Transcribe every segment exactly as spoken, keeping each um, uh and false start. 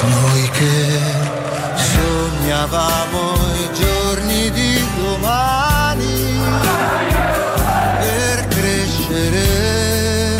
Noi che sognavamo i giorni di domani per crescere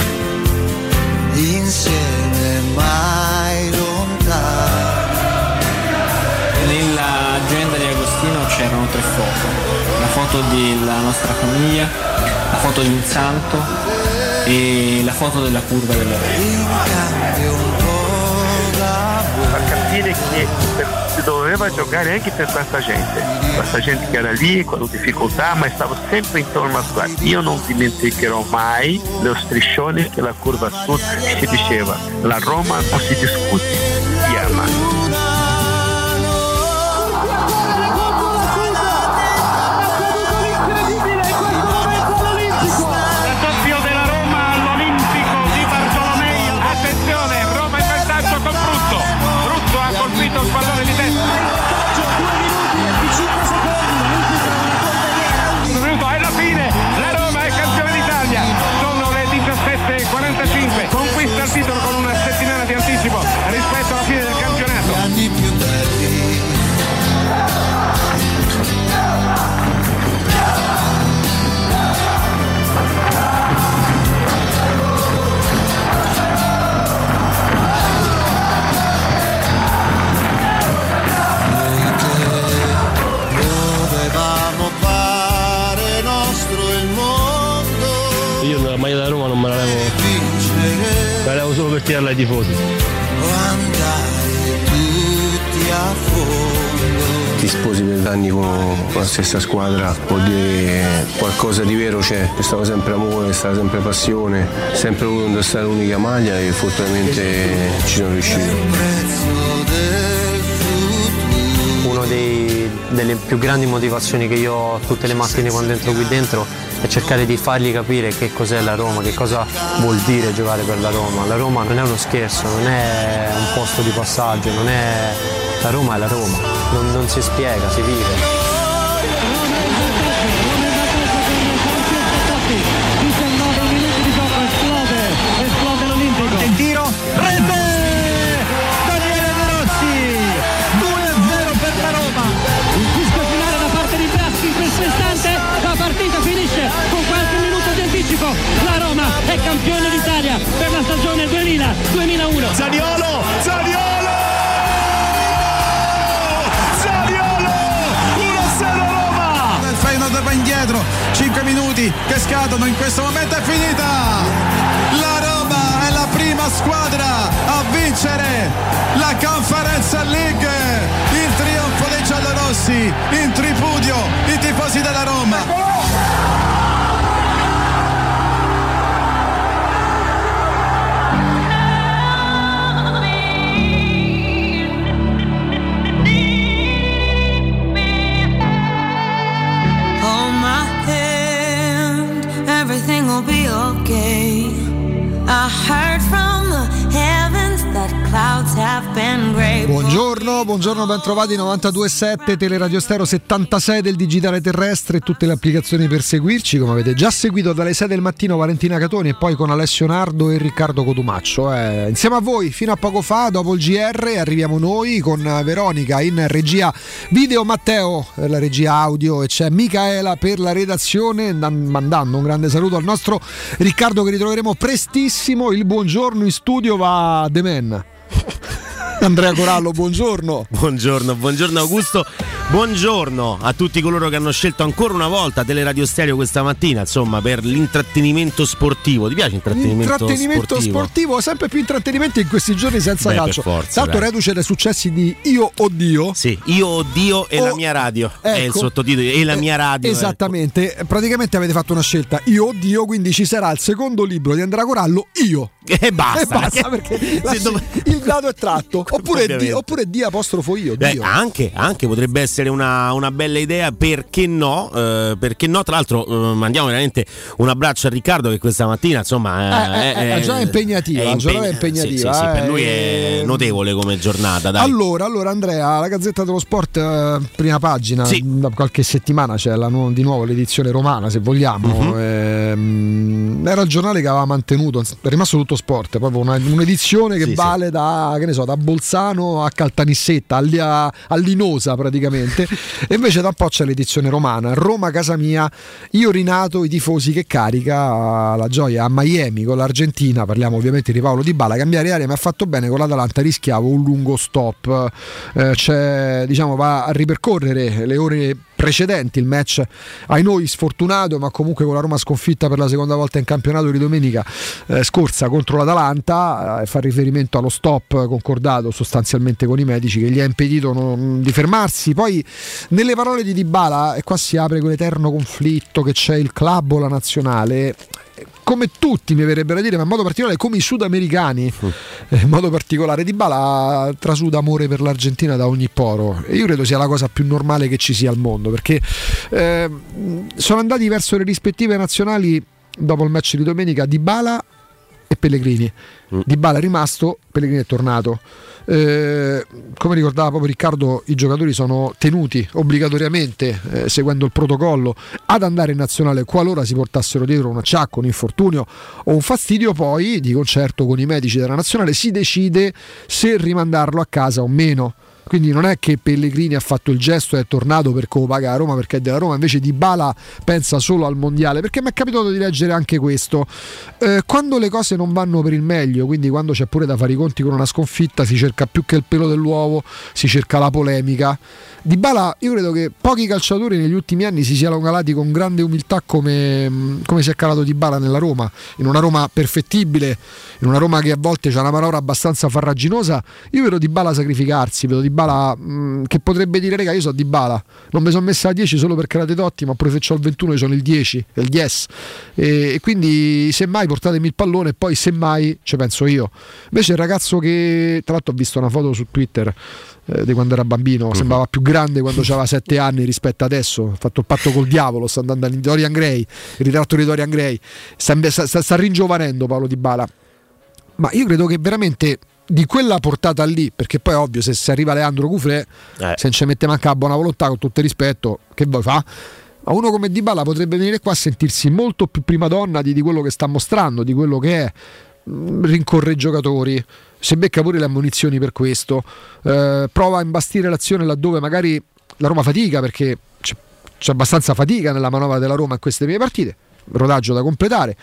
insieme mai lontani. Nell'agenda di Agostino c'erano tre foto: la foto della nostra famiglia, la foto di un santo e la foto della curva della Roma. A capire che si doveva giocare anche per questa gente, questa gente che era lì con difficoltà ma stava sempre intorno a squadra. Io non dimenticherò mai lo striscione che la curva sud si diceva: la Roma non si discute, si ama. Il pallone di testa, è la fine, la Roma è campione d'Italia, sono le diciassette e quarantacinque, conquista il titolo con una settimana di anticipo rispetto alla fine del campionato. Gli anni più belli. Io la maglia da Roma non me la levo, me la levo solo per tirarla ai tifosi. Ti sposi per anni con la stessa squadra, vuol dire qualcosa di vero c'è, c'è stato sempre amore, c'è stata sempre passione, sempre voluto indossare l'unica maglia e fortunatamente ci sono riuscito. Uno dei, delle più grandi motivazioni che io ho tutte le mattine quando entro qui dentro è cercare di fargli capire che cos'è la Roma, che cosa vuol dire giocare per la Roma. La Roma non è uno scherzo, non è un posto di passaggio, non è... la Roma è la Roma, non, non si spiega, si vive. diciannove minuti di gioco, esplode, esplode l'Olimpico. Il tiro, rete! Daniele De Rossi, due a zero per la Roma. Il fischio finale da parte di Braschi in questo istante, la partita finisce con qualche minuto di anticipo. La Roma è campione d'Italia per la stagione duemila duemilauno. Zaniolo, Zaniolo! Feyenoord va indietro, cinque minuti che scadono, in questo momento è finita. La Roma è la prima squadra a vincere la Conference League. Il trionfo dei giallorossi, in tripudio i tifosi della Roma. Everything will be okay. I heard from the heavens that clouds have been gray. Buongiorno, buongiorno, ben trovati. novantadue virgola sette Teleradio Stereo, settantasei del digitale terrestre e tutte le applicazioni per seguirci, come avete già seguito dalle sei del mattino Valentina Catoni e poi con Alessio Nardo e Riccardo Cotumaccio. Eh, insieme a voi fino a poco fa, dopo il G R arriviamo noi con Veronica in regia video, Matteo per la regia audio e c'è Micaela per la redazione, mandando un grande saluto al nostro Riccardo che ritroveremo prestissimo. Il buongiorno in studio va The Man. Andrea Corallo, buongiorno. Buongiorno, buongiorno Augusto. Buongiorno a tutti coloro che hanno scelto ancora una volta Teleradio Stereo questa mattina, insomma, per l'intrattenimento sportivo. Ti piace l'intrattenimento, intrattenimento sportivo? sportivo? Sempre più intrattenimento in questi giorni senza Beh, calcio. Per forza, Tanto dai. reduce dai successi di Io o Dio. Sì, Io o Dio e oh, la mia radio. Ecco, è il sottotitolo, e la mia radio. Eh, esattamente, ecco. Praticamente avete fatto una scelta Io o Dio, quindi ci sarà il secondo libro di Andrea Corallo, Io. E basta, e basta perché la, dov- il dato è tratto. Oppure, di, oppure di apostrofo Io. Beh, Dio. anche, anche potrebbe essere essere una, una bella idea, perché no? Eh, perché no? Tra l'altro eh, mandiamo veramente un abbraccio a Riccardo che questa mattina insomma eh, è, è, è, è già impegnativa, è la giornata è impegna- impegnativa. Sì, sì, sì, eh, per lui è notevole come giornata. Dai. Allora, allora Andrea, la Gazzetta dello Sport, eh, prima pagina, sì. da qualche settimana c'è la nu- di nuovo l'edizione romana, se vogliamo. Uh-huh. Ehm, era il giornale che aveva mantenuto, è rimasto tutto sport, proprio una, un'edizione che sì, vale sì. da, che ne so, da Bolzano a Caltanissetta, a, a Linosa praticamente. E invece da un po' c'è l'edizione romana, Roma casa mia, io rinato, i tifosi che carica la gioia a Miami con l'Argentina, parliamo ovviamente di Paolo Dybala, cambiare aria mi ha fatto bene, con l'Atalanta rischiavo un lungo stop, eh, c'è, diciamo, va a ripercorrere le ore precedenti, il match ai noi sfortunato, ma comunque con la Roma sconfitta per la seconda volta in campionato di domenica eh, scorsa contro l'Atalanta, eh, fa riferimento allo stop concordato sostanzialmente con i medici che gli ha impedito non, di fermarsi. Poi nelle parole di Dybala, e qua si apre quell'eterno conflitto che c'è il club o la nazionale, come tutti mi verrebbero a dire, ma in modo particolare come i sudamericani, in modo particolare Dybala trasuda amore per l'Argentina da ogni poro, e io credo sia la cosa più normale che ci sia al mondo, perché eh, sono andati verso le rispettive nazionali dopo il match di domenica Dybala e Pellegrini. mm. Dybala è rimasto, Pellegrini è tornato. Eh, come ricordava proprio Riccardo, i giocatori sono tenuti obbligatoriamente, eh, seguendo il protocollo, ad andare in nazionale qualora si portassero dietro un acciacco, un infortunio o un fastidio. Poi di concerto con i medici della nazionale si decide se rimandarlo a casa o meno. Quindi non è che Pellegrini ha fatto il gesto e è tornato per come paga a Roma perché è della Roma, invece Dybala pensa solo al mondiale, perché mi è capitato di leggere anche questo, eh, quando le cose non vanno per il meglio, quindi quando c'è pure da fare i conti con una sconfitta, si cerca più che il pelo dell'uovo, si cerca la polemica. Dybala, io credo che pochi calciatori negli ultimi anni si siano calati con grande umiltà come, come si è calato Dybala nella Roma, in una Roma perfettibile, in una Roma che a volte c'ha una manovra abbastanza farraginosa. Io vedo Dybala sacrificarsi, vedo Dybala mh, che potrebbe dire: raga, io so Dybala, non mi sono messa a dieci solo perché erate Totti, ma pure se c'ho il ventuno io sono il dieci, il dieci, e, e quindi semmai portatemi il pallone e poi semmai ci penso io. Invece il ragazzo che, tra l'altro ho visto una foto su Twitter eh, di quando era bambino, uh-huh. sembrava più grande quando aveva sette anni rispetto adesso, ha fatto il patto col diavolo, sta andando in Dorian Gray, il ritratto di Dorian Gray, sta, sta, sta ringiovanendo Paolo Dybala. Ma io credo che veramente di quella portata lì, perché poi è ovvio, se, se arriva Leandro Cufré, eh. se non ci mette manca la buona volontà, con tutto il rispetto, che vuoi fa? Ma uno come Dybala potrebbe venire qua a sentirsi molto più prima donna di, di quello che sta mostrando, di quello che è, rincorre i giocatori, se becca pure le ammonizioni per questo, eh, prova a imbastire l'azione laddove magari la Roma fatica, perché c'è, c'è abbastanza fatica nella manovra della Roma in queste prime partite, rodaggio da completare,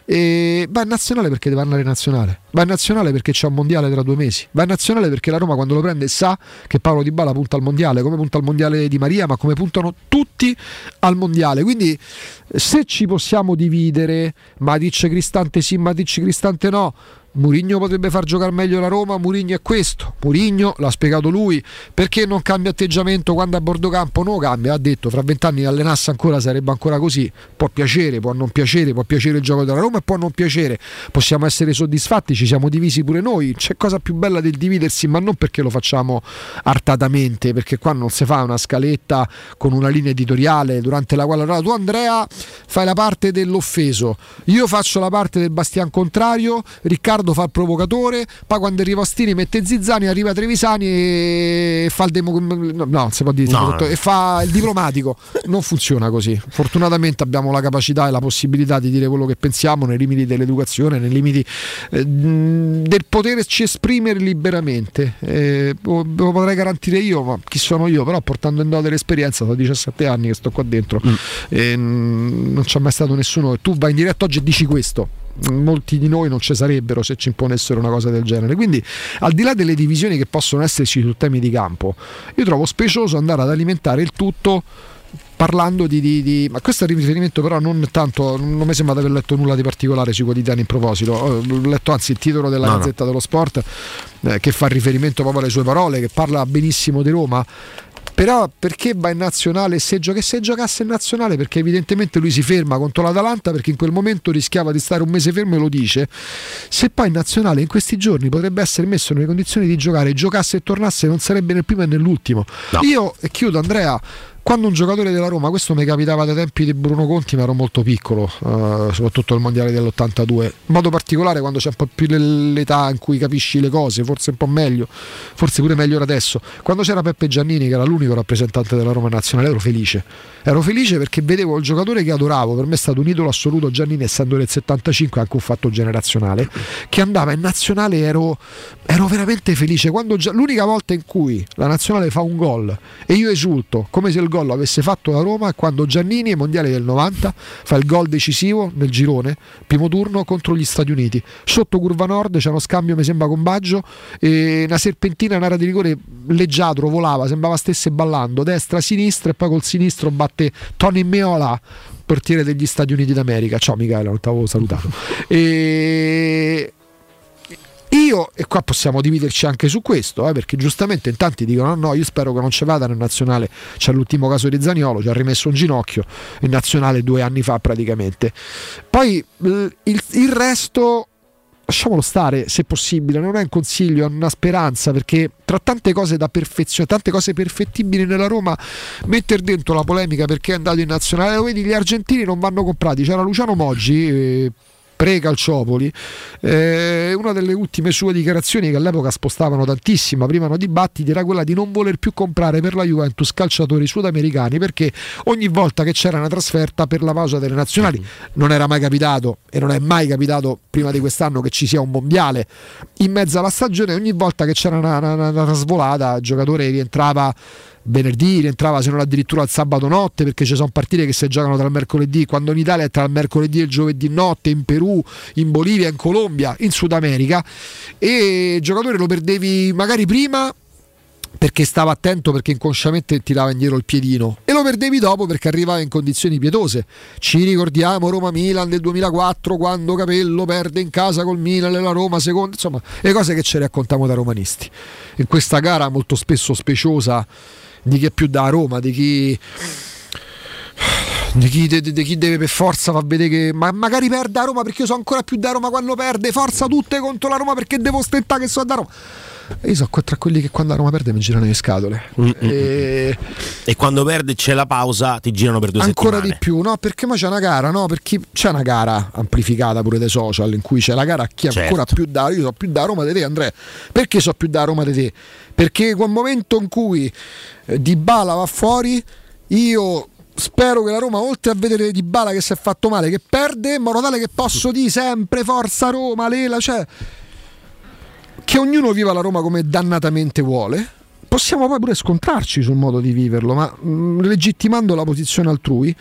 e va in nazionale perché deve andare in nazionale, va in nazionale perché c'è un mondiale tra due mesi, va in nazionale perché la Roma quando lo prende sa che Paolo Dybala punta al mondiale, come punta al mondiale Di Maria, ma come puntano tutti al mondiale. Quindi se ci possiamo dividere, Matic Cristante sì, Matic Cristante no, Mourinho potrebbe far giocare meglio la Roma, Mourinho è questo, Mourinho l'ha spiegato lui, perché non cambia atteggiamento quando a bordo campo? No, cambia, ha detto fra vent'anni allenasse ancora sarebbe ancora così, può piacere, può non piacere, può piacere il gioco della Roma e può non piacere, possiamo essere soddisfatti, ci siamo divisi pure noi, c'è cosa più bella del dividersi, ma non perché lo facciamo artatamente, perché qua non si fa una scaletta con una linea editoriale durante la quale allora, tu Andrea fai la parte dell'offeso, io faccio la parte del bastian contrario, Riccardo fa il provocatore, poi quando arriva Ostini mette Zizzani, arriva Trevisani e fa il demo, no, non si può dire, no, no. e fa il diplomatico. Non funziona così. Fortunatamente abbiamo la capacità e la possibilità di dire quello che pensiamo nei limiti dell'educazione, nei limiti eh, del poterci esprimere liberamente. Eh, lo potrei garantire io, ma chi sono io? Però portando in dote l'esperienza, da diciassette anni che sto qua dentro, mm. e non c'è mai stato nessuno. Tu vai in diretta oggi e dici questo, molti di noi non ci sarebbero se ci imponessero una cosa del genere. Quindi al di là delle divisioni che possono esserci su temi di campo, io trovo specioso andare ad alimentare il tutto parlando di, di, di... ma questo è il riferimento però non tanto, non mi sembra di aver letto nulla di particolare sui quotidiani in proposito, ho letto anzi il titolo della no, Gazzetta no. dello Sport, eh, che fa riferimento proprio alle sue parole, che parla benissimo di Roma. però perché va in nazionale se, gioca- se giocasse in nazionale? Perché evidentemente lui si ferma contro l'Atalanta perché in quel momento rischiava di stare un mese fermo e lo dice. Se poi in nazionale in questi giorni potrebbe essere messo nelle condizioni di giocare, giocasse e tornasse, non sarebbe nel primo e nell'ultimo. No. Io, e chiudo Andrea, quando un giocatore della Roma, questo mi capitava dai tempi di Bruno Conti, ma ero molto piccolo, uh, soprattutto nel mondiale dell'ottantadue, in modo particolare quando c'è un po' più l'età in cui capisci le cose, forse un po' meglio, forse pure meglio adesso. Quando c'era Peppe Giannini, che era l'unico rappresentante della Roma nazionale, ero felice. Ero felice perché vedevo il giocatore che adoravo, per me è stato un idolo assoluto Giannini, essendo del settantacinque, anche un fatto generazionale, che andava in nazionale, ero, ero veramente felice. Quando, l'unica volta in cui la nazionale fa un gol e io esulto come se il gol avesse fatto la Roma è quando Giannini ai mondiali del novanta fa il gol decisivo nel girone, primo turno contro gli Stati Uniti, sotto curva nord c'è uno scambio mi sembra con Baggio e una serpentina in area di rigore, leggiadro, volava, sembrava stesse ballando destra sinistra e poi col sinistro batte Tony Meola, portiere degli Stati Uniti d'America. Ciao Michele, non ti avevo salutato. E io, e qua possiamo dividerci anche su questo, eh, perché giustamente in tanti dicono no, no, io spero che non ci vada nel nazionale. C'è l'ultimo caso di Zaniolo, ci ha rimesso un ginocchio in nazionale due anni fa praticamente. Poi il, il resto lasciamolo stare, se possibile, non è un consiglio, è una speranza, perché tra tante cose da perfezione, tante cose perfettibili nella Roma, mettere dentro la polemica perché è andato in nazionale, lo vedi, gli argentini non vanno comprati. C'era Luciano Moggi, eh, pre-Calciopoli, eh, una delle ultime sue dichiarazioni che all'epoca spostavano tantissimo, aprivano dibattiti, era quella di non voler più comprare per la Juventus calciatori sudamericani perché ogni volta che c'era una trasferta per la pausa delle nazionali, non era mai capitato e non è mai capitato prima di quest'anno che ci sia un mondiale in mezzo alla stagione, ogni volta che c'era una, una, una trasvolata il giocatore rientrava venerdì, rientrava se non addirittura il sabato notte, perché ci sono partite che si giocano tra il mercoledì, quando in Italia è tra il mercoledì e il giovedì notte, in Perù, in Bolivia, in Colombia, in Sud America, e il giocatore lo perdevi magari prima perché stava attento, perché inconsciamente tirava indietro il piedino, e lo perdevi dopo perché arrivava in condizioni pietose. Ci ricordiamo Roma-Milan del duemilaquattro, quando Capello perde in casa col Milan e la Roma seconda, insomma le cose che ci raccontiamo da romanisti in questa gara molto spesso speciosa di chi è più da Roma, di chi di chi, di, di chi deve per forza far vedere che ma magari perde a Roma, perché io sono ancora più da Roma quando perde, forza tutte contro la Roma perché devo ostentare che sono da Roma. Io sono tra quelli che quando la Roma perde mi girano le scatole, e... e quando perde c'è la pausa ti girano per due ancora settimane. Di più, no? Perché ma c'è una gara, no? Perché c'è una gara amplificata pure dai social in cui c'è la gara a chi è certo. ancora più da, io so più da Roma di te, Andrea. Perché so più da Roma di te? Perché quel momento in cui eh, Dybala va fuori, io spero che la Roma, oltre a vedere Dybala che si è fatto male, che perde, in modo tale che posso dire sempre forza Roma, Lela, cioè che ognuno viva la Roma come dannatamente vuole. Possiamo poi pure scontrarci sul modo di viverlo, ma mh, legittimando la posizione altrui,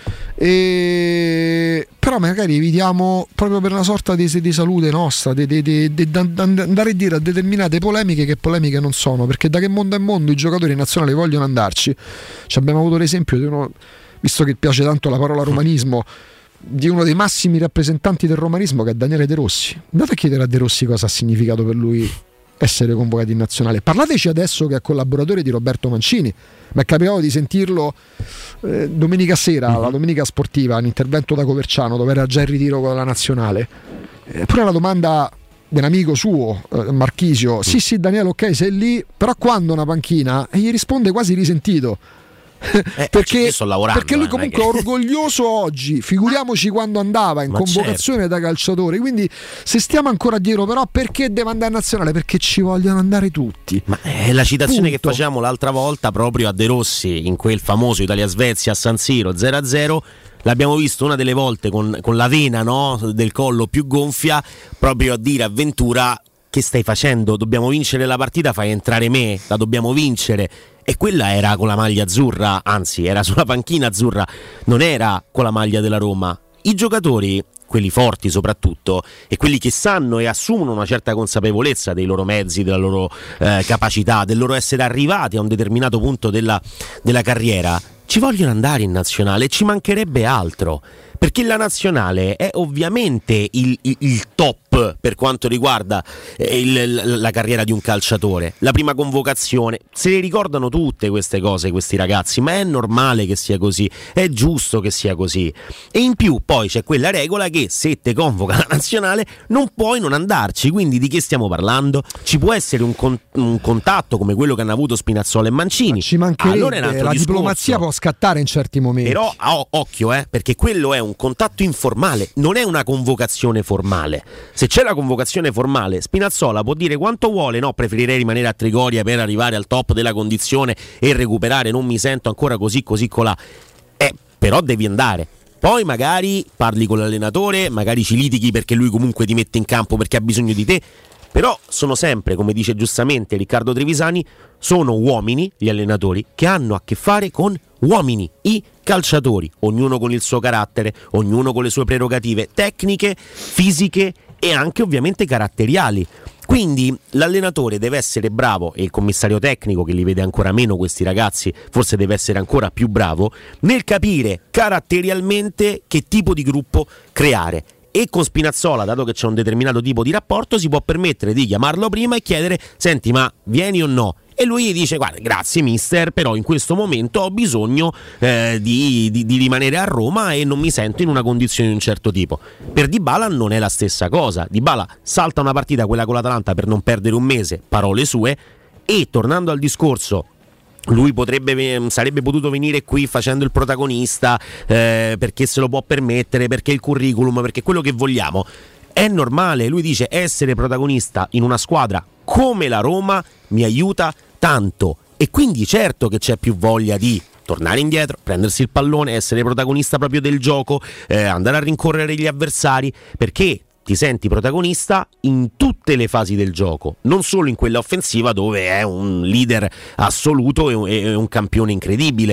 e... però magari evitiamo, proprio per una sorta di, di salute nostra, di, di, di, di, di andare a dire a determinate polemiche che polemiche non sono, perché da che mondo è mondo i giocatori nazionali vogliono andarci. Ci abbiamo avuto l'esempio di uno, visto che piace tanto la parola romanismo, di uno dei massimi rappresentanti del romanismo, che è Daniele De Rossi. Andate a chiedere a De Rossi cosa ha significato per lui essere convocato in nazionale. Parlateci adesso che è collaboratore di Roberto Mancini. Mi è capitato di sentirlo eh, domenica sera, mm-hmm. la domenica sportiva, un intervento da Coverciano dove era già in ritiro con la nazionale. Eppure eh, la domanda di un amico suo, eh, Marchisio, mm. sì sì Daniele, ok, sei lì, però quando una panchina? E gli risponde quasi risentito. Eh, perché, perché lui comunque è orgoglioso oggi, figuriamoci quando andava in Ma convocazione certo. da calciatore. Quindi se stiamo ancora dietro, però perché deve andare in nazionale? Perché ci vogliono andare tutti. Ma è la citazione Punto. Che facciamo l'altra volta proprio a De Rossi in quel famoso Italia-Svezia a San Siro zero a zero. L'abbiamo visto una delle volte con, con la vena, no, del collo più gonfia, proprio a dire a Ventura: che stai facendo? Dobbiamo vincere la partita, fai entrare me, la dobbiamo vincere. E quella era con la maglia azzurra, anzi era sulla panchina azzurra, non era con la maglia della Roma. I giocatori, quelli forti soprattutto, e quelli che sanno e assumono una certa consapevolezza dei loro mezzi, della loro eh, capacità, del loro essere arrivati a un determinato punto della, della carriera, ci vogliono andare in nazionale, ci mancherebbe altro. Perché la nazionale è ovviamente il, il, il top top per quanto riguarda eh, il, la carriera di un calciatore, la prima convocazione, se le ricordano tutte queste cose questi ragazzi, ma è normale che sia così, è giusto che sia così. E in più poi c'è quella regola che se te convoca la nazionale non puoi non andarci, quindi di che stiamo parlando? Ci può essere un, con, un contatto come quello che hanno avuto Spinazzola e Mancini, ma ci mancherebbe, allora è un altro la discorso. Diplomazia può scattare in certi momenti, però oh, occhio eh, perché quello è un contatto informale, non è una convocazione formale. Se c'è la convocazione formale, Spinazzola può dire quanto vuole, no, preferirei rimanere a Trigoria per arrivare al top della condizione e recuperare, non mi sento ancora così così colà, eh, però devi andare. Poi magari parli con l'allenatore, magari ci litighi perché lui comunque ti mette in campo perché ha bisogno di te, però sono sempre, come dice giustamente Riccardo Trevisani, sono uomini gli allenatori che hanno a che fare con uomini, i calciatori, ognuno con il suo carattere, ognuno con le sue prerogative tecniche, fisiche e anche ovviamente caratteriali. Quindi l'allenatore deve essere bravo, e il commissario tecnico, che li vede ancora meno questi ragazzi, forse deve essere ancora più bravo nel capire caratterialmente che tipo di gruppo creare. E con Spinazzola, dato che c'è un determinato tipo di rapporto, si può permettere di chiamarlo prima e chiedere: senti, ma vieni o no? E lui gli dice: guarda, grazie mister, però in questo momento ho bisogno eh, di, di, di rimanere a Roma e non mi sento in una condizione di un certo tipo. Per Dybala non è la stessa cosa. Dybala salta una partita, quella con l'Atalanta, per non perdere un mese, parole sue. E tornando al discorso, lui potrebbe, sarebbe potuto venire qui facendo il protagonista eh, perché se lo può permettere, perché il curriculum, perché quello che vogliamo. È normale, lui dice: essere protagonista in una squadra come la Roma mi aiuta tanto, e quindi certo che c'è più voglia di tornare indietro, prendersi il pallone, essere protagonista proprio del gioco, eh, andare a rincorrere gli avversari, perché ti senti protagonista in tutte le fasi del gioco, non solo in quella offensiva dove è un leader assoluto e, e un campione incredibile.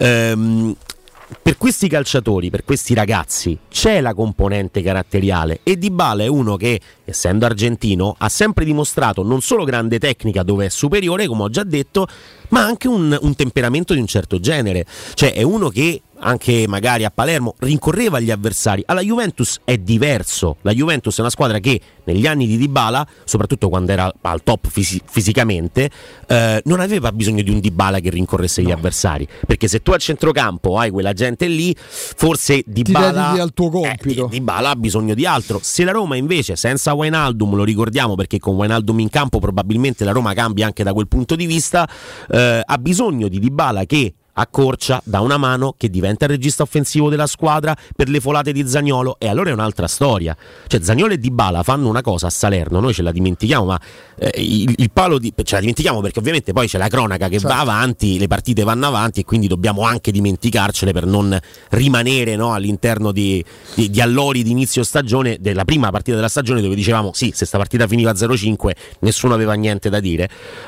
Ehm, per questi calciatori, per questi ragazzi c'è la componente caratteriale, e Dybala è uno che, essendo argentino, ha sempre dimostrato non solo grande tecnica dove è superiore, come ho già detto, ma anche un, un temperamento di un certo genere. Cioè è uno che anche magari a Palermo rincorreva gli avversari. Alla Juventus è diverso. La Juventus è una squadra che negli anni di Dybala, soprattutto quando era al top fisi- fisicamente, eh, non aveva bisogno di un Dybala che rincorresse gli no. avversari, perché se tu al centrocampo hai quella gente lì, forse Dybala, al tuo compito. Eh, Dybala ha bisogno di altro. Se la Roma invece senza Wijnaldum, lo ricordiamo perché con Wijnaldum in campo probabilmente la Roma cambia anche da quel punto di vista, eh, ha bisogno di Dybala che accorcia, da una mano, che diventa il regista offensivo della squadra per le folate di Zaniolo, e allora è un'altra storia. Cioè Zaniolo e Dybala fanno una cosa a Salerno, noi ce la dimentichiamo, ma eh, il, il palo di, ce la dimentichiamo perché ovviamente poi c'è la cronaca che certo. va avanti, le partite vanno avanti, e quindi dobbiamo anche dimenticarcele per non rimanere, no, all'interno di, di, di allori di inizio stagione, della prima partita della stagione, dove dicevamo sì, se sta partita finiva zero cinque nessuno aveva niente da dire.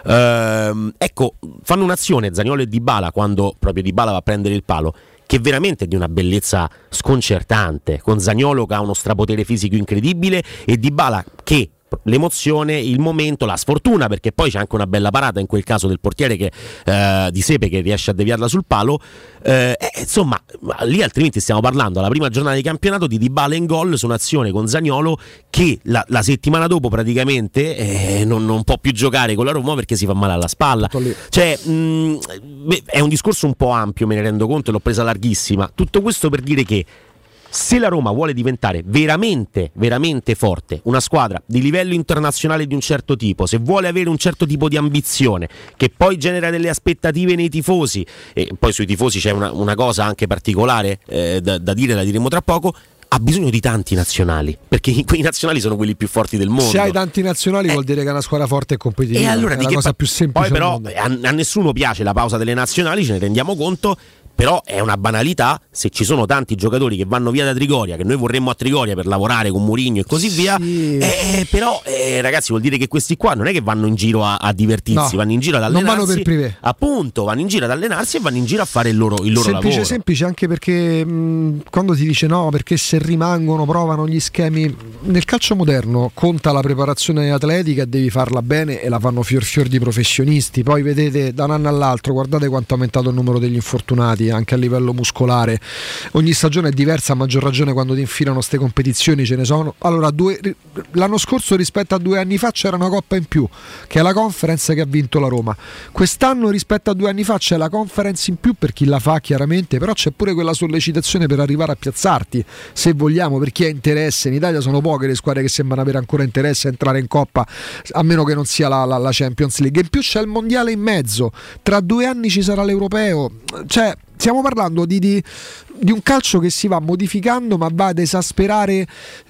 Ehm, ecco, fanno un'azione Zaniolo e Dybala, quando proprio Dybala va a prendere il palo, che veramente è di una bellezza sconcertante, con Zaniolo che ha uno strapotere fisico incredibile e Dybala che l'emozione, il momento, la sfortuna, perché poi c'è anche una bella parata in quel caso del portiere che, eh, di Sepe, che riesce a deviarla sul palo, eh, eh, insomma lì altrimenti stiamo parlando alla prima giornata di campionato di Dybala in gol su un'azione con Zaniolo che la, la settimana dopo praticamente eh, non, non può più giocare con la Roma perché si fa male alla spalla. Cioè mh, è un discorso un po' ampio, me ne rendo conto, e l'ho presa larghissima. Tutto questo per dire che se la Roma vuole diventare veramente, veramente forte, una squadra di livello internazionale di un certo tipo, se vuole avere un certo tipo di ambizione, che poi genera delle aspettative nei tifosi, e poi sui tifosi c'è una, una cosa anche particolare eh, da, da dire, la diremo tra poco, ha bisogno di tanti nazionali, perché quei nazionali sono quelli più forti del mondo. Se hai tanti nazionali eh, vuol dire che è una squadra forte e competitiva, e allora è di la che cosa pa- più semplice. Poi però a, a nessuno piace la pausa delle nazionali, ce ne rendiamo conto, però è una banalità se ci sono tanti giocatori che vanno via da Trigoria, che noi vorremmo a Trigoria per lavorare con Mourinho e così sì. via, eh, però eh, ragazzi, vuol dire che questi qua non è che vanno in giro a, a divertirsi, no, vanno in giro ad allenarsi, non vanno per privé, appunto, vanno in giro ad allenarsi e vanno in giro a fare il loro, il loro semplice, lavoro. Semplice anche perché mh, quando ti dice no, perché se rimangono provano gli schemi, nel calcio moderno conta la preparazione atletica e devi farla bene, e la fanno fior fior di professionisti. Poi vedete da un anno all'altro, guardate quanto è aumentato il numero degli infortunati, allenamenti anche a livello muscolare. Ogni stagione è diversa, a maggior ragione quando ti infilano ste competizioni, ce ne sono. Allora, due, l'anno scorso rispetto a due anni fa c'era una coppa in più, che è la Conference che ha vinto la Roma. Quest'anno rispetto a due anni fa c'è la Conference in più per chi la fa chiaramente, però c'è pure quella sollecitazione per arrivare a piazzarti, se vogliamo, per chi ha interesse. In Italia sono poche le squadre che sembrano avere ancora interesse a entrare in Coppa, a meno che non sia la, la, la Champions League. In più c'è il Mondiale in mezzo, tra due anni ci sarà l'Europeo, cioè stiamo parlando di, di, di un calcio che si va modificando, ma va ad esasperare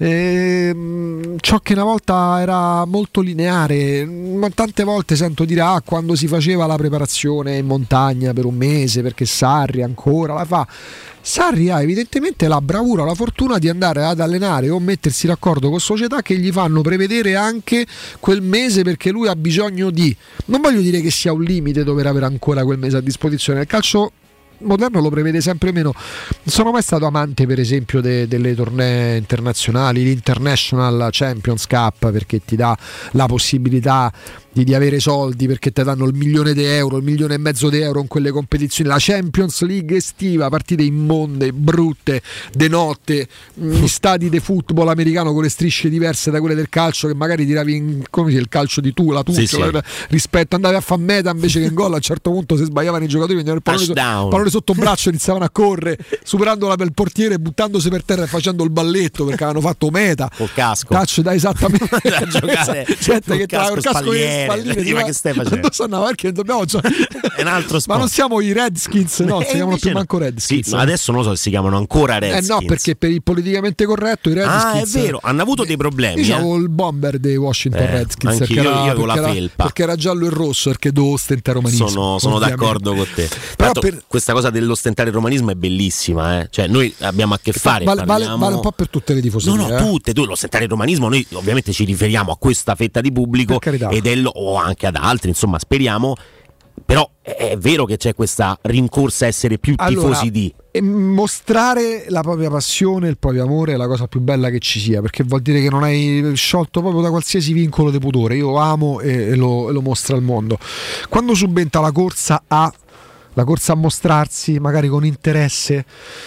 eh, ciò che una volta era molto lineare. Ma tante volte sento dire ah, quando si faceva la preparazione in montagna per un mese, perché Sarri ancora la fa. Sarri ha evidentemente la bravura, la fortuna di andare ad allenare o mettersi d'accordo con società che gli fanno prevedere anche quel mese, perché lui ha bisogno di, non voglio dire che sia un limite dover avere ancora quel mese a disposizione. Il calcio moderno lo prevede sempre meno. Non sono mai stato amante per esempio de, delle tournée internazionali, l'International Champions Cup, perché ti dà la possibilità di, di avere soldi, perché ti danno il milione di euro, il milione e mezzo di euro in quelle competizioni. La Champions League estiva, partite immonde, brutte, de notte, gli stadi di football americano con le strisce diverse da quelle del calcio, che magari tiravi in, come dice, il calcio di tu, la tu, sì, sì. rispetto, andavi a far meta invece che in gol. A un certo punto se sbagliavano i giocatori venivano il pallone, pallone sotto braccio, iniziavano a correre superando la, il portiere, buttandosi per terra e facendo il balletto perché avevano fatto meta col casco, touch, da esattamente da giocare gente che tra il casco e spalline, ma che stai facendo? No, perché dobbiamo giocare. È un altro sport. Ma non siamo i Redskins, no, si chiamano più manco Redskins. Sì, ma adesso non so se si chiamano ancora Redskins. Eh no, perché per il politicamente corretto i Redskins. Ah, è vero, hanno avuto dei problemi. Io avevo eh. il bomber dei Washington eh, Redskins, perché io, era, io perché, la era, felpa. perché era giallo e rosso, perché devo ostentare romanismo. Sono, sono d'accordo con te. Però per... questa cosa dell'ostentare il romanismo è bellissima, eh? Cioè noi abbiamo a che fare. Vale, parliamo... vale, vale un po' per tutte le tifoserie. No, no, eh? tutte. Tu l'ostentare il romanismo, noi ovviamente ci riferiamo a questa fetta di pubblico ed è lo, o anche ad altri, insomma, speriamo. Però è vero che c'è questa rincorsa a essere più allora, tifosi di. E mostrare la propria passione, il proprio amore è la cosa più bella che ci sia, perché vuol dire che non hai sciolto proprio da qualsiasi vincolo di pudore. Io amo e, e, lo, e lo mostra al mondo. Quando subentra la corsa a la corsa a mostrarsi, magari con interesse,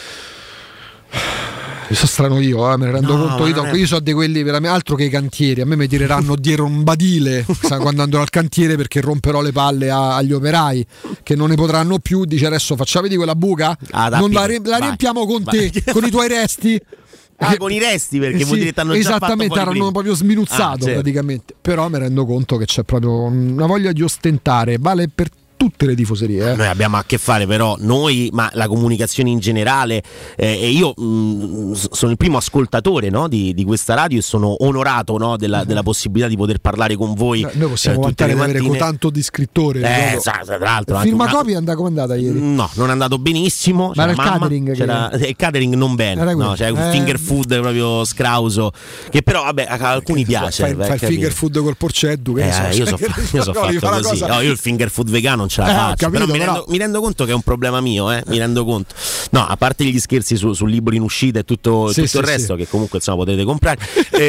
sono strano io, eh, me ne rendo no, conto. Io, è... io so di quelli veramente, altro che i cantieri. A me mi tireranno dietro un badile quando andrò al cantiere, perché romperò le palle a, agli operai che non ne potranno più. Dice adesso facciamo di quella buca, ah, non la, la riempiamo con vai. te, con i tuoi resti. Ah, con i resti, perché eh sì, vuol dire che t'hanno già esattamente, fatto erano proprio sminuzzato, ah, certo. praticamente. Però mi rendo conto che c'è proprio una voglia di ostentare, vale per tutte le tifoserie. Eh. Noi abbiamo a che fare però noi, ma la comunicazione in generale, eh, e io mh, sono il primo ascoltatore, no, di, di questa radio, e sono onorato, no, della, della possibilità di poter parlare con voi. No, noi possiamo eh, vantare di avere tanto di scrittore. Eh, esatto, tra l'altro. Il firma copia è come è andata ieri? No, non è andato benissimo. Ma era il mamma, catering. C'era, che... il catering non bene, no, cioè un eh... finger food proprio scrauso, che però vabbè a alcuni piace. Fai, fai il finger food col porceddu, che eh, so, io so, io so fatto così. Cosa... No, io il finger food vegano non ce la eh, faccio. Però mi rendo, mi rendo conto che è un problema mio, eh? mi rendo conto. No, a parte gli scherzi su, sul libro in uscita e tutto, sì, tutto sì, il resto, sì. che comunque insomma potete comprare.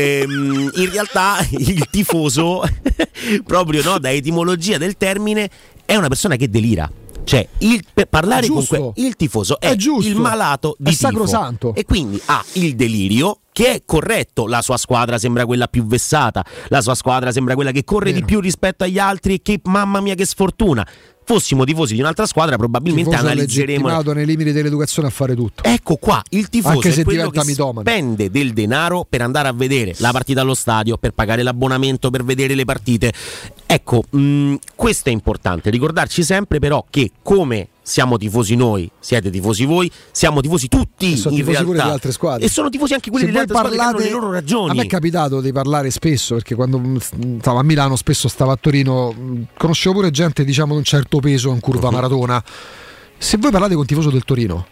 ehm, in realtà il tifoso, proprio no, da etimologia del termine, è una persona che delira. Cioè, il, per parlare con que- il tifoso è, è il malato di è tifo, sacrosanto, e quindi ha il delirio, che è corretto. La sua squadra sembra quella più vessata, la sua squadra sembra quella che corre Vero. di più rispetto agli altri, e che mamma mia che sfortuna. Fossimo tifosi di un'altra squadra probabilmente tifoso analizzeremo legittimato nei limiti dell'educazione a fare tutto. Ecco qua, il tifoso anche se è quello che mitomane. spende del denaro per andare a vedere la partita allo stadio, per pagare l'abbonamento, per vedere le partite. Ecco, mh, questo è importante, ricordarci sempre però che come siamo tifosi noi, siete tifosi voi, siamo tifosi tutti, sono in tifosi realtà. pure delle altre squadre. E sono tifosi anche quelli se delle altre parlate, squadre che hanno le loro ragioni. A me è capitato di parlare spesso, perché quando stavo a Milano, spesso stavo a Torino, conoscevo pure gente, diciamo, di un certo peso in curva uh-huh. maratona. Se voi parlate con un tifoso del Torino,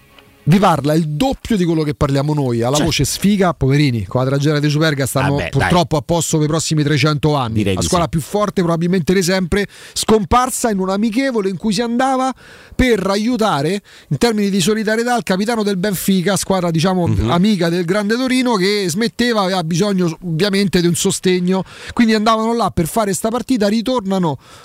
vi parla il doppio di quello che parliamo noi, alla cioè. voce sfiga, poverini, con la tragedia di Superga stanno Vabbè, purtroppo dai. a posto per i prossimi trecento anni. Direi la squadra sì. più forte probabilmente di sempre, scomparsa in un amichevole in cui si andava per aiutare in termini di solidarietà il capitano del Benfica, squadra diciamo uh-huh. amica del grande Torino, che smetteva, aveva bisogno ovviamente di un sostegno, quindi andavano là per fare sta partita, ritornano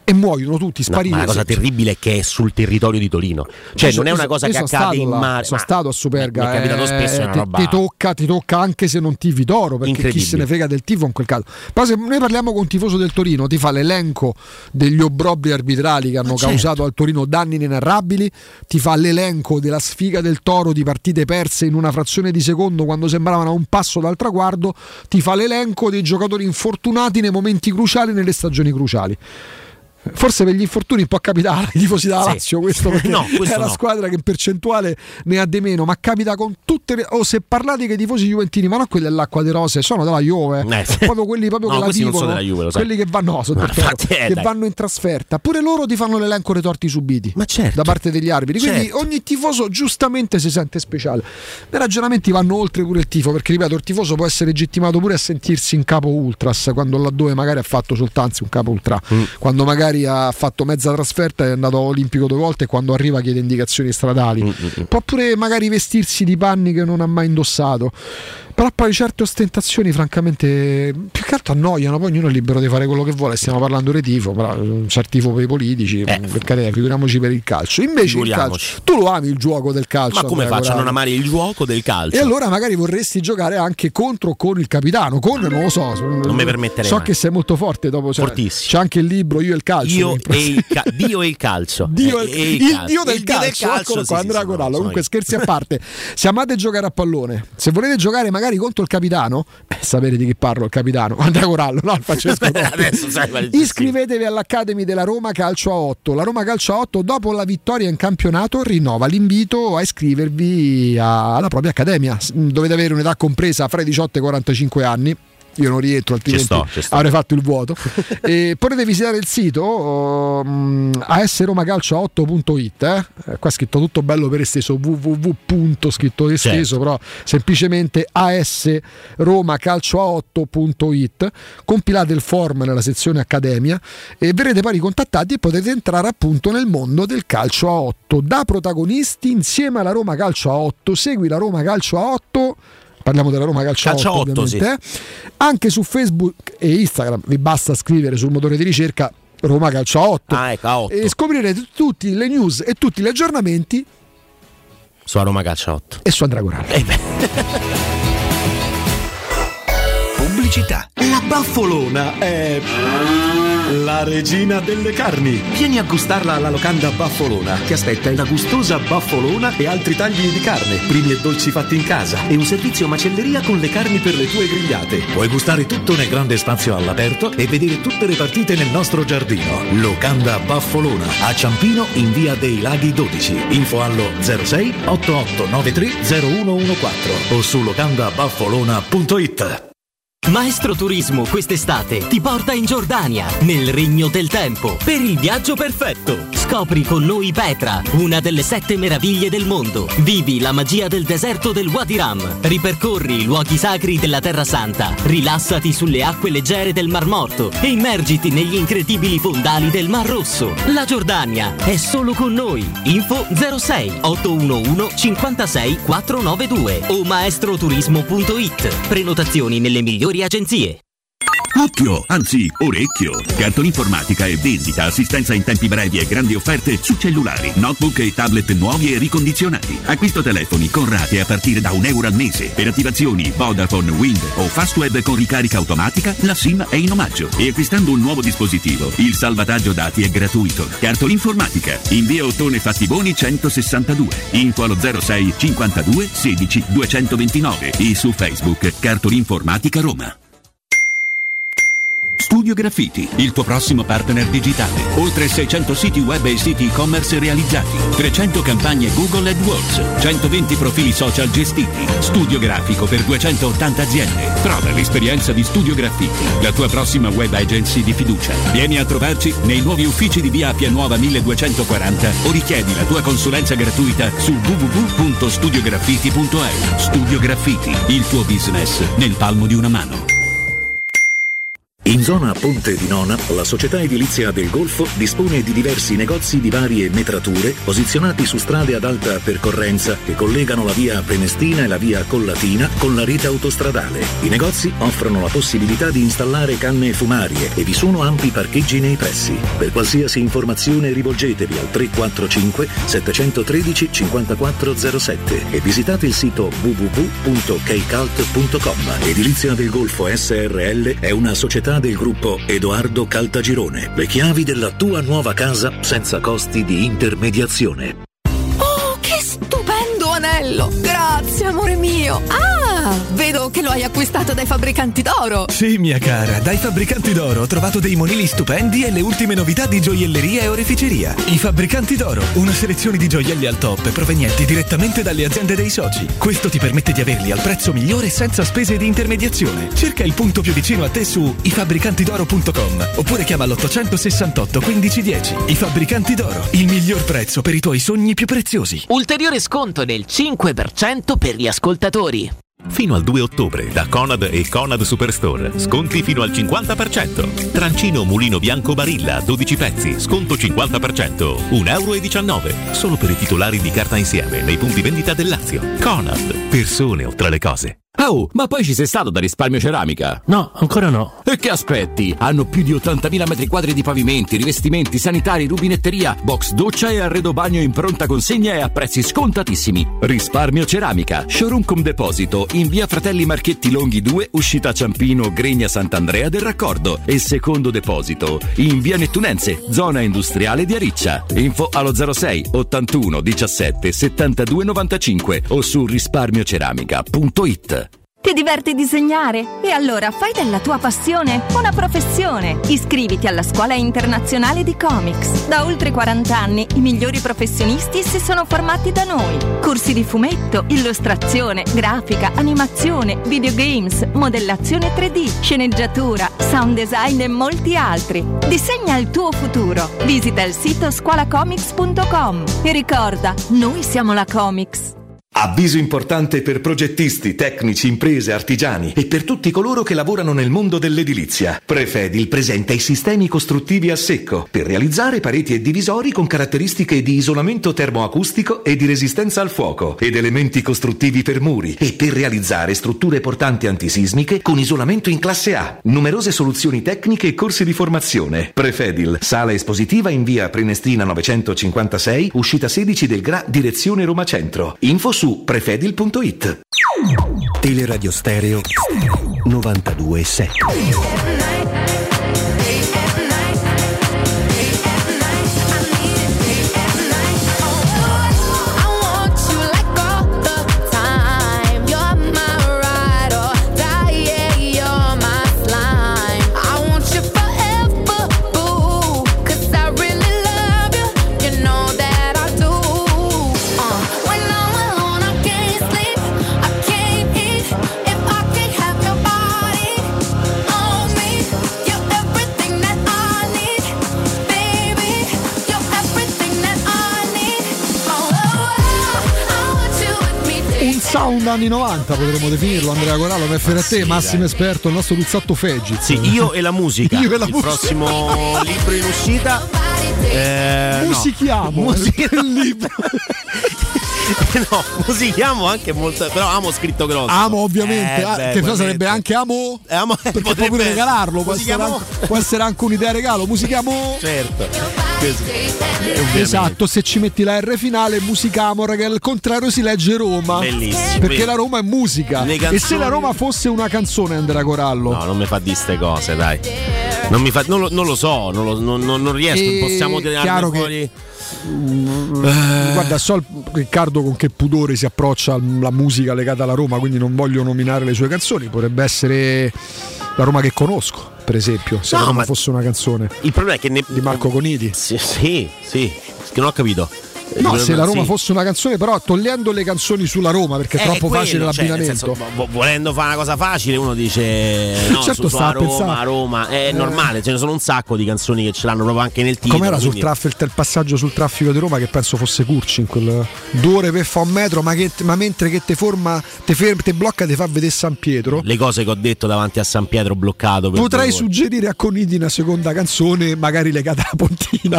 e muoiono tutti, spariscono. No, ma la cosa terribile è che è sul territorio di Torino, cioè io non è so, una cosa che accade in mare. Sono stato a Superga, mi è capitato eh, spesso, è una ti, roba ti tocca, ti tocca anche se non tifi d'oro, perché chi se ne frega del tifo in quel caso. Però se noi parliamo con un tifoso del Torino, ti fa l'elenco degli obbrobri arbitrali che hanno ma causato certo. al Torino danni inenarrabili, ti fa l'elenco della sfiga del Toro di partite perse in una frazione di secondo quando sembravano a un passo dal traguardo, ti fa l'elenco dei giocatori infortunati nei momenti cruciali, nelle stagioni cruciali. Forse per gli infortuni può capitare ai tifosi della Lazio, sì. questo perché no, questo è la no. squadra che in percentuale ne ha di meno, ma capita con tutte le... o oh, se parlate che i tifosi juventini, ma non quelli dell'Acqua de Rose, sono della Juve, eh, sì. proprio quelli proprio no, che la vivono, della Juve, quelli che vanno no, no, che dai. vanno in trasferta, pure loro ti fanno l'elenco dei torti subiti ma certo. da parte degli arbitri, quindi certo. ogni tifoso giustamente si sente speciale. I ragionamenti vanno oltre pure il tifo, perché ripeto, il tifoso può essere legittimato pure a sentirsi in capo ultras quando laddove magari ha fatto soltanto un capo ultra, mm. quando magari ha fatto mezza trasferta, è andato olimpico due volte e quando arriva chiede indicazioni stradali, mm-hmm. può pure magari vestirsi di panni che non ha mai indossato, però poi certe ostentazioni francamente più che altro annoiano. Poi ognuno è libero di fare quello che vuole, stiamo parlando di tifo, però c'è il tifo per i politici, eh. per carità, figuriamoci per il calcio. Invece il calcio, tu lo ami il gioco del calcio, ma come faccio a non amare il gioco del calcio? E allora magari vorresti giocare anche contro o con il capitano, con non lo so, non mi permetterei so mai. Che sei molto forte dopo, cioè, c'è anche il libro Io e il calcio, Io e il ca- Dio e il calcio, Dio e, il, e il, il calcio. dio del il calcio, dio del calcio sì, qua, sì, Andrea sì, Corallo. no, Comunque scherzi a parte, se amate giocare a pallone, se volete giocare magari contro il capitano, eh, sapete di chi parlo, il capitano Andrea Corallo, no, il Francesco adesso sai quale iscrivetevi all'Academy della Roma Calcio a otto. La Roma Calcio a otto, dopo la vittoria in campionato, rinnova l'invito a iscrivervi a, alla propria accademia. Dovete avere un'età compresa fra i diciotto e i quarantacinque anni. Io non rientro, altrimenti ci sto, ci sto. avrei fatto il vuoto. E potete visitare il sito um, a s roma calcio a otto punto it, eh? eh, qua è scritto tutto bello per esteso, www. scritto esteso, certo. Però semplicemente a s roma calcio a otto punto it. Compilate il form nella sezione Accademia e verrete poi ricontattati e potete entrare appunto nel mondo del calcio a otto da protagonisti insieme alla Roma Calcio a otto. Segui la Roma Calcio a otto. Parliamo della Roma Calcio, Calcio otto, otto, ovviamente. Sì. Anche su Facebook e Instagram vi basta scrivere sul motore di ricerca Roma Calcio a otto, ah, ecco, a otto. E scoprirete tutte le news e tutti gli aggiornamenti su Roma Calcio a otto e su Andrea Corallo. Eh Pubblicità. La Baffolona è la regina delle carni. Vieni a gustarla alla locanda Baffolona. Ti aspetta una gustosa baffolona e altri tagli di carne, primi e dolci fatti in casa e un servizio macelleria con le carni per le tue grigliate. Puoi gustare tutto nel grande spazio all'aperto e vedere tutte le partite nel nostro giardino. Locanda Baffolona a Ciampino in via dei Laghi dodici. Info allo zero sei otto otto nove tre zero uno uno quattro o su locanda baffolona punto it. Maestro Turismo quest'estate ti porta in Giordania, nel Regno del Tempo, per il viaggio perfetto. Scopri con noi Petra, una delle sette meraviglie del mondo. Vivi la magia del deserto del Wadi Rum. Ripercorri i luoghi sacri della Terra Santa. Rilassati sulle acque leggere del Mar Morto e immergiti negli incredibili fondali del Mar Rosso. La Giordania è solo con noi. Info zero sei otto uno uno cinquantasei quattrocentonovantaduue o maestroturismo punto it. Prenotazioni nelle migliori agenzie. Occhio, anzi orecchio! Cartolinformatica e vendita, assistenza in tempi brevi e grandi offerte su cellulari, notebook e tablet nuovi e ricondizionati. Acquisto telefoni con rate a partire da un euro al mese. Per attivazioni Vodafone, Wind o Fastweb con ricarica automatica, la SIM è in omaggio. E acquistando un nuovo dispositivo, il salvataggio dati è gratuito. Cartolinformatica, in via Ottone Fattiboni centosessantadue. Info allo zero sei cinquantadue sedici duecentoventinove e su Facebook Cartolinformatica Roma. Studio Graffiti, il tuo prossimo partner digitale. Oltre seicento siti web e siti e-commerce realizzati, trecento campagne Google AdWords, centoventi profili social gestiti. Studio grafico per duecentottanta aziende. Prova l'esperienza di Studio Graffiti, la tua prossima web agency di fiducia. Vieni a trovarci nei nuovi uffici di via Appia Nuova milleduecentoquaranta o richiedi la tua consulenza gratuita su w w w punto studio graffiti punto e u. Studio Graffiti, il tuo business nel palmo di una mano. In zona Ponte di Nona, la società edilizia del Golfo dispone di diversi negozi di varie metrature posizionati su strade ad alta percorrenza che collegano la via Prenestina e la via Collatina con la rete autostradale. I negozi offrono la possibilità di installare canne fumarie e vi sono ampi parcheggi nei pressi. Per qualsiasi informazione rivolgetevi al tre quattro cinque sette uno tre cinque zero sette e visitate il sito w w w punto keicalt punto com. Edilizia del Golfo S R L è una società del gruppo Edoardo Caltagirone. Le chiavi della tua nuova casa senza costi di intermediazione. Oh, che stupendo anello! Grazie, amore mio! Ah, vedo che lo hai acquistato dai fabbricanti d'oro! Sì, mia cara, dai fabbricanti d'oro ho trovato dei monili stupendi e le ultime novità di gioielleria e oreficeria. I fabbricanti d'oro, una selezione di gioielli al top provenienti direttamente dalle aziende dei soci. Questo ti permette di averli al prezzo migliore senza spese di intermediazione. Cerca il punto più vicino a te su i fabbricanti d'oro punto com oppure chiama l'ottocentosessantotto quindici dieci. I fabbricanti d'oro, il miglior prezzo per i tuoi sogni più preziosi. Ulteriore sconto del cinque per cento per gli ascoltatori. Fino al due ottobre da Conad e Conad Superstore. Sconti fino al cinquanta per cento. Trancino Mulino Bianco Barilla dodici pezzi, sconto cinquanta per cento, un euro e diciannove. Solo per i titolari di carta insieme nei punti vendita del Lazio. Conad, persone oltre le cose. Oh, ma poi ci sei stato da Risparmio Ceramica? No, ancora no. E che aspetti? Hanno più di ottantamila metri quadri di pavimenti, rivestimenti, sanitari, rubinetteria, box doccia e arredo bagno in pronta consegna e a prezzi scontatissimi. Risparmio Ceramica, showroom con deposito in via Fratelli Marchetti Longhi due, uscita Ciampino, Gregna Sant'Andrea del Raccordo, e secondo deposito in via Nettunense, zona industriale di Ariccia. Info allo zero sei ottantuno diciassette settantadue novantacinque o su risparmioceramica punto it. Ti diverti a disegnare? E allora fai della tua passione una professione. Iscriviti alla Scuola Internazionale di Comics. Da oltre quaranta anni i migliori professionisti si sono formati da noi. Corsi di fumetto, illustrazione, grafica, animazione, videogames, modellazione tre D, sceneggiatura, sound design e molti altri. Disegna il tuo futuro. Visita il sito scuolacomics punto com e ricorda, noi siamo la Comics. Avviso importante per progettisti, tecnici, imprese, artigiani e per tutti coloro che lavorano nel mondo dell'edilizia. Prefedil presenta i sistemi costruttivi a secco per realizzare pareti e divisori con caratteristiche di isolamento termoacustico e di resistenza al fuoco ed elementi costruttivi per muri e per realizzare strutture portanti antisismiche con isolamento in classe A. Numerose soluzioni tecniche e corsi di formazione. Prefedil, sala espositiva in via Prenestina novecentocinquantasei, uscita sedici del Gra, direzione Roma Centro. Info su prefedil punto it. Teleradio Stereo novantadue sette. Sound anni novanta potremmo definirlo. Andrea Corallo, F R T, massimo esperto, il nostro Luzzatto Fegiz. Sì, io e la musica. Io e la il musica. prossimo libro in uscita. Eh, Musichiamo no. Music- il libro. No, musichiamo anche molto. Però amo scritto grosso. Amo ovviamente, eh, ah, beh, che però sarebbe mettere. anche amo, eh, amo perché puoi potrebbe pure regalarlo, può essere, musichiamo. anche, può essere anche un'idea regalo. Musichiamo. Certo. Esatto, se ci metti la R finale, musicamo, che al contrario si legge Roma. Bellissimo. Perché Vedi. la Roma è musica. Le E canzoni- se la Roma fosse una canzone, Andrea Corallo? No, non mi fa di ste cose, dai. Non mi fa, non lo, non lo so, non, lo, non, non, non riesco, E possiamo chiaro tirarne fuori. che Mm, guarda, so Riccardo con che pudore si approccia alla musica legata alla Roma, quindi non voglio nominare le sue canzoni. Potrebbe essere la Roma che conosco, per esempio, se No, la Roma ma fosse una canzone il problema è che ne... di Marco Coniti. Sì, sì, sì, che non ho capito. No, se la Roma sì. fosse una canzone, però togliendo le canzoni sulla Roma, perché è Eh, troppo quello, facile cioè, l'abbinamento. nel senso, vo- volendo fare una cosa facile, uno dice no, Certo, su, sta su a Roma, pensare. Roma, è Eh. normale, ce ne sono un sacco di canzoni che ce l'hanno proprio anche nel titolo. Com'era sul quindi- traffico, il passaggio sul traffico di Roma, che penso fosse Curci in quel due ore per fa un metro, ma, che, ma mentre che te forma, te, ferma, te blocca, te fa vedere San Pietro. Le cose che ho detto davanti a San Pietro bloccato per Potrei due ore. suggerire a Conidi una seconda canzone, magari legata alla Pontina.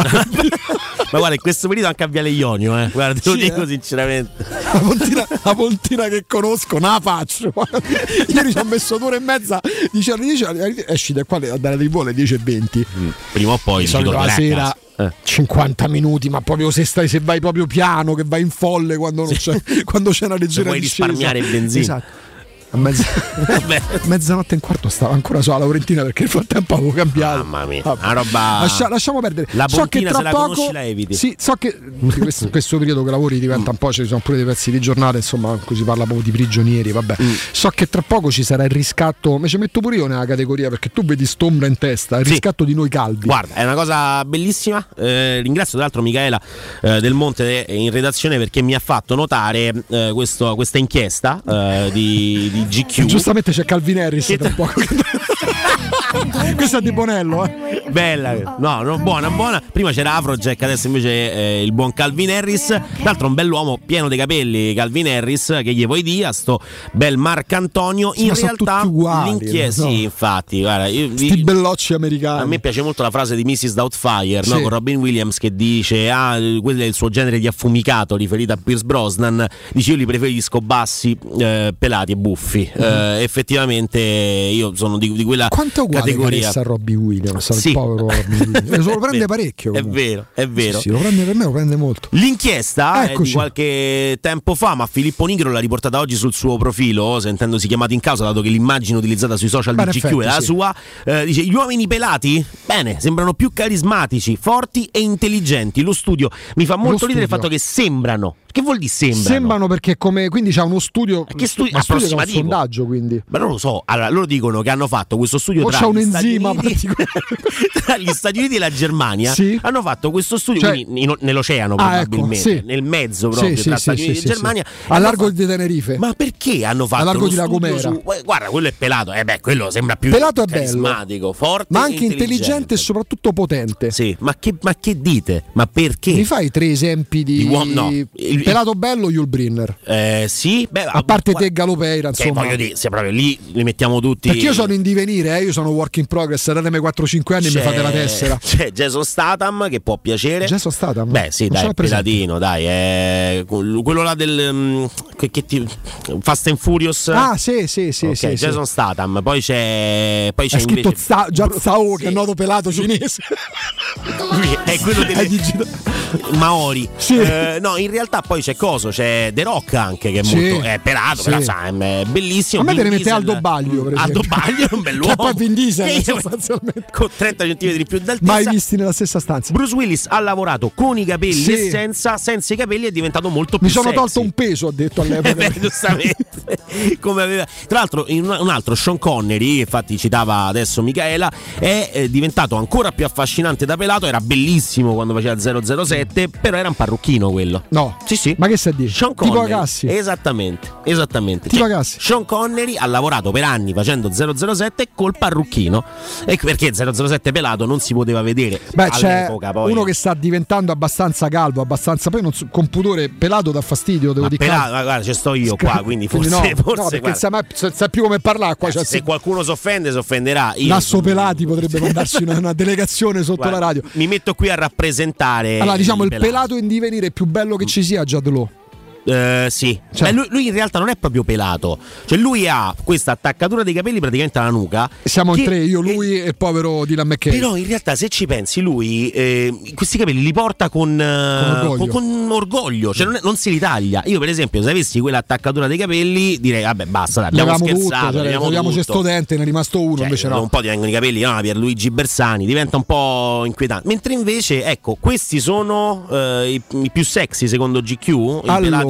Ma guarda, in questo periodo anche a Viale Ionio, eh. Guarda, te lo Sì, dico eh. sinceramente. La Pontina, la Pontina che conosco, non la faccio. Ieri ci ho messo due ore e mezza. Dice alle dieci, esci da qua andare a Tripoli alle dieci e venti. Mm. Prima o poi Di solito la ritornerai a sera casa. Eh. cinquanta minuti, ma proprio se stai, se vai proprio piano, che vai in folle quando, non c'è, quando c'è una leggera vuoi discesa. risparmiare benzina. Esatto. A mezza... mezzanotte e un quarto stava ancora sulla Laurentina, perché nel frattempo avevo cambiato. Mamma mia, una roba. Lascia- lasciamo perdere. La So che Pontina, tra se la poco conosci, la eviti. Sì, so che in questo, in questo periodo che lavori diventa un po', ci sono pure dei pezzi di giornata, insomma, così parla proprio di prigionieri, vabbè. Mm. So che tra poco ci sarà il riscatto, mi ci metto pure io nella categoria, perché tu vedi st'ombra in testa, il Sì. riscatto di noi calvi. Guarda, è una cosa bellissima. Eh, ringrazio tra l'altro Michaela eh, Del Monte in redazione, perché mi ha fatto notare eh, questo- questa inchiesta eh, di, di G Q. Giustamente c'è Calvin Harris tra poco. Questo è di Bonello, eh. Bella, no, no, buona, buona. Prima c'era Afrojack, adesso invece eh, il buon Calvin Harris. Tra l'altro un bell'uomo pieno di capelli, Calvin Harris, che gli vuoi dire, sto bel Marcantonio. Sì, in ma sono realtà tutti uguali, l'inchiesta, no? sì, infatti, guarda, io, Sti bellocci americani. a me piace molto la frase di missus Doubtfire, Sì. no? Con Robin Williams, che dice ah, quello è il suo genere di affumicato, riferito a Pierce Brosnan. Dice io li preferisco bassi, eh, pelati e buffi. Mm-hmm. Eh, effettivamente io sono di, di quella Quanto è uguale categoria. Caressa a Robbie Williams, Sì. il povero Robbie Williams. Lo prende È parecchio. È comunque. vero, è vero. Sì, sì, lo prende per me, lo prende molto. L'inchiesta è di Eccoci. qualche tempo fa, ma Filippo Nigro l'ha riportata oggi sul suo profilo, sentendosi chiamato in causa, dato che l'immagine utilizzata sui social Beh, di in G Q effetti, è la sì. sua. Eh, dice: gli uomini pelati? Bene, sembrano più carismatici, forti e intelligenti. Lo studio mi fa molto ridere il studio. fatto che sembrano. Che vuol dire sembrano? Sembrano perché come quindi c'è uno studio, Che studi- ma studio che è un approssimativo. sondaggio, quindi. Ma non lo so. Allora, loro dicono che hanno fatto questo studio O tra c'è un gli Stati enzima Uniti, tra gli Stati Uniti e la Germania. Sì. Hanno fatto questo studio Cioè- quindi in- nell'oceano, Ah, ecco, probabilmente, sì. nel mezzo proprio Sì, tra sì, Stati sì, Uniti sì, e sì, Germania. sì. Hanno A largo fatto- di Tenerife. Ma perché hanno fatto A largo uno di studio Lagomera. su- eh, guarda, quello è pelato. Eh beh, quello sembra più Pelato è bello. carismatico, forte, Ma e anche intelligente e soprattutto potente. Sì, ma che, ma che dite? Ma perché? Mi fai tre esempi di, Di uom- no, il- pelato bello Yul Brynner? Eh, sì, beh, A parte guarda, te Galopeira, che insomma. voglio dire, se proprio lì li mettiamo tutti. Perché io sono in divenire, eh, io sono work in progress, datemi quattro cinque anni e mi C'è- fate la tessera. C'è Jason Statham che può piacere. Jason Statham? Beh, sì, Non ce dai, l'ho presente. pelatino, dai, è quello là del mm, che, che ti- Fast and Furious. Ah, sì, sì, sì, Ok, sì, Jason sì. Statham, poi c'è poi c'è È scritto invece Za- Jia Zhao, che è noto pelato cinese. lui è quello È delle digitale. Maori. Sì. Eh, no, in realtà poi c'è coso, c'è The Rock anche che è Sì. molto è pelato, Sì. però sa, è bellissimo. A me Vin te ne mette Diesel- Aldo Baglio, per Aldo esempio. Baglio è un bell'uomo. Che poi Vin Diesel, Che io- sostanzialmente. con trenta centimetri più d'altezza. Mai visti nella stessa stanza. Bruce Willis ha lavorato con i capelli Sì. e senza, senza i capelli è diventato molto più Mi sono sexy. tolto un peso, ha detto Eh all'epoca. beh, giustamente. Come aveva... Tra l'altro, in un un altro Sean Connery, infatti citava adesso Michaela, è eh, diventato ancora più affascinante da pelato. Era bellissimo quando faceva zero zero sette, però era un parrucchino quello. No. Sì, sì. Ma che sai dire? Sean Tipo Connery. Agassi. Esattamente, esattamente. Tipo Cioè, Agassi. Sean Connery ha lavorato per anni facendo zero zero sette col parrucchino. E perché zero zero sette pelato non si poteva vedere. Beh, c'è all'epoca, poi. uno che sta diventando abbastanza calvo, abbastanza. Poi non so, con pudore pelato dà fastidio, devo Ma dire. pelato, ma guarda, ci sto io qua, quindi forse, no, forse no, perché guarda, sa, mai- sa- sa più come parlare qua. Cioè, se qualcuno si offende, si offenderà. Io Lasso Pelati potrebbe mandarsi una, una delegazione sotto Guarda, la radio. Mi metto qui a rappresentare. Allora, diciamo il pelato. pelato in divenire più bello che ci sia, Jude Law. Eh, sì, Cioè- Beh, lui, lui in realtà non è proprio pelato, cioè lui ha questa attaccatura dei capelli praticamente alla nuca. Siamo che- in tre, io, lui e il povero Dylan McKay. Però in realtà se ci pensi lui eh, questi capelli li porta con, eh, orgoglio. con, con orgoglio, cioè non, è- non si li taglia. Io per esempio se avessi quell'attaccatura dei capelli direi vabbè basta, dai, abbiamo Leviamo tutto, scherzato, cioè, leviamo togliamoci tutto. sto dente, ne è rimasto uno, Cioè, invece no. un po' ti vengono i capelli, no, Pierluigi Bersani, diventa un po' inquietante. Mentre invece, ecco, questi sono eh, i, i più sexy secondo G Q, i pelati Allora,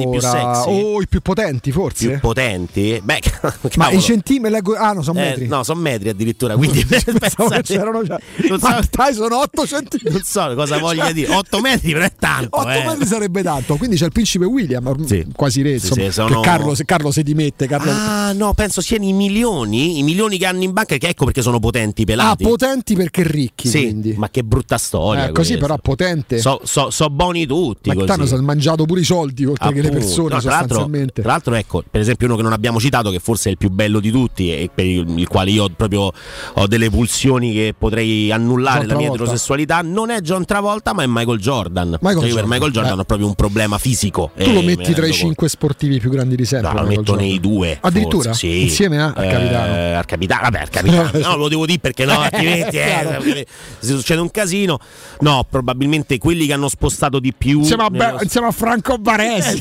allora, sexy? o i più potenti forse? Più potenti? Beh, ma cavolo. i centimetri leggo... ah no, sono Eh, metri. no, sono metri addirittura, quindi Pensavo che c'erano già. non Ma so, dai, sono otto centimetri. non so cosa voglia dire. otto metri però è tanto. otto eh. metri sarebbe tanto. Quindi c'è il principe William, Sì. quasi re, Sì, insomma, sì, sono- che Carlo, se Carlo si dimette. Carlo... Ah, no, penso siano i milioni, i milioni che hanno in banca, che ecco perché sono potenti i Ah, pelati. potenti perché ricchi, sì, quindi. ma che brutta storia. Eh, così questa. però potente. So, so, so buoni tutti. Ma così. tanto si è mangiato pure i soldi oltre che le Appunto. persone, No, tra l'altro, sostanzialmente. tra l'altro, ecco, per esempio uno che non abbiamo citato, che forse è il più bello di tutti e per il, il quale io proprio ho delle pulsioni che potrei annullare John la mia Travolta. eterosessualità, non è John Travolta ma è Michael Jordan. Michael Cioè, io per Jordan, Michael Jordan eh. ho proprio un problema fisico. Tu e lo me metti ne tra i rendo cinque sportivi più grandi di sempre. No, lo Michael metto Jordan. nei due. Addirittura? Forse, sì. Insieme a, a Eh, Capitano. al capitano, vabbè, al capitano. No, lo devo dire perché no, altrimenti Chiaro. eh, se succede un casino. No, probabilmente quelli che hanno spostato di più. Insieme a, nello- Be- insieme a Franco Baresi.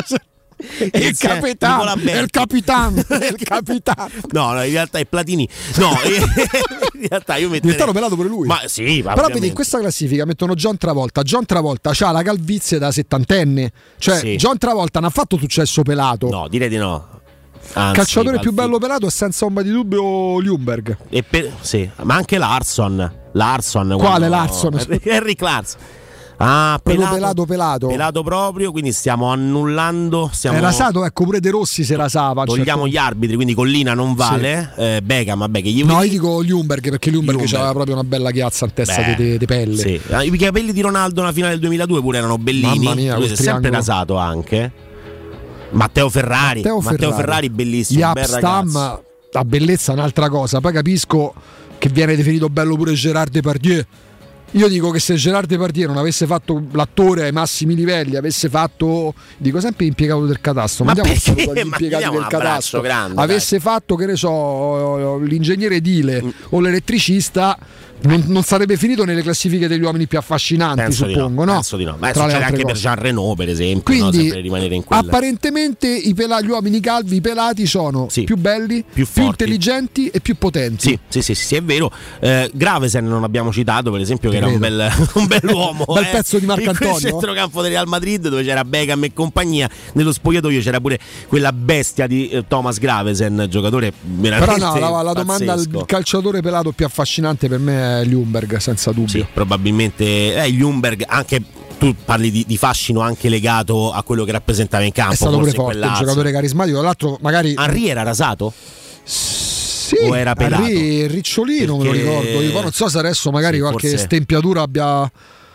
E il insieme a capitano, Nicola Berti. è il capitano, è il capitano. No, no, in realtà è Platini. No, in realtà io metterei... Diventato pelato pure lui. Ma sì, ma però ovviamente. vedi, in questa classifica mettono John Travolta. John Travolta c'ha la calvizie da settantenne. Cioè, Sì. John Travolta non ha fatto successo pelato. No, direi di no. Anzi, Calciatore ma più il bello pelato è senza ombra di dubbio Ljungberg. E per- sì, ma anche Larson. Larson. Quale quando- Larson? Henry Larson. Ah, Quello pelato, pelato pelato. pelato proprio, quindi stiamo annullando. Stiamo... È rasato, ecco, pure De Rossi si rasava. Togliamo gli arbitri, quindi Collina non vale. Eh, Beckham, vabbè, che gli No, io dico Ljungberg perché Ljungberg Ljungberg. aveva proprio una bella chiazza in testa Beh, di, di- di pelle. Sì. Ah, i capelli di Ronaldo nella finale del duemiladue pure erano bellini. Mamma mia, Lui quel si è sempre triangolo. rasato anche. Matteo Ferrari. Matteo Matteo Ferrari, Ferrari bellissimo, Gli un bel ragazzo. Upstam, la bellezza è un'altra cosa. Poi capisco che viene definito bello pure Gérard Depardieu. Io dico che se Gérard Depardieu non avesse fatto l'attore ai massimi livelli, avesse fatto, dico sempre impiegato del catasto, Ma mandiamo un perché? saluto agli Ma impiegati diamo del un abbraccio catasto, grande, avesse fatto, che ne so, l'ingegnere edile o l'elettricista, non, non sarebbe finito nelle classifiche degli uomini più affascinanti, Penso di suppongo, no, no? penso di no. Ma Tra le succede altre anche per cose. Jean Renault, per esempio. Quindi, no? Sempre rimanere in quella. apparentemente i pela- gli uomini calvi, i pelati sono Sì. più belli, Più più, forti. intelligenti e più potenti. Sì, sì, sì, sì, sì, è vero. Eh, Gravesen non abbiamo citato, per esempio, che Ti era un credo. bel, un bell'uomo. Bel eh. pezzo di Marco In quel Antonio. centrocampo del Real Madrid, dove c'era Beckham e compagnia. Nello spogliatoio c'era pure quella bestia di eh, Thomas Gravesen, giocatore veramente. Però no, la, la domanda al pazzesco. calciatore pelato più affascinante per me è Ljungberg, senza dubbio. Sì, probabilmente eh, Ljungberg, anche tu parli di, di fascino anche legato a quello che rappresentava in campo. È stato pure forse in forte, un quell'asse. giocatore carismatico. Tra l'altro, magari. Henry era rasato? Sì, o era pelato? Henry Ricciolino, me lo Perché- ricordo. Io poi non so se adesso magari Sì, qualche forse- stempiatura abbia.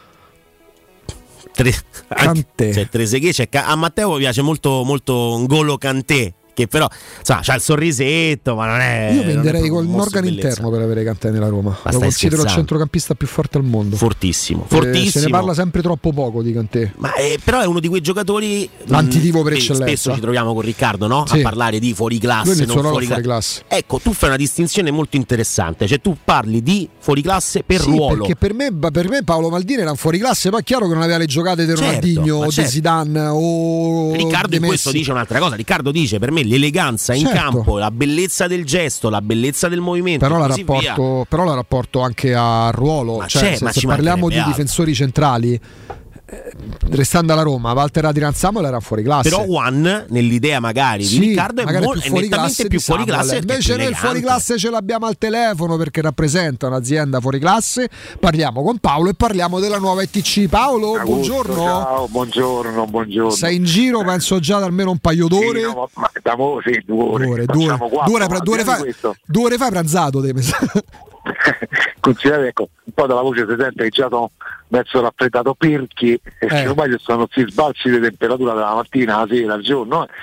Tre, Kanté. C'è Trezeguet, c'è Ca- a Matteo piace molto, molto N'Golo Kanté, che però insomma, c'ha il sorrisetto, ma non è. Io non è venderei proprio con un un mostro organo di bellezza. interno per avere Kanté nella Roma. Ma Lo stai considero il scherzando? centrocampista più forte al mondo. Fortissimo, Eh, fortissimo. se ne parla sempre troppo poco di Kanté. Ma eh, però è uno di quei giocatori L'antitipo per mh, eccellenza. Spesso ci troviamo con Riccardo, no? Sì. A parlare di fuori classe, Lui nel non suo ruolo fuori, è fuori cla- classe. Ecco, tu fai una distinzione molto interessante, cioè tu parli di fuori classe per Sì, ruolo. perché per me, per me Paolo Maldini era un fuori classe, poi è chiaro che non aveva le giocate di Certo, Ronaldinho ma o di certo. Zidane o Riccardo di in questo Messi. dice un'altra cosa. Riccardo dice: per me l'eleganza in Certo. campo, la bellezza del gesto, la bellezza del movimento, Però e la, così via. rapporto, però la rapporto anche a ruolo, Ma cioè, c'è, se, ma se ci parliamo di mancherebbe altro. difensori centrali, eh, restando alla Roma, Walter Adrian Samuel era fuori classe. Però One, nell'idea magari Sì, di Riccardo, è, magari mo- più è fuori nettamente classe più di fuori Samuel. classe. perché è Invece più noi il fuori elegante. classe ce l'abbiamo al telefono perché rappresenta un'azienda fuori classe. Parliamo con Paolo e parliamo della nuova E T C. Paolo, Augusto, buongiorno. Ciao, buongiorno, buongiorno. Sei in giro, penso già da almeno un paio d'ore. Sì, no, ma da mo- sì, due ore. Due ore, due ore. Facciamo quattro, Due ore, ma due ore al di là fa, di questo, due ore fa pranzato te, mi sa. considerate, ecco, un po' dalla voce si sente che già sono mezzo raffreddato perché eh. ormai ci sono questi sbalzi di temperatura dalla mattina alla sera al giorno eh,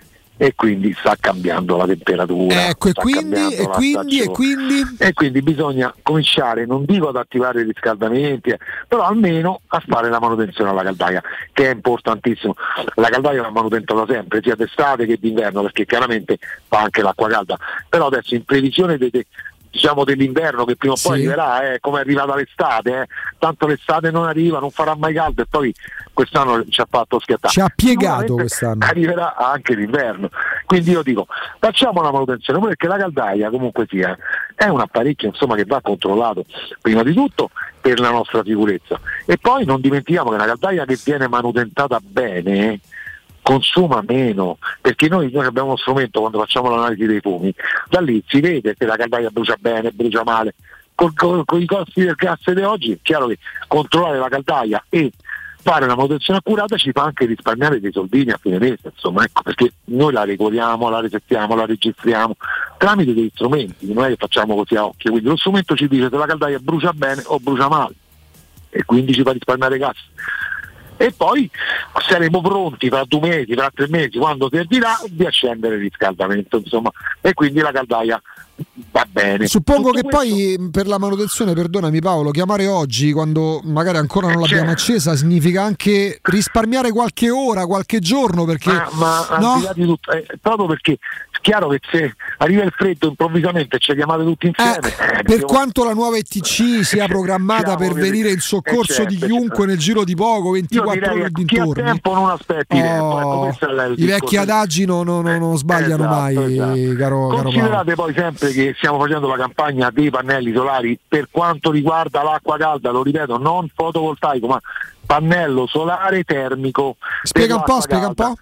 e quindi sta cambiando la temperatura. Ecco, e sta quindi, cambiando e la quindi, e stagione. quindi. E quindi bisogna cominciare, non dico ad attivare i riscaldamenti, eh, però almeno a fare la manutenzione alla caldaia, che è importantissimo. La caldaia va manutentata sempre, sia d'estate che d'inverno, perché chiaramente fa anche l'acqua calda. Però adesso in previsione dei, dei, diciamo dell'inverno che prima o poi Sì. arriverà, eh, come è arrivata l'estate, eh, tanto l'estate non arriva, non farà mai caldo e poi quest'anno ci ha fatto schiattare. Ci ha piegato Sicuramente quest'anno. arriverà anche l'inverno. Quindi io dico, facciamo una manutenzione, perché la caldaia comunque sia è un apparecchio insomma che va controllato prima di tutto per la nostra sicurezza e poi non dimentichiamo che una caldaia che viene manutentata bene consuma meno, perché noi, noi abbiamo uno strumento quando facciamo l'analisi dei fumi, da lì si vede se la caldaia brucia bene, brucia male. Con, con, con i costi del gas di oggi è chiaro che controllare la caldaia e fare una manutenzione accurata ci fa anche risparmiare dei soldini a fine mese, insomma, ecco, perché noi la regoliamo, la resettiamo, la registriamo tramite degli strumenti, non è che facciamo così a occhio, quindi lo strumento ci dice se la caldaia brucia bene o brucia male e quindi ci fa risparmiare gas. E poi saremo pronti fra due mesi, fra tre mesi, quando servirà, di accendere il riscaldamento, insomma, e quindi la caldaia va bene. Suppongo Tutto che questo... poi per la manutenzione, perdonami Paolo, chiamare oggi quando magari ancora non l'abbiamo certo. accesa significa anche risparmiare qualche ora, qualche giorno, perché ma, ma no? al di là di tutto, eh, proprio perché è chiaro che se arriva il freddo improvvisamente e ci chiamate tutti insieme eh, eh, per devo... quanto la nuova E T C sia programmata Siamo, per venire in soccorso eh, certo, di chiunque certo. nel giro di poco, ventiquattro ore chi ha tempo non aspetti oh, tempo. Ecco, questo è il i discorso. vecchi adagi non, non, non sbagliano esatto, mai, esatto. caro, caro Considerate Paolo. poi sempre che stiamo facendo la campagna dei pannelli solari per quanto riguarda l'acqua calda, lo ripeto, non fotovoltaico ma pannello solare termico. Spiega un po', spiega un po'.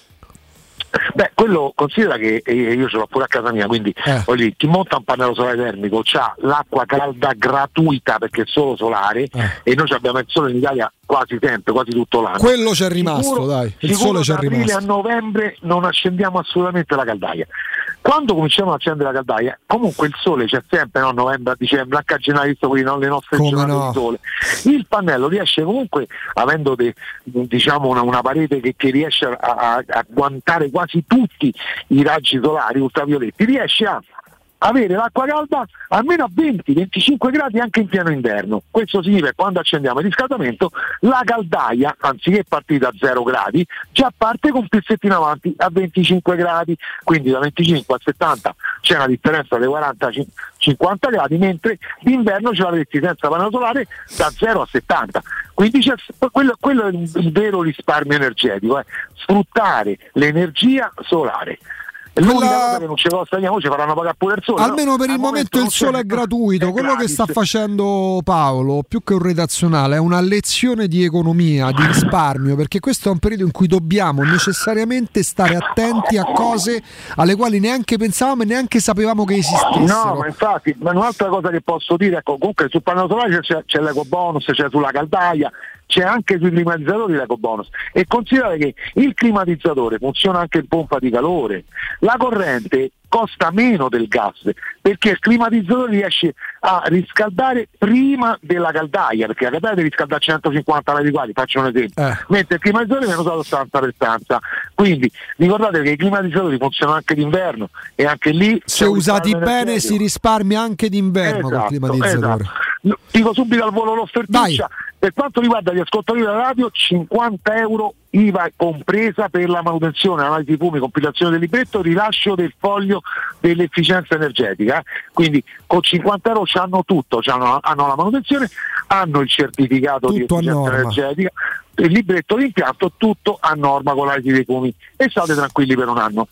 Beh, quello considera che eh, io ce l'ho pure a casa mia, quindi eh. lì, chi monta un pannello solare termico c'ha l'acqua calda gratuita perché è solo solare eh. e noi abbiamo il sole in Italia quasi sempre, quasi tutto l'anno. Quello c'è rimasto, sicuro, dai, il sole c'è da aprile rimasto. A novembre non accendiamo assolutamente la caldaia. Quando cominciamo ad accendere la caldaia, comunque il sole c'è sempre, no? Novembre a dicembre, anche a gennaio, visto quelli, no? Le nostre Come giornate no? di sole. Il pannello riesce comunque, avendo de, diciamo una, una parete che, che riesce a, a, a guantare quasi tutti i raggi solari ultravioletti, riesce a avere l'acqua calda almeno a venti venticinque gradi anche in pieno inverno. Questo significa che quando accendiamo il riscaldamento la caldaia, anziché partire da zero gradi, già parte con pezzettino avanti a venticinque gradi, quindi da venticinque a settanta c'è una differenza dei quaranta cinquanta gradi, mentre d'inverno ce l'avresti senza pannello solare da zero a settanta. Quindi c'è, quello, quello è il vero risparmio energetico, eh. Sfruttare l'energia solare. L'unica Quella... cosa che non ci costa niente, ci faranno pagare pure il sole. Almeno no? per il Al momento, momento il sole è gratuito. È Quello gratis. Che sta facendo Paolo, più che un redazionale, è una lezione di economia, di risparmio, perché questo è un periodo in cui dobbiamo necessariamente stare attenti a cose alle quali neanche pensavamo e neanche sapevamo che esistessero. No, ma infatti, ma un'altra cosa che posso dire, ecco, comunque sul pannello solare c'è, c'è l'eco bonus, c'è sulla caldaia, c'è anche sui climatizzatori l'eco bonus, e considerate che il climatizzatore funziona anche in pompa di calore, la corrente costa meno del gas perché il climatizzatore riesce a riscaldare prima della caldaia, perché la caldaia deve riscaldare a centocinquanta gradi quadri, faccio un esempio, eh. mentre il climatizzatore viene usato stanza per stanza, quindi ricordate che i climatizzatori funzionano anche d'inverno e anche lì se usati bene si risparmia anche d'inverno. Esatto, col climatizzatore. Esatto. Dico subito al volo l'offertuccia. Per quanto riguarda gli ascoltatori della radio, cinquanta euro I V A compresa per la manutenzione, analisi di fumi, compilazione del libretto, rilascio del foglio dell'efficienza energetica. Eh? Quindi con cinquanta euro hanno tutto, c'hanno, hanno la manutenzione, hanno il certificato tutto di efficienza energetica, il libretto di impianto, tutto a norma con l'analisi dei fumi e state tranquilli per un anno.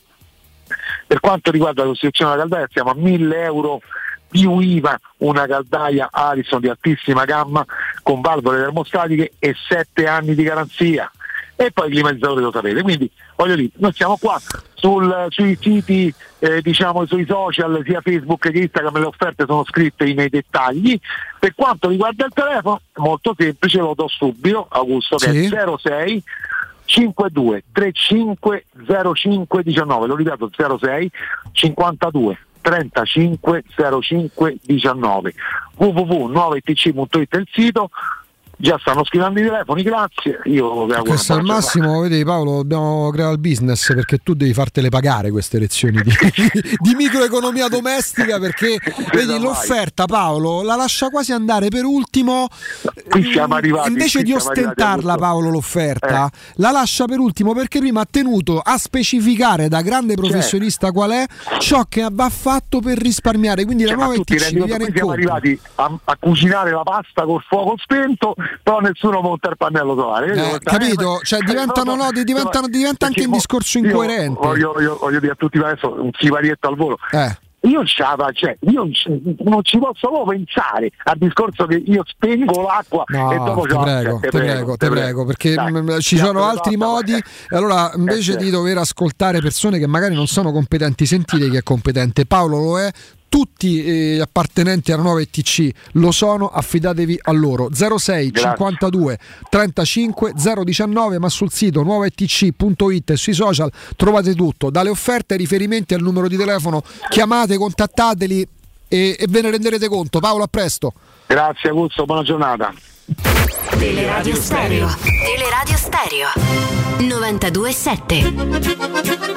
Per quanto riguarda la costruzione della caldaia siamo a mille euro più I V A, una caldaia Arison di altissima gamma con valvole termostatiche e sette anni di garanzia, e poi il climatizzatore lo sapete. Quindi voglio dire, noi siamo qua sul, sui siti, eh, diciamo sui social, sia Facebook che Instagram, le offerte sono scritte nei dettagli. Per quanto riguarda il telefono, molto semplice, lo do subito, Augusto, che sì. È zero sei cinquantadue trentacinque zero cinque diciannove, lo ripeto, zero sei cinquantadue trentacinque zero cinque diciannove, w w w punto nuova i t c punto it è il sito. Già stanno scrivendo i telefoni, grazie. Io questo è il massimo, vedi Paolo, dobbiamo creare il business perché tu devi fartele pagare queste lezioni di, di microeconomia domestica, perché vedi l'offerta Paolo la lascia quasi andare per ultimo. Qui siamo arrivati, invece qui di ostentarla Paolo l'offerta eh. la lascia per ultimo perché prima ha tenuto a specificare da grande professionista certo. qual è ciò che va fatto per risparmiare, quindi cioè, la nuova E T C viene in siamo arrivati a, a cucinare la pasta col fuoco spento, però nessuno monta il pannello solare, eh, capito? Cioè diventano no, diventano, diventa anche un discorso incoerente. Voglio, voglio, voglio dire a tutti adesso un siparietto al volo. Eh. io, cioè, io non ci posso proprio pensare al discorso che io spengo l'acqua no, e dopo ti c'ho prego, te ti prego, ti prego, perché Dai, mh, ci sono altri modi e allora invece eh, di dover ascoltare persone che magari non sono competenti, sentite chi è competente. Paolo lo è, tutti gli eh, appartenenti alla nuova E T C lo sono, affidatevi a loro. Zero sei cinquantadue trentacinque zero diciannove, ma sul sito nuova e t c punto it e sui social trovate tutto, dalle offerte ai riferimenti al numero di telefono, chiamate, contattateli e, e ve ne renderete conto. Paolo, a presto. Grazie Augusto, buona giornata. Teleradio Stereo. Teleradio Stereo novantadue sette.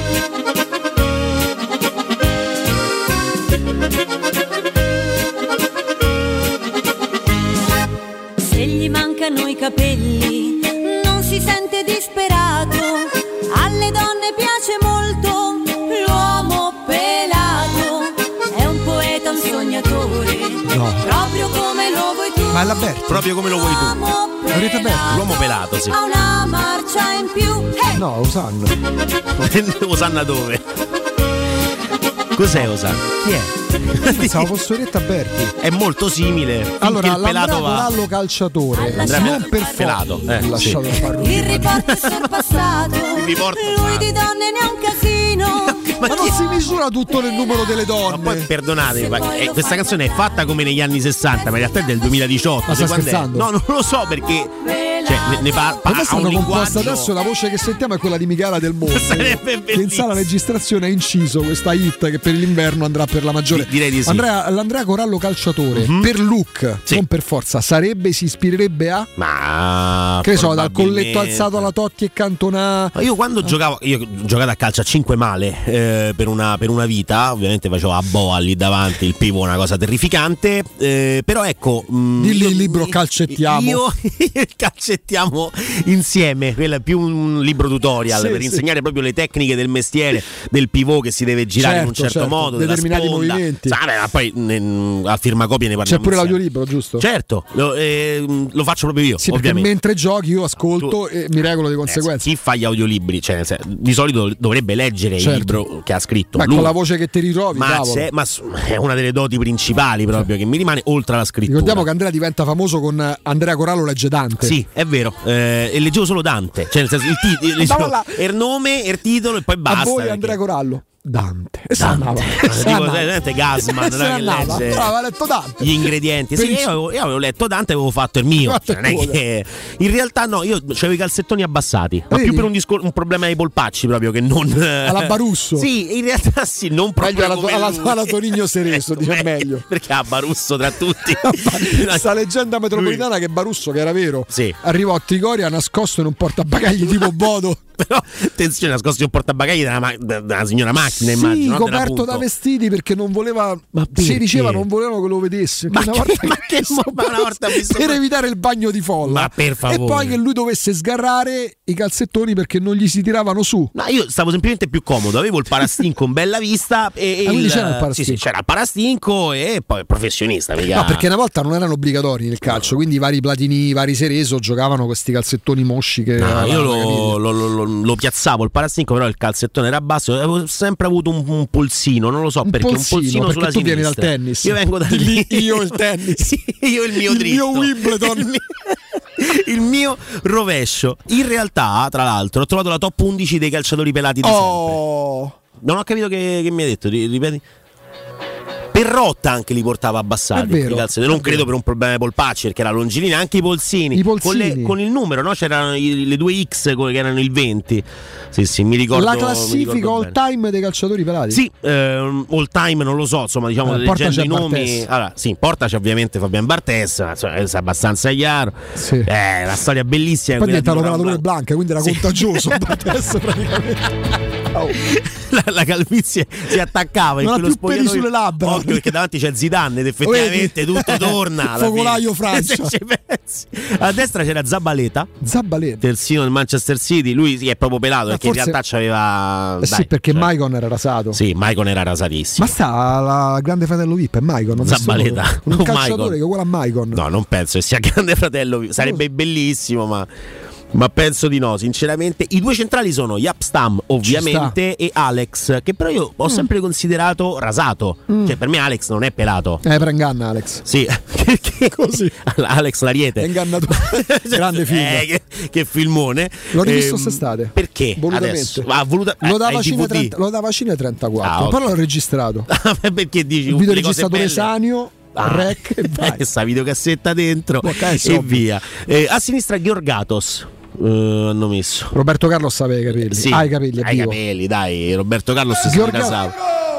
Se gli mancano i capelli, non si sente disperato. Alle donne piace molto l'uomo pelato. È un poeta, un sognatore, no. proprio come lo vuoi tu. Ma è l'Alberti. Proprio come lo vuoi tu. L'avete aperto? L'uomo pelato, sì. Ha una marcia in più. Hey! No, Osanna. Osanna dove? Cos'è Osanna? Chi è? Pensavo fosse Orietta Berti. È molto simile. Allora, il pelato va. Corallo calciatore. Andrea Non per pelato. Eh, lasciato sì. Il riporto è sorpassato. Lui di donne ne ha un casino. Ma non si misura tutto nel numero delle donne. Ma poi perdonatemi, ma, eh, questa canzone è fatta come negli anni sessanta, ma in realtà è del duemiladiciotto. Ma stai quando è? scherzando? No, non lo so perché. Cioè, ne, ne pa- pa- Per me ha stanno un composta linguaggio. adesso, la voce che sentiamo è quella di Michela Del Monte. Sarebbe che in sala registrazione ha inciso questa hit che per l'inverno andrà per la maggiore. Di- direi di sì. Andrea, l'Andrea Corallo calciatore, Mhm. per look, Sì. non per forza, sarebbe, si ispirerebbe a? Ma Che ne so, dal probabilmente- colletto alzato alla Totti e Cantona. Ma io quando giocavo, io ho giocato a calcio a cinque male eh, per, una, per una vita, ovviamente facevo a boa lì davanti, il pivo una cosa terrificante, eh, però ecco... Mh, Dilli io- il libro Calcettiamo. Io calcettiamo insieme, quello è più un libro tutorial Sì, per sì. insegnare proprio le tecniche del mestiere, del pivot che si deve girare in un Certo, certo, certo, modo, della determinati sponda. movimenti. Sa, beh, ma poi ne, a firmacopie ne C'è parliamo pure insieme. l'audiolibro, giusto? Certo, lo, eh, lo faccio proprio io, Sì, perché ovviamente. mentre giochi io ascolto Tu- e mi regolo di Eh, conseguenza. chi fa gli audiolibri, cioè, nel senso, di solito dovrebbe leggere Certo. il libro che ha scritto Ma lui. con la voce che ti ritrovi, ma, cavolo. c'è- ma s- è una delle doti principali proprio che mi rimane oltre alla scrittura. Ricordiamo che Andrea diventa famoso con Andrea Corallo legge Dante. Sì, è vero, eh, e leggevo solo Dante, cioè nel senso il, ti- il, Stavo là. il nome, il titolo e poi basta. A voi perché- Andrea Corallo. Dante. E se Dante. andava. Eh, E se tipo, andava. sai, Gasman, E se no, che andava. legge Però aveva letto Dante. gli ingredienti. Per Sì, il- io avevo, io avevo letto Dante e avevo fatto il mio. Fatto Cioè, non è il tuo. che- in realtà no, io avevo i calzettoni abbassati, ma Vedi? più per un, discor- un problema dei polpacci proprio che non Alla Barusso. Sì, in realtà sì, non proprio Meglio alla, come alla, lui. alla Tonigno Cereso, dice meglio. Perché a Barusso tra tutti. Sta leggenda metropolitana che Barusso, che era vero, Sì. arrivò a Trigoria nascosto in un portabagagli tipo Bodo. Però attenzione, nascosti un portabagagli da una, ma- da una signora macchina, Sì, immagino, no? coperto Della da Punto. vestiti perché non voleva. Ma si perché? diceva non volevano che lo vedesse. Ma Una che- volta ma che mo- ma una volta visto- per evitare il bagno di folla. Ma per favore. E poi che lui dovesse sgarrare i calzettoni perché non gli si tiravano su. No, io stavo semplicemente più comodo, avevo il parastinco in bella vista e, e Ah, quindi il, c'era il parastinco. sì, sì, c'era il parastinco e poi professionista, mica. No, perché una volta non erano obbligatori nel calcio, quindi i vari Platini, i vari Cereso giocavano questi calzettoni mosci che No, avevano io la lo, caviglia. lo- lo- lo- lo piazzavo il parastinco, però il calzettone era basso. Avevo sempre avuto un, un polsino, non lo so Un perché. polsino, un polsino perché sulla tu vieni sinistra. dal tennis. Io vengo da Di lì lì. io il tennis. Sì, io il mio Il dritto. mio Wimbledon. Il mio, il mio rovescio. In realtà, tra l'altro, ho trovato la top undici dei calciatori pelati di Oh. sempre. Non ho capito che, che mi hai detto. Ri- Ripeti. Perrotta anche li portava abbassati. È vero, i calzettoni. Non è credo vero. per un problema di polpacci, perché la longilinea, anche i polsini, I polsini. Con, le- con il numero, no? C'erano i- le due X co- che erano il venti. Sì, sì, mi ricordo. La mi classifica ricordo all bene. time dei calciatori pelati. Sì, ehm, all time non lo so, insomma, diciamo, Eh, portaci leggendo i a nomi. Bartes. Allora, sì, in porta c'è ovviamente Fabian Bartes, ma insomma, è abbastanza chiaro. Sì. Eh, la storia bellissima. Poi quella diventa di l'operatore Laurent Blanca, quindi era Sì. contagioso. Adesso praticamente. Oh. la, la calvizie si attaccava in Non ha quello più peli spogliatoio. sulle labbra. Occhio, perché davanti c'è Zidane ed effettivamente Vedi? tutto torna. alla Focolaio fine. Francia. Se ci pensi. A destra c'era Zabaleta, Zabaleta. terzino del Manchester City. Lui sì, è proprio pelato, Ma perché in forse- realtà c'aveva. Eh sì, dai, perché cioè- Maicon era rasato. Sì, Maicon era rasatissimo. Ma sta la grande fratello V I P, è Maicon. non Zabaleta, solo- Un non calciatore Maicon. che è uguale a Maicon. No, non penso che sia grande fratello. Sarebbe bellissimo, ma Ma penso di no, sinceramente. I due centrali sono Yapstam ovviamente e Alex, che però io ho mm. sempre considerato rasato. Mm. Cioè per me Alex non è pelato. Eh, per inganna Alex. Sì, che così. Alex l'Ariete. È ingannato. Grande film. Eh, che, che filmone. L'ho rivisto ehm, quest'estate. Perché? Volutamente. Adesso, ah, voluta, lo dava eh, Cine trenta, lo dava Cine trentaquattro, ah, okay. però l'ho registrato. Perché dici il video registrato Esanio. Ah, rec e vai. Questa videocassetta dentro e ovvio. Via. Eh, a sinistra Georgatos. Uh, hanno messo Roberto Carlos aveva i capelli. Sì, ha i capelli, ha i capelli, dai. Roberto Carlos si è casato.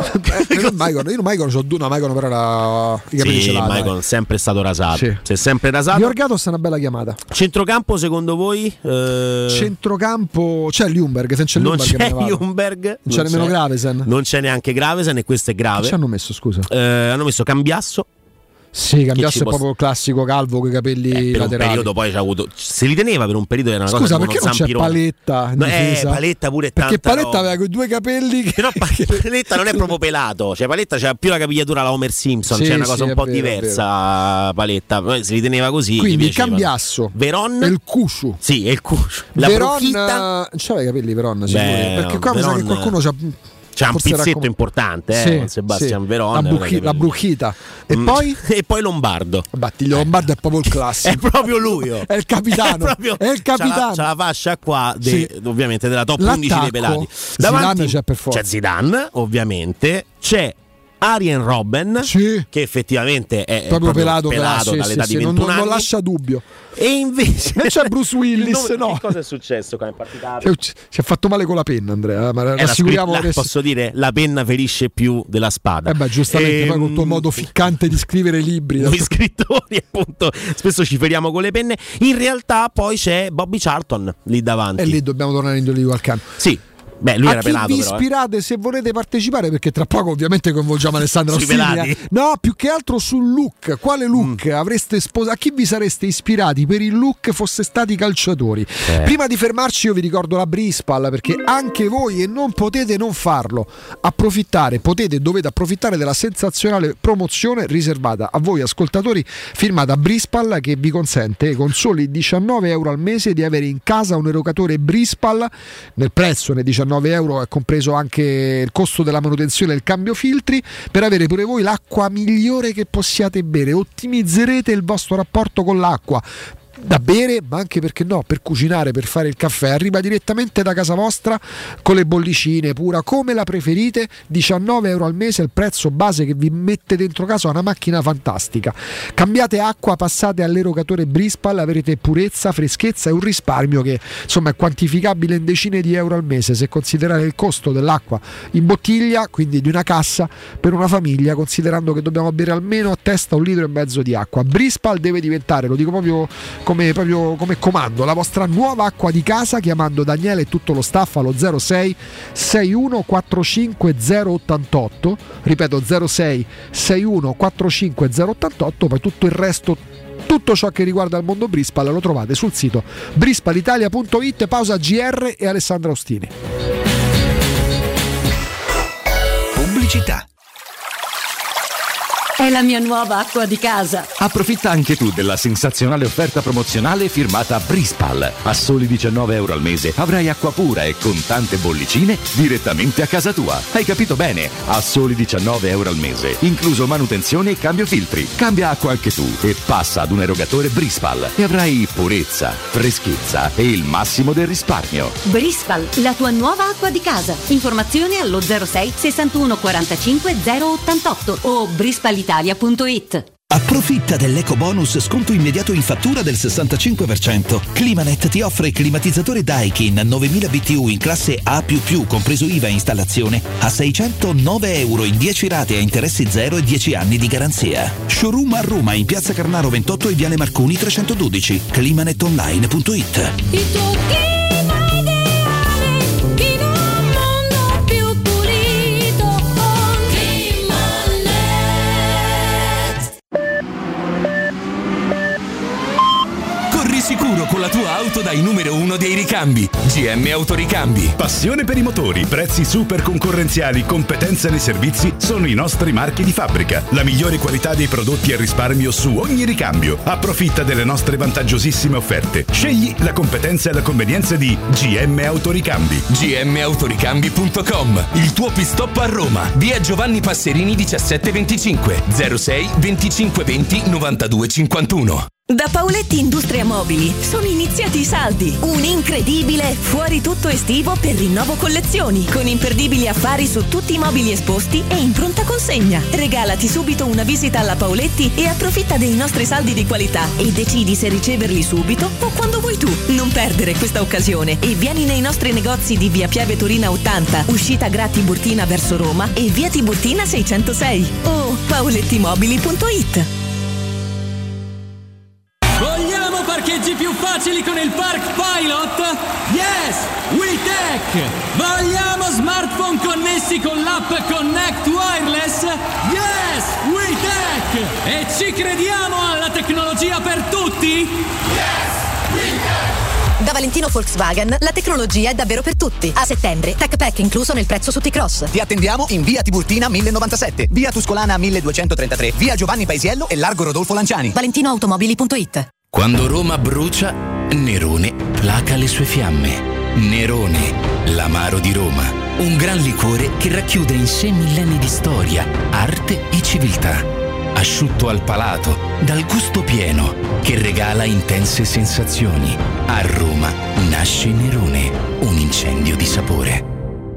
Io non Maicon, io non Maicon, c'ho due, no, Maicon però era i capelli sì, celati. Maicon sempre stato rasato. Sì. Si è sempre rasato. Georgatos è una bella chiamata. Centrocampo secondo voi? Uh... Centrocampo c'è Ljungberg, se c'è non Ljungberg c'è Ljungberg, non, non c'è nemmeno c'è. Gravesen. Non c'è neanche Gravesen e questo è grave. Che ci hanno messo, scusa? Uh, hanno messo Cambiasso. Sì, Cambiasso è posso... proprio il classico calvo con i capelli eh, per laterali. Un periodo poi c'ha avuto. Se li teneva per un periodo era una Scusa, cosa. Scusa, perché non c'è Paletta? No, eh, Paletta pure tanta Perché Paletta roba. aveva quei due capelli. Che... Però Paletta non è proprio pelato. Cioè, Paletta c'ha più la capigliatura alla Homer Simpson. C'è sì, cioè una cosa sì, un po' vero, diversa. Paletta se li teneva così. Quindi Cambiasso, Veron e il Cusciu. Sì, è il Cusciu. La Veron Bruchita. C'aveva i capelli Veron, sicuro. Beh, perché qua Veron... mi sa che qualcuno c'ha. C'è un pizzetto raccom- importante eh, sì, con Sebastian sì. Veron. La, buchi- la Bruchita. E mm. poi? E poi Lombardo. Battiglio Lombardo è proprio il classico. È proprio lui. Oh. È il capitano. È, proprio, è il capitano. C'ha la, c'ha la fascia qua, de, sì. ovviamente, della top L'attacco, undici dei pelati. Davanti Zidane c'è per forza. C'è Zidane, ovviamente. C'è Arjen Robben, sì. che effettivamente è proprio, proprio pelato, pelato sì, dall'età sì, di sì, ventuno non, anni. Non lascia dubbio. E invece e c'è Bruce Willis, no? Che cosa è successo qua in partita? Si è fatto male con la penna, Andrea, ma eh, rassicuriamo la, che posso dire la penna ferisce più della spada. Eh beh, giustamente, e, poi con il tuo modo ficcante di scrivere libri. Noi scrittori, appunto, spesso ci feriamo con le penne. In realtà poi c'è Bobby Charlton lì davanti. E lì dobbiamo tornare in Olivo al Campo. Sì. Beh, lui a era chi pelato, vi però, ispirate eh. se volete partecipare, perché tra poco ovviamente coinvolgiamo Alessandro Sui Ossini. pelati? Eh. No, più che altro sul look. Quale look mm. avreste sposato? A chi vi sareste ispirati per il look fosse stati calciatori? Eh. Prima di fermarci io vi ricordo la Brispal, perché anche voi, e non potete non farlo, approfittare, potete e dovete approfittare della sensazionale promozione riservata a voi ascoltatori, firmata Brispal, che vi consente con soli diciannove euro al mese di avere in casa un erogatore Brispal. Nel prezzo nei diciannove euro è compreso anche il costo della manutenzione e il cambio filtri, per avere pure voi l'acqua migliore che possiate bere. Ottimizzerete il vostro rapporto con l'acqua da bere, ma anche, perché no, per cucinare, per fare il caffè. Arriva direttamente da casa vostra con le bollicine, pura come la preferite. Diciannove euro al mese, il prezzo base che vi mette dentro casa una macchina fantastica. Cambiate acqua, passate all'erogatore Brispal, avrete purezza, freschezza e un risparmio che insomma è quantificabile in decine di euro al mese, se considerate il costo dell'acqua in bottiglia, quindi di una cassa per una famiglia, considerando che dobbiamo bere almeno a testa un litro e mezzo di acqua. Brispal deve diventare, lo dico proprio Come, proprio come comando, la vostra nuova acqua di casa, chiamando Daniele e tutto lo staff allo zero sei sei uno quattro cinque zero otto otto, ripeto zero sei sei uno quattro cinque zero otto otto. Poi tutto il resto, tutto ciò che riguarda il mondo Brispal, lo trovate sul sito brispalitalia punto it. Pausa G R e Alessandra Ostini. Pubblicità. È la mia nuova acqua di casa. Approfitta anche tu della sensazionale offerta promozionale firmata Brispal. A soli diciannove euro al mese avrai acqua pura e con tante bollicine direttamente a casa tua. Hai capito bene? A soli diciannove euro al mese, incluso manutenzione e cambio filtri. Cambia acqua anche tu e passa ad un erogatore Brispal e avrai purezza, freschezza e il massimo del risparmio. Brispal, la tua nuova acqua di casa. Informazioni allo zero sei sessantuno quarantacinque zero ottantotto o brispalitalia punto it. Approfitta dell'eco bonus sconto immediato in fattura del sessantacinque per cento. Climanet ti offre il climatizzatore Daikin novemila B T U in classe A più più, compreso I V A e installazione, a seicentonove euro in dieci rate a interessi zero e dieci anni di garanzia. Showroom a Roma in piazza Carnaro ventotto e viale Marconi trecentododici. climanetonline punto it. Il tuo clima ideale in un mondo più pulito con Climanet. Corri sicuro con la tua auto l'auto dai numero uno dei ricambi. G M Autoricambi. Passione per i motori, prezzi super concorrenziali, competenza nei servizi sono i nostri marchi di fabbrica. La migliore qualità dei prodotti e risparmio su ogni ricambio. Approfitta delle nostre vantaggiosissime offerte. Scegli la competenza e la convenienza di G M Autoricambi. G M Autoricambi punto com. Il tuo pit stop a Roma. Via Giovanni Passerini diciassette venticinque zero sei venticinque venti novantadue cinquantuno. Da Paoletti Industria Mobili sono iniziati i saldi. Un incredibile fuori tutto estivo per rinnovo collezioni, con imperdibili affari su tutti i mobili esposti e in pronta consegna. Regalati subito una visita alla Paoletti e approfitta dei nostri saldi di qualità e decidi se riceverli subito o quando vuoi tu. Non perdere questa occasione e vieni nei nostri negozi di via Pieve Torina ottanta, uscita Gra Tiburtina verso Roma e via Tiburtina seicentosei o paolettimobili punto it. Vogliamo parcheggi più facili con il Park Pilot? Yes! WeTech! Vogliamo smartphone connessi con l'app Connect Wireless? Yes! WeTech! E ci crediamo alla tecnologia per tutti? Yes! WeTech! Da Valentino Volkswagen la tecnologia è davvero per tutti. A settembre, Tech Pack incluso nel prezzo su T-Cross. Ti attendiamo in via Tiburtina mille novantasette, via Tuscolana milleduecentotrentatré, via Giovanni Paesiello e largo Rodolfo Lanciani. valentino automobili punto it. Quando Roma brucia, Nerone placa le sue fiamme. Nerone, l'amaro di Roma. Un gran liquore che racchiude in sé millenni di storia, arte e civiltà. Asciutto al palato, dal gusto pieno, che regala intense sensazioni. A Roma nasce Nerone, un incendio di sapore.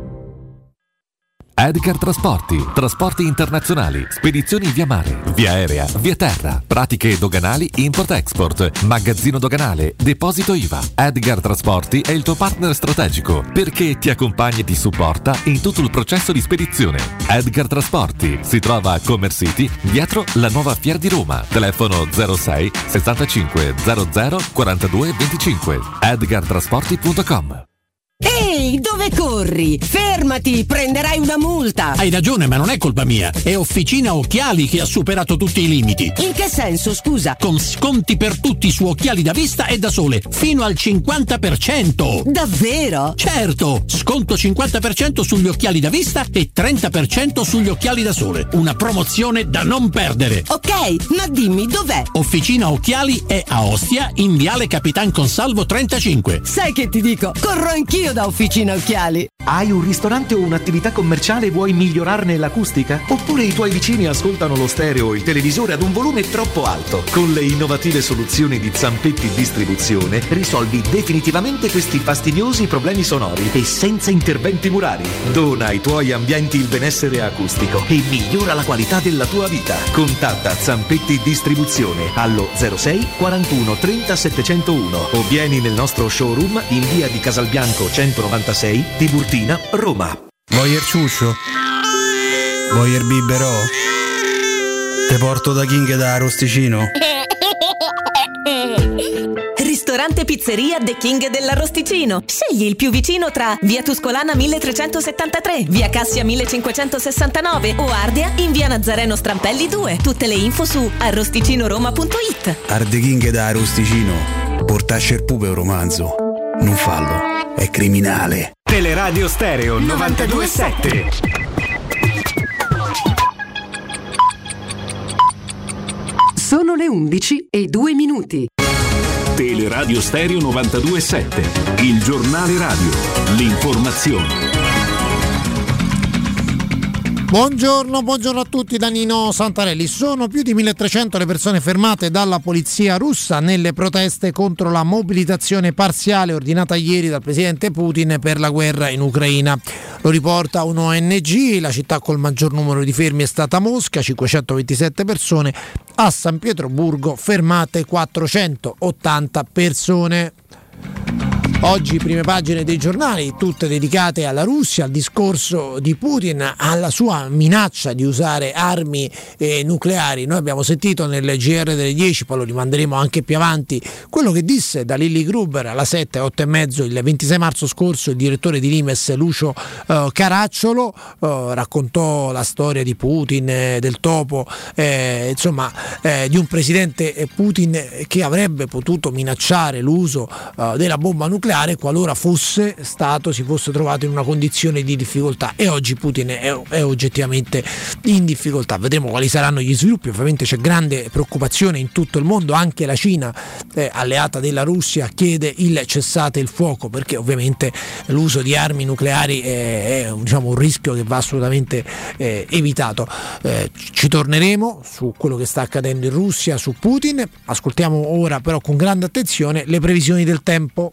Edgar Trasporti, trasporti internazionali, spedizioni via mare, via aerea, via terra, pratiche doganali import-export, magazzino doganale, deposito I V A. Edgar Trasporti è il tuo partner strategico perché ti accompagna e ti supporta in tutto il processo di spedizione. Edgar Trasporti si trova a Commerce City, dietro la nuova Fiera di Roma. Telefono zero sei sessantacinque zero zero quarantadue venticinque. edgar trasporti punto com. Ehi, dove corri? Fermati, prenderai una multa! Hai ragione, ma non è colpa mia. È Officina Occhiali che ha superato tutti i limiti. In che senso, scusa? Con sconti per tutti su occhiali da vista e da sole, fino al cinquanta per cento. Davvero? Certo, sconto cinquanta per cento sugli occhiali da vista e trenta per cento sugli occhiali da sole. Una promozione da non perdere. Ok, ma dimmi dov'è? Officina Occhiali è a Ostia, in Viale Capitan Consalvo trentacinque. Sai che ti dico? Corro anch'io da Officina Occhiali. Hai un ristorante o un'attività commerciale e vuoi migliorarne l'acustica? Oppure i tuoi vicini ascoltano lo stereo o il televisore ad un volume troppo alto? Con le innovative soluzioni di Zampetti Distribuzione risolvi definitivamente questi fastidiosi problemi sonori e senza interventi murari. Dona ai tuoi ambienti il benessere acustico e migliora la qualità della tua vita. Contatta Zampetti Distribuzione allo zero sei quarantuno trenta settecentouno o vieni nel nostro showroom in via di Casalbianco centonovantasei, Tiburtina, Roma. Vuoi il ciuscio? Vuoi il biberò? Te porto da King da Arrosticino? Ristorante Pizzeria The King dell'Arrosticino. Scegli il più vicino tra via Tuscolana milletrecentosettantatré, via Cassia millecinquecentosessantanove o Ardea in via Nazareno Strampelli due. Tutte le info su arrosticinoroma punto it. Ar The King da Arrosticino. Portasce il pupe un romanzo. Non fallo, è criminale. Teleradio Stereo novantadue sette. Sono le undici e due minuti. Teleradio Stereo novantadue sette, il giornale radio, l'informazione. Buongiorno, buongiorno a tutti da Nino Santarelli. Sono più di milletrecento le persone fermate dalla polizia russa nelle proteste contro la mobilitazione parziale ordinata ieri dal presidente Putin per la guerra in Ucraina. Lo riporta un O N G, la città col maggior numero di fermi è stata Mosca, cinquecentoventisette persone, a San Pietroburgo fermate quattrocentottanta persone. Oggi prime pagine dei giornali, tutte dedicate alla Russia, al discorso di Putin, alla sua minaccia di usare armi eh, nucleari. Noi abbiamo sentito nel G R delle dieci, poi lo rimanderemo anche più avanti, quello che disse da Lilli Gruber alla sette, otto e mezzo il ventisei marzo scorso il direttore di Limes Lucio eh, Caracciolo, eh, raccontò la storia di Putin, eh, del topo, eh, insomma eh, di un presidente Putin che avrebbe potuto minacciare l'uso eh, della bomba nucleare qualora fosse stato, si fosse trovato in una condizione di difficoltà, e oggi Putin è, è oggettivamente in difficoltà. Vedremo quali saranno gli sviluppi. Ovviamente c'è grande preoccupazione in tutto il mondo, anche la Cina, eh, alleata della Russia, chiede il cessate il fuoco, perché ovviamente l'uso di armi nucleari è, è diciamo, un rischio che va assolutamente eh, evitato. Eh, ci torneremo su quello che sta accadendo in Russia, su Putin. Ascoltiamo ora però con grande attenzione le previsioni del tempo.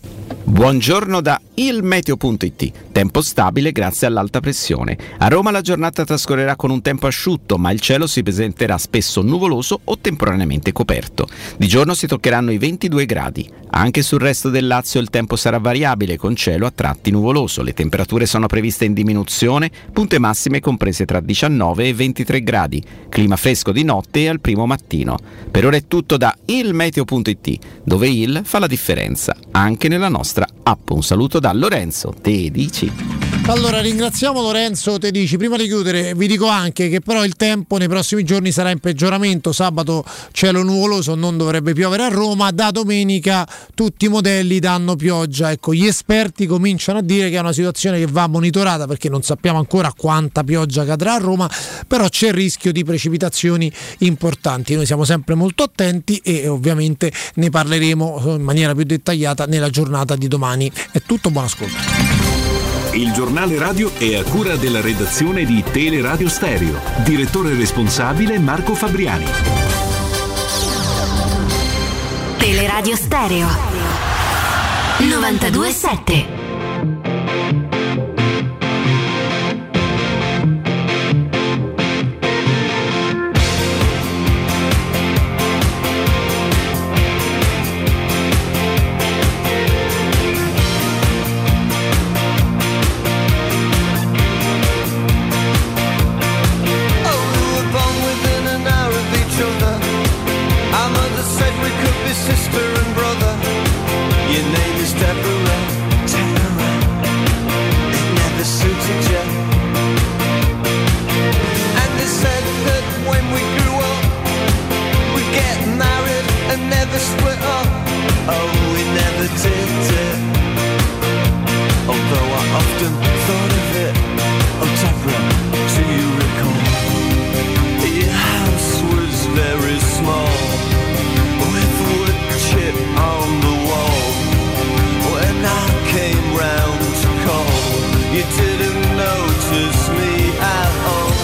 Buongiorno da ilmeteo punto it. Tempo stabile grazie all'alta pressione. A Roma la giornata trascorrerà con un tempo asciutto, ma il cielo si presenterà spesso nuvoloso o temporaneamente coperto. Di giorno si toccheranno i ventidue gradi. Anche sul resto del Lazio il tempo sarà variabile, con cielo a tratti nuvoloso. Le temperature sono previste in diminuzione, punte massime comprese tra diciannove e ventitré gradi. Clima fresco di notte e al primo mattino. Per ora è tutto da ilmeteo punto it, dove il fa la differenza, anche nella nostra app. Un saluto da Lorenzo Tedici. Allora ringraziamo Lorenzo Tedici. Prima di chiudere vi dico anche che però il tempo nei prossimi giorni sarà in peggioramento. Sabato cielo nuvoloso, non dovrebbe piovere a Roma. Da domenica tutti i modelli danno pioggia. Ecco, gli esperti cominciano a dire che è una situazione che va monitorata, perché non sappiamo ancora quanta pioggia cadrà a Roma, però c'è il rischio di precipitazioni importanti. Noi siamo sempre molto attenti e ovviamente ne parleremo in maniera più dettagliata nella giornata di domani. È tutto, buon ascolto. Il giornale radio è a cura della redazione di Teleradio Stereo. Direttore responsabile Marco Fabriani. Teleradio Stereo novantadue sette. Sister and brother, your name is Deborah, Deborah. It never suited you. And they said that when we grew up, we'd get married and never split up. Oh, we never did it. Although I often thought of it. Oh, Deborah, do you recall? Your house was very small, chip on the wall. When I came round to call, you didn't notice me at all.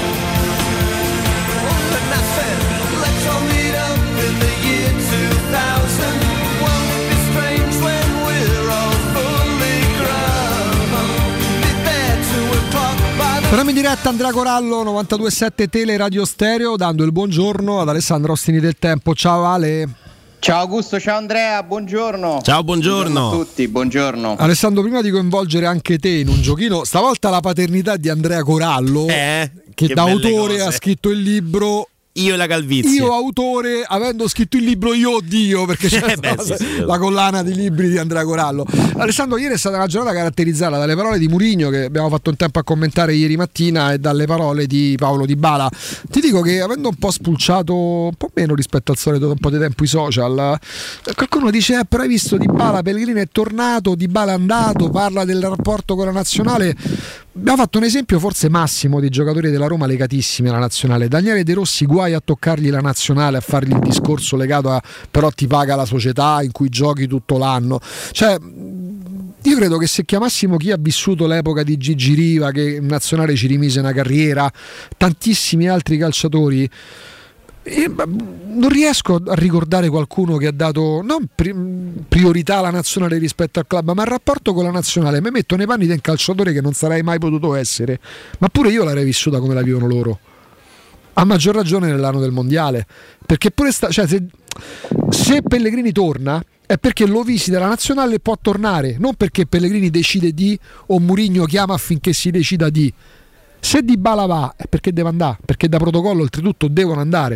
And I said, let's all meet up in the year two thousand. Won't it be strange when we're all fully grown? Be there two o'clock by the... Torniamo in diretta, Andrea Corallo, novantadue sette Tele Radio Stereo, dando il buongiorno ad Alessandro Ostini del Tempo. Ciao Ale. Ciao Augusto, ciao Andrea, buongiorno. Ciao, buongiorno. Buongiorno a tutti, buongiorno. Alessandro, prima di coinvolgere anche te in un giochino, stavolta la paternità di Andrea Corallo, eh, che, che da autore cose. ha scritto il libro Io e la calvizie. Io autore, avendo scritto il libro Io Dio, perché c'è eh beh, la, sì, sì. la collana di libri di Andrea Corallo. Alessandro, ieri è stata una giornata caratterizzata dalle parole di Mourinho, che abbiamo fatto in tempo a commentare ieri mattina, e dalle parole di Paolo Dybala. Ti dico che, avendo un po' spulciato un po' meno rispetto al solito da un po' di tempo i social, qualcuno dice eh, però hai visto Dybala, Pellegrini è tornato, Dybala è andato, parla del rapporto con la nazionale. Abbiamo fatto un esempio forse massimo di giocatori della Roma legatissimi alla nazionale. Daniele De Rossi, guai a toccargli la nazionale, a fargli il discorso legato a però ti paga la società in cui giochi tutto l'anno. Cioè, io credo che se chiamassimo chi ha vissuto l'epoca di Gigi Riva, che in nazionale ci rimise una carriera, tantissimi altri calciatori, E non riesco a ricordare qualcuno che ha dato non priorità alla nazionale rispetto al club, ma il rapporto con la nazionale. Mi metto nei panni del calciatore che non sarei mai potuto essere, ma pure io l'avrei vissuta come la vivono loro. A maggior ragione nell'anno del mondiale, perché pure sta, cioè se, se Pellegrini torna è perché lo visita la nazionale e può tornare, non perché Pellegrini decide di o Mourinho chiama affinché si decida di. Se Dybala va è perché deve andare, perché da protocollo oltretutto devono andare.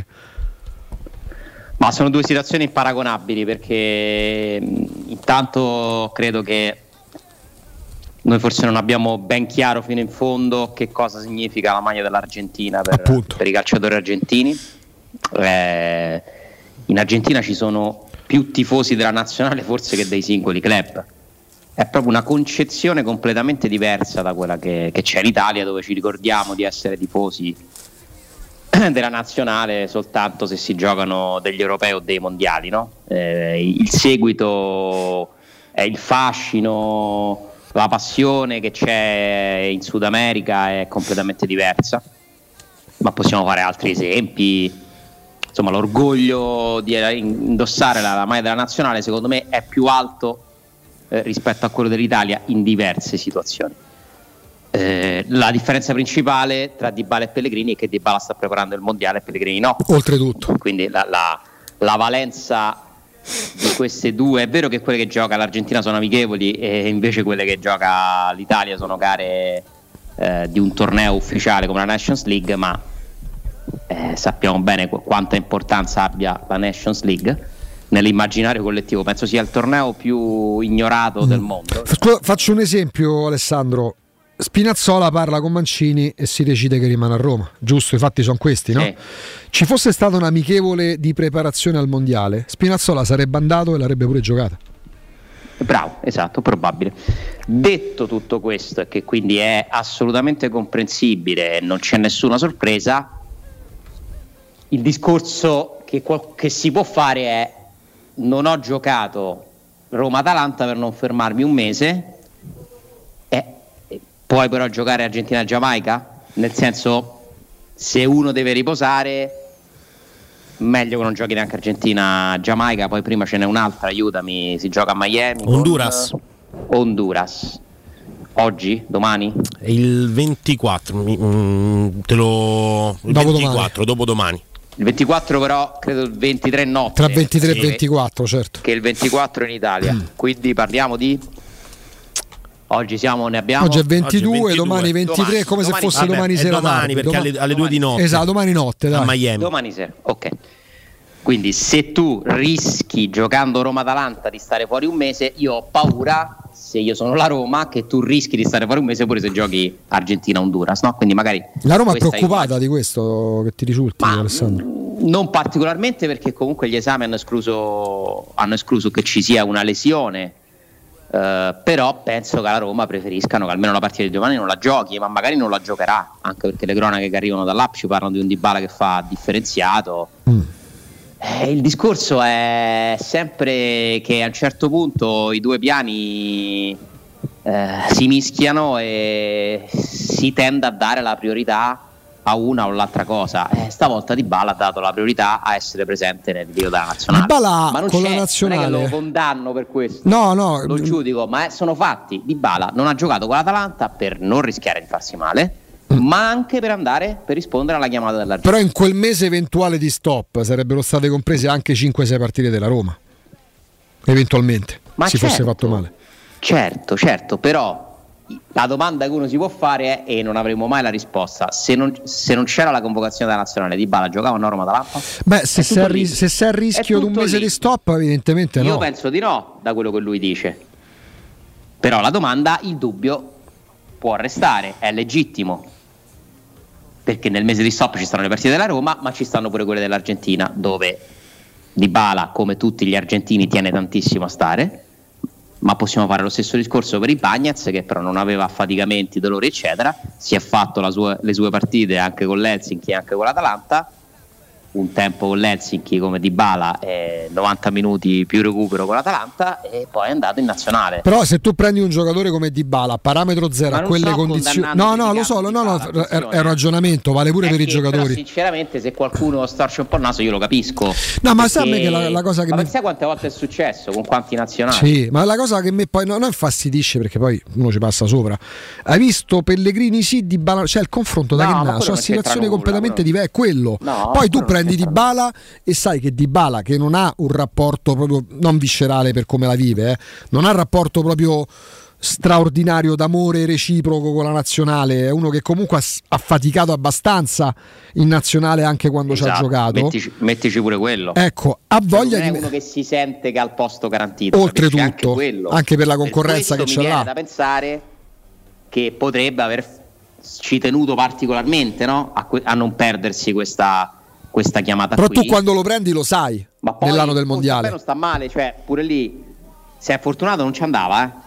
Ma sono due situazioni imparagonabili, perché intanto credo che noi forse non abbiamo ben chiaro fino in fondo che cosa significa la maglia dell'Argentina per, per i calciatori argentini. Eh, in Argentina ci sono più tifosi della nazionale forse che dei singoli club. È proprio una concezione completamente diversa da quella che, che c'è in Italia, dove ci ricordiamo di essere tifosi della nazionale soltanto se si giocano degli europei o dei mondiali, no? Eh, il seguito, è il fascino, la passione che c'è in Sud America è completamente diversa, ma possiamo fare altri esempi. Insomma, l'orgoglio di indossare la, la maglia della nazionale secondo me è più alto eh, rispetto a quello dell'Italia in diverse situazioni. Eh, la differenza principale tra Dybala e Pellegrini è che Dybala sta preparando il mondiale e Pellegrini no. Oltretutto. Quindi la, la, la valenza di queste due, è vero che quelle che gioca l'Argentina sono amichevoli e invece quelle che gioca l'Italia sono gare eh, di un torneo ufficiale come la Nations League, ma eh, sappiamo bene qu- quanta importanza abbia la Nations League nell'immaginario collettivo. Penso sia il torneo più ignorato mm. del mondo. Scusa, faccio un esempio, Alessandro. Spinazzola parla con Mancini e si decide che rimane a Roma, giusto? I fatti sono questi, no? Sì. Ci fosse stato un amichevole di preparazione al mondiale, Spinazzola sarebbe andato e l'avrebbe pure giocata. Bravo, esatto, probabile. Detto tutto questo, e che quindi è assolutamente comprensibile, non c'è nessuna sorpresa, il discorso che, che si può fare è: non ho giocato Roma-Atalanta per non fermarmi un mese. Puoi però giocare Argentina-Giamaica? Nel senso, se uno deve riposare, meglio che non giochi neanche Argentina-Giamaica. Poi prima ce n'è un'altra, aiutami, si gioca a Miami. Honduras. Honduras. Oggi? Domani? Il ventiquattro, mm, te lo... Il Dopo ventiquattro, dopo domani. Il ventiquattro però, credo il ventitré notte. Tra ventitré sì, e ventiquattro, certo. Che il ventiquattro in Italia. Mm. Quindi parliamo di... Oggi siamo, ne abbiamo. Oggi è ventidue, Oggi è ventidue. domani ventitré, domani, come domani, se fosse vabbè, domani sera. Domani, tardi. perché domani, alle, alle due di notte. Esatto, domani notte, dai. A Miami. Domani sera, ok. Quindi se tu rischi giocando Roma-Atalanta di stare fuori un mese, io ho paura, se io sono la Roma, che tu rischi di stare fuori un mese pure se giochi Argentina-Honduras, no? Quindi magari la Roma è preoccupata di questo che ti risulti, Ma, Alessandro? Non particolarmente, perché comunque gli esami hanno escluso, hanno escluso che ci sia una lesione. Uh, però penso che la Roma preferiscano che almeno la partita di domani non la giochi, ma magari non la giocherà, anche perché le cronache che arrivano dall'app ci parlano di un Dybala che fa differenziato. mm. eh, il discorso è sempre che a un certo punto i due piani eh, si mischiano e si tende a dare la priorità a una o l'altra cosa. Eh, stavolta Dybala ha dato la priorità a essere presente nel video della nazionale. Dybala ma non con c'è, la nazionale. Non è che lo condanno per questo. No, no. Lo giudico, ma è, sono fatti. Dybala non ha giocato con l'Atalanta per non rischiare di farsi male, mm. ma anche per andare per rispondere alla chiamata dell'Argentina. Però in quel mese eventuale di stop sarebbero state comprese anche cinque sei partite della Roma. Eventualmente, ma si certo, fosse fatto male. Certo, certo, però la domanda che uno si può fare è, e non avremo mai la risposta, se non, se non c'era la convocazione della nazionale, Dybala giocava a Roma-Atalanta? Beh, se sei, a, ris- se sei a rischio di un mese lì. di stop, evidentemente Io no. penso di no, da quello che lui dice. Però la domanda, il dubbio può restare, è legittimo, perché nel mese di stop ci stanno le partite della Roma, ma ci stanno pure quelle dell'Argentina, dove Dybala, come tutti gli argentini, tiene tantissimo a stare. Ma possiamo fare lo stesso discorso per i Bagnaz, che però non aveva affaticamenti, dolori eccetera, si è fatto la sua, le sue partite anche con l'Helsinki e anche con l'Atalanta, un tempo con l'Helsinki come Dybala, eh, novanta minuti più recupero con l'Atalanta e poi è andato in nazionale. Però se tu prendi un giocatore come Dybala, parametro zero, a quelle condizioni, no no lo so, no, no, è, è un ragionamento, vale pure è per che, i giocatori. Però sinceramente se qualcuno storce un po' il naso io lo capisco. No, ma sai a me che la, la cosa che ma mi... sai quante volte è successo con quanti nazionali? Sì, ma la cosa che me poi non infastidisce, perché poi uno ci passa sopra. Hai visto Pellegrini sì, Dybala, cioè il confronto da No, che ma nasce, sono situazioni nulla, completamente quello... diverse, quello. No, poi tu quello prendi Dybala e sai che Dybala, che non ha un rapporto proprio non viscerale per come la vive, eh, non ha un rapporto proprio straordinario d'amore reciproco con la nazionale, è uno che comunque ha, ha faticato abbastanza in nazionale anche quando esatto, ci ha giocato. Mettici, mettici pure quello. Ecco, ha voglia non è di uno che si sente che ha il posto garantito. Oltretutto, anche, quello. anche per la concorrenza per che ce ce l'ha. da pensare che potrebbe averci tenuto particolarmente, no? a, que- a non perdersi questa, questa chiamata Però qui. tu quando lo prendi lo sai, ma poi, nell'anno del mondiale. non sta male, cioè pure lì se è fortunato non ci andava,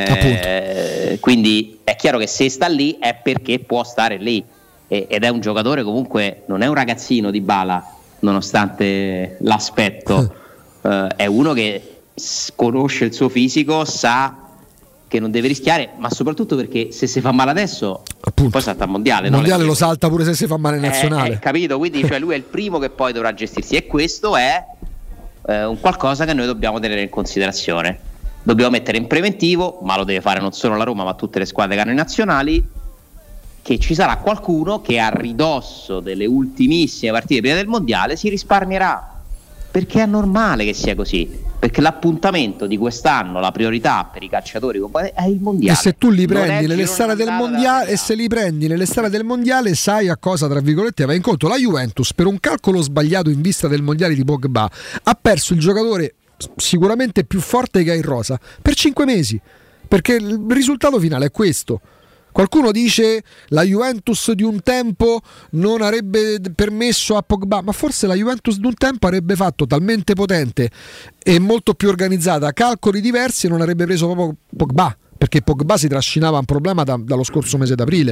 eh? Eh, quindi è chiaro che se sta lì è perché può stare lì, e, ed è un giocatore comunque, non è un ragazzino Dybala nonostante l'aspetto, eh, è uno che s- conosce il suo fisico, sa che non deve rischiare, ma soprattutto perché se si fa male adesso appunto, poi salta al mondiale, il no? mondiale lo salta pure se si fa male in nazionale, eh, eh, capito? Quindi cioè, lui è il primo che poi dovrà gestirsi, e questo è eh, un qualcosa che noi dobbiamo tenere in considerazione, dobbiamo mettere in preventivo, ma lo deve fare non solo la Roma ma tutte le squadre che hanno i nazionali, che ci sarà qualcuno che a ridosso delle ultimissime partite prima del mondiale si risparmierà, perché è normale che sia così, perché l'appuntamento di quest'anno, la priorità per i calciatori è il mondiale. E se tu li Non è prendi il nelle girone strade del d'andata mondiale, e se li prendi nelle strade del mondiale, sai a cosa tra virgolette va incontro. La Juventus, per un calcolo sbagliato in vista del mondiale di Pogba, ha perso il giocatore sicuramente più forte che ha in rosa per cinque mesi, perché il risultato finale è questo. Qualcuno dice la Juventus di un tempo non avrebbe permesso a Pogba, ma forse la Juventus di un tempo avrebbe fatto talmente potente e molto più organizzata calcoli diversi e non avrebbe preso proprio Pogba, perché Pogba si trascinava un problema da, dallo scorso mese d'aprile.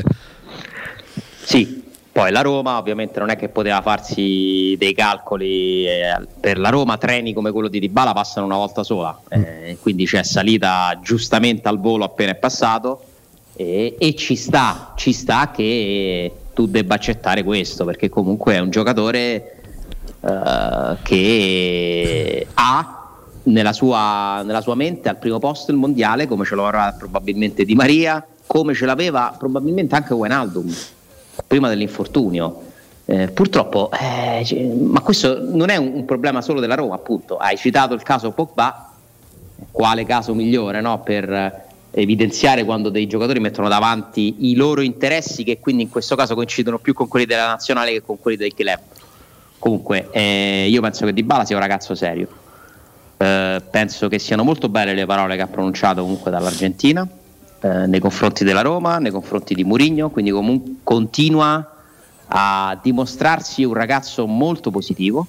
Sì, poi la Roma ovviamente non è che poteva farsi dei calcoli, eh, per la Roma treni come quello di Dybala passano una volta sola, eh, quindi c'è salita giustamente al volo appena è passato. E, e ci sta, ci sta che tu debba accettare questo, perché comunque è un giocatore uh, che ha nella sua, nella sua mente al primo posto il mondiale, come ce lo avrà probabilmente Di Maria, come ce l'aveva probabilmente anche Wijnaldum prima dell'infortunio. Eh, purtroppo, eh, cioè, ma questo non è un, un problema solo della Roma, appunto. Hai citato il caso Pogba, quale caso migliore, no? Per evidenziare quando dei giocatori mettono davanti i loro interessi, che quindi in questo caso coincidono più con quelli della nazionale che con quelli del club. Comunque eh, io penso che Dybala sia un ragazzo serio, eh, penso che siano molto belle le parole che ha pronunciato comunque dall'Argentina eh, nei confronti della Roma, nei confronti di Mourinho, quindi comunque continua a dimostrarsi un ragazzo molto positivo,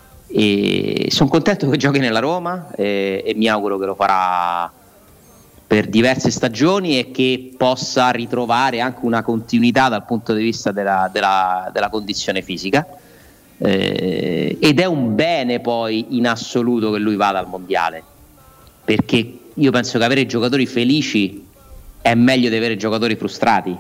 e sono contento che giochi nella Roma, e, e mi auguro che lo farà per diverse stagioni e che possa ritrovare anche una continuità dal punto di vista della, della, della condizione fisica, eh, ed è un bene poi in assoluto che lui vada al mondiale, perché io penso che avere giocatori felici è meglio di avere giocatori frustrati.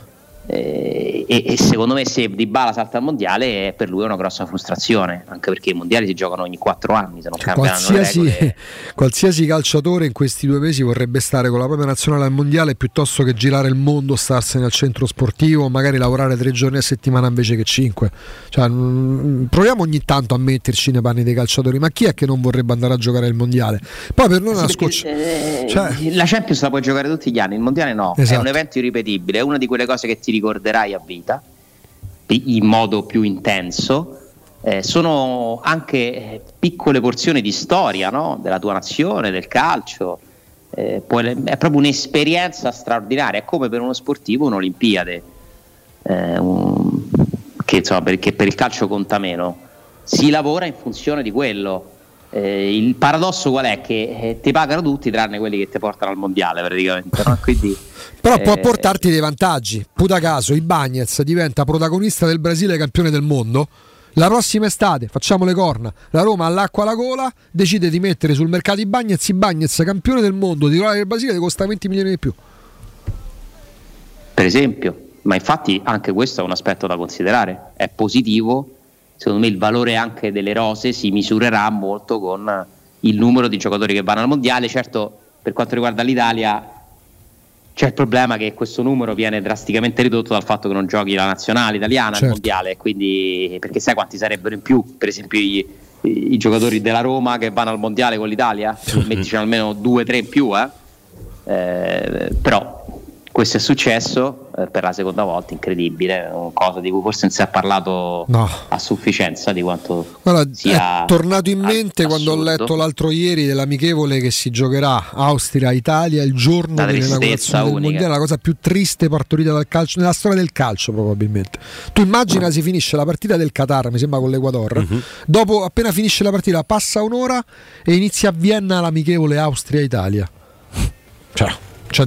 Eh, e, e secondo me se Dybala salta al mondiale, per lui è una grossa frustrazione, anche perché i mondiali si giocano ogni quattro anni, se non cambiano qualsiasi, le regole. Qualsiasi calciatore in questi due mesi vorrebbe stare con la propria nazionale al mondiale piuttosto che girare il mondo, starsene al centro sportivo, magari lavorare tre giorni a settimana invece che cinque. Cioè, mh, proviamo ogni tanto a metterci nei panni dei calciatori, ma chi è che non vorrebbe andare a giocare il mondiale? Poi per noi sì, una perché, scoccia, eh, cioè... la Champions la puoi giocare tutti gli anni, il mondiale no, esatto. È un evento irripetibile, è una di quelle cose che ti ricorderai a vita in modo più intenso, eh, sono anche piccole porzioni di storia, no? Della tua nazione, del calcio, eh, poi è proprio un'esperienza straordinaria, è come per uno sportivo un'Olimpiade, eh, un, che insomma perché per il calcio conta meno, si lavora in funzione di quello. Eh, il paradosso qual è? Che eh, ti pagano tutti tranne quelli che ti portano al mondiale praticamente, no? Quindi, però eh, può portarti dei vantaggi. Puta caso Ibañez diventa protagonista del Brasile campione del mondo La prossima estate facciamo le corna, la Roma ha l'acqua alla gola, decide di mettere sul mercato i Bagnez, i Bagnez campione del mondo, titolare del Brasile, costa venti milioni di più. Per esempio, ma infatti anche questo è un aspetto da considerare, è positivo, secondo me il valore anche delle rose si misurerà molto con il numero di giocatori che vanno al mondiale. Certo, per quanto riguarda l'Italia c'è il problema che questo numero viene drasticamente ridotto dal fatto che non giochi la nazionale italiana certo. al mondiale, quindi perché sai quanti sarebbero in più, per esempio i, i giocatori della Roma che vanno al mondiale con l'Italia, mettici almeno due tre in più, eh? Eh, però questo è successo eh, per la seconda volta, incredibile, una cosa di cui forse non si è parlato no. a sufficienza di quanto Guarda, sia è tornato in mente assurdo. Quando ho letto l'altro ieri dell'amichevole che si giocherà Austria-Italia il giorno La dell'inaugurazione tristezza del unica. mondiale, la cosa più triste partorita dal calcio nella storia del calcio probabilmente. Tu immagina si finisce la partita del Qatar, mi sembra con l'Equador, Mm-hmm. dopo appena finisce la partita passa un'ora e inizia a Vienna l'amichevole Austria-Italia. Cioè, cioè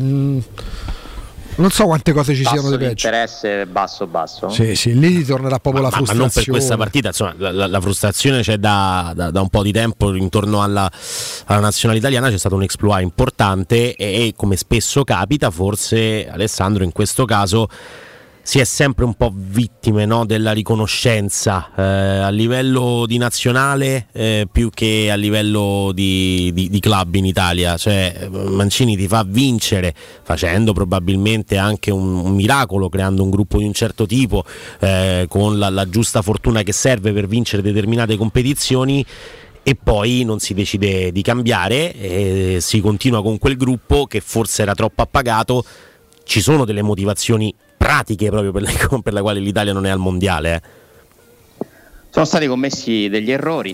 non so quante cose ci Basso siano di di peggio. interesse basso basso. Sì, sì, lì tornerà proprio ma, la ma frustrazione. non per questa partita, insomma, la, la, la frustrazione c'è da, da, da un po' di tempo intorno alla, alla nazionale italiana. C'è stato un exploit importante e, e come spesso capita, forse Alessandro in questo caso si è sempre un po' vittime, no, della riconoscenza eh, a livello di nazionale eh, più che a livello di, di, di club in Italia. Cioè Mancini ti fa vincere facendo probabilmente anche un, un miracolo, creando un gruppo di un certo tipo eh, con la, la giusta fortuna che serve per vincere determinate competizioni, e poi non si decide di cambiare e si continua con quel gruppo che forse era troppo appagato. Ci sono delle motivazioni pratiche proprio per, le, per la quale l'Italia non è al mondiale. Eh. Sono stati commessi degli errori,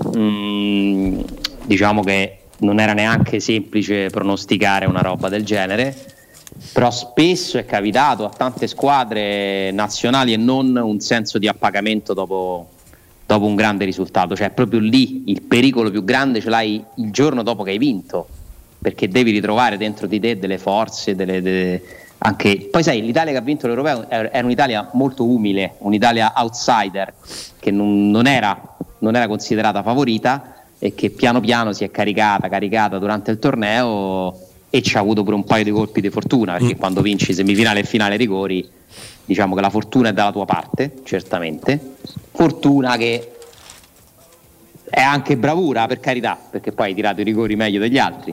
mm, diciamo che non era neanche semplice pronosticare una roba del genere, però spesso è capitato a tante squadre nazionali e non un senso di appagamento dopo, dopo un grande risultato. Cioè proprio lì il pericolo più grande ce l'hai il giorno dopo che hai vinto, perché devi ritrovare dentro di te delle forze, delle, delle anche poi sai, l'Italia che ha vinto l'Europeo era un'Italia molto umile, un'Italia outsider che non, non, era, non era considerata favorita e che piano piano si è caricata, caricata durante il torneo e ci ha avuto pure un paio di colpi di fortuna, perché mm. quando vinci semifinale e finale rigori, diciamo che la fortuna è dalla tua parte, certamente, fortuna che è anche bravura, per carità, perché poi hai tirato i rigori meglio degli altri,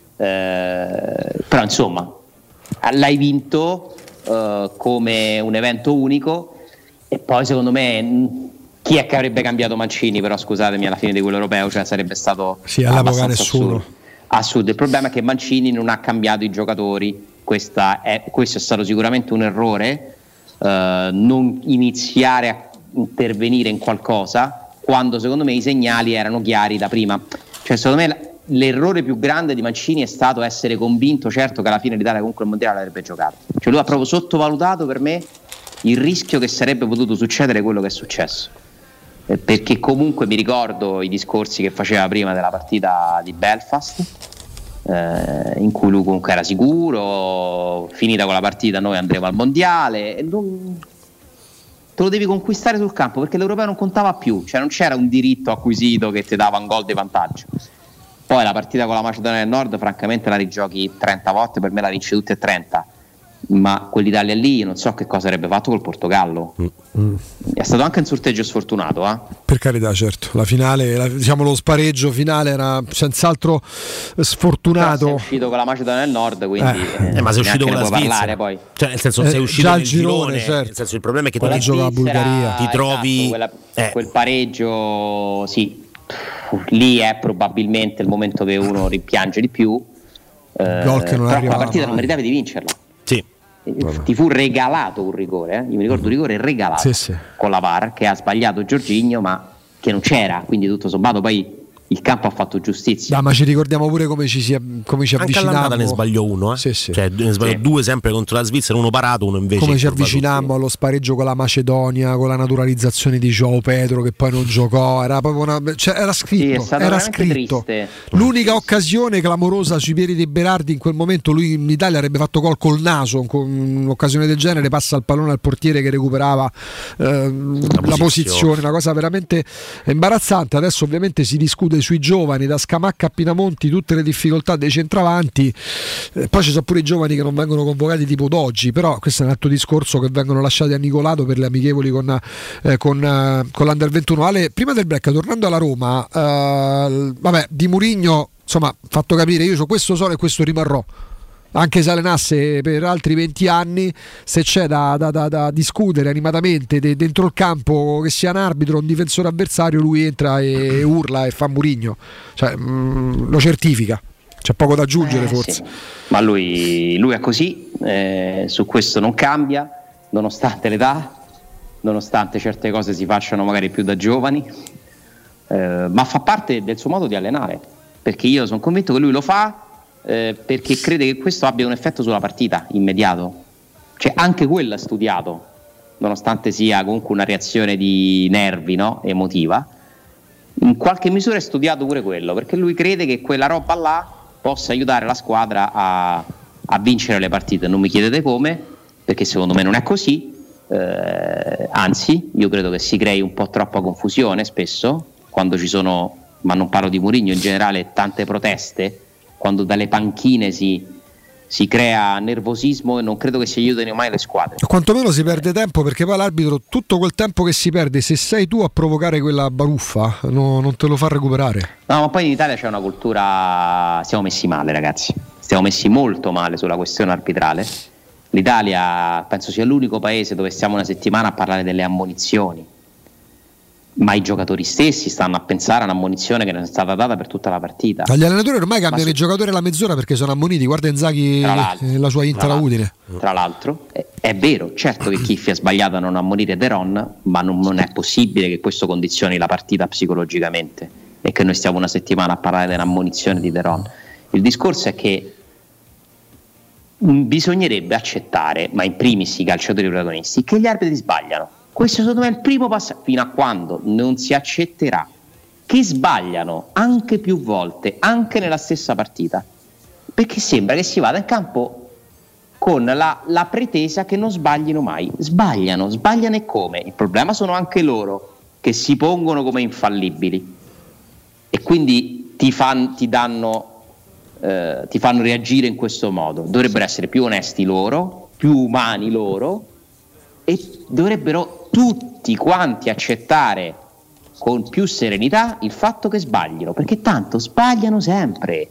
eh, però insomma l'hai vinto uh, come un evento unico. E poi secondo me chi è che avrebbe cambiato Mancini, però scusatemi, alla fine di quello europeo, cioè sarebbe stato sì, all'epoca nessuno assurdo. assurdo. Il problema è che Mancini non ha cambiato i giocatori. Questa è, questo è stato sicuramente un errore, uh, non iniziare a intervenire in qualcosa quando secondo me i segnali erano chiari da prima. Cioè secondo me l'errore più grande di Mancini è stato essere convinto, certo, che alla fine l'Italia comunque il mondiale l'avrebbe giocato. Cioè lui ha proprio sottovalutato per me il rischio che sarebbe potuto succedere quello che è successo, eh, perché comunque mi ricordo i discorsi che faceva prima della partita di Belfast, eh, in cui lui comunque era sicuro, finita con la partita noi andremo al mondiale, e non, te lo devi conquistare sul campo, perché l'europeo non contava più, cioè non c'era un diritto acquisito che ti dava un gol di vantaggio. Poi la partita con la Macedonia del Nord francamente la rigiochi trenta volte, per me la vince tutte e trenta, ma quell'Italia lì non so che cosa avrebbe fatto col Portogallo. Mm. È stato anche un sorteggio sfortunato, eh? Per carità, certo, la finale, la, diciamo lo spareggio finale era senz'altro sfortunato. Però sei uscito con la Macedonia del Nord, quindi eh, eh, ma sei uscito con la Svizzera poi. Cioè nel senso eh, sei uscito nel girone, girone, certo. Nel senso il problema è che quella tu gioca la Bulgaria, ti trovi esatto, quella, eh. quel pareggio, sì. Lì è probabilmente il momento che uno rimpiange di più, eh, gol che non però arrivava la partita mai. non meritavi di vincerla. Sì. Ti fu regalato un rigore, eh? Io mi ricordo un rigore regalato sì, sì. con la V A R che ha sbagliato Jorginho, ma che non c'era, quindi tutto sommato poi il campo ha fatto giustizia. Ah, ma ci ricordiamo pure come ci, si, come ci Anche avvicinammo. all'andata ne sbagliò uno, eh? Sì, sì. Cioè, ne sbagliò Sì. due sempre contro la Svizzera, uno parato, uno invece. Come ci curvato. avvicinammo allo spareggio con la Macedonia, con la naturalizzazione di João Pedro che poi non giocò, era proprio una, cioè, era Sì, scritto, è stato era veramente scritto. triste. L'unica occasione clamorosa sui piedi di Berardi in quel momento, lui in Italia avrebbe fatto gol col naso, con un'occasione del genere passa il pallone al portiere che recuperava eh, la, posizione. posizione, una cosa veramente imbarazzante. Adesso ovviamente si discute sui giovani, da Scamacca a Pinamonti, tutte le difficoltà dei centravanti, eh, poi ci sono pure i giovani che non vengono convocati tipo Doggi, però questo è un altro discorso, che vengono lasciati a Nicolato per le amichevoli con, eh, con, eh, con l'Under ventuno. Ale, prima del break, tornando alla Roma, eh, vabbè, Di Murigno, insomma, fatto capire, io su questo sono e questo rimarrò, anche se allenasse per altri venti anni, se c'è da, da, da, da discutere animatamente de, dentro il campo, che sia un arbitro o un difensore avversario, lui entra e, e urla e fa Murigno, cioè, mh, lo certifica, c'è poco da aggiungere, Eh, forse. sì. Ma lui, lui è così, eh, su questo non cambia, nonostante l'età, nonostante certe cose si facciano magari più da giovani, eh, ma fa parte del suo modo di allenare, perché io sono convinto che lui lo fa eh, perché crede che questo abbia un effetto sulla partita immediato, cioè anche quello è studiato, nonostante sia comunque una reazione di nervi, no? Emotiva, in qualche misura è studiato pure quello, perché lui crede che quella roba là possa aiutare la squadra a, a vincere le partite. Non mi chiedete come, perché secondo me non è così, eh, anzi io credo che si crei un po' troppa confusione spesso quando ci sono, ma non parlo di Mourinho, in generale tante proteste, quando dalle panchine si, si crea nervosismo, e non credo che si aiutino mai le squadre. Quantomeno si perde tempo, perché poi l'arbitro, tutto quel tempo che si perde, se sei tu a provocare quella baruffa, no, non te lo fa recuperare. No, ma poi in Italia c'è una cultura, stiamo messi male ragazzi, stiamo messi molto male sulla questione arbitrale. L'Italia penso sia l'unico paese dove stiamo una settimana a parlare delle ammonizioni, ma i giocatori stessi stanno a pensare a un'ammonizione che non è stata data per tutta la partita. Gli allenatori ormai cambiano su- i giocatori alla mezz'ora perché sono ammoniti. Guarda Inzaghi, Tra l'altro, eh, la sua Inter tra a l'altro, Udine. Tra l'altro, è, è vero, certo che Chiffi ha sbagliato a non ammonire De Ron, ma non, non è possibile che questo condizioni la partita psicologicamente e che noi stiamo una settimana a parlare dell'ammonizione di De Ron. Il discorso è che mh, bisognerebbe accettare, ma in primis i calciatori protagonisti, che gli arbitri sbagliano. Questo secondo me è il primo passo, fino a quando non si accetterà che sbagliano anche più volte, anche nella stessa partita, perché sembra che si vada in campo con la, la pretesa che non sbaglino mai. Sbagliano, sbagliano e come? Il problema sono anche loro che si pongono come infallibili e quindi ti, fan, ti danno eh, ti fanno reagire in questo modo. Dovrebbero essere più onesti loro, più umani loro, e dovrebbero tutti quanti accettare con più serenità il fatto che sbagliano, perché tanto sbagliano sempre.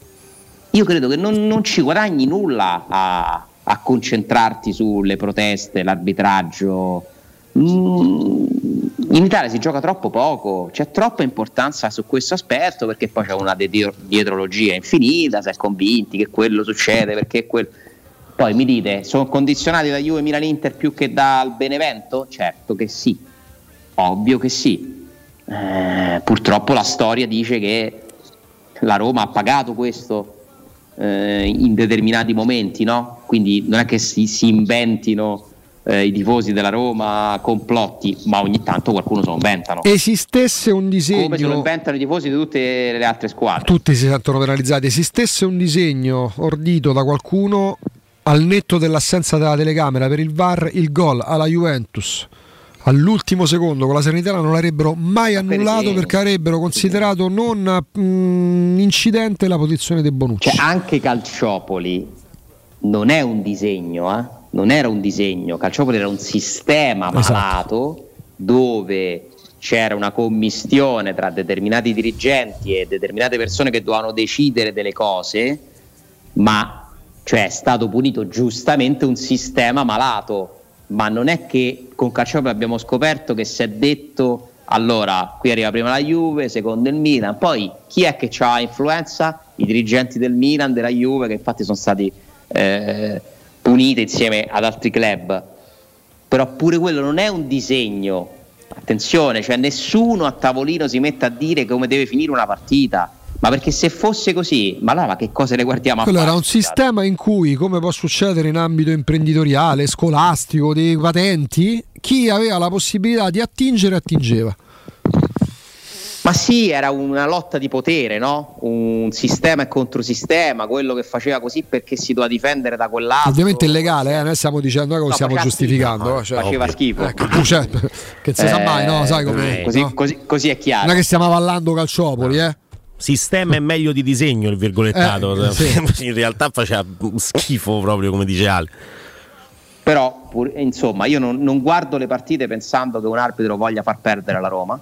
Io credo che non, non ci guadagni nulla a, a concentrarti sulle proteste, l'arbitraggio. Mm, in Italia si gioca troppo poco, c'è troppa importanza su questo aspetto, perché poi c'è una de- dietrologia infinita, si è convinti che quello succede perché quello. Poi mi dite, sono condizionati da Juve, Milan, Inter più che dal Benevento? Certo che sì, ovvio che sì. Eh, purtroppo la storia dice che la Roma ha pagato questo eh, in determinati momenti, no? Quindi non è che si, si inventino eh, i tifosi della Roma complotti, ma ogni tanto qualcuno se lo inventano. Esistesse un disegno, come se lo inventano i tifosi di tutte le altre squadre. Tutti si sentono penalizzati. Esistesse un disegno ordito da qualcuno, al netto dell'assenza della telecamera per il V A R, il gol alla Juventus all'ultimo secondo con la Serenità non l'avrebbero mai annullato, perché avrebbero considerato non mh, incidente la posizione di Bonucci. Cioè anche Calciopoli non è un disegno, eh? Non era un disegno, Calciopoli era un sistema malato, esatto, dove c'era una commistione tra determinati dirigenti e determinate persone che dovevano decidere delle cose, ma cioè è stato punito giustamente un sistema malato. Ma non è che con Calciopoli abbiamo scoperto che si è detto allora qui arriva prima la Juve, secondo il Milan, poi chi è che ha influenza? I dirigenti del Milan, della Juve, che infatti sono stati eh, puniti insieme ad altri club. Però pure quello non è un disegno, attenzione, cioè nessuno a tavolino si mette a dire come deve finire una partita. Ma perché se fosse così, ma là ma che cose le guardiamo a Quello fare? era un sistema in cui, come può succedere in ambito imprenditoriale, scolastico, dei patenti, chi aveva la possibilità di attingere attingeva. Ma sì, era una lotta di potere, no? Un sistema e controsistema, quello che faceva così perché si doveva difendere da quell'altro. Ovviamente è illegale, eh? Noi stiamo dicendo che lo No, stiamo faceva giustificando. schifo, eh, cioè, faceva ovvio. schifo. Eh, che, cioè, che si sa mai, no? Sai come? Eh, così, no? così, così è chiaro. Non è che stiamo avallando Calciopoli, eh? Sistema è meglio di disegno, il virgolettato. Eh, sì. In realtà faceva schifo proprio, come dice Ale. Però, pur, insomma, io non, non guardo le partite pensando che un arbitro voglia far perdere la Roma.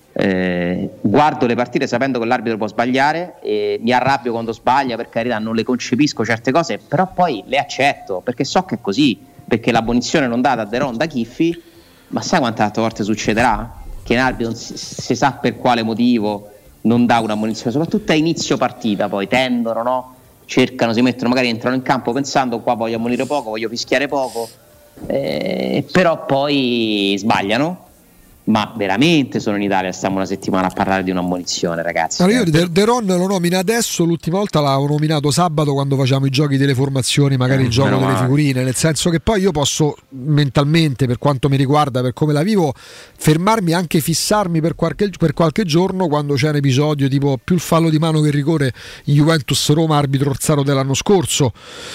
Eh, guardo le partite sapendo che l'arbitro può sbagliare e mi arrabbio quando sbaglia, per carità, non le concepisco certe cose, però poi le accetto perché so che è così, perché l'abbonizione non data a De Ron da Chiffi, ma sai quante altre volte succederà? Che un arbitro non si, si sa per quale motivo non dà una munizione, soprattutto a inizio partita, poi tendono, no? Cercano, si mettono, magari entrano in campo pensando qua voglio ammonire poco, voglio fischiare poco, eh, però poi sbagliano. Ma veramente sono in Italia, stiamo una settimana a parlare di un'ammonizione, ragazzi. Allora, io De, De Ron lo nomina adesso, l'ultima volta l'avevo nominato sabato quando facciamo i giochi delle formazioni, magari Eh, il gioco meno delle male. figurine, nel senso che poi io posso mentalmente, per quanto mi riguarda, per come la vivo, fermarmi, anche fissarmi per qualche, per qualche giorno quando c'è un episodio tipo più il fallo di mano che il rigore in Juventus-Roma, arbitro Orsaro dell'anno scorso.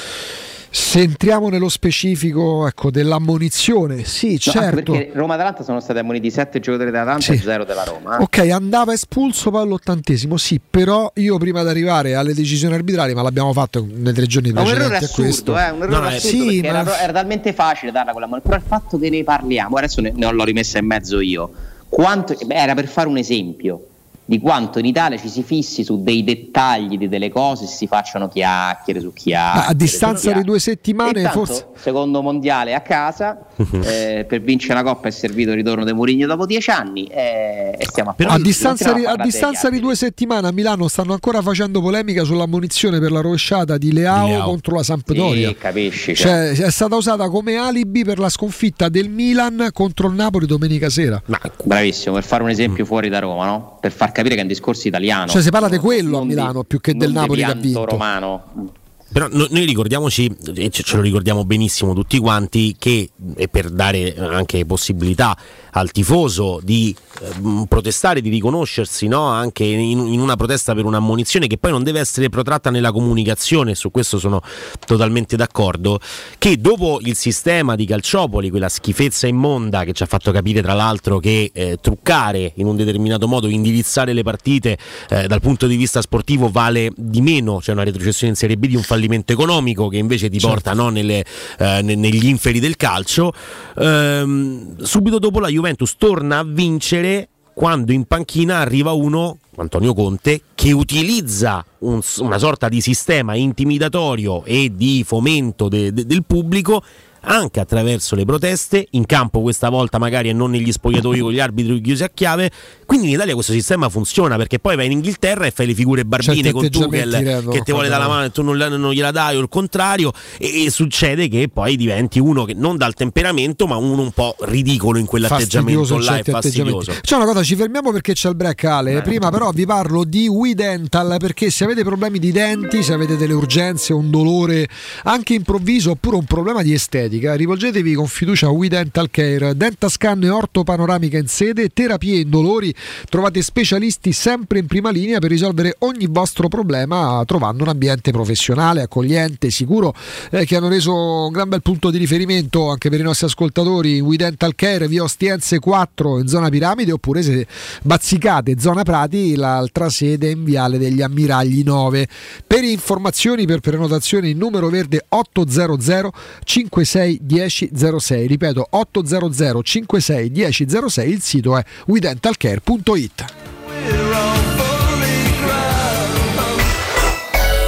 Se entriamo nello specifico, ecco, dell'ammonizione, sì, No, certo. anche perché Roma-Atalanta sono stati ammoniti sette giocatori dell'Atalanta Sì. e zero della Roma. eh. Ok, andava espulso poi all'ottantesimo, sì, però io prima di arrivare alle decisioni arbitrali, ma l'abbiamo fatto nei tre giorni Ma un errore precedenti a questo. assurdo, eh, un errore No, eh, assurdo sì, perché ma- era, era talmente facile darla quella mano, però il fatto che ne parliamo, adesso ne, ne ho l'ho rimessa in mezzo io, quanto, beh, era per fare un esempio di quanto in Italia ci si fissi su dei dettagli di delle cose, si facciano chiacchiere su chiacchiere. Ma a distanza su di due settimane, E tanto, forse. secondo mondiale a casa, eh, per vincere la Coppa è servito il ritorno di Mourinho dopo dieci anni e, e stiamo a A posto. distanza, Non di, stiamo a parlare degli distanza di due settimane a Milano stanno ancora facendo polemica sull'ammonizione per la rovesciata di Leao, Di Leao. contro la Sampdoria. Sì, capisci, Cioè, è stata usata come alibi per la sconfitta del Milan contro il Napoli domenica sera. Bravissimo, per fare un esempio fuori da Roma, no? Per far capire che è un discorso italiano. Cioè si parla di quello a Milano più che del non di Napoli che ha pianto vinto. romano. Però no- noi ricordiamoci, e ce ce lo ricordiamo benissimo tutti quanti, che e per dare anche possibilità al tifoso di eh, protestare, di riconoscersi, no? Anche in, in una protesta per un'ammonizione che poi non deve essere protratta nella comunicazione, su questo sono totalmente d'accordo, che dopo il sistema di Calciopoli, quella schifezza immonda che ci ha fatto capire tra l'altro che eh, truccare in un determinato modo, indirizzare le partite eh, dal punto di vista sportivo vale di meno, cioè una retrocessione in Serie B di un fallimento economico che invece ti porta, no, nelle, eh, ne- negli inferi del calcio. Ehm, subito dopo la Juventus torna a vincere quando in panchina arriva uno, Antonio Conte, che utilizza un- una sorta di sistema intimidatorio e di fomento de- de- del pubblico anche attraverso le proteste, in campo questa volta magari e non negli spogliatoi con gli arbitri chiusi a chiave. Quindi in Italia questo sistema funziona, perché poi vai in Inghilterra e fai le figure barbine Certi con atteggiamenti Tuchel rendono che ti vuole dare la mano e tu non, non gliela dai, o il contrario, e, e succede che poi diventi uno che non dà il temperamento, ma uno un po' ridicolo in quell'atteggiamento Fastidioso in là, è certi fastidioso. atteggiamenti. C'è una cosa, ci fermiamo perché c'è il break, Ale. Prima però vi parlo di We Dental, perché se avete problemi di denti, se avete delle urgenze, un dolore anche improvviso oppure un problema di estetica, rivolgetevi con fiducia a We Dental Care. Dentascan e ortopanoramica in sede, terapie e indolori, trovate specialisti sempre in prima linea per risolvere ogni vostro problema, trovando un ambiente professionale, accogliente, sicuro, eh, che hanno reso un gran bel punto di riferimento anche per i nostri ascoltatori. We Dental Care, via Ostiense quattro in zona Piramide, oppure se bazzicate zona Prati, l'altra sede è in viale degli Ammiragli nove. Per informazioni, per prenotazione, il numero verde ottocento cinquantasei dieci zero sei, ripeto ottocento cinquantasei dieci zero sei, il sito è we dental care punto it.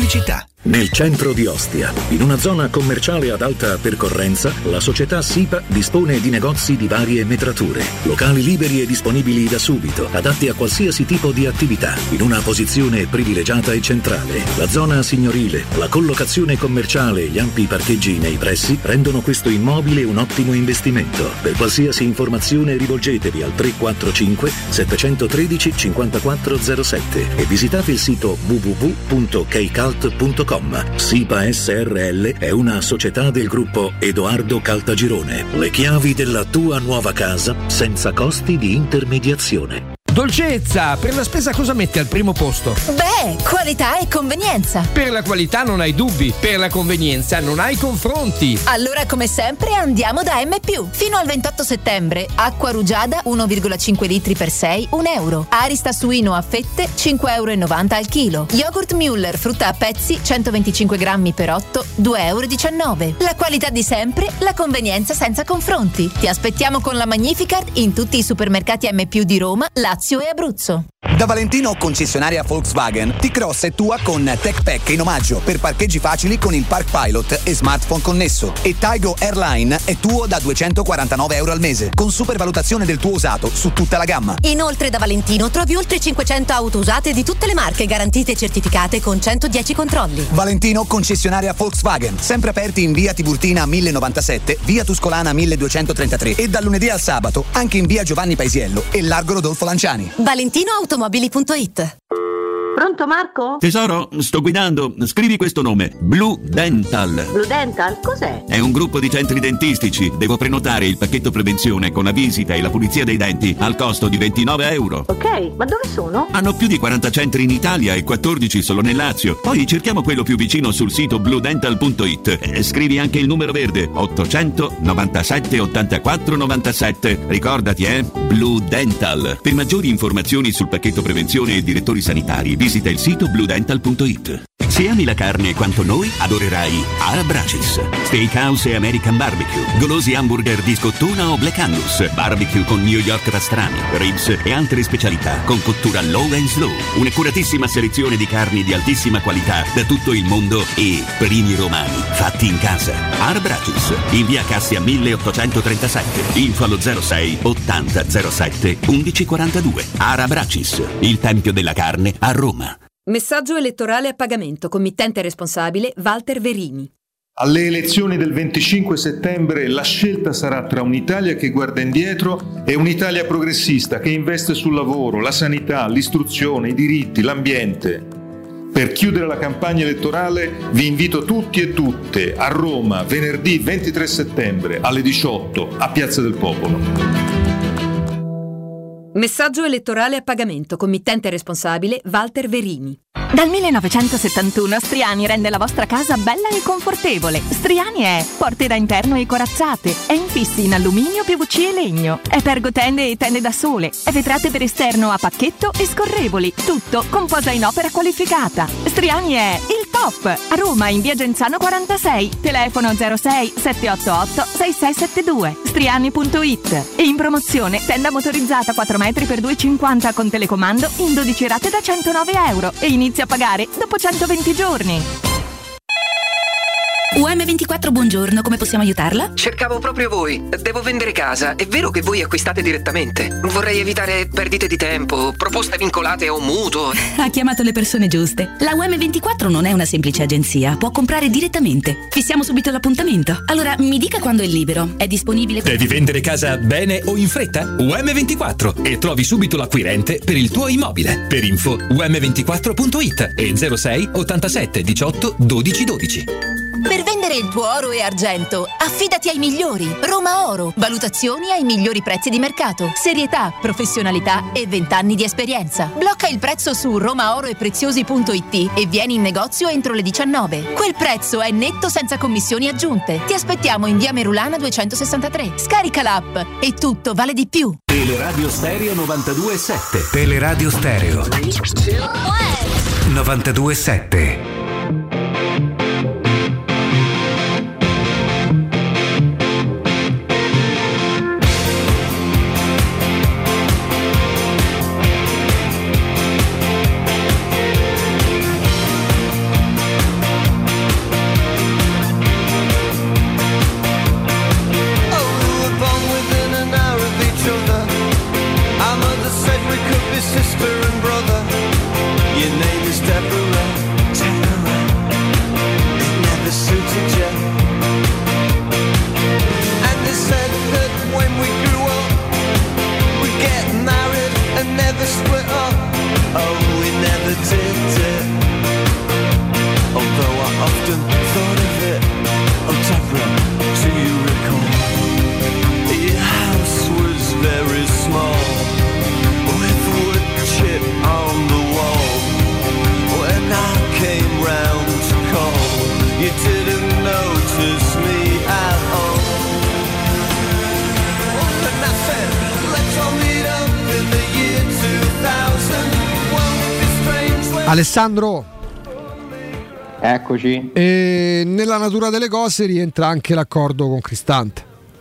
Pubblicità. Nel centro di Ostia, in una zona commerciale ad alta percorrenza, la società SIPA dispone di negozi di varie metrature, locali liberi e disponibili da subito, adatti a qualsiasi tipo di attività, in una posizione privilegiata e centrale. La zona signorile, la collocazione commerciale e gli ampi parcheggi nei pressi rendono questo immobile un ottimo investimento. Per qualsiasi informazione rivolgetevi al tre quattro cinque sette uno tre cinque quattro zero sette e visitate il sito w w w punto keicalt punto com. SIPA S R L è una società del gruppo Edoardo Caltagirone. Le chiavi della tua nuova casa senza costi di intermediazione. Dolcezza, per la spesa cosa metti al primo posto? Beh, qualità e convenienza. Per la qualità non hai dubbi, per la convenienza non hai confronti. Allora, come sempre, andiamo da M+. Fino al ventotto settembre, acqua rugiada uno virgola cinque litri per sei, un euro. Arista suino a fette, cinque virgola novanta euro al chilo. Yogurt Müller, frutta a pezzi, centoventicinque grammi per otto, due virgola diciannove euro. La qualità di sempre, la convenienza senza confronti. Ti aspettiamo con la Magnificard in tutti i supermercati M+ di Roma, Lazio e Abruzzo. Da Valentino, concessionaria Volkswagen, T-Cross è tua con Tech Pack in omaggio per parcheggi facili con il Park Pilot e smartphone connesso. E Taigo Airline è tuo da duecentoquarantanove euro al mese, con supervalutazione del tuo usato su tutta la gamma. Inoltre da Valentino trovi oltre cinquecento auto usate di tutte le marche, garantite e certificate con centodieci controlli. Valentino, concessionaria Volkswagen, sempre aperti in via Tiburtina mille novantasette, via Tuscolana milleduecentotrentatré e dal lunedì al sabato anche in via Giovanni Paisiello e largo Rodolfo Lanciani. Valentino Automobili punto it. Pronto Marco? Tesoro, sto guidando. Scrivi questo nome. Blue Dental. Blue Dental? Cos'è? È un gruppo di centri dentistici. Devo prenotare il pacchetto prevenzione con la visita e la pulizia dei denti al costo di ventinove euro. Ok, ma dove sono? Hanno più di quaranta centri in Italia e quattordici solo nel Lazio. Poi cerchiamo quello più vicino sul sito blue dental punto it. E scrivi anche il numero verde ottocento novantasette ottantaquattro novantasette. Ricordati, eh? Blue Dental. Per maggiori informazioni sul pacchetto prevenzione e direttori sanitari, visita il sito blue dental punto it. Se ami la carne quanto noi, adorerai Arabracis. Steakhouse e American Barbecue, golosi hamburger di scottuna o Black Angus, barbecue con New York pastrami, ribs e altre specialità con cottura low and slow. Un'accuratissima selezione di carni di altissima qualità da tutto il mondo e primi romani fatti in casa. Arabracis, in via Cassia milleottocentotrentasette, info allo zero sei ottanta zero sette undici quarantadue. Arabracis, il tempio della carne a Roma. Messaggio elettorale a pagamento. Committente responsabile Walter Verini. Alle elezioni del venticinque settembre la scelta sarà tra un'Italia che guarda indietro e un'Italia progressista che investe sul lavoro, la sanità, l'istruzione, i diritti, l'ambiente. Per chiudere la campagna elettorale vi invito tutti e tutte a Roma venerdì ventitré settembre alle diciotto a Piazza del Popolo. Messaggio elettorale a pagamento. Committente responsabile Walter Verini. Dal millenovecentosettantuno Striani rende la vostra casa bella e confortevole. Striani è porte da interno e corazzate, è infissi in alluminio, P V C e legno, è pergotende e tende da sole, è vetrate per esterno a pacchetto e scorrevoli, tutto con posa in opera qualificata. Striani è il top! A Roma in via Genzano quarantasei, telefono zero sei sette otto otto sei sei sette due, striani punto it. E in promozione tenda motorizzata quattro metri per due e cinquanta con telecomando in dodici rate da centonove euro e inizia a pagare dopo centoventi giorni. U M ventiquattro, buongiorno, come possiamo aiutarla? Cercavo proprio voi. Devo vendere casa. È vero che voi acquistate direttamente? Vorrei evitare perdite di tempo, proposte vincolate a un mutuo. Ha chiamato le persone giuste. La U M ventiquattro non è una semplice agenzia, può comprare direttamente. Fissiamo subito l'appuntamento. Allora, mi dica quando è libero. È disponibile? Devi vendere casa bene o in fretta? U M ventiquattro e trovi subito l'acquirente per il tuo immobile. Per info u m ventiquattro punto it e zero sei ottantasette diciotto dodici dodici. Per vendere il tuo oro e argento, affidati ai migliori. Roma Oro. Valutazioni ai migliori prezzi di mercato. Serietà, professionalità e vent'anni di esperienza. Blocca il prezzo su romaoroepreziosi punto it e vieni in negozio entro le diciannove. Quel prezzo è netto senza commissioni aggiunte. Ti aspettiamo in via Merulana duecentosessantatré. Scarica l'app e tutto vale di più. Teleradio Stereo novantadue e sette. Teleradio Stereo novantadue e sette. Alessandro, eccoci. E nella natura delle cose rientra anche l'accordo con Cristante.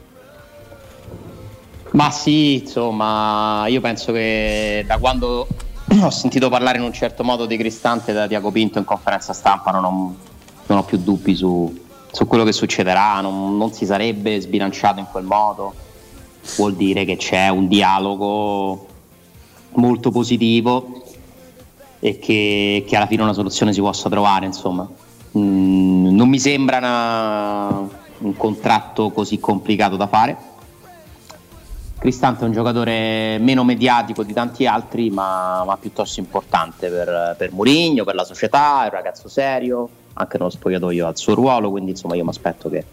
Ma sì, insomma, io penso che da quando ho sentito parlare in un certo modo di Cristante da Tiago Pinto in conferenza stampa non ho, non ho più dubbi su, su quello che succederà, non, non si sarebbe sbilanciato in quel modo. Vuol dire che c'è un dialogo molto positivo e che, che alla fine una soluzione si possa trovare, insomma. Mm, non mi sembra una, un contratto così complicato da fare. Cristante è un giocatore meno mediatico di tanti altri, ma, ma piuttosto importante per, per Mourinho, per la società, è un ragazzo serio, anche nello spogliatoio ha il suo ruolo, quindi insomma io mi aspetto che,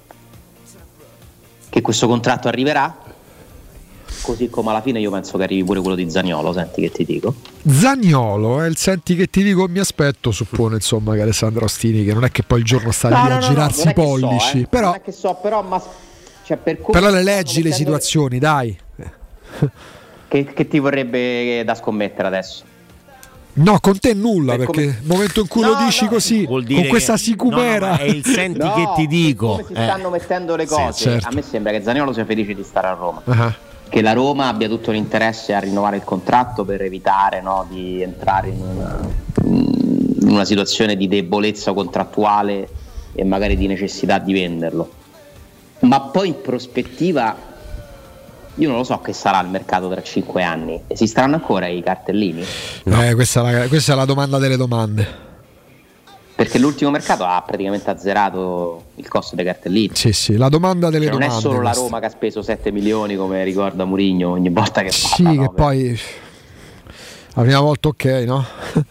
che questo contratto arriverà, così come alla fine io penso che arrivi pure quello di Zaniolo, senti che ti dico. Zaniolo, eh, il senti che ti dico mi aspetto, suppone insomma che Alessandro Ostini, che non è che poi il giorno sta No, lì no, a no, girarsi no, i pollici, so, eh. però, non è che so, però, ma, cioè, per come però le stanno leggi le mettendo- situazioni, dai. Che, che ti vorrebbe da scommettere adesso? No, con te nulla, Per perché come- nel momento in cui No, lo dici no, così, Vuol dire con questa che- sicumera, no, no, ma è il senti No, che ti dico. Come si eh. stanno mettendo le Sì, cose, certo. a me sembra che Zaniolo sia felice di stare a Roma. Ah. Che la Roma abbia tutto l'interesse a rinnovare il contratto per evitare, no, di entrare in una, in una situazione di debolezza contrattuale e magari di necessità di venderlo. Ma poi in prospettiva io non lo so che sarà il mercato tra cinque anni. Esisteranno ancora i cartellini? eh, questa, è la, questa è la domanda delle domande. Perché l'ultimo mercato ha praticamente azzerato il costo dei cartellini. Sì, sì, la domanda delle Cioè, non domande. è solo la questa. Roma che ha speso sette milioni, come ricorda Mourinho ogni volta che Sì, parla, che no? poi la prima volta ok, no?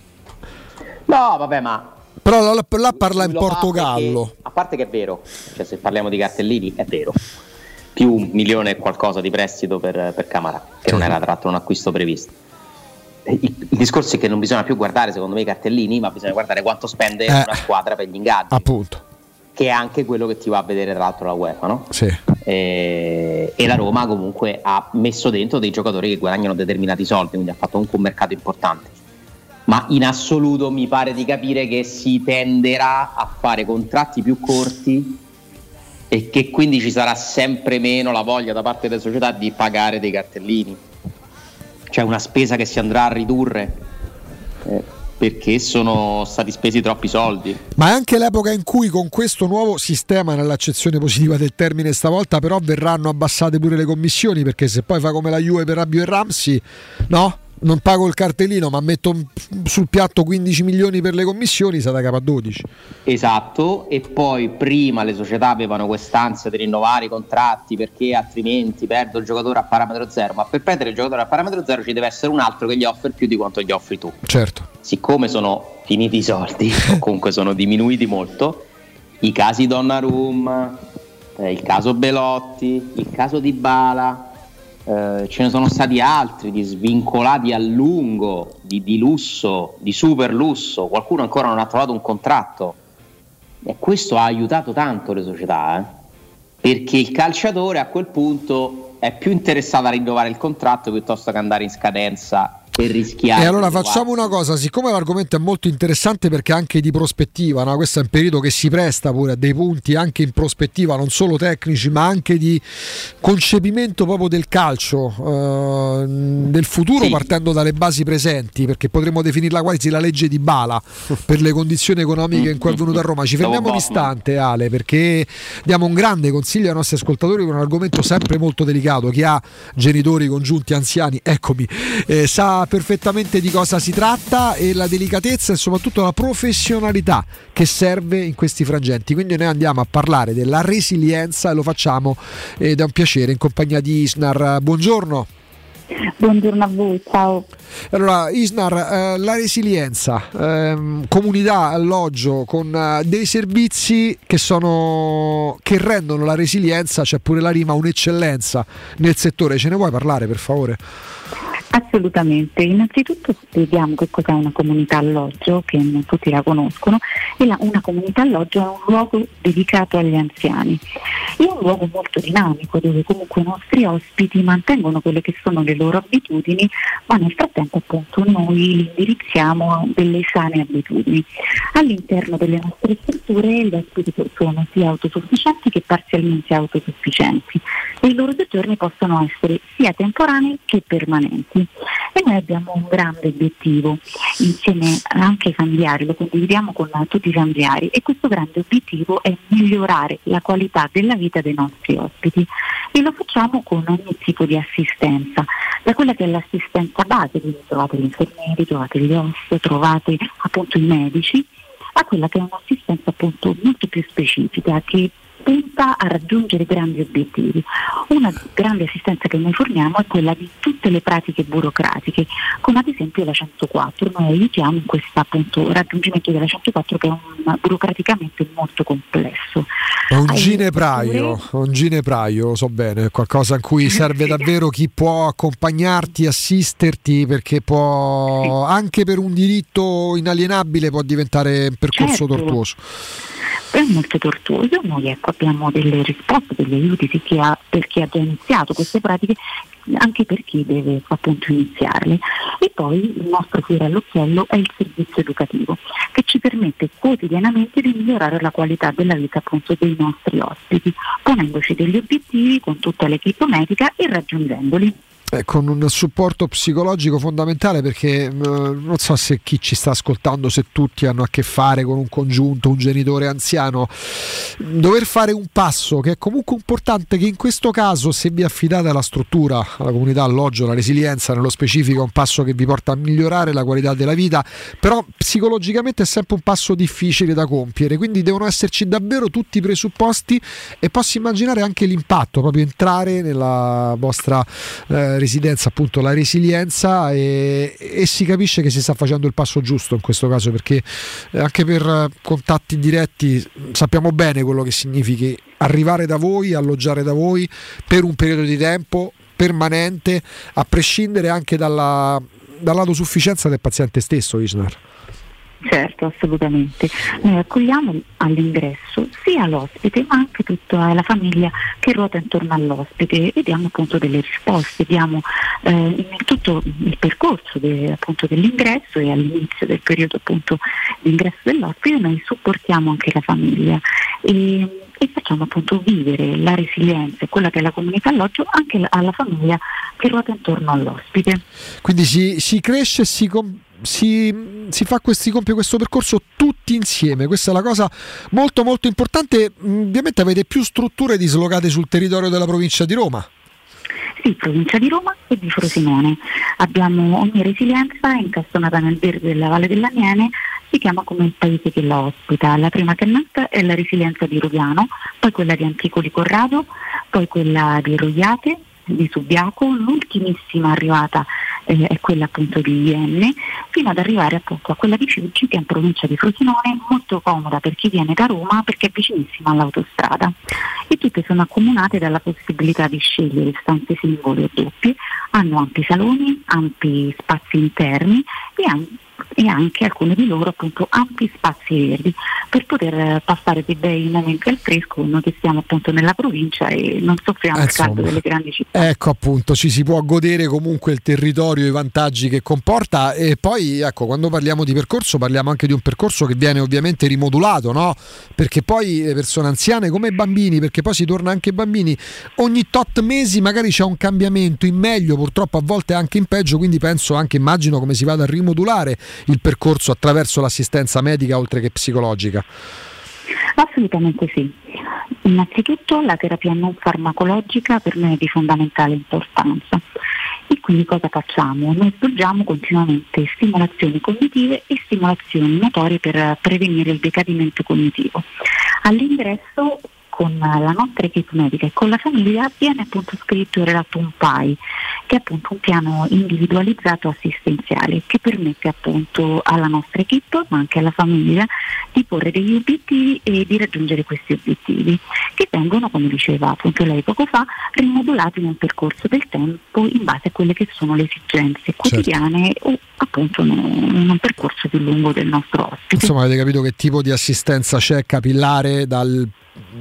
No, vabbè, ma Però là, là parla in Lui lo fa Portogallo. perché- a parte che è vero, cioè se parliamo di cartellini è vero, più un milione e qualcosa di prestito per, per Camara, che non era tra l'altro un acquisto previsto. Il, il discorso è che non bisogna più guardare secondo me i cartellini, ma bisogna guardare quanto spende Eh. una squadra per gli ingaggi, Appunto. che è anche quello che ti va a vedere tra l'altro la UEFA, no? Sì. E, e la Roma comunque ha messo dentro dei giocatori che guadagnano determinati soldi, quindi ha fatto comunque un mercato importante. Ma in assoluto mi pare di capire che si tenderà a fare contratti più corti e che quindi ci sarà sempre meno la voglia da parte delle società di pagare dei cartellini. C'è una spesa che si andrà a ridurre eh, perché sono stati spesi troppi soldi. Ma è anche l'epoca in cui con questo nuovo sistema, nell'accezione positiva del termine stavolta, però verranno abbassate pure le commissioni, perché se poi fa come la Juve per Rabiot e Ramsey, no? Non pago il cartellino ma metto sul piatto quindici milioni per le commissioni, sarà capo a dodici. Esatto, e poi prima le società avevano quest'ansia di rinnovare i contratti perché altrimenti perdo il giocatore a parametro zero, ma per prendere il giocatore a parametro zero ci deve essere un altro che gli offre più di quanto gli offri tu. Certo. Siccome sono finiti i soldi o comunque sono diminuiti molto, i casi Donnarumma, eh, il caso Belotti, il caso Dybala, eh, ce ne sono stati altri di svincolati a lungo, di, di lusso, di super lusso, qualcuno ancora non ha trovato un contratto e questo ha aiutato tanto le società, eh? Perché il calciatore a quel punto è più interessato a rinnovare il contratto piuttosto che andare in scadenza e rischiare. E allora di facciamo una cosa, siccome l'argomento è molto interessante perché anche di prospettiva, no? Questo è un periodo che si presta pure a dei punti anche in prospettiva, non solo tecnici ma anche di concepimento proprio del calcio, eh, del futuro, sì, partendo dalle basi presenti, perché potremmo definirla quasi la legge di Bala per le condizioni economiche in cui è venuto a Roma. Ci fermiamo un istante, Ale, perché diamo un grande consiglio ai nostri ascoltatori con un argomento sempre molto delicato. Chi ha genitori congiunti anziani, eccomi, eh, sa perfettamente di cosa si tratta e la delicatezza e soprattutto la professionalità che serve in questi frangenti. Quindi noi andiamo a parlare della resilienza e lo facciamo ed è un piacere in compagnia di Isnar. Buongiorno. Buongiorno a voi, ciao. Allora Isnar, eh, la resilienza, ehm, comunità, alloggio con eh, dei servizi che sono che rendono la resilienza, c'è pure la rima, un'eccellenza nel settore. Ce ne vuoi parlare per favore? Assolutamente, innanzitutto spieghiamo che cos'è una comunità alloggio, che non tutti la conoscono, e la, una comunità alloggio è un luogo dedicato agli anziani. è un luogo molto dinamico dove comunque i nostri ospiti mantengono quelle che sono le loro abitudini, ma nel frattempo appunto noi li indirizziamo a delle sane abitudini. All'interno delle nostre strutture gli ospiti sono sia autosufficienti che parzialmente autosufficienti e i loro soggiorni possono essere sia temporanei che permanenti. E noi abbiamo un grande obiettivo insieme anche ai familiari, lo condividiamo con tutti i familiari, e questo grande obiettivo è migliorare la qualità della vita dei nostri ospiti e lo facciamo con ogni tipo di assistenza, da quella che è l'assistenza base, quindi trovate gli infermieri, trovate gli host, trovate appunto i medici, a quella che è un'assistenza appunto molto più specifica che punta a raggiungere grandi obiettivi. Una grande assistenza che noi forniamo è quella di tutte le pratiche burocratiche, come ad esempio la centoquattro. Noi aiutiamo in questo appunto raggiungimento della centoquattro, che è un, burocraticamente molto complesso. Un ginepraio, un ginepraio, lo so bene, qualcosa in cui serve davvero chi può accompagnarti, assisterti, perché può, sì, anche per un diritto inalienabile può diventare un percorso, certo, tortuoso. È molto tortuoso. Noi ecco abbiamo delle risposte, degli aiuti sì, chi ha, per chi ha già iniziato queste pratiche, anche per chi deve appunto iniziarle. E poi il nostro fiore all'occhiello è il servizio educativo, che ci permette quotidianamente di migliorare la qualità della vita appunto dei nostri ospiti, ponendoci degli obiettivi con tutta l'equipe medica e raggiungendoli. Eh, con un supporto psicologico fondamentale, perché eh, non so se chi ci sta ascoltando, se tutti hanno a che fare con un congiunto, un genitore anziano, dover fare un passo che è comunque importante, che in questo caso, se vi affidate alla struttura, alla comunità alloggio, alla resilienza nello specifico, è un passo che vi porta a migliorare la qualità della vita, però psicologicamente è sempre un passo difficile da compiere, quindi devono esserci davvero tutti i presupposti, e posso immaginare anche l'impatto, proprio entrare nella vostra eh, residenza, appunto la resilienza, e, e si capisce che si sta facendo il passo giusto in questo caso, perché anche per contatti diretti sappiamo bene quello che significhi arrivare da voi, alloggiare da voi per un periodo di tempo permanente, a prescindere anche dalla, dall'autosufficienza del paziente stesso, Isnar. Certo, assolutamente. Noi accogliamo all'ingresso sia l'ospite ma anche tutta la famiglia che ruota intorno all'ospite e diamo appunto delle risposte, diamo eh, in tutto il percorso de, appunto dell'ingresso e all'inizio del periodo appunto di ingresso dell'ospite noi supportiamo anche la famiglia e, e facciamo appunto vivere la resilienza e quella che è la comunità alloggio anche alla famiglia che ruota intorno all'ospite. Quindi si, si cresce e si com- Si, si fa questi, compie questo percorso tutti insieme. Questa è la cosa molto molto importante. Ovviamente avete più strutture dislocate sul territorio della provincia di Roma. Sì, provincia di Roma e di Frosinone. Abbiamo ogni resilienza incastonata nel verde della Valle dell'Aniene, si chiama come il paese che la ospita. La prima che è nata è la resilienza di Roviano, poi quella di Anticoli Corrado, poi quella di Roiate, di Subiaco, l'ultimissima arrivata eh, è quella appunto di Ienne, fino ad arrivare appunto a quella di Fiuggi, che è in provincia di Frosinone, molto comoda per chi viene da Roma perché è vicinissima all'autostrada, e tutte sono accomunate dalla possibilità di scegliere stanze singole o doppie, hanno ampi saloni, ampi spazi interni e anche e anche alcune di loro appunto ampi spazi verdi per poter passare dei bei momenti al fresco, noi che siamo appunto nella provincia e non soffriamo eh, il caldo delle grandi città. Ecco appunto, ci si può godere comunque il territorio, i vantaggi che comporta. E poi ecco, quando parliamo di percorso parliamo anche di un percorso che viene ovviamente rimodulato, no? Perché poi le persone anziane come i bambini, perché poi si torna anche ai bambini, ogni tot mesi magari c'è un cambiamento in meglio, purtroppo a volte anche in peggio, quindi penso anche, immagino come si vada a rimodulare il percorso attraverso l'assistenza medica oltre che psicologica. Assolutamente sì. Innanzitutto la terapia non farmacologica per noi è di fondamentale importanza. E quindi cosa facciamo? Noi svolgiamo continuamente stimolazioni cognitive e stimolazioni motorie per prevenire il decadimento cognitivo. All'ingresso con la nostra equipe medica e con la famiglia viene appunto scritto il relato U N P A I, che è appunto un piano individualizzato assistenziale che permette appunto alla nostra equipe ma anche alla famiglia di porre degli obiettivi e di raggiungere questi obiettivi, che vengono, come diceva appunto lei poco fa, rimodulati in un percorso del tempo in base a quelle che sono le esigenze quotidiane, certo, o appunto in un percorso più lungo del nostro ospite. Insomma, avete capito che tipo di assistenza c'è capillare dal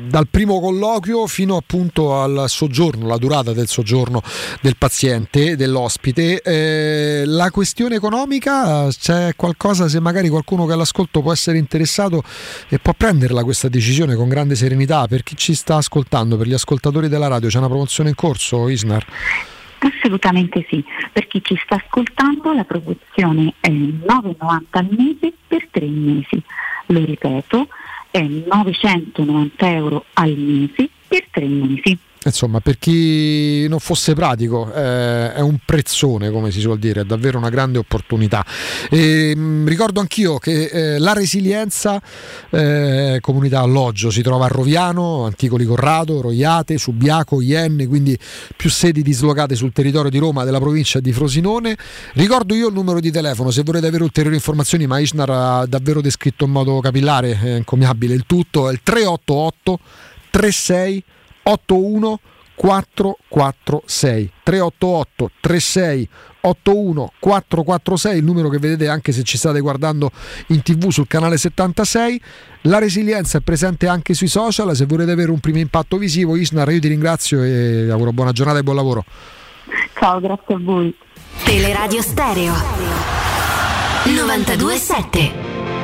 dal primo colloquio fino appunto al soggiorno, la durata del soggiorno del paziente, dell'ospite. Eh, la questione economica, c'è qualcosa, se magari qualcuno che all'ascolto può essere interessato e può prenderla questa decisione con grande serenità, per chi ci sta ascoltando, per gli ascoltatori della radio, c'è una promozione in corso, Isnar? Assolutamente sì, per chi ci sta ascoltando la promozione è nove e novanta al mese per tre mesi, lo ripeto, è novecentonovanta euro al mese per tre mesi. Insomma, per chi non fosse pratico, eh, è un prezzone, come si suol dire, è davvero una grande opportunità. E, mh, ricordo anch'io che eh, la Resilienza, eh, comunità alloggio, si trova a Roviano, Anticoli Corrado, Roiate, Subiaco, Ienne, quindi più sedi dislocate sul territorio di Roma, della provincia di Frosinone. Ricordo io il numero di telefono, se volete avere ulteriori informazioni, ma Isnar ha davvero descritto in modo capillare, è encomiabile il tutto, è il tre otto otto tre sei otto uno quattro quattro sei tre otto otto tre sei otto uno quattro quattro sei, il numero che vedete anche se ci state guardando in tv sul canale settantasei. La Resilienza è presente anche sui social, se volete avere un primo impatto visivo. Isnar, io ti ringrazio e auguro buona giornata e buon lavoro. Ciao, grazie a voi. Teleradio Stereo novantadue sette.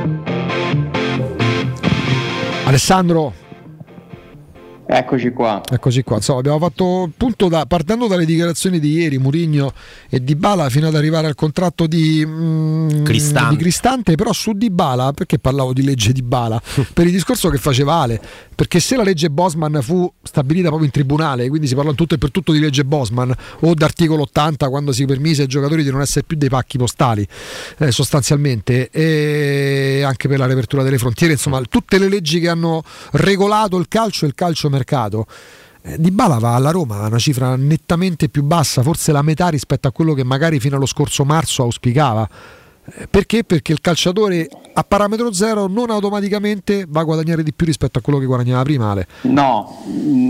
Alessandro, Eccoci qua. Eccoci qua. Insomma, abbiamo fatto punto da, partendo dalle dichiarazioni di ieri, Mourinho e Dybala, fino ad arrivare al contratto di, mm, Cristante. di Cristante, però su Dybala, perché parlavo di legge Dybala? Per il discorso che faceva Ale, perché se la legge Bosman fu stabilita proprio in tribunale, quindi si parla tutto e per tutto di legge Bosman o d'articolo ottanta, quando si permise ai giocatori di non essere più dei pacchi postali, eh, sostanzialmente, e anche per la riapertura delle frontiere, insomma tutte le leggi che hanno regolato il calcio e il calcio mercato. eh, Dybala va alla Roma a una cifra nettamente più bassa, forse la metà rispetto a quello che magari fino allo scorso marzo auspicava. eh, perché? Perché il calciatore a parametro zero non automaticamente va a guadagnare di più rispetto a quello che guadagnava prima. Ale. No,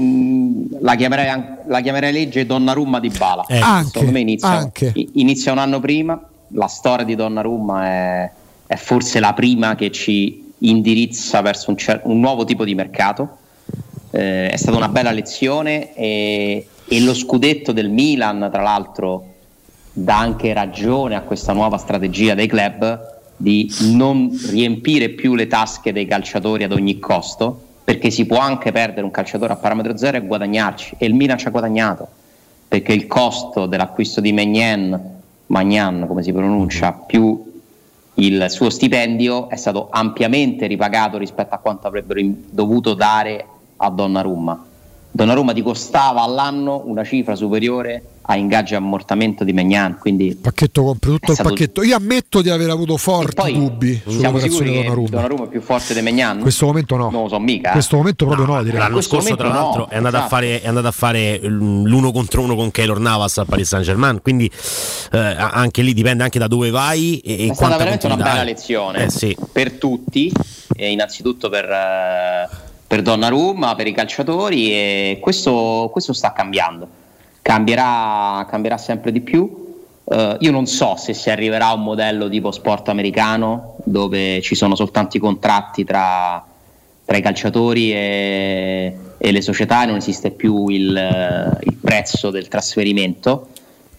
mh, la, chiamerei, an- la chiamerei legge Donnarumma Dybala. Eh, anche, Secondo me inizia, anche. i- inizia un anno prima. La storia di Donnarumma è, è forse la prima che ci indirizza verso un, cer- un nuovo tipo di mercato. Eh, è stata una bella lezione e, e lo scudetto del Milan, tra l'altro, dà anche ragione a questa nuova strategia dei club di non riempire più le tasche dei calciatori ad ogni costo, perché si può anche perdere un calciatore a parametro zero e guadagnarci, e il Milan ci ha guadagnato, perché il costo dell'acquisto di Magnan, Magnan come si pronuncia, più il suo stipendio è stato ampiamente ripagato rispetto a quanto avrebbero in- dovuto dare a Donnarumma. Donnarumma ti costava all'anno una cifra superiore a ingaggi e ammortamento di Magnan, quindi pacchetto compri tutto il stato... pacchetto. Io ammetto di aver avuto forti poi, dubbi siamo sull'operazione sicuri che Donnarumma. Donnarumma è più forte di Magnan? In questo momento no. Non lo so mica. In questo momento proprio no, direi. L'anno scorso tra l'altro no, è, andato esatto. a fare, è andato a fare l'uno contro uno con Keylor Navas al Paris Saint-Germain, quindi eh, anche lì dipende anche da dove vai e, e è stata quanta veramente una continuità bella hai. lezione Eh, sì. per tutti, e innanzitutto per, eh, per Donnarumma, per i calciatori, e questo, questo sta cambiando, cambierà, cambierà sempre di più. Uh, io non so se si arriverà a un modello tipo sport americano dove ci sono soltanto i contratti tra, tra i calciatori e, e le società, e non esiste più il, il prezzo del trasferimento.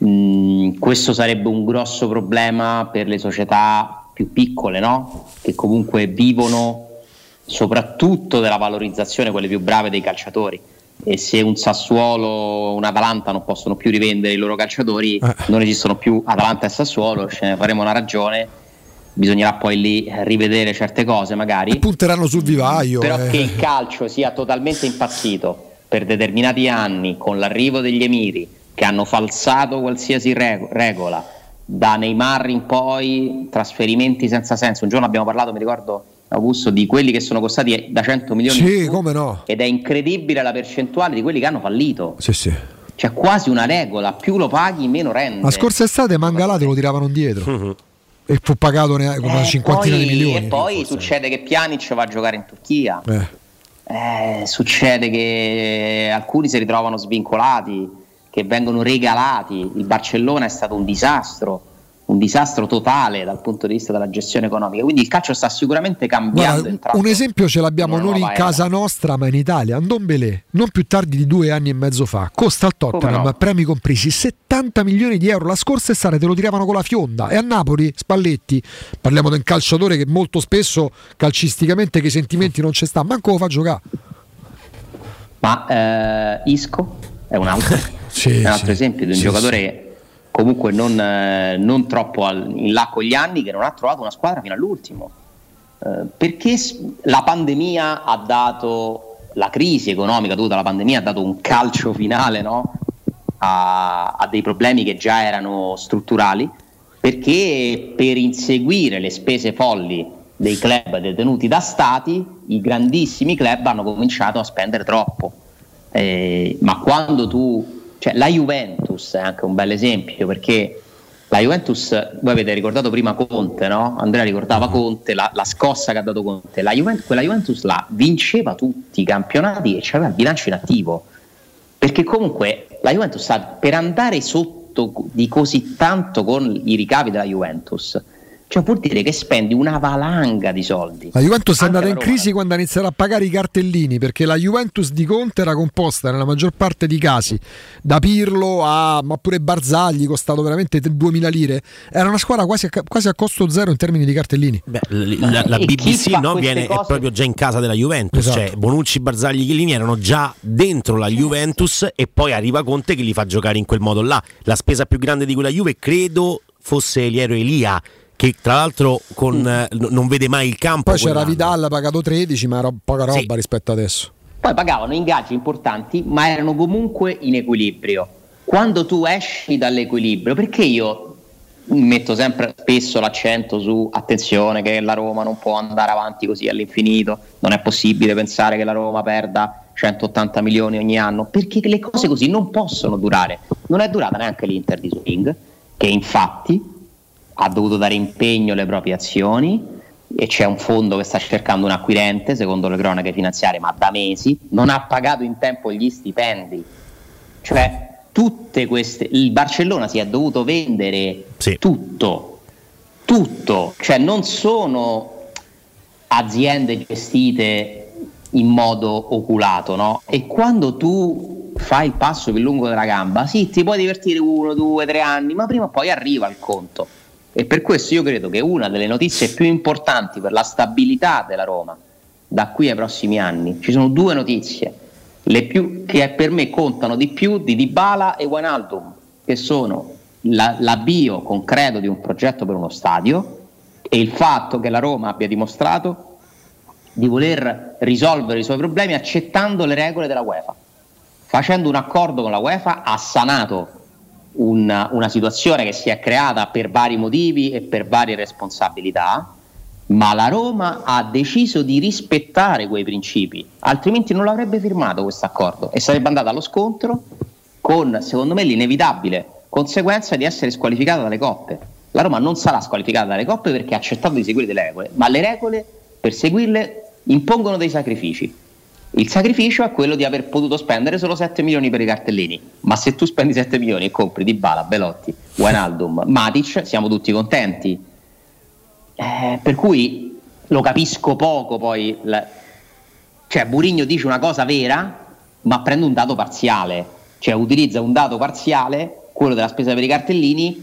Mm, questo sarebbe un grosso problema per le società più piccole, no? Che comunque vivono soprattutto della valorizzazione, quelle più brave, dei calciatori. E se un Sassuolo, un Atalanta non possono più rivendere i loro calciatori, eh. non esistono più Atalanta e Sassuolo, ce ne faremo una ragione. Bisognerà poi lì rivedere certe cose magari, e punteranno sul vivaio, però eh. che il calcio sia totalmente impazzito per determinati anni con l'arrivo degli emiri che hanno falsato qualsiasi reg- regola, da Neymar in poi, trasferimenti senza senso. Un giorno abbiamo parlato, mi ricordo, Augusto, di quelli che sono costati da cento milioni, sì, come no, ed è incredibile la percentuale di quelli che hanno fallito. Sì, sì. C'è quasi una regola: più lo paghi meno rende. La scorsa estate Mangalate lo tiravano indietro uh-huh. e fu pagato ne- come una eh, cinquantina poi, di milioni. E poi forse. succede che Pjanic va a giocare in Turchia, eh. Eh, succede che alcuni si ritrovano svincolati, che vengono regalati. Il Barcellona è stato un disastro, un disastro totale dal punto di vista della gestione economica. Quindi il calcio sta sicuramente cambiando. Guarda, un esempio ce l'abbiamo non in casa era. nostra, ma in Italia. Ndombele, non più tardi di due anni e mezzo fa, costa al Tottenham, no? premi compresi, settanta milioni di euro. La scorsa estate te lo tiravano con la fionda. E a Napoli, Spalletti, parliamo di un calciatore che molto spesso calcisticamente che i sentimenti non ci sta, manco lo fa giocare. Ma eh, Isco è un altro, sì, è un altro sì, esempio di un sì, giocatore sì. comunque non, eh, non troppo al, in là con gli anni, che non ha trovato una squadra fino all'ultimo, eh, perché la pandemia ha dato, la crisi economica dovuta alla pandemia ha dato un calcio finale, no? a, a dei problemi che già erano strutturali, perché per inseguire le spese folli dei club detenuti da stati, i grandissimi club hanno cominciato a spendere troppo, eh, ma quando tu cioè la Juventus è anche un bel esempio, perché la Juventus, voi avete ricordato prima Conte, no? Andrea ricordava Conte, la, la scossa che ha dato Conte, la Juventus, quella Juventus là vinceva tutti i campionati e c'aveva il bilancio inattivo, perché comunque la Juventus sta per andare sotto di così tanto con i ricavi della Juventus, cioè vuol dire che spendi una valanga di soldi. La Juventus è Anche andata in Roma. crisi quando ha iniziato a pagare i cartellini, perché la Juventus di Conte era composta nella maggior parte dei casi da Pirlo a ma pure Barzagli, costato veramente duemila lire. Era una squadra quasi a, quasi a costo zero in termini di cartellini. Beh, la, la B B C no, viene cose... è proprio già in casa della Juventus, Esatto. Cioè Bonucci, Barzagli, Chiellini erano già dentro la Juventus e poi arriva Conte che li fa giocare in quel modo là. La spesa più grande di quella Juve credo fosse Eliero Elia, che tra l'altro con, mm. eh, non vede mai il campo. Poi c'era Vidal pagato tredici, ma era poca roba sì. rispetto adesso. Poi pagavano ingaggi importanti, ma erano comunque in equilibrio. Quando tu esci dall'equilibrio, perché io metto sempre spesso l'accento su attenzione che la Roma non può andare avanti così all'infinito, non è possibile pensare che la Roma perda centottanta milioni ogni anno, perché le cose così non possono durare. Non è durata neanche l'Inter di Swing, che infatti ha dovuto dare impegno alle proprie azioni e c'è un fondo che sta cercando un acquirente, secondo le cronache finanziarie, ma da mesi non ha pagato in tempo gli stipendi. Cioè tutte queste, il Barcellona si è dovuto vendere sì. tutto tutto, cioè non sono aziende gestite in modo oculato, no? E quando tu fai il passo più lungo della gamba, sì, ti puoi divertire uno, due, tre anni, ma prima o poi arriva il conto. E per questo io credo che una delle notizie più importanti per la stabilità della Roma da qui ai prossimi anni, ci sono due notizie, le più, che per me contano di più di Dybala e Wijnaldum, che sono la, l'avvio concreto di un progetto per uno stadio e il fatto che la Roma abbia dimostrato di voler risolvere i suoi problemi accettando le regole della UEFA. Facendo un accordo con la UEFA ha sanato Una, una situazione che si è creata per vari motivi e per varie responsabilità, ma la Roma ha deciso di rispettare quei principi, altrimenti non l'avrebbe firmato questo accordo e sarebbe andata allo scontro con, secondo me, l'inevitabile conseguenza di essere squalificata dalle coppe. La Roma non sarà squalificata dalle coppe perché ha accettato di seguire le regole, ma le regole per seguirle impongono dei sacrifici. Il sacrificio è quello di aver potuto spendere solo sette milioni per i cartellini, ma se tu spendi sette milioni e compri Dybala, Belotti, Wijnaldum, Matic, siamo tutti contenti. Eh, per cui lo capisco poco poi, la... cioè Mourinho dice una cosa vera, ma prende un dato parziale, cioè utilizza un dato parziale, quello della spesa per i cartellini,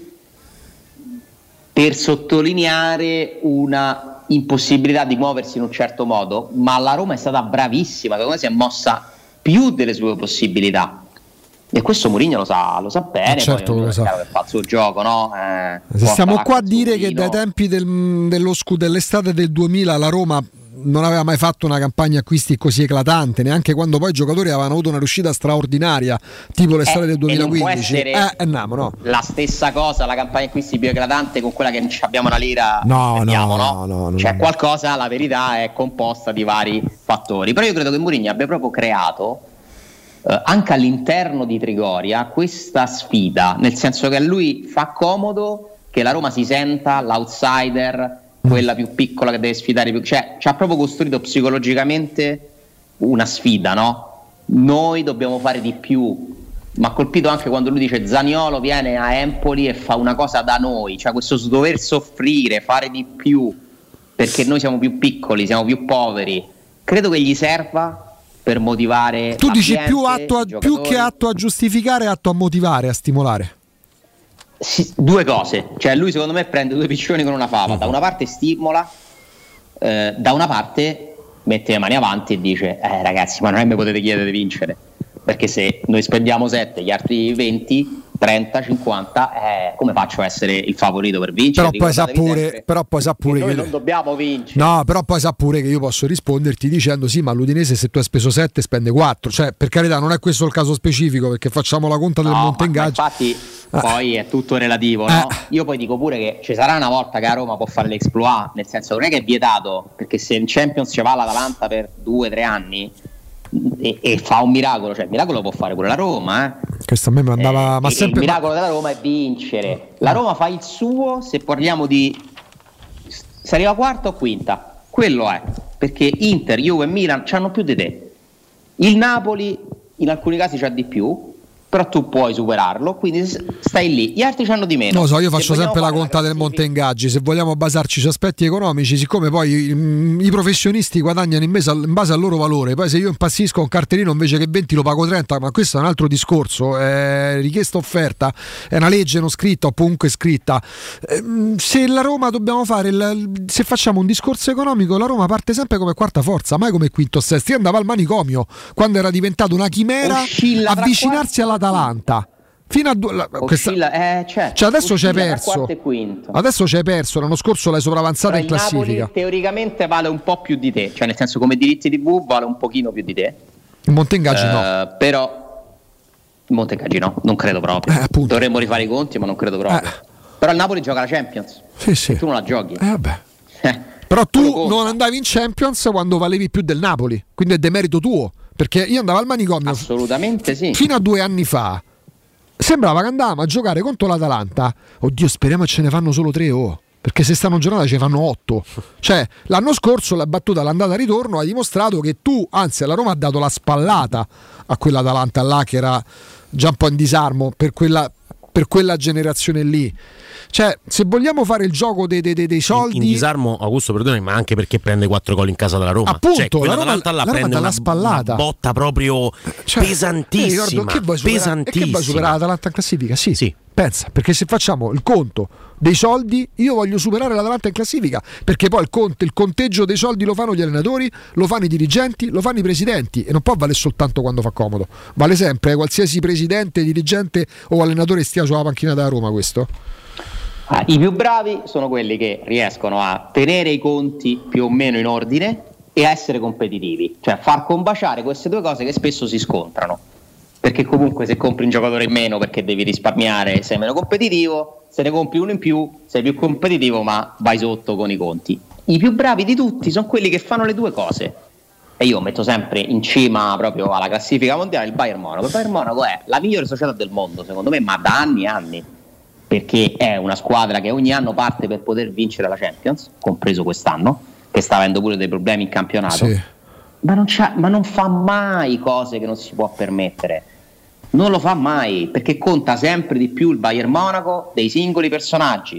per sottolineare una impossibilità di muoversi in un certo modo, ma la Roma è stata bravissima, secondo me si è mossa più delle sue possibilità e questo Mourinho lo sa, lo sa bene, certo, poi lo sa. Che fa il suo gioco, no? Eh, stiamo qua a dire che dai tempi del, dello scu, dell'estate del duemila la Roma non aveva mai fatto una campagna acquisti così eclatante, neanche quando poi i giocatori avevano avuto una riuscita straordinaria, tipo l'estate eh, del duemilaquindici. Eh, eh, andiamo, no. La stessa cosa, la campagna acquisti più eclatante con quella che non abbiamo una lira. No, vediamo, no, no, no, cioè no. qualcosa, la verità è composta di vari fattori. Però io credo che Mourinho abbia proprio creato eh, anche all'interno di Trigoria questa sfida, nel senso che a lui fa comodo che la Roma si senta l'outsider, quella più piccola che deve sfidare più, cioè ci ha proprio costruito psicologicamente una sfida, no? Noi dobbiamo fare di più mi ha colpito anche quando lui dice Zaniolo viene a Empoli e fa una cosa da noi, cioè questo dover soffrire, fare di più perché noi siamo più piccoli, siamo più poveri, credo che gli serva per motivare. Tu dici più, l'ambiente, atto a, i più giocatori. che atto a giustificare, atto a motivare, a stimolare. Sì, due cose, cioè lui secondo me prende due piccioni con una fava, da una parte stimola, eh, da una parte mette le mani avanti e dice eh ragazzi, ma non è che mi potete chiedere di vincere, perché se noi spendiamo sette, gli altri venti, trenta, cinquanta, eh, come faccio a essere il favorito per vincere? Però poi sa pure, però poi sa pure che noi che non dobbiamo vincere. No, però poi sa pure che io posso risponderti dicendo sì, ma l'Udinese se tu hai speso sette spende quattro, cioè per carità non è questo il caso specifico, perché facciamo la conta del no, monte ingaggio. Ma infatti ah. poi è tutto relativo, no? Eh. Io poi dico pure che ci sarà una volta che a Roma può fare l'exploit, nel senso non è che è vietato, perché se in Champions ci va l'Atalanta per due o tre anni e, e fa un miracolo, cioè il miracolo può fare pure la Roma, eh. Questo a me mandava, eh, ma sempre... il miracolo della Roma è vincere. La Roma fa il suo, se parliamo di se arriva quarta o quinta, quello è, perché Inter, Juve e Milan c'hanno più di te. Il Napoli in alcuni casi c'ha di più, però tu puoi superarlo, quindi stai lì. Gli altri c'hanno di meno. Non lo so, io se faccio sempre la conta del monte ingaggi. Se vogliamo basarci su aspetti economici, siccome poi i, i professionisti guadagnano in, mese, in base al loro valore, poi se io impazzisco un cartellino invece che venti lo pago trenta, ma questo è un altro discorso, è richiesta offerta, è una legge non scritta o comunque scritta. Se la Roma dobbiamo fare il, se facciamo un discorso economico, la Roma parte sempre come quarta forza, mai come quinto o sesto. Io andavo al manicomio quando era diventato una chimera Oscilla avvicinarsi alla Atalanta fino a due, la, questa, Oscilla, eh, cioè, cioè adesso c'hai perso e adesso c'hai perso l'anno scorso l'hai sopravanzata però in classifica. Napoli teoricamente vale un po' più di te, cioè nel senso come diritti tivù vale un pochino più di te. Il monte ingaggi uh, no, però il monte ingaggi no, non credo proprio, eh, dovremmo rifare i conti ma non credo proprio, eh. Però il Napoli gioca la Champions, sì, sì. E tu non la giochi, eh, vabbè. Eh. Però tu non andavi in Champions quando valevi più del Napoli, quindi è demerito tuo, perché io andavo al manicomio assolutamente sì fino a due anni fa, sembrava che andavamo a giocare contro l'Atalanta, oddio speriamo che ce ne fanno solo tre oh, perché se stanno giornata ce ne fanno otto, cioè l'anno scorso la battuta l'andata e ritorno ha dimostrato che tu, anzi la Roma ha dato la spallata a quell'Atalanta là che era già un po' in disarmo per quella, per quella generazione lì. Cioè, se vogliamo fare il gioco dei, dei, dei soldi in, in disarmo, Augusto perdonami, ma anche perché prende quattro gol in casa dalla Roma. Appunto, cioè, quella la Roma, la la Roma prende una, spallata. una botta proprio cioè, pesantissima. Eh, ricordo, che vuoi superare, pesantissima. e che vuoi superare l'Atalanta in classifica? Sì, sì. Pensa, perché se facciamo il conto dei soldi, io voglio superare l'Atalanta in classifica, perché poi il, conto, il conteggio dei soldi lo fanno gli allenatori, lo fanno i dirigenti, lo fanno i presidenti, e non può valere soltanto quando fa comodo, vale sempre, eh, qualsiasi presidente, dirigente o allenatore stia sulla panchina della Roma questo. Ah, i più bravi sono quelli che riescono a tenere i conti più o meno in ordine e a essere competitivi, cioè far combaciare queste due cose che spesso si scontrano, perché comunque se compri un giocatore in meno perché devi risparmiare sei meno competitivo, se ne compri uno in più sei più competitivo ma vai sotto con i conti. I più bravi di tutti sono quelli che fanno le due cose, e io metto sempre in cima proprio alla classifica mondiale il Bayern Monaco. Il Bayern Monaco è la migliore società del mondo secondo me, ma da anni e anni, perché è una squadra che ogni anno parte per poter vincere la Champions, compreso quest'anno, che sta avendo pure dei problemi in campionato, sì. ma, non c'ha, ma non fa mai cose che non si può permettere, non lo fa mai, perché conta sempre di più il Bayern Monaco dei singoli personaggi,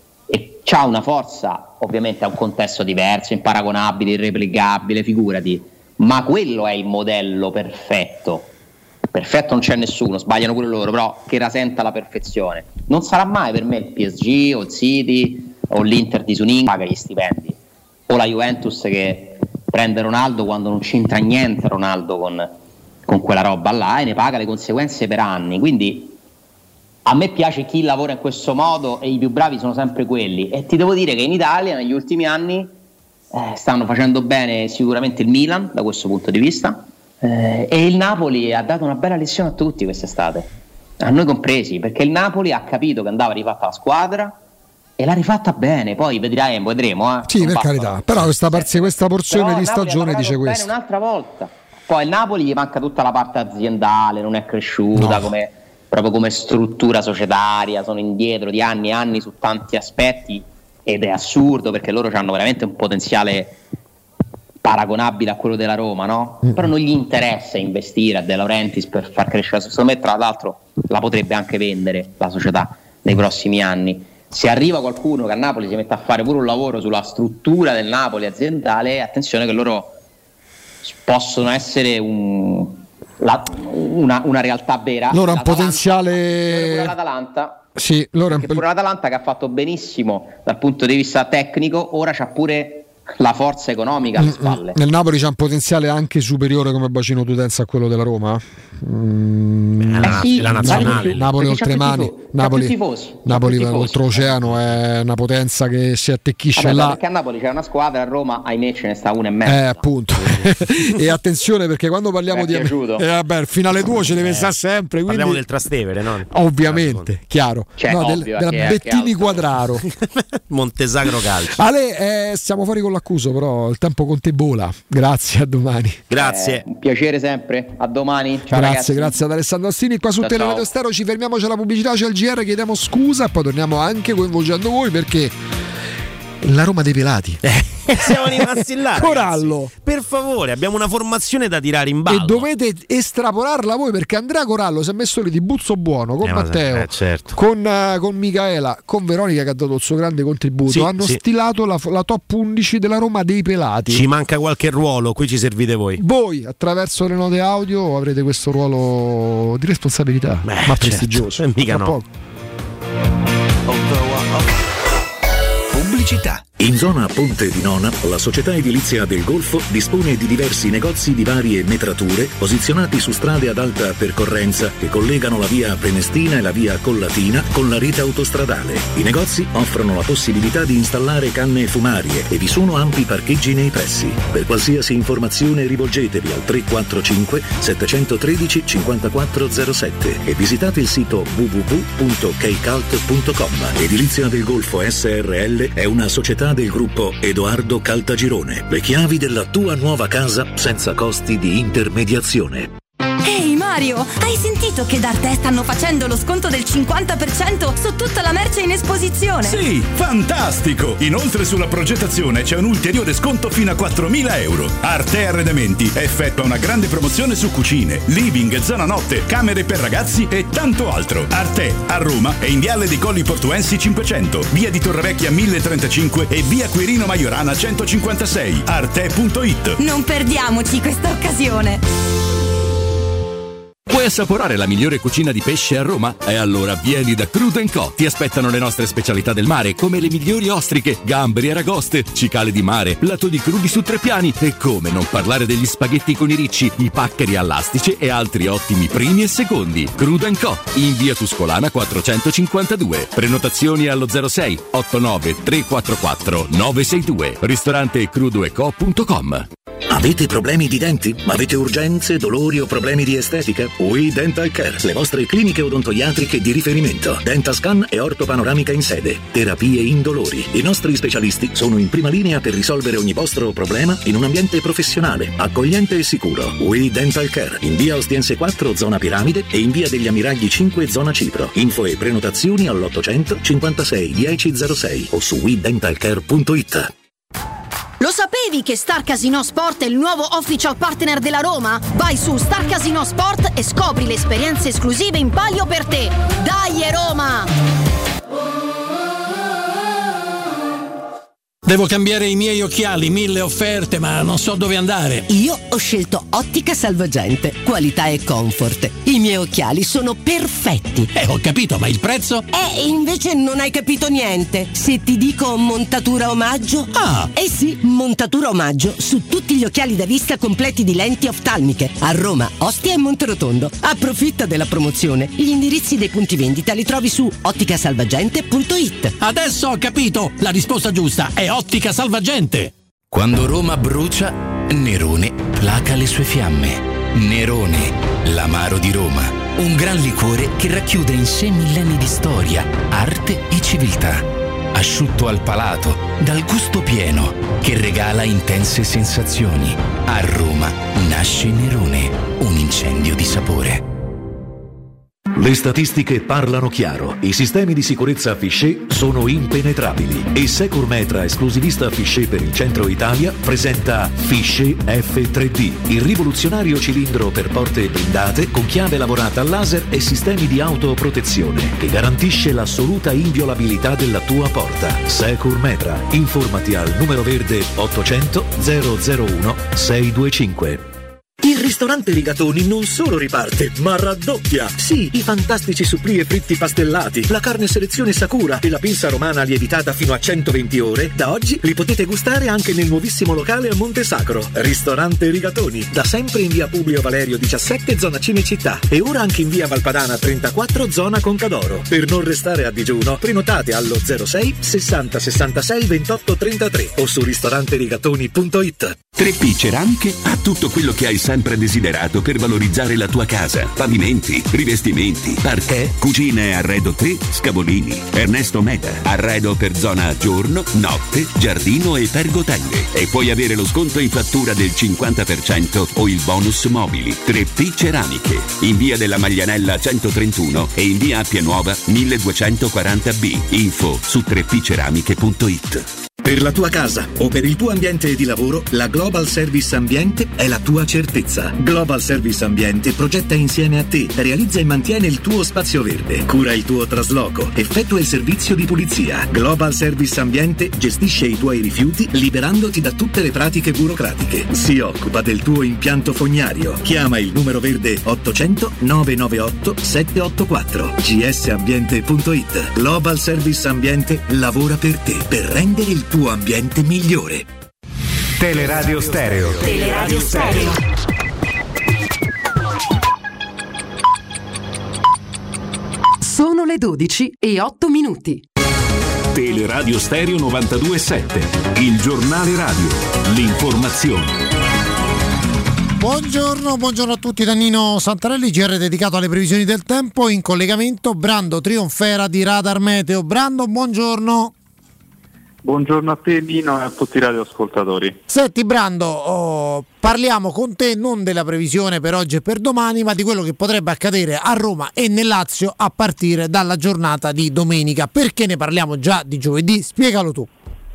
e c'ha una forza, ovviamente ha un contesto diverso, imparagonabile, irreplicabile, figurati, ma quello è il modello perfetto. Perfetto non c'è nessuno, sbagliano pure loro, però che rasenta la perfezione. Non sarà mai per me il P S G o il City o l'Inter di Suning paga gli stipendi, o la Juventus che prende Ronaldo quando non c'entra niente Ronaldo con, con quella roba là, e ne paga le conseguenze per anni. Quindi a me piace chi lavora in questo modo, e i più bravi sono sempre quelli, e ti devo dire che in Italia negli ultimi anni eh, stanno facendo bene sicuramente il Milan da questo punto di vista. Eh, e il Napoli ha dato una bella lezione a tutti quest'estate, a noi compresi, perché il Napoli ha capito che andava rifatta la squadra e l'ha rifatta bene. Poi vedremo, vedremo eh. Sì, per carità, però questa, parzi, questa porzione però di stagione dice questo. Bene un'altra volta. Poi il Napoli gli manca tutta la parte aziendale, non è cresciuta no. come, proprio come struttura societaria, sono indietro di anni e anni su tanti aspetti, ed è assurdo perché loro hanno veramente un potenziale paragonabile a quello della Roma, no? Mm. Però non gli interessa investire a De Laurentiis per far crescere, secondo me tra l'altro la potrebbe anche vendere la società nei prossimi anni. Se arriva qualcuno che a Napoli si mette a fare pure un lavoro sulla struttura del Napoli aziendale, attenzione che loro possono essere un, la, una, una realtà vera. Loro hanno un potenziale. Pure l'Atalanta, sì, loro perché pure l'Atalanta che ha fatto benissimo dal punto di vista tecnico, ora c'ha pure la forza economica alle spalle. Nel Napoli c'è un potenziale anche superiore come bacino d'utenza a quello della Roma. Mm, eh sì, la nazionale. Napoli oltremani, Napoli, Napoli oltreoceano è una potenza che si attecchisce. Vabbè, là. Perché a Napoli c'è una squadra, a Roma ahimè ce ne sta una e mezza. Eh, appunto. E attenzione perché quando parliamo di eh, vabbè, il finale tuo ce deve stare sempre. Quindi... Parliamo del Trastevere, no? Ovviamente, chiaro. Cioè, no, ovvio, del, della che, Bettini che Quadraro. Montesagro Calcio. Ale, eh, siamo fuori con l'accuso, però il tempo con te vola. Grazie, a domani. Grazie. Eh, un piacere sempre. A domani. Ciao, grazie, ragazzi. grazie ad Alessandro Astini. Qua su Teleradio Stereo ci fermiamo, c'è la pubblicità, c'è il G R, chiediamo scusa e poi torniamo anche coinvolgendo voi perché la Roma dei pelati. Siamo rimasti là. Corallo, ragazzi. Per favore, abbiamo una formazione da tirare in ballo e dovete estrapolarla voi perché Andrea Corallo si è messo lì di buzzo buono con eh, Matteo, eh, certo. con, uh, con Micaela, con Veronica che ha dato il suo grande contributo. Sì, hanno sì. stilato la, la top undici della Roma dei pelati. Ci manca qualche ruolo, qui ci servite voi. Voi attraverso le note audio avrete questo ruolo di responsabilità, Beh, ma certo. prestigioso. Eh, mica no. Poco. Pubblicità. In zona Ponte di Nona, la società edilizia del Golfo dispone di diversi negozi di varie metrature posizionati su strade ad alta percorrenza che collegano la via Prenestina e la via Collatina con la rete autostradale. I negozi offrono la possibilità di installare canne fumarie e vi sono ampi parcheggi nei pressi. Per qualsiasi informazione rivolgetevi al tre quattro cinque sette uno tre cinque zero sette e visitate il sito w w w punto keicalt punto com. Edilizia del Golfo S R L è una società del gruppo Edoardo Caltagirone. Le chiavi della tua nuova casa senza costi di intermediazione. Ehi Mario, hai sentito che da Arte stanno facendo lo sconto del cinquanta per cento su tutta la merce in esposizione? Sì, fantastico! Inoltre sulla progettazione c'è un ulteriore sconto fino a quattromila euro. Arte Arredamenti effettua una grande promozione su cucine, living, zona notte, camere per ragazzi e tanto altro. Arte a Roma è in viale dei Colli Portuensi cinquecento, via di Torrevecchia mille trentacinque e via Quirino Maiorana centocinquantasei. arte punto it. Non perdiamoci questa occasione! Vuoi assaporare la migliore cucina di pesce a Roma? E allora vieni da Crudo and Co. Ti aspettano le nostre specialità del mare, come le migliori ostriche, gamberi, aragoste, cicale di mare, plato di crudi su tre piani e come non parlare degli spaghetti con i ricci, i paccheri all'astice e altri ottimi primi e secondi. Crudo and Co. in via Tuscolana quattrocentocinquantadue. Prenotazioni allo zero sei otto nove tre quattro quattro nove sei due. Ristorante crudo e co punto com. Avete problemi di denti? Avete urgenze, dolori o problemi di estetica? We Dental Care, le vostre cliniche odontoiatriche di riferimento. Dentascan e ortopanoramica in sede. Terapie indolori. I nostri specialisti sono in prima linea per risolvere ogni vostro problema in un ambiente professionale, accogliente e sicuro. We Dental Care, in via Ostiense quattro, zona Piramide e in via degli Ammiragli cinque, zona Cipro. Info e prenotazioni all'ottocento cinquantasei dieci zero sei o su we dental care punto it. Lo sapevi che Star Casino Sport è il nuovo official partner della Roma? Vai su Star Casino Sport e scopri le esperienze esclusive in palio per te. Dai Roma! Devo cambiare i miei occhiali, mille offerte, ma non so dove andare. Io ho scelto Ottica Salvagente, qualità e comfort. I miei occhiali sono perfetti. Eh, ho capito, ma il prezzo? Eh, invece non hai capito niente. Se ti dico montatura omaggio? Ah! Eh sì, montatura omaggio su tutti gli occhiali da vista completi di lenti oftalmiche. A Roma, Ostia e Monterotondo. Approfitta della promozione. Gli indirizzi dei punti vendita li trovi su ottica salvagente punto it. Adesso ho capito! La risposta giusta è Ottica Salvagente. Quando Roma brucia, Nerone placa le sue fiamme. Nerone, l'amaro di Roma. Un gran liquore che racchiude in sé millenni di storia, arte e civiltà. Asciutto al palato, dal gusto pieno, che regala intense sensazioni. A Roma nasce Nerone, un incendio di sapore. Le statistiche parlano chiaro. I sistemi di sicurezza Fichet sono impenetrabili e Securmetra, esclusivista Fichet per il centro Italia, presenta Fichet F tre D, il rivoluzionario cilindro per porte blindate con chiave lavorata a laser e sistemi di autoprotezione che garantisce l'assoluta inviolabilità della tua porta. Securmetra. Informati al numero verde ottocento zero zero uno sei due cinque. Il ristorante Rigatoni non solo riparte, ma raddoppia! Sì, i fantastici supplì e fritti pastellati, la carne selezione Sakura e la pinza romana lievitata fino a centoventi ore, da oggi li potete gustare anche nel nuovissimo locale a Monte Sacro. Ristorante Rigatoni, da sempre in via Publio Valerio diciassette, zona Cinecittà, e ora anche in via Valpadana trentaquattro, zona Concadoro. Per non restare a digiuno, prenotate allo zero sei sessanta sessantasei ventotto trentatré o su ristoranterigatoni punto it. tre P Ceramiche ha tutto quello che hai sempre desiderato per valorizzare la tua casa: pavimenti, rivestimenti, parquet, cucine e arredo tre, Scavolini. Ernesto Meda, arredo per zona giorno, notte, giardino e pergotende, e puoi avere lo sconto in fattura del cinquanta per cento o il bonus mobili. tre P Ceramiche, in via della Maglianella centotrentuno e in via Appia Nuova milleduecentoquaranta B. Info su tre p ceramiche punto it. Per la tua casa o per il tuo ambiente di lavoro, la Global Service Ambiente è la tua certezza. Global Service Ambiente progetta insieme a te, realizza e mantiene il tuo spazio verde, cura il tuo trasloco, effettua il servizio di pulizia. Global Service Ambiente gestisce i tuoi rifiuti liberandoti da tutte le pratiche burocratiche. Si occupa del tuo impianto fognario. Chiama il numero verde ottocento nove nove otto sette otto quattro. g s ambiente punto it. Global Service Ambiente lavora per te, per rendere il tuo ambiente migliore. Teleradio Stereo. Teleradio Stereo. Sono le dodici e otto minuti. Teleradio Stereo novantadue e sette, il giornale radio, l'informazione. Buongiorno, buongiorno a tutti da Nino Santarelli, G R dedicato alle previsioni del tempo. In collegamento Brando Trionfera di Radar Meteo. Brando, buongiorno. Buongiorno a te Nino e a tutti i radioascoltatori. Senti Brando, oh, parliamo con te non della previsione per oggi e per domani, ma di quello che potrebbe accadere a Roma e nel Lazio a partire dalla giornata di domenica. Perché ne parliamo già di giovedì? Spiegalo tu.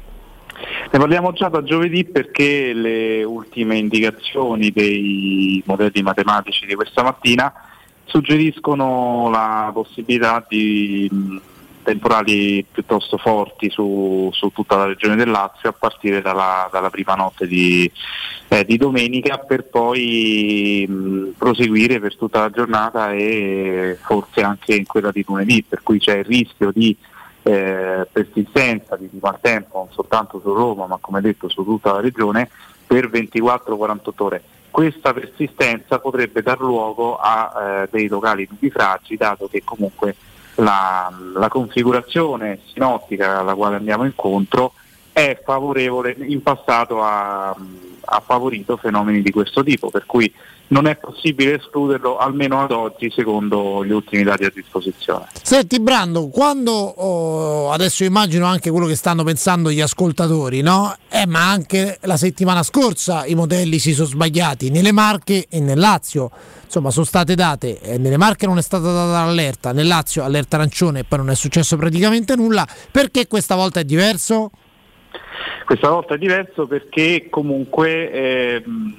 Ne parliamo già da giovedì perché le ultime indicazioni dei modelli matematici di questa mattina suggeriscono la possibilità di temporali piuttosto forti su, su tutta la regione del Lazio a partire dalla, dalla prima notte di, eh, di domenica, per poi mh, proseguire per tutta la giornata e forse anche in quella di lunedì, per cui c'è il rischio di eh, persistenza di, di maltempo non soltanto su Roma ma come detto su tutta la regione per ventiquattro quarantotto ore. Questa persistenza potrebbe dar luogo a eh, dei locali nubifragi, dato che comunque La, la configurazione sinottica alla quale andiamo incontro è favorevole, in passato ha, ha favorito fenomeni di questo tipo, per cui non è possibile escluderlo almeno ad oggi secondo gli ultimi dati a disposizione. Senti Brando, quando oh, adesso immagino anche quello che stanno pensando gli ascoltatori, no? Eh, ma anche la settimana scorsa i modelli si sono sbagliati nelle Marche e nel Lazio. Insomma, sono state date, eh, nelle Marche non è stata data l'allerta, nel Lazio allerta arancione e poi non è successo praticamente nulla. Perché questa volta è diverso? Questa volta è diverso perché comunque eh,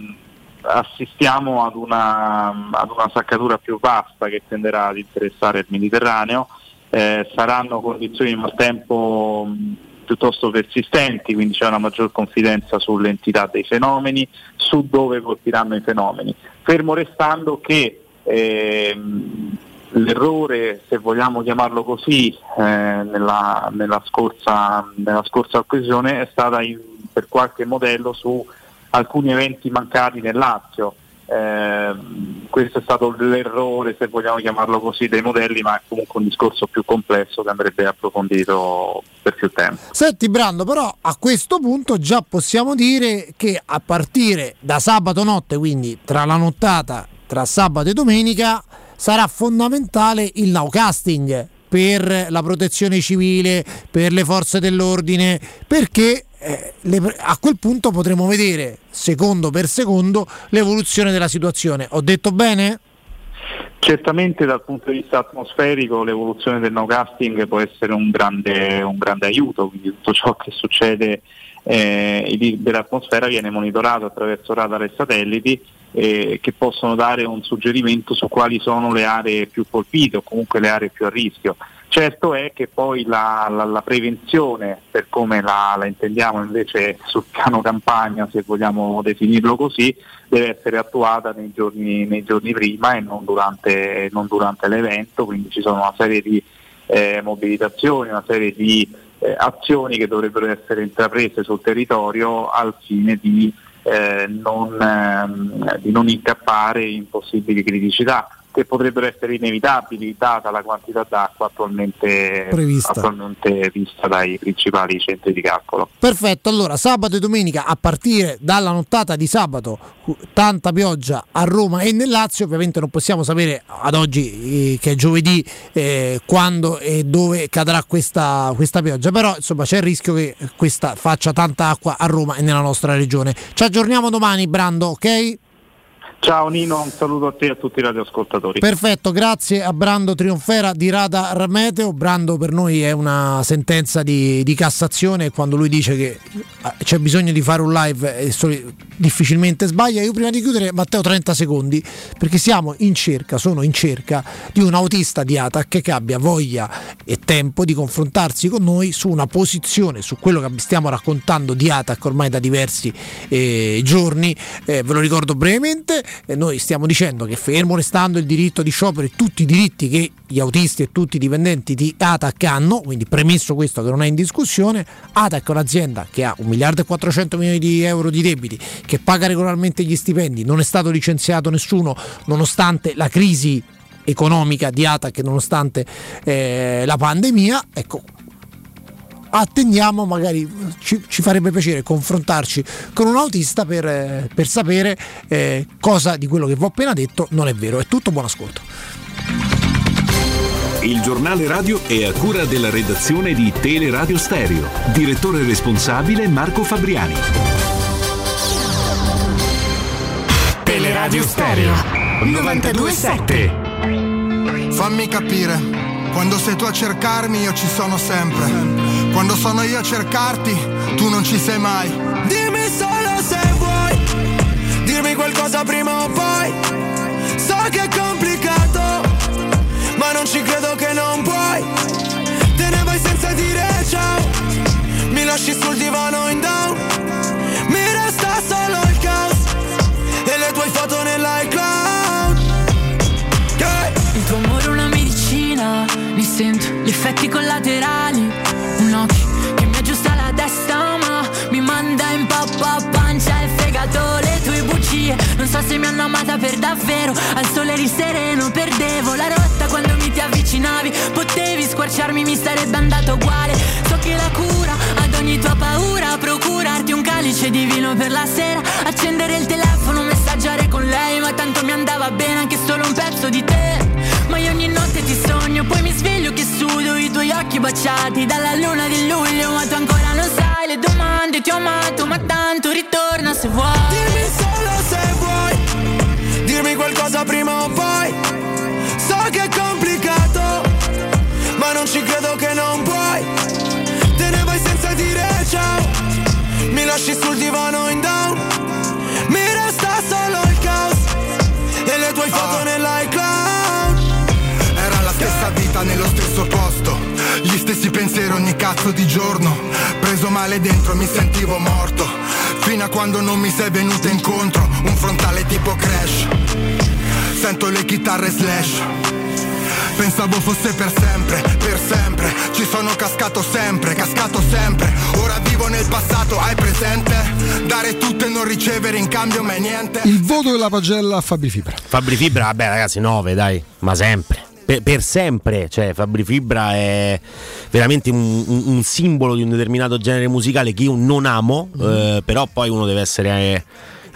assistiamo ad una, ad una saccatura più vasta che tenderà ad interessare il Mediterraneo. Eh, saranno condizioni di maltempo piuttosto persistenti, quindi c'è una maggior confidenza sull'entità dei fenomeni, su dove colpiranno i fenomeni, fermo restando che ehm, l'errore, se vogliamo chiamarlo così, eh, nella, nella, scorsa, nella scorsa occasione è stata in, per qualche modello su alcuni eventi mancati nel Lazio. Eh, questo è stato l'errore, se vogliamo chiamarlo così, dei modelli, ma è comunque un discorso più complesso che andrebbe approfondito per più tempo. Senti Brando, però a questo punto già possiamo dire che a partire da sabato notte, quindi tra la nottata tra sabato e domenica, sarà fondamentale il nowcasting per la protezione civile, per le forze dell'ordine, perché Eh, le, a quel punto potremo vedere secondo per secondo l'evoluzione della situazione. Ho detto bene? Certamente dal punto di vista atmosferico l'evoluzione del nowcasting può essere un grande, un grande aiuto, quindi tutto ciò che succede eh, dell'atmosfera viene monitorato attraverso radar e satelliti eh, che possono dare un suggerimento su quali sono le aree più colpite o comunque le aree più a rischio. Certo è che poi la, la, la prevenzione, per come la, la intendiamo invece sul piano campagna, se vogliamo definirlo così, deve essere attuata nei giorni, nei giorni prima e non durante, non durante l'evento, quindi ci sono una serie di eh, mobilitazioni, una serie di eh, azioni che dovrebbero essere intraprese sul territorio al fine di, eh, non, ehm, di non incappare in possibili criticità che potrebbero essere inevitabili data la quantità d'acqua attualmente prevista. attualmente vista dai principali centri di calcolo. Perfetto, allora sabato e domenica a partire dalla nottata di sabato tanta pioggia a Roma e nel Lazio, ovviamente non possiamo sapere ad oggi eh, che è giovedì eh, quando e dove cadrà questa, questa pioggia, però insomma c'è il rischio che questa faccia tanta acqua a Roma e nella nostra regione. Ci aggiorniamo domani, Brando, ok? Ciao Nino, un saluto a te e a tutti i radioascoltatori. Perfetto, grazie a Brando Trionfera di Radar Meteo. Brando per noi è una sentenza di, di Cassazione, quando lui dice che c'è bisogno di fare un live e soli, difficilmente sbaglia. Io prima di chiudere, Matteo, trenta secondi, perché siamo in cerca, sono in cerca di un autista di Atac che abbia voglia e tempo di confrontarsi con noi su una posizione, su quello che stiamo raccontando di Atac ormai da diversi eh, giorni. Eh, ve lo ricordo brevemente. E noi stiamo dicendo che, fermo restando il diritto di sciopero e tutti i diritti che gli autisti e tutti i dipendenti di Atac hanno, quindi premesso questo che non è in discussione, Atac è un'azienda che ha un miliardo e quattrocento milioni di euro di debiti, che paga regolarmente gli stipendi, non è stato licenziato nessuno nonostante la crisi economica di Atac, nonostante eh, la pandemia. Ecco, attendiamo, magari ci, ci farebbe piacere confrontarci con un autista per, eh, per sapere eh, cosa di quello che vi ho appena detto non è vero. È tutto, buon ascolto. Il giornale radio è a cura della redazione di Teleradio Stereo. Direttore responsabile Marco Fabriani. Teleradio Stereo novantadue sette. Fammi capire, quando sei tu a cercarmi io ci sono sempre. Quando sono io a cercarti, tu non ci sei mai. Dimmi solo se vuoi, dirmi qualcosa prima o poi. So che è complicato, ma non ci credo che non puoi. Te ne vai senza dire ciao, mi lasci sul divano in down. Mi resta solo il caos e le tue foto nell'iCloud. Yeah. Il tuo amore è una medicina, mi sento gli effetti collaterali. Un occhio che mi aggiusta la testa ma mi manda in pappa, pancia e fegato. Le tue bugie non so se mi hanno amata per davvero. Al sole eri sereno, perdevo la rotta quando mi ti avvicinavi. Potevi squarciarmi, mi sarebbe andato uguale. So che la cura ad ogni tua paura, procurarti un calice di vino per la sera, accendere il telefono, messaggiare con lei. Ma tanto mi andava bene anche solo un pezzo di te. Ma io ogni notte ti sogno, poi mi sveglio che sudo i tuoi occhi baciati dalla luna di luglio. Ma tu ancora non sai le domande, ti ho amato ma tanto ritorna se vuoi. Dimmi solo se vuoi, dirmi qualcosa prima o poi. So che è complicato, ma non ci credo che non puoi. Te ne vai senza dire ciao, mi lasci sul divano in down. Mi resta solo il caos e le tue foto ah. nell'iCloud. Stessa vita nello stesso posto, gli stessi pensieri ogni cazzo di giorno. Preso male dentro mi sentivo morto, fino a quando non mi sei venuta incontro. Un frontale tipo Crash, sento le chitarre Slash. Pensavo fosse per sempre, per sempre. Ci sono cascato sempre, cascato sempre. Ora vivo nel passato, hai presente? Dare tutto e non ricevere in cambio mai niente. Il voto della pagella a Fabri Fibra. Fabri Fibra, vabbè ragazzi, nove dai, ma sempre. Per, per sempre, cioè Fabri Fibra è veramente un, un, un simbolo di un determinato genere musicale che io non amo, mm. eh, però poi uno deve essere eh,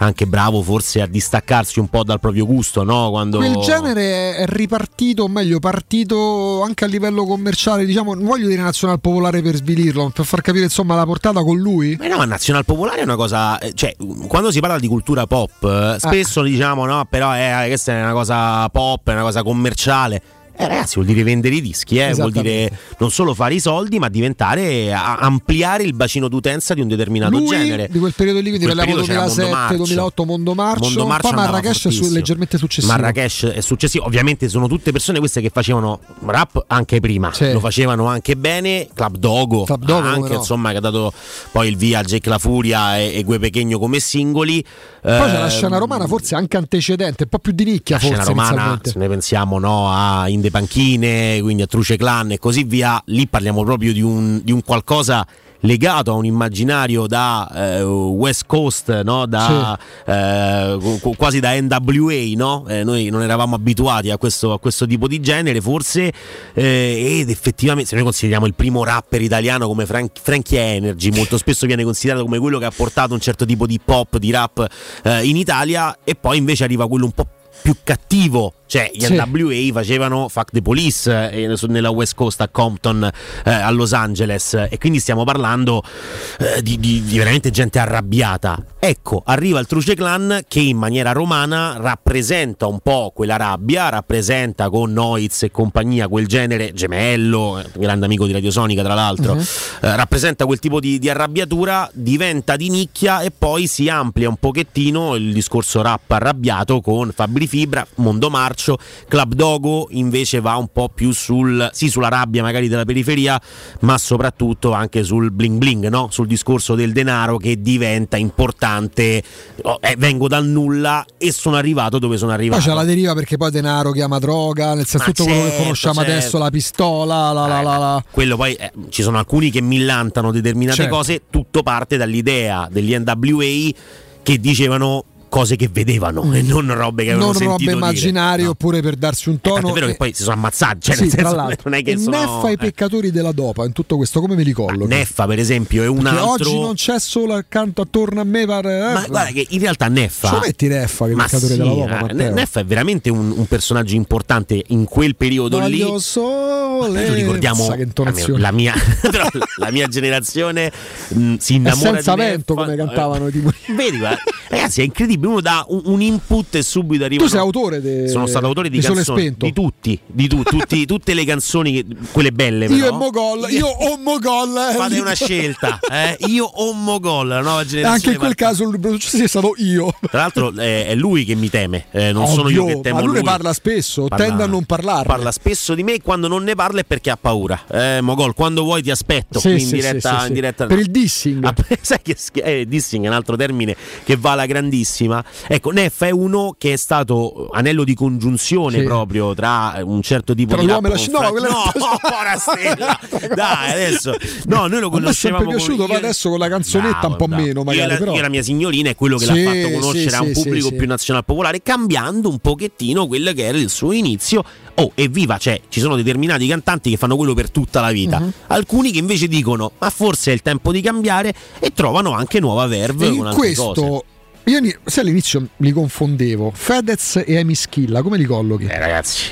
anche bravo forse a distaccarsi un po' dal proprio gusto, no? Quando... Quel genere è ripartito, o meglio partito anche a livello commerciale, diciamo, non voglio dire nazional popolare per svilirlo, per far capire insomma la portata con lui. Ma no, ma nazional popolare è una cosa, cioè quando si parla di cultura pop spesso ah. diciamo no, però è, questa è una cosa pop, è una cosa commerciale. Eh, ragazzi, vuol dire vendere i dischi, eh? Vuol dire non solo fare i soldi, ma diventare a, ampliare il bacino d'utenza di un determinato Lui, genere. Di quel periodo lì, quindi parliamo duemilasette duemilaotto, Mondo Marcio. Mondo Marcio poi Marrakesh è su, leggermente successivo. Marrakesh è successivo. Ovviamente sono tutte persone queste che facevano rap anche prima, sì. lo facevano anche bene. Club Dogo, Club Dogo anche no. insomma, che ha dato poi il via a Jake La Furia e, e Gue Pechegno come singoli. Poi eh, c'è la scena romana, forse anche antecedente, un po' più di nicchia. La forse scena romana, se ne pensiamo no, a In De Panchine, quindi a Truce Clan e così via, lì parliamo proprio di un, di un qualcosa legato a un immaginario da eh, West Coast, no? Da, sì. eh, quasi da N W A, no? Eh, noi non eravamo abituati a questo, a questo tipo di genere forse, eh, ed effettivamente se noi consideriamo il primo rapper italiano come Frank, Frankie Energy, molto spesso viene considerato come quello che ha portato un certo tipo di pop, di rap eh, in Italia, e poi invece arriva quello un po' più cattivo, cioè gli sì. N W A facevano Fuck the Police eh, nella West Coast a Compton, eh, a Los Angeles, e quindi stiamo parlando eh, di, di, di veramente gente arrabbiata. Ecco, arriva il Truce Clan che in maniera romana rappresenta un po' quella rabbia, rappresenta con Noiz e compagnia quel genere, Gemello, grande amico di Radiosonica tra l'altro, uh-huh. eh, rappresenta quel tipo di, di arrabbiatura, diventa di nicchia e poi si amplia un pochettino il discorso rap arrabbiato con Fabri Fibra, Mondo Marcio. Club Dogo invece va un po' più sul sì, sulla rabbia magari della periferia, ma soprattutto anche sul bling bling, no? Sul discorso del denaro che diventa importante. Oh, eh, vengo dal nulla e sono arrivato dove sono arrivato. Poi c'è la deriva, perché poi denaro chiama droga, nel senso ma tutto certo, quello che conosciamo certo. adesso, la pistola, la, la, la, la. Quello poi eh, ci sono alcuni che millantano determinate certo. cose, tutto parte dall'idea degli N W A che dicevano cose che vedevano mm. e non robe che avevano non sentito robe immaginarie, no. oppure per darsi un tono. Eh, è vero e... che poi si sono ammazzati, cioè sì, nel senso, tra non è che e sono Neffa i peccatori della dopa in tutto questo, come me li collochi? Neffa per esempio è un perché altro. Oggi non c'è solo accanto attorno a me pare, eh? Ma guarda che in realtà Neffa ci metti Neffa che è il peccatore sì, della dopa, Matteo. Neffa è veramente un, un personaggio importante in quel periodo Voglio lì sole, lo ricordiamo che intonazione. la mia, però, la mia generazione mh, si innamora senza di vento Neffa. Come cantavano tipo. Vedi guarda, ragazzi è incredibile, uno dà un, un input e subito arriva. Tu sei autore de... Sono stato autore di, di canzoni di tutti, di tu, tutti, tutte le canzoni, quelle belle però. Io e Mogol, io o Mogol. Fate una scelta, eh? Io o Mogol, la nuova generazione. Anche in quel caso il sì, è stato io. Tra l'altro eh, è lui che mi teme, eh, non Ovvio, sono io che temo ma lui. lui ne parla spesso, parla, tende a non parlare. Parla spesso di me e quando non ne parla è perché ha paura. Eh, Mogol, quando vuoi ti aspetto sì, qui sì, in diretta, sì, in diretta per il dissing. Ah, sai che eh, dissing è un altro termine che va alla grandissima. Ecco, Neffa è uno che è stato anello di congiunzione sì. proprio tra un certo tipo tra di l'uomo e la Fra... no, no, povera Stella. Dai, adesso no, noi lo conoscevamo. Mi è sempre piaciuto, ma adesso con la canzonetta bravo, un po' bravo. meno magari, io, la, però. io la mia signorina è quello che sì, l'ha fatto conoscere sì, a un pubblico sì, più nazionale popolare, cambiando un pochettino quello che era il suo inizio. Oh, evviva, cioè ci sono determinati cantanti che fanno quello per tutta la vita, uh-huh. alcuni che invece dicono ma forse è il tempo di cambiare e trovano anche nuova verve e con altre questo cose. Io se all'inizio li confondevo, Fedez e Amy Schilla, come li collochi? Eh ragazzi,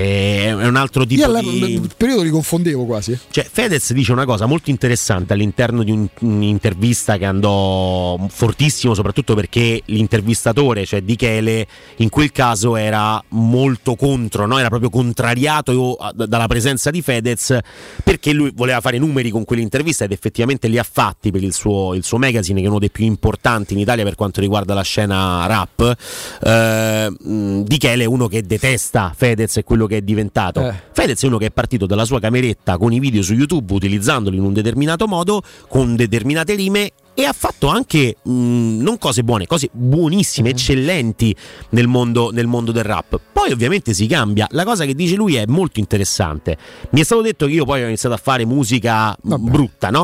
è un altro tipo Io di... Io periodo li confondevo quasi. Cioè Fedez dice una cosa molto interessante all'interno di un, un'intervista che andò fortissimo, soprattutto perché l'intervistatore, cioè Di Chele, in quel caso era molto contro, no? Era proprio contrariato dalla presenza di Fedez, perché lui voleva fare numeri con quell'intervista ed effettivamente li ha fatti per il suo, il suo magazine, che è uno dei più importanti in Italia per quanto riguarda la scena rap. eh, Di Chele è uno che detesta Fedez e quello che è diventato. eh. Fedez è uno che è partito dalla sua cameretta con i video su YouTube, utilizzandoli in un determinato modo, con determinate rime, e ha fatto anche mh, non cose buone, cose buonissime, mm. eccellenti nel mondo, nel mondo del rap. Poi ovviamente si cambia. La cosa che dice lui è molto interessante. Mi è stato detto che io poi ho iniziato a fare musica Vabbè. brutta, no?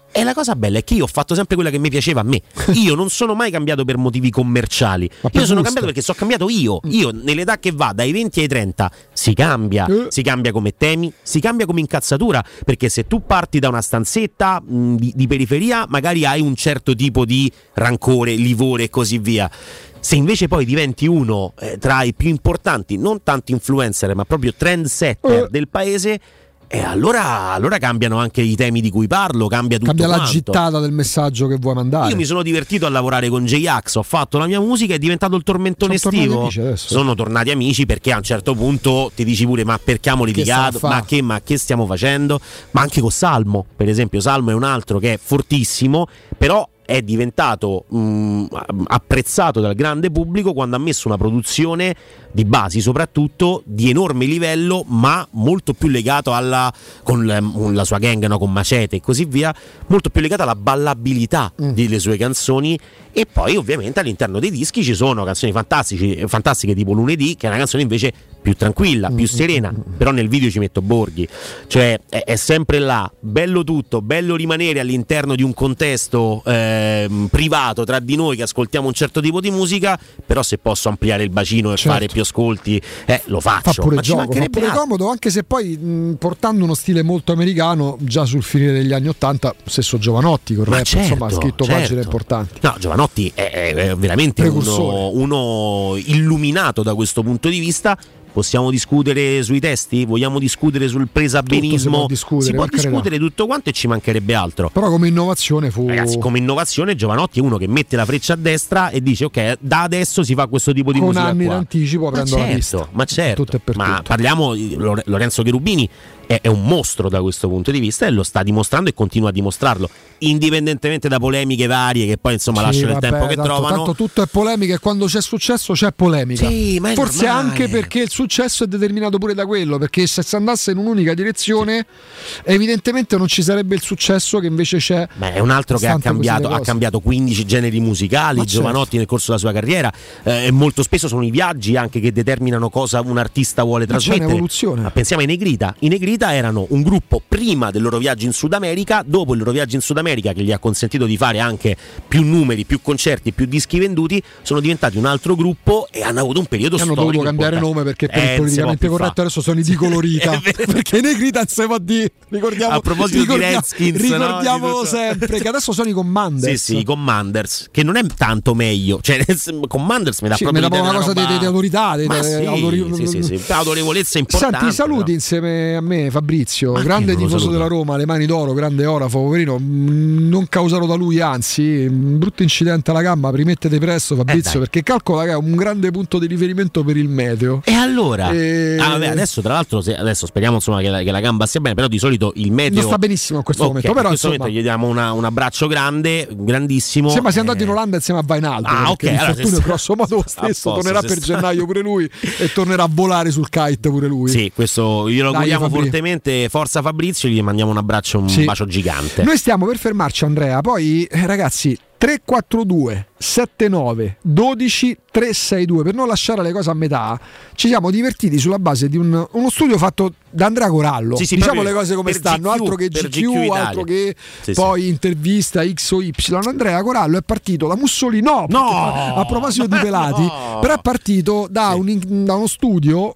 E la cosa bella è che io ho fatto sempre quella che mi piaceva a me. Io non sono mai cambiato per motivi commerciali. Io sono gusto. cambiato perché sono cambiato io. Io nell'età che va dai venti ai trenta si cambia, Eh. si cambia come temi, si cambia come incazzatura, perché se tu parti da una stanzetta mh, di, di periferia, magari hai un certo tipo di rancore, livore e così via. Se invece poi diventi uno eh, tra i più importanti, non tanto influencer, ma proprio trendsetter Eh. del paese, e allora, allora cambiano anche i temi di cui parlo, cambia tutto Cambia la quanto. gittata del messaggio che vuoi mandare. Io mi sono divertito a lavorare con J-Ax, ho fatto la mia musica, è diventato il tormentone Sono tornati estivo. amici adesso. Sono tornati amici perché a un certo punto ti dici pure ma perché abbiamo litigato, stiamo a fa? ma che, ma che stiamo facendo? Ma anche con Salmo, per esempio. Salmo è un altro che è fortissimo, però è diventato mh, apprezzato dal grande pubblico quando ha messo una produzione di basi, soprattutto di enorme livello, ma molto più legato alla con la, con la sua gang, no, con Macete e così via, molto più legata alla ballabilità mm. delle sue canzoni. E poi ovviamente all'interno dei dischi ci sono canzoni fantastici, fantastiche tipo Lunedì, che è una canzone invece più tranquilla, più serena, però nel video ci metto Borghi, cioè è, è sempre là, bello tutto, bello rimanere all'interno di un contesto eh, privato tra di noi che ascoltiamo un certo tipo di musica, però se posso ampliare il bacino e certo. fare più ascolti eh, lo faccio, fa pure ma ci gioco, fa mancherebbe pure altro. comodo, anche se poi mh, portando uno stile molto americano già sul finire degli anni ottanta, stesso Giovanotti con Ma rap, certo, insomma ha scritto certo. pagine importanti. No, Giovanotti è, è, è veramente uno, uno illuminato da questo punto di vista. Possiamo discutere sui testi? Vogliamo discutere sul presabenismo? Si può discutere, si può per carità. discutere tutto quanto e ci mancherebbe altro. Però come innovazione fu... Ragazzi, come innovazione Giovanotti è uno che mette la freccia a destra e dice ok, da adesso si fa questo tipo di con musica anni qua. d'anticipo Ma prendo certo, la pista. ma certo, Tutto e per ma tutto. parliamo di Lore- Lorenzo Cherubini è, è un mostro da questo punto di vista e lo sta dimostrando e continua a dimostrarlo, indipendentemente da polemiche varie che poi insomma Sì, lasciano vabbè, il tempo che tanto, trovano. tanto tutto è polemica e quando c'è successo c'è polemica. Sì, ma è forse normale. anche perché il successo è determinato pure da quello, perché se si andasse in un'unica direzione evidentemente non ci sarebbe il successo che invece c'è. Beh, è un altro che ha stante cambiato, queste ha cose. cambiato quindici generi musicali, Ma Giovanotti certo. nel corso della sua carriera eh, e molto spesso sono i viaggi anche che determinano cosa un artista vuole Ma c'è trasmettere. un'evoluzione. Ma pensiamo ai Negrita. I Negrita erano un gruppo prima del loro viaggio in Sud America, dopo il loro viaggio in Sud America che gli ha consentito di fare anche più numeri, più concerti, più dischi venduti, sono diventati un altro gruppo e hanno avuto un periodo Hanno storico dovuto cambiare importante. nome perché per Eh, il non si politicamente può più corretto fa. adesso sono i di colorita perché i Negrita non si può dire. Ricordiamo, A proposito di ricordiamo, Redskins, no? ricordiamolo Di tutto. sempre che adesso sono i Commanders. Sì, sì, i Commanders, che non è tanto meglio, cioè Commanders mi dà Sì, proprio mi dà l'idea una cosa roba... di, di, di autorità, di, Ma di- sì, autori- sì, sì, sì, autorevolezza importante. Senti, saluti insieme a me Fabrizio, Ma grande chi non lo tifoso saluta? della Roma, le mani d'oro, grande orafo, poverino, mh, non causato da lui, anzi, un brutto incidente alla gamba, rimettete presto Fabrizio, dai. perché calcola che è un grande punto di riferimento per il meteo. E allora? E- Ah, vabbè, adesso tra l'altro se- adesso speriamo insomma che la, che la gamba stia bene, però di solito il meteo Non sta benissimo in questo Ok, momento, però in questo insomma, momento gli diamo una- un abbraccio grande, grandissimo. sembra sia andato Eh, in Olanda insieme a Vainaldo, Ah, perché ok, allora l'infortunio se- è grosso modo lo a stesso, posto, tornerà se per sta- gennaio pure lui e tornerà a volare sul kite pure lui. Sì, questo glielo Dai, auguriamo Fabri. fortemente. Forza Fabrizio, gli mandiamo un abbraccio, un Sì. bacio gigante. Noi stiamo per fermarci Andrea, poi eh, ragazzi tre quattro due sette nove uno due tre sei due, per non lasciare le cose a metà ci siamo divertiti sulla base di un, uno studio fatto da Andrea Corallo. Sì, sì, diciamo proprio le cose come per stanno, G Q, altro che per G Q, G Q Italia. altro che Sì, poi intervista X o Y. Andrea Corallo è partito da Mussolini, no, perché No! a proposito di pelati, No! però è partito da, un, da uno studio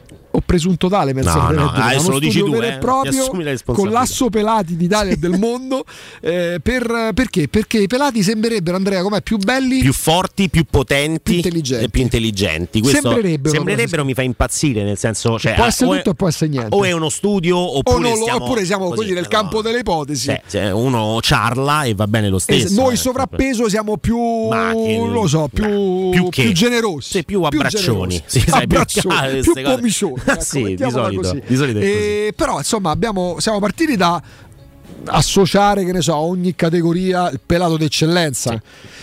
o presunto tale, penso No, che no, deve dire, adesso uno lo dici studio tu, vero eh, e ti proprio assumi la con responsabilità. l'asso pelati d'Italia e del mondo eh, per, perché? Perché i pelati sembrerebbero, Andrea, com'è, più belli, Più forti, più potenti Più intelligenti. e più intelligenti. Questo Sembrerebbero, sembrerebbero mi fa impazzire, nel senso, cioè, può ah, essere o è- tutto e può essere niente. o è uno studio oppure, o non lo- stiamo, oppure siamo così, così nel no. campo delle ipotesi. Sì, sì, uno ciarla e va bene lo Es- stesso. noi eh. sovrappeso siamo più, Ma che- non lo so, più, no, più che- più generosi, sì, più abbraccioni. generosi. Sì, sai, più- abbraccioni, ah, più queste cose. pomicioni, ecco, Sì, di mettiamola solito, così. di solito è E- però insomma abbiamo, siamo partiti da associare, che ne so, a ogni categoria il pelato d'eccellenza.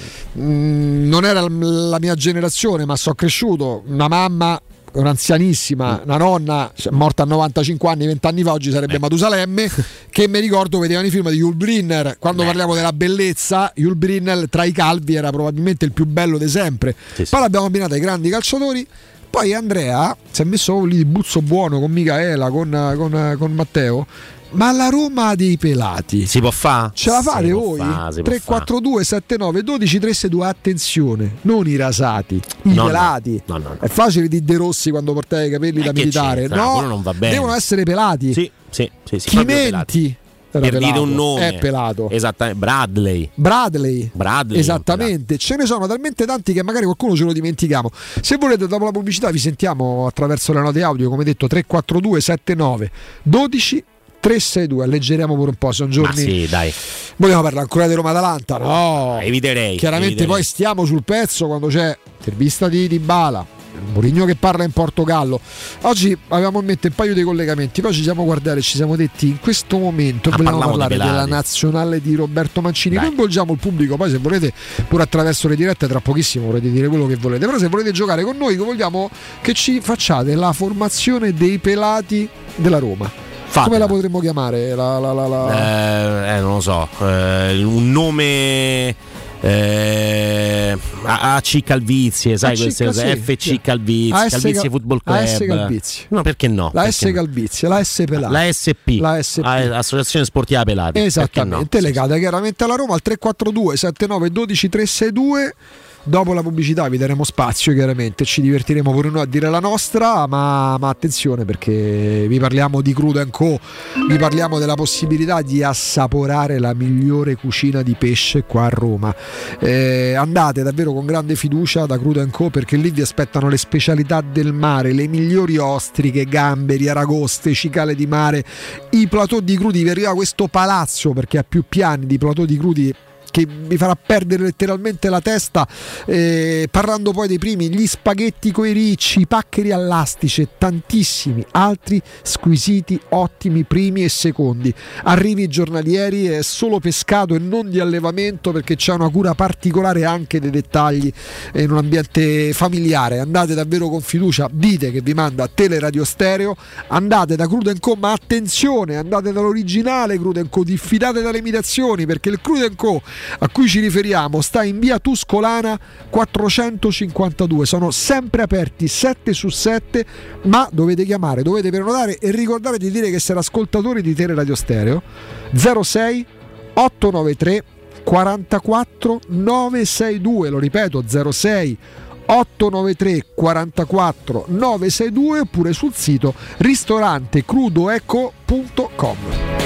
Mm, non era la mia generazione, ma sono cresciuto, una mamma un'anzianissima, una nonna cioè, morta a novantacinque anni, venti anni fa, oggi sarebbe Matusalemme, che mi ricordo vedevano i film di Yul Brynner. Quando Beh. parliamo della bellezza, Yul Brynner tra i calvi era probabilmente il più bello di sempre. Sì, sì. Poi l'abbiamo abbinato ai grandi calciatori, poi Andrea si è messo lì di buzzo buono con Micaela, con, con, con Matteo. Ma la Roma dei pelati si può fare? Ce la fate voi? tre quattro due sette nove uno due tre sei due, attenzione, non i rasati, i no, pelati. No, no, no. È facile di De Rossi quando portai i capelli eh, da militare. No, non va bene. Devono essere pelati. Sì, sì, sì, sì, Chimenti. Per pelato. dire un nome. È pelato. Esattamente. Bradley. Bradley. Bradley. Esattamente. Ce ne sono talmente tanti che magari qualcuno ce lo dimentichiamo. Se volete, dopo la pubblicità vi sentiamo attraverso le note audio, come detto, tre quattro due sette nove uno due tre sei due. Alleggeriamo pure un po', sono giorni. Ma sì, dai. Vogliamo parlare ancora di Roma-Atalanta? No. Eviterei. Chiaramente eviterei. Poi stiamo sul pezzo quando c'è intervista di Dybala, Mourinho che parla in Portogallo. Oggi avevamo in mente un paio di collegamenti, poi ci siamo guardati e ci siamo detti in questo momento ah, vogliamo parlare della nazionale di Roberto Mancini. Dai. Coinvolgiamo il pubblico, poi se volete pure attraverso le dirette tra pochissimo potete dire quello che volete, però se volete giocare con noi vogliamo che ci facciate la formazione dei pelati della Roma. Fatela. Come la potremmo chiamare? La, la, la, la... Eh, eh, non lo so, eh, un nome eh, A C Calvizie, sai queste cose, sì, F C Calvizie, Calvizie Football Club. A S Calvizie. No, perché no? La perché S Calvizie, no? La S Pelati. La S P. La S P. Associazione Sportiva Pelati. Esattamente, no? legata sì, chiaramente alla Roma al tre quattro due sette nove uno due tre sei due. Dopo la pubblicità vi daremo spazio, chiaramente ci divertiremo pure noi a dire la nostra, ma, ma attenzione perché vi parliamo di Crudo and Co, vi parliamo della possibilità di assaporare la migliore cucina di pesce qua a Roma. Eh, andate davvero con grande fiducia da Crudo and Co perché lì vi aspettano le specialità del mare, le migliori ostriche, gamberi, aragoste, cicale di mare, i plateau di crudi. Vi arriva questo palazzo perché ha più piani di plateau di crudi che vi farà perdere letteralmente la testa, eh, parlando poi dei primi, gli spaghetti coi ricci, i paccheri all'astice e tantissimi altri squisiti, ottimi primi e secondi arrivi giornalieri. È solo pescato e non di allevamento perché c'è una cura particolare anche dei dettagli in un ambiente familiare. Andate davvero con fiducia, dite che vi manda Teleradio Stereo, andate da Crudo and Co, ma attenzione, andate dall'originale Crudo and Co, diffidate dalle imitazioni perché il Crudo and Co a cui ci riferiamo sta in via Tuscolana quattrocentocinquantadue. Sono sempre aperti sette su sette, ma dovete chiamare, dovete prenotare e ricordate di dire che siete ascoltatori di Teleradio Stereo. Zero sei otto nove tre quarantaquattro nove sei due, lo ripeto, zero sei otto nove tre quarantaquattro nove sei due, oppure sul sito ristorante crudoeco punto com.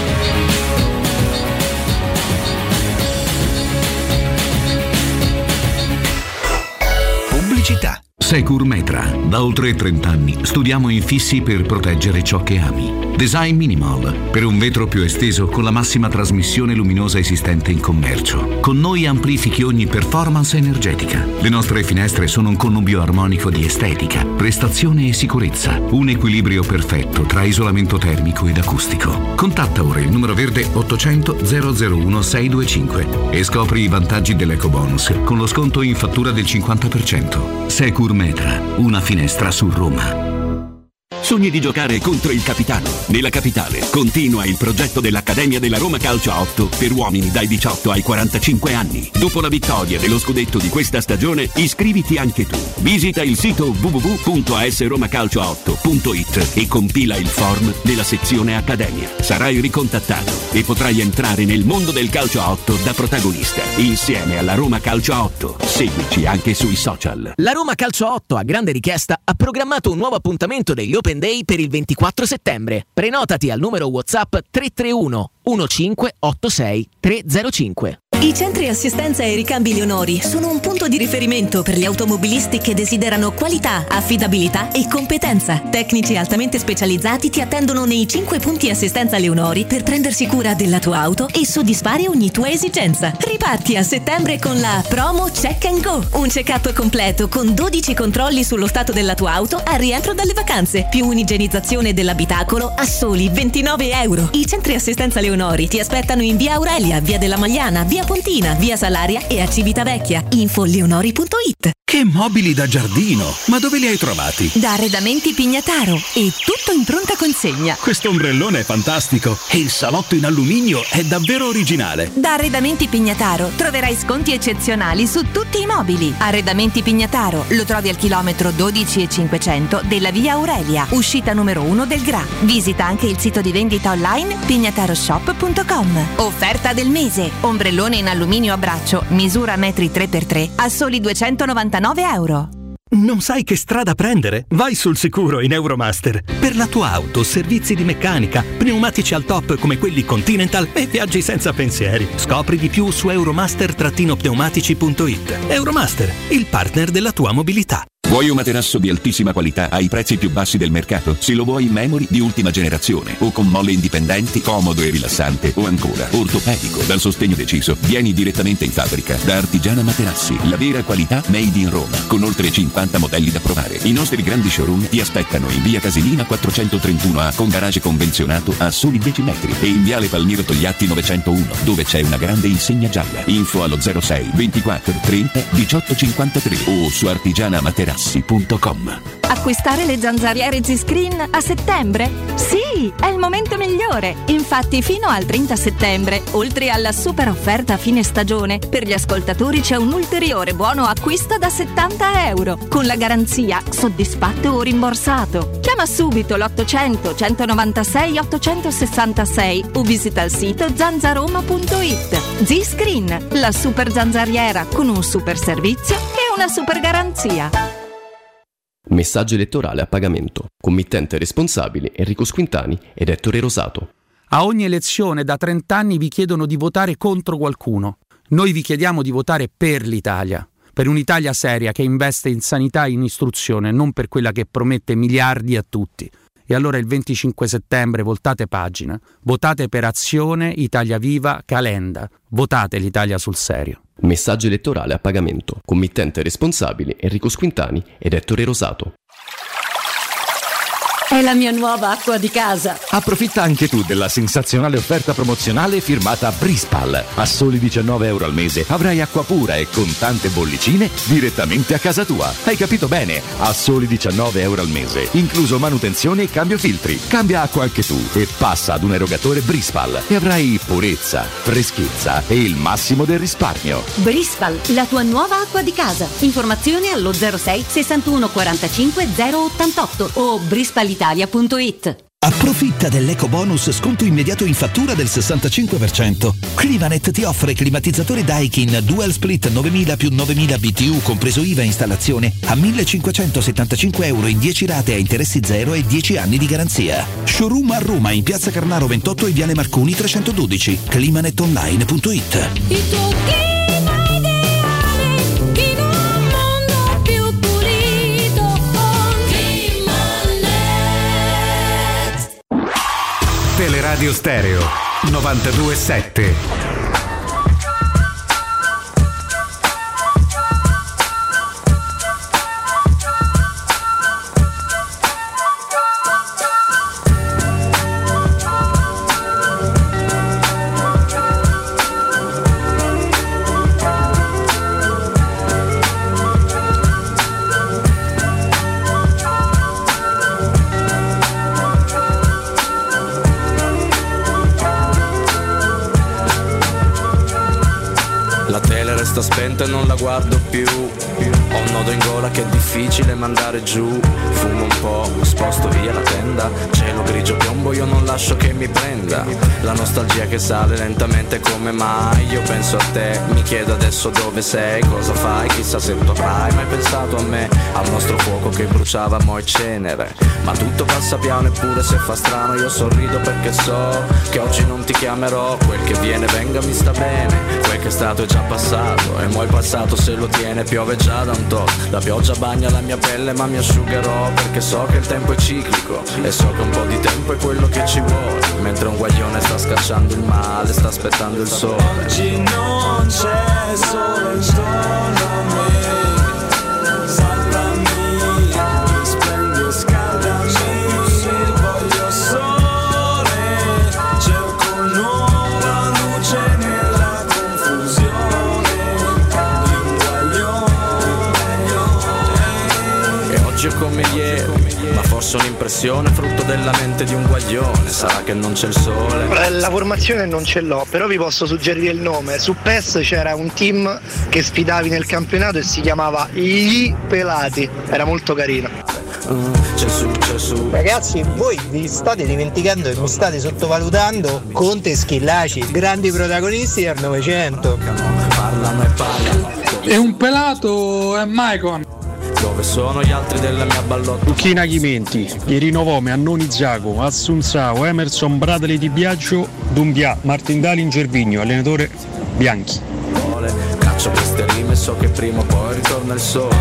Pubblicità. Securmetra. Da oltre trenta anni studiamo infissi per proteggere ciò che ami. Design Minimal, per un vetro più esteso con la massima trasmissione luminosa esistente in commercio. Con noi amplifichi ogni performance energetica. Le nostre finestre sono un connubio armonico di estetica, prestazione e sicurezza. Un equilibrio perfetto tra isolamento termico ed acustico. Contatta ora il numero verde ottocento zero zero uno sei due cinque e scopri i vantaggi dell'EcoBonus con lo sconto in fattura del cinquanta per cento. Securmetra, una finestra su Roma. Sogni di giocare contro il capitano? Nella capitale continua il progetto dell'Accademia della Roma Calcio a otto per uomini dai diciotto ai quarantacinque anni. Dopo la vittoria dello scudetto di questa stagione, iscriviti anche tu. Visita il sito w w w punto a s roma calcio a otto punto i t e compila il form nella sezione Accademia. Sarai ricontattato e potrai entrare nel mondo del calcio a otto da protagonista, insieme alla Roma Calcio a otto. Seguici anche sui social. La Roma Calcio a otto, a grande richiesta, ha programmato un nuovo appuntamento degli Open Day per il ventiquattro settembre. Prenotati al numero WhatsApp tre tre uno uno cinque otto sei tre zero cinque. I centri assistenza e ricambi Leonori sono un punto di riferimento per gli automobilisti che desiderano qualità, affidabilità e competenza. Tecnici altamente specializzati ti attendono nei cinque punti assistenza Leonori per prendersi cura della tua auto e soddisfare ogni tua esigenza. Riparti a settembre con la promo Check and Go, un check-up completo con dodici controlli sullo stato della tua auto al rientro dalle vacanze, più un'igienizzazione dell'abitacolo a soli ventinove euro. I centri assistenza Leonori ti aspettano in via Aurelia, via della Magliana, via Pontina, via Salaria e a Civitavecchia. Info leonori punto it. Che mobili da giardino! Ma dove li hai trovati? Da Arredamenti Pignataro, e tutto in pronta consegna. Questo ombrellone è fantastico e il salotto in alluminio è davvero originale. Da Arredamenti Pignataro troverai sconti eccezionali su tutti i mobili. Arredamenti Pignataro lo trovi al chilometro dodici e cinquecento della via Aurelia, uscita numero uno del Gra. Visita anche il sito di vendita online pignataroshop punto com. Offerta del mese: ombrellone in alluminio a braccio, misura metri tre per tre a soli duecentonovantanove euro. Non sai che strada prendere? Vai sul sicuro in Euromaster. Per la tua auto, servizi di meccanica, pneumatici al top come quelli Continental e viaggi senza pensieri. Scopri di più su euromaster pneumatici punto it. Euromaster, il partner della tua mobilità. Vuoi un materasso di altissima qualità ai prezzi più bassi del mercato? Se lo vuoi in memory di ultima generazione o con molle indipendenti, comodo e rilassante, o ancora ortopedico dal sostegno deciso, vieni direttamente in fabbrica da Artigiana Materassi, la vera qualità made in Roma, con oltre cinquanta modelli da provare. I nostri grandi showroom ti aspettano in via Casilina quattrocentotrentuno A con garage convenzionato a soli dieci metri e in viale Palmiro Togliatti novecentouno, dove c'è una grande insegna gialla. Info allo zero sei ventiquattro trenta diciotto cinquantatré o su artigiana materassi punto com. Acquistare le zanzariere Z-Screen a settembre? Sì, è il momento migliore! Infatti fino al trenta settembre, oltre alla super offerta a fine stagione, per gli ascoltatori c'è un ulteriore buono acquisto da settanta euro, con la garanzia soddisfatto o rimborsato. Chiama subito l'ottocento centonovantasei ottocentosessantasei o visita il sito zanzaroma punto it. Z-Screen, la super zanzariera con un super servizio e una super garanzia. Messaggio elettorale a pagamento. Committente responsabile Enrico Squintani ed Ettore Rosato. A ogni elezione da trenta anni vi chiedono di votare contro qualcuno. Noi vi chiediamo di votare per l'Italia. Per un'Italia seria che investe in sanità e in istruzione, non per quella che promette miliardi a tutti. E allora il venticinque settembre voltate pagina. Votate per Azione, Italia Viva, Calenda. Votate l'Italia sul serio. Messaggio elettorale a pagamento. Committente responsabile Enrico Squintani ed Ettore Rosato. È la mia nuova acqua di casa. Approfitta anche tu della sensazionale offerta promozionale firmata Brispal. A soli diciannove euro al mese avrai acqua pura e con tante bollicine direttamente a casa tua. Hai capito bene? A soli diciannove euro al mese, incluso manutenzione e cambio filtri. Cambia acqua anche tu e passa ad un erogatore Brispal e avrai purezza, freschezza e il massimo del risparmio. Brispal, la tua nuova acqua di casa. Informazioni allo zero sei sessantuno quarantacinque zero ottantotto o brispal italia punto it. Approfitta dell'eco bonus sconto immediato in fattura del sessantacinque per cento. Climanet ti offre climatizzatore Daikin Dual Split novemila più novemila B T U compreso I V A e installazione a millecinquecentosettantacinque euro in dieci rate a interessi zero e dieci anni di garanzia. Showroom a Roma in Piazza Carnaro ventotto e Viale Marconi trecentododici. climanetonline punto it. Il tuo clima ideale in un mondo più pulito con Climanet. Teleradio Stereo novantadue sette. Resta spenta e non la guardo più. Ho un nodo in gola che è difficile mandare giù. Fumo un po', sposto via la tenda. Cielo grigio piombo, io non lascio che mi prenda. La nostalgia che sale lentamente, come mai? Io penso a te, mi chiedo adesso dove sei. Cosa fai? Chissà se tornerai. Mai pensato a me, al nostro fuoco che bruciava mo' e cenere. Ma tutto passa piano eppure se fa strano io sorrido perché so che oggi non ti chiamerò. Quel che viene venga mi sta bene. Quel che è stato è già passato e mo' il passato se lo tiene. Piove già da un to', la pioggia bagna la mia pelle ma mi asciugherò perché so che il tempo è ciclico e so che un po' di tempo è quello che ci vuole. Mentre un guaglione sta scacciando il male, sta aspettando il sole. Oggi non c'è sole intorno a me. Salvami, splendi e scaldami. Voglio sole, cerco nuova luce nella confusione di un guaglione. passione, frutto della mente di un guaglione. Sarà che non c'è il sole. La formazione non ce l'ho, però vi posso suggerire il nome. Su P E S c'era un team che sfidavi nel campionato e si chiamava Gli Pelati, era molto carino. Ragazzi, voi vi state dimenticando e mi state sottovalutando Conte e Schillaci, grandi protagonisti del Novecento. E un pelato è Maicon. Dove sono gli altri della mia ballotta? Lucchina Chimenti, Irinovome, Annoni Zago, Assunzao, Emerson, Bradley Di Biagio, Dumbia, Martindali in Gervigno, allenatore Bianchi. Caccio queste rime, so che prima o poi ritorna il sole.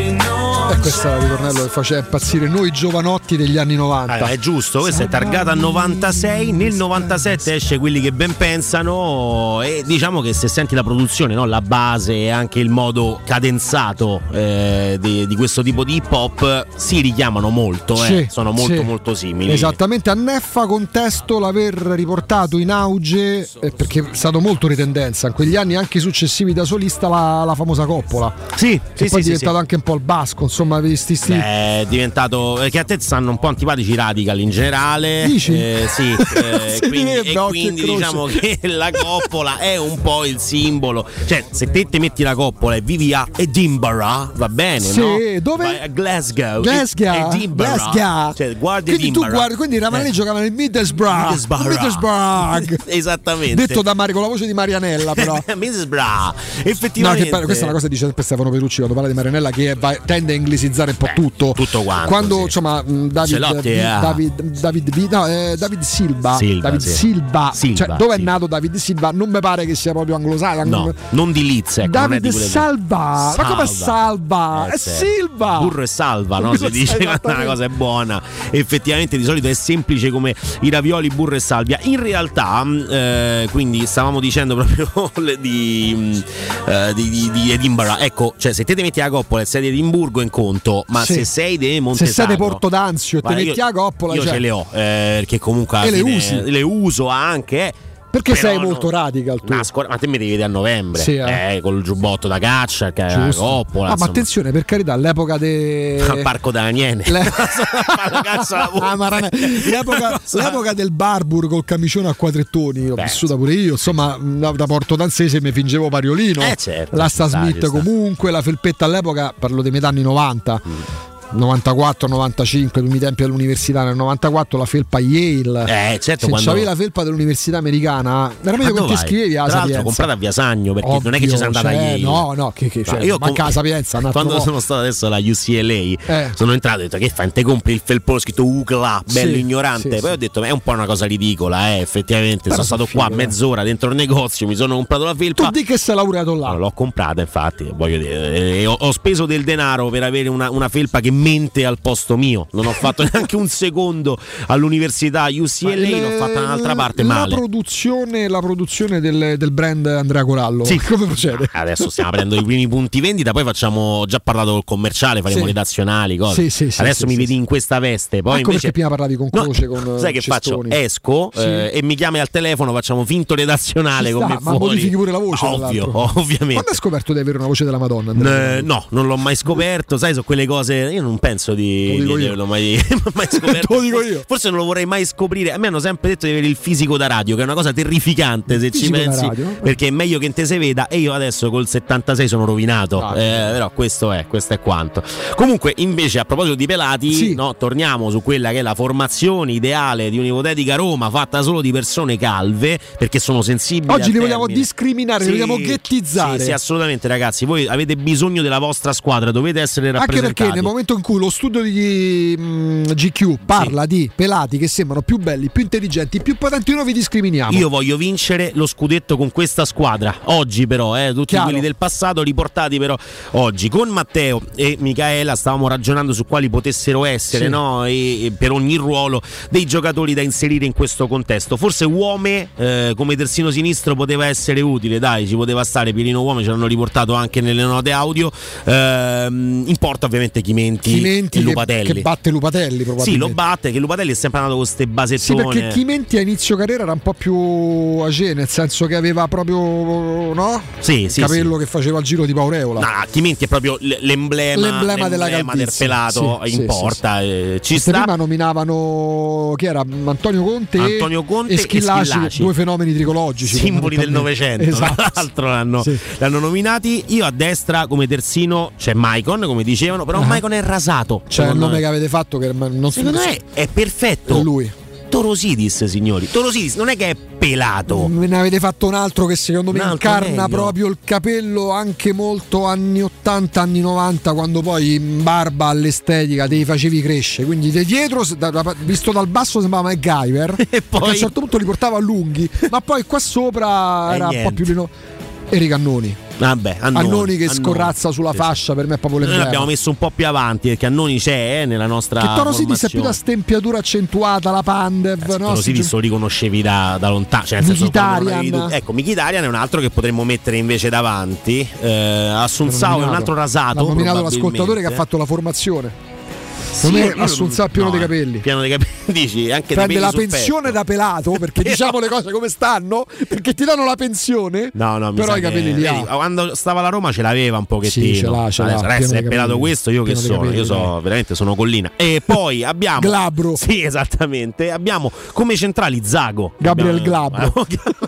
E questo è il ritornello che faceva impazzire noi giovanotti degli anni novanta. Ah, è giusto, questa è targata novantasei, nel novantasette esce Quelli che ben pensano, e diciamo che se senti la produzione, no? La base e anche il modo cadenzato eh, di, di questo tipo di hip hop si richiamano molto, eh. Sì, sono molto sì. molto simili. Esattamente, anneffa contesto l'aver riportato in auge, eh, perché è stato molto ritendenza in quegli anni anche successivi da solista, la, la famosa Coppola. Sì, che sì, poi sì, è diventato sì. anche un po' il basco, insomma, visti sti. È diventato, che a te stanno un po' antipatici i Radical in generale. Dici? Eh, sì, eh, Si quindi, direbbe, e occhio e quindi croce. diciamo che la Coppola è un po' il simbolo. Cioè, se te ti metti la Coppola e vivi a Edinburgh, va bene, Sì, no? dove? Vai a Glasgow. Glasgow, Edinburgh. Glasgow. Cioè, guardi Quindi tu Edinburgh. guardi, quindi i Ravanelli Eh. giocavano nel Middlesbrough. Middlesbrough. Middlesbrough. Esattamente. Detto da Mari con la voce di Marianella, però. Middlesbrough. No, Effettivamente. che per- questa è una cosa che dice sempre Stefano Perucci quando parla di Marianella, che va- tende a inglesizzare un po' tutto. Tutto quanto. Quando sì. insomma mh, David, Celotti, Vi- eh. David, David, Vi- no, eh, David Silva, Silva, David sì. Silva, Silva, cioè dove sì. è nato David Silva? Non mi pare che sia proprio anglosassone. No, non di Leeds, ecco, non è David di quelle- Salva. Ma come Salva? Eh, È certo. Silva. Burro e salva, no? Si dice quando una cosa è buona. Effettivamente di solito è semplice come i ravioli, burro e salvia. In realtà, eh, quindi stavamo dicendo proprio le- di, eh, di, di, di Edinburgh. Ecco, cioè se te ti metti a Coppola e sei di Edimburgo in conto, ma Sì. se sei di Se Montesano, sei di Porto d'Anzio e te guarda, metti io- a Coppola, io cioè, ce le ho, eh, perché comunque alla E le fine usi? le uso anche. eh. perché Però sei no- molto radical tu. Una scor- ma te mi devi vedere a novembre, Sì, eh. eh, col giubbotto da caccia, che la Giusto. Coppola. Ah, ma insomma. attenzione, per carità, all'epoca de... Al Parco Daniene. Le- Alla cazzo la Ah, Marane- l'epoca, l'epoca del Barbour col camicione a quadrettoni l'ho Beh, vissuta pure io, insomma, da, da Porto D'Ansese mi fingevo Pariolino. Eh, certo, la ci Sta sta, Smith ci sta. comunque, la felpetta all'epoca, parlo dei metà anni novanta. Mm. novantaquattro novantacinque, i primi tempi dell'università, nel novantaquattro la felpa Yale. Eh, certo, se quando- c'avevi la felpa dell'università americana, era meglio che Ma ti dove vai? scrivevi alla Tra l'altro Sapienza. comprata a Via Sagno, perché non è che Ovvio, ci sei andata cioè, ieri. No, no, che, che No, cioè, io manca com- la Sapienza. un altro quando po'. sono stato adesso alla U C L A, Eh. sono entrato e ho detto che fai? Te compri il felpone scritto U C L A, bello Sì, ignorante. sì, Poi sì. ho detto, ma è un po' una cosa ridicola, eh, effettivamente. Però sono stato sono qua figo, eh. mezz'ora dentro il negozio, mi sono comprato la felpa. Tu di che sei laureato là? No, l'ho comprata, infatti, voglio dire, e ho, ho speso del denaro per avere una, una felpa che mente al posto mio. Non ho fatto neanche un secondo all'università U C L A, l'ho fatta da un'altra parte la male. produzione, la produzione del, del brand Andrea Corallo, Sì. come procede? Adesso stiamo aprendo i primi punti vendita, poi facciamo, ho già parlato col commerciale, faremo Sì. redazionali, cose. Sì, sì, sì, Adesso sì, mi sì, vedi sì. in questa veste, poi Ecco invece perché prima parlavi con No, Croce, con sai che Cestoni. faccio? Esco Sì. eh, e mi chiami al telefono, facciamo finto redazionale Ci con sta, me ma fuori. modifichi pure la voce, tra Ovvio, l'altro. ovviamente. Quando hai scoperto di avere una voce della Madonna, Andrea? Eh, no, non l'ho mai scoperto, sai, sono quelle cose. Io non penso di, Te lo dico di io. averlo mai, mai scoperto. Te lo dico io. Forse non lo vorrei mai scoprire. A me hanno sempre detto di avere il fisico da radio, che è una cosa terrificante se ci fisico da pensi. radio? Perché è meglio che in te se veda. E io adesso col settantasei sono rovinato. Ah, Eh, però questo è, questo è quanto. Comunque, invece, a proposito di pelati, Sì. no, torniamo su quella che è la formazione ideale di un'ipotetica Roma fatta solo di persone calve, perché sono sensibili. Oggi al li vogliamo termine. discriminare, li vogliamo ghettizzare. Sì, sì, assolutamente, ragazzi. Voi avete bisogno della vostra squadra, dovete essere Anche rappresentati. perché nel momento in cui lo studio di mm, G Q parla di pelati che sembrano più belli, più intelligenti, più potenti, noi vi discriminiamo. Io voglio vincere lo scudetto con questa squadra. Oggi però, eh, tutti Chiaro. quelli del passato riportati però oggi. Con Matteo e Micaela stavamo ragionando su quali potessero essere, Sì. no, e, e per ogni ruolo dei giocatori da inserire in questo contesto. Forse Uome eh, come terzino sinistro poteva essere utile, dai, ci poteva stare Pierino Uome, ce l'hanno riportato anche nelle note audio. Ehm, in porta ovviamente Chimenti Chimenti e che, Lupatelli. che batte Lupatelli probabilmente. Sì, lo batte, che Lupatelli è sempre andato con queste basettone. Sì, perché Chimenti a inizio carriera era un po' più agé, nel senso che aveva proprio, no? Sì, il sì, capello sì. che faceva il giro di Paureola. No, Chimenti è proprio l'emblema, l'emblema della l'emblema del calzizia. pelato, Sì, in sì, porta. sì, sì. Eh, ci Queste sta. prima nominavano chi era? Antonio Conte, Antonio Conte e Schillaci, e Schillaci. due fenomeni tricologici, simboli del Novecento. Esatto. Tra l'altro l'hanno, Sì. l'hanno nominati. Io a destra come terzino c'è Maicon, come dicevano, però Ah. Maicon è rasato. Cioè il Secondo nome me. che avete fatto che non Secondo me è perfetto. È lui. Torosidis, signori. Torosidis non è che è pelato. Me ne avete fatto un altro che secondo me Un altro incarna meglio. proprio il capello anche molto anni ottanta, anni novanta, quando poi in barba all'estetica te li facevi crescere. Quindi da dietro, da- da- visto dal basso, sembrava MacGyver. E poi a un certo punto li portava lunghi, ma poi qua sopra E era un po' niente. più lino. Eric Annoni. Vabbè, Annoni, Annoni che Annoni. scorrazza sulla Sì, fascia, per me è proprio Noi l'emblema. l'abbiamo messo un po' più avanti perché Annoni c'è eh, nella nostra Che Torosidis è più formazione. da stempiatura accentuata, la Pandev, no? Torosidis lo riconoscevi da, da lontano, cioè nel senso, quando non avevi Mkhitaryan. tu- ecco, Mkhitaryan è un altro che potremmo mettere invece davanti. eh, Assunzao è un altro rasato. L'ha nominato probabilmente. l'ascoltatore che ha fatto la formazione. Sì, Non è io- Assunzao pieno no, dei capelli. Pieno dei capelli, dici anche dei Prende peli la sul pensione petto. da pelato, perché diciamo le cose come stanno, perché ti danno la pensione. No, no, mi però sa i capelli che, li vedi, ha. quando stava alla Roma ce l'aveva un pochettino. Sì, ce l'ha, ce l'ha, Adesso, pieno adesso di è pelato capelli. questo, io che Pieno di sono? capelli, Io so, dai. veramente sono collina. E poi abbiamo Glabro. Sì, esattamente. Abbiamo come centrali Zago. Gabriel Abbiamo- Glabro.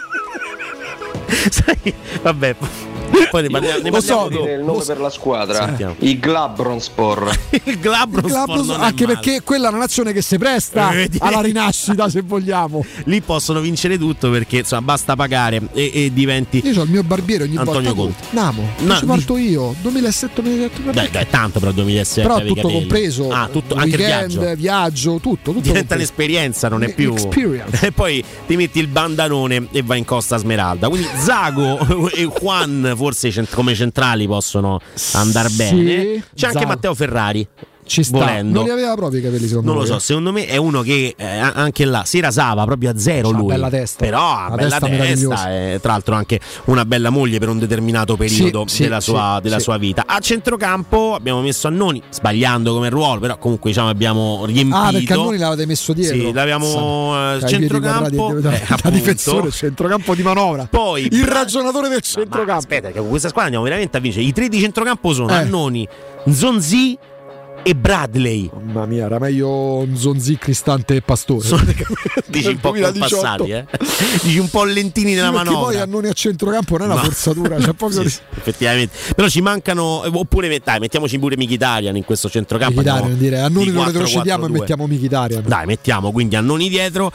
Sai, vabbè. Poi ne parliamo, ne Lo so, parliamo dopo. Dire il nome per la squadra, Sentiamo. i Glabronspor. Il Glabro Glabro, non è anche male. perché quella è una nazione che si presta Eh, direi- alla rinascita, se vogliamo. Lì possono vincere tutto perché insomma basta pagare e, e diventi. Io ho il mio barbiere ogni Antonio volta. Conte. Namo, No, ci parto io. duemilasette duemilasette Dai, dai, tanto per il duemilasette. Però avevi i tutto capelli. compreso. Ah, tutto, anche il weekend, viaggio. viaggio, tutto, tutto Diventa compreso. un'esperienza, non è più. Experience. E poi ti metti il bandanone e vai in Costa Smeralda. Quindi Zago e Juan, forse cent- come centrali, possono andare Sì, bene. C'è anche Zago. Matteo Ferrari. Ci sta. Volendo. Non li aveva proprio i capelli, secondo Non lo voi? so, secondo me è uno che eh, anche là si rasava proprio a zero C'ha una lui. bella testa. Però ha Una bella testa meravigliosa. testa e tra l'altro anche una bella moglie per un determinato periodo Sì, sì, della, sua, sì, della sì. sua vita. A centrocampo abbiamo messo Annoni, sbagliando come ruolo, però comunque diciamo abbiamo riempito. Ah, perché Annoni l'avete messo dietro. Sì, l'abbiamo eh, Cioè, i piedi quadrati centrocampo. da, eh, da appunto. difensore, centrocampo di manovra. Poi il ragionatore del centrocampo. Aspetta, che con questa squadra andiamo veramente a vincere. I tre di centrocampo sono Eh. Annoni, Zonzi e Bradley. Mamma mia, era meglio Zonzi, Cristante e Pastore. Sono- Dici un po' compassati, eh? Dici un po' lentini nella Sì, perché manovra. poi Annoni a centrocampo non è una No. forzatura, c'è proprio Sì, sì, effettivamente. Però ci mancano. Oppure dai, mettiamoci pure Mkhitaryan in questo centrocampo. Mkhitaryan, andiamo dire Annoni di lo quattro retrocediamo e quattro due. mettiamo Mkhitaryan. Dai, mettiamo quindi Annoni dietro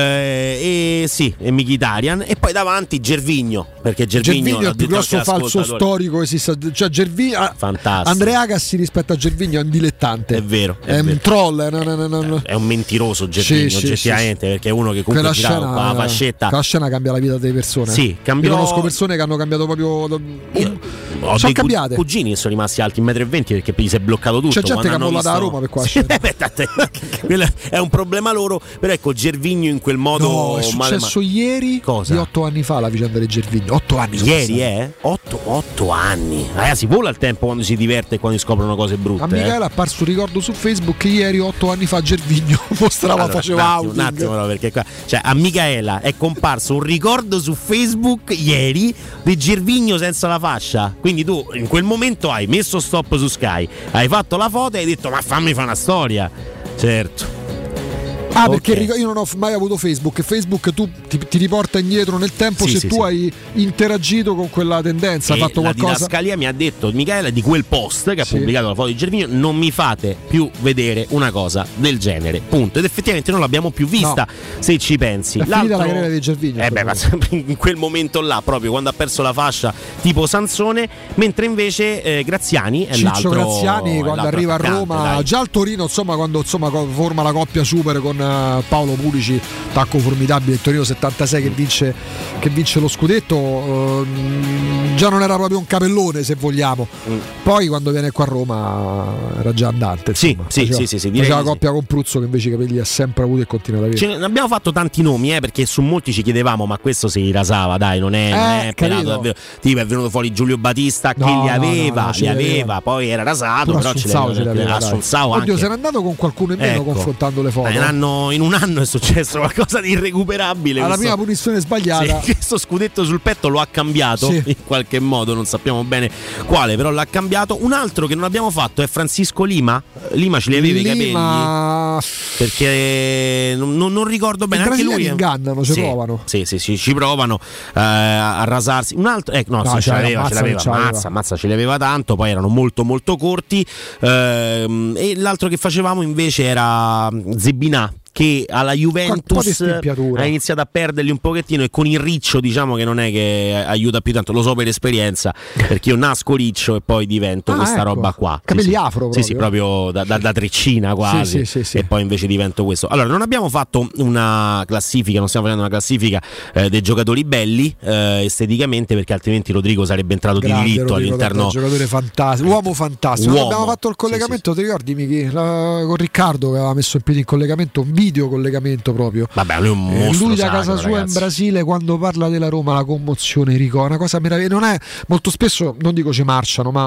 eh, e sì, e Mkhitaryan e poi davanti Gervigno, perché Gervigno, Gervigno è l'ha il più detto grosso anche falso l'ascoltatore. storico che esista. Cioè Gervigno, Fantastico. Andrea Agassi rispetto a Gervigno è un dilettante. È vero, È, è un vero. troll, eh, no, no, no, no. È un mentiroso Gervigno, Sì, sì, oggettivamente, sì, perché è uno che comunque Quella girava scena, con la fascetta. quella scena cambia la vita delle persone. Sì, cambiò- Io conosco persone che hanno cambiato proprio. Io sono ho dei cu- cambiate. cugini che sono rimasti alti un metro e venti perché gli si è bloccato tutto. C'è gente Quando che ha hanno mollato a visto- Roma per qua. Sì, aspetta, te- quello è un problema loro, però ecco Gervigno in quel modo No, è male- successo ieri Cosa? di otto anni fa la vicenda di Gervigno. Otto anni sono Ieri, passati. eh? Otto, otto anni. Ragazzi, vola il tempo quando si diverte e quando si scoprono cose brutte. A Michele eh? è apparso un ricordo su Facebook che ieri, otto anni fa, Gervigno mostrava, Allora, faceva un attimo, outing. un attimo però, perché qua, cioè, a Micaela è comparso un ricordo su Facebook ieri di Gervigno senza la fascia. Quindi tu in quel momento hai messo stop su Sky, hai fatto la foto e hai detto ma fammi fare una storia. Certo. Ah, perché Ok. ric- io non ho f- mai avuto Facebook. Facebook tu ti, ti riporta indietro nel tempo Sì, se sì, tu sì. hai interagito con quella tendenza, hai E fatto la qualcosa. didascalia mi ha detto Michaela di quel post che ha Sì. pubblicato la foto di Gervigno non mi fate più vedere una cosa del genere, punto. Ed effettivamente non l'abbiamo più vista, se ci pensi. È finita la carriera di Gervigno. Eh beh, ma in quel momento là, proprio quando ha perso la fascia tipo Sansone, mentre invece eh, Graziani è Ciccio l'altro Graziani è quando l'altro arriva a attaccante, Roma, dai. già al Torino, insomma, quando insomma co- forma la coppia super con uh, Paolo Pulici, tacco formidabile, il Torino settantasei che vince, che vince lo scudetto, uh, già non era proprio un capellone se vogliamo, mm. poi quando viene qua a Roma era già andante, insomma, sì, faceva, sì, sì, sì, faceva la sì. coppia con Pruzzo che invece i capelli ha sempre avuto e continua ad avere. Ce ne abbiamo fatto tanti nomi, eh, perché su molti ci chiedevamo ma questo si rasava, dai, non è, eh, non è pelato davvero. Tipo è venuto fuori Giulio Battista che no, li no, aveva, no, no, li aveva, poi era rasato, pure però Assunzao ce l'aveva, Assunzao Oddio, anche. se n'è andato con qualcuno in meno, ecco, confrontando le foto. In un, anno, in un anno è successo qualcosa di irrecuperabile. Alla questo, prima punizione sbagliata, sì, questo scudetto sul petto lo ha cambiato, sì, in qualche modo, non sappiamo bene quale, però l'ha cambiato. Un altro che non abbiamo fatto è Francisco Lima. Lima ce li aveva Lima... i capelli, perché non, non, non ricordo bene. I anche lui ingannano, ci sì, provano. Sì, sì, sì, ci provano eh, a rasarsi. Un altro, eh, no, no, sì, ce l'aveva, Mazza, ce l'aveva, ce l'aveva. Mazza, Mazza ce li aveva tanto, poi erano molto molto corti. Eh, e l'altro che facevamo invece era Zebinà, che alla Juventus ha iniziato a perderli un pochettino, e con il riccio diciamo che non è che aiuta più tanto, lo so per esperienza, perché io nasco riccio e poi divento ah, questa ecco. roba qua, capelli sì, afro sì, sì, proprio da, da, da treccina quasi, sì, sì, sì, sì. E poi invece divento questo. Allora non abbiamo fatto una classifica, non stiamo facendo una classifica eh, dei giocatori belli eh, esteticamente, perché altrimenti Rodrigo sarebbe entrato Grande di diritto Rodrigo, all'interno, giocatore fantastico, uomo fantastico. Uomo. Abbiamo fatto il collegamento, sì, sì. Ti ricordi Michi, la, con Riccardo che aveva messo in piedi il collegamento, un video collegamento proprio. Vabbè, lui è un mostro, lui da sacro, casa sua ragazzi. In Brasile, quando parla della Roma, la commozione, Rico, è una cosa meravigliosa. Non è molto spesso, non dico ci marciano, ma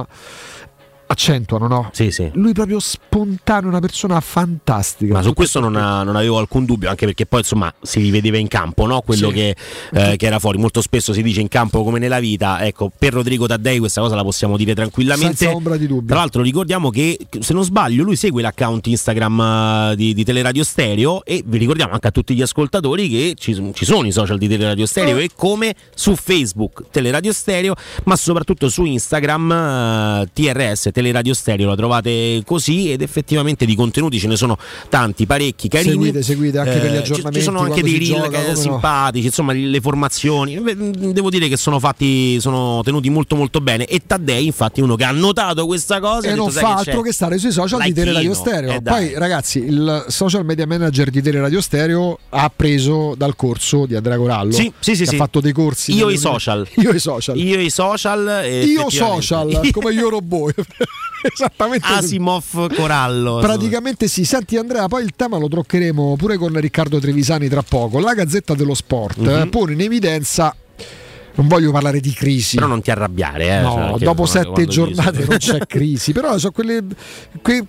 accentuano, no? Sì, sì. Lui proprio spontaneo, una persona fantastica. Ma su questo non, ha, non avevo alcun dubbio, anche perché poi insomma si rivedeva in campo, no? Quello sì. che, eh, che era fuori. Molto spesso si dice in campo come nella vita. Ecco, per Rodrigo Taddei questa cosa la possiamo dire tranquillamente, senza ombra di dubbio. Tra l'altro ricordiamo che, se non sbaglio, lui segue l'account Instagram di, di Teleradio Stereo, e vi ricordiamo anche a tutti gli ascoltatori che ci, ci sono i social di Teleradio Stereo, oh. e come su Facebook Teleradio Stereo, ma soprattutto su Instagram uh, T R S Teleradio Stereo, la trovate così, ed effettivamente di contenuti ce ne sono tanti, parecchi, carini. Seguite, seguite anche eh, per gli aggiornamenti. Ci sono anche dei reel gioca, che simpatici, no? Insomma, le formazioni. Devo dire che sono fatti, sono tenuti molto molto bene. E Taddei, infatti, uno che ha notato questa cosa e non detto, fa altro che stare sui social like di Teleradio Stereo. Eh, Poi, ragazzi, il social media manager di Teleradio Stereo ha preso dal corso di Andrea Corallo. Sì, sì, sì, che sì. ha fatto dei corsi. Io i social. Io i social. Io i social. Io social, come io robot. Esattamente Asimov Corallo. Praticamente sì. Senti Andrea, poi il tema lo toccheremo pure con Riccardo Trevisani tra poco. La Gazzetta dello Sport mm-hmm. pone in evidenza, non voglio parlare di crisi, però non ti arrabbiare, eh? No, cioè, dopo quando, sette quando giornate non c'è crisi, però sono quelle, que,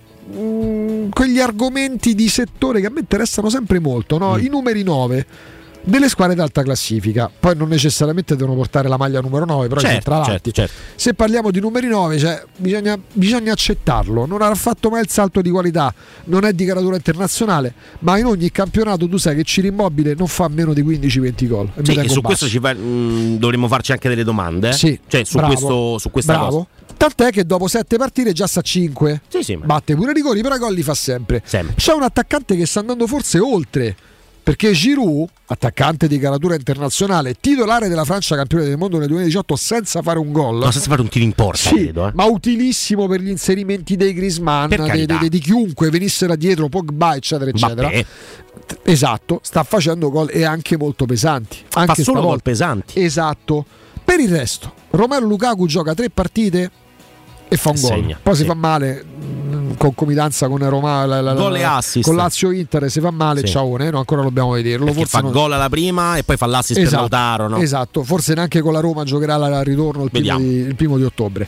mh, quegli argomenti di settore che a me interessano sempre molto, no? Mm. I numeri nove delle squadre d'alta classifica, poi non necessariamente devono portare la maglia numero nove, però certo, certo, certo, certo. Se parliamo di numeri nove, cioè, bisogna, bisogna accettarlo, non ha fatto mai il salto di qualità, non è di caratura internazionale, ma in ogni campionato tu sai che Ciro Immobile non fa meno di quindici venti gol, sì, e su questo ci fa, mh, dovremmo farci anche delle domande, eh? Sì, cioè su, bravo, questo, su questa bravo. cosa. Tant'è che dopo sette partite già sta cinque, sì, sì, ma... batte pure i rigori, però i gol li fa sempre. sempre. C'è un attaccante che sta andando forse oltre, perché Giroud, attaccante di caratura internazionale, titolare della Francia campione del mondo nel duemiladiciotto senza fare un gol, no, senza fare un tiro in porta, sì, credo, eh. ma utilissimo per gli inserimenti dei Griezmann, di, di, di chiunque venisse da dietro, Pogba eccetera eccetera. Vabbè. Esatto, sta facendo gol e anche molto pesanti, anche fa solo gol pesanti. Esatto. Per il resto Romelu Lukaku gioca tre partite e fa un e gol, segna, poi sì. si fa male in concomitanza con Roma, la, la, gol e assist con Lazio Inter, si fa male, sì. ciao, no, ancora dobbiamo vederlo. Perché forse fa non... gol alla prima e poi fa l'assist esatto, per Lautaro, no? Esatto, forse neanche con la Roma giocherà al ritorno il primo, di, il primo di ottobre.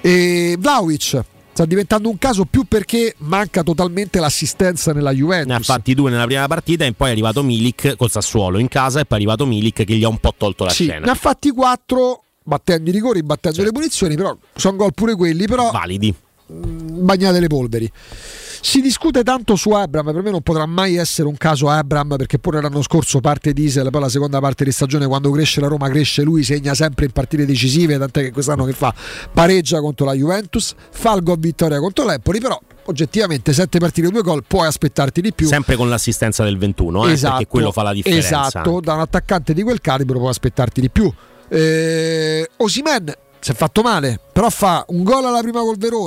E Vlahovic sta diventando un caso più perché manca totalmente l'assistenza nella Juventus. Ne ha fatti due nella prima partita e poi è arrivato Milik col Sassuolo in casa, e poi è arrivato Milik che gli ha un po' tolto la sì, scena. Ne ha fatti quattro battendo i rigori, battendo certo. le punizioni, però sono gol pure quelli, però validi, bagnate le polveri. Si discute tanto su Abraham, per me non potrà mai essere un caso Abraham, perché pure l'anno scorso parte Diesel, poi la seconda parte di stagione quando cresce la Roma cresce lui, segna sempre in partite decisive, tant'è che quest'anno che fa? Pareggia contro la Juventus, fa il gol vittoria contro l'Empoli, però oggettivamente sette partite, due gol, puoi aspettarti di più. Sempre con l'assistenza del ventuno, eh, esatto, perché quello fa la differenza. Esatto, anche. Da un attaccante di quel calibro puoi aspettarti di più. Eh, Osimhen si è fatto male, però fa un gol alla prima col Verona,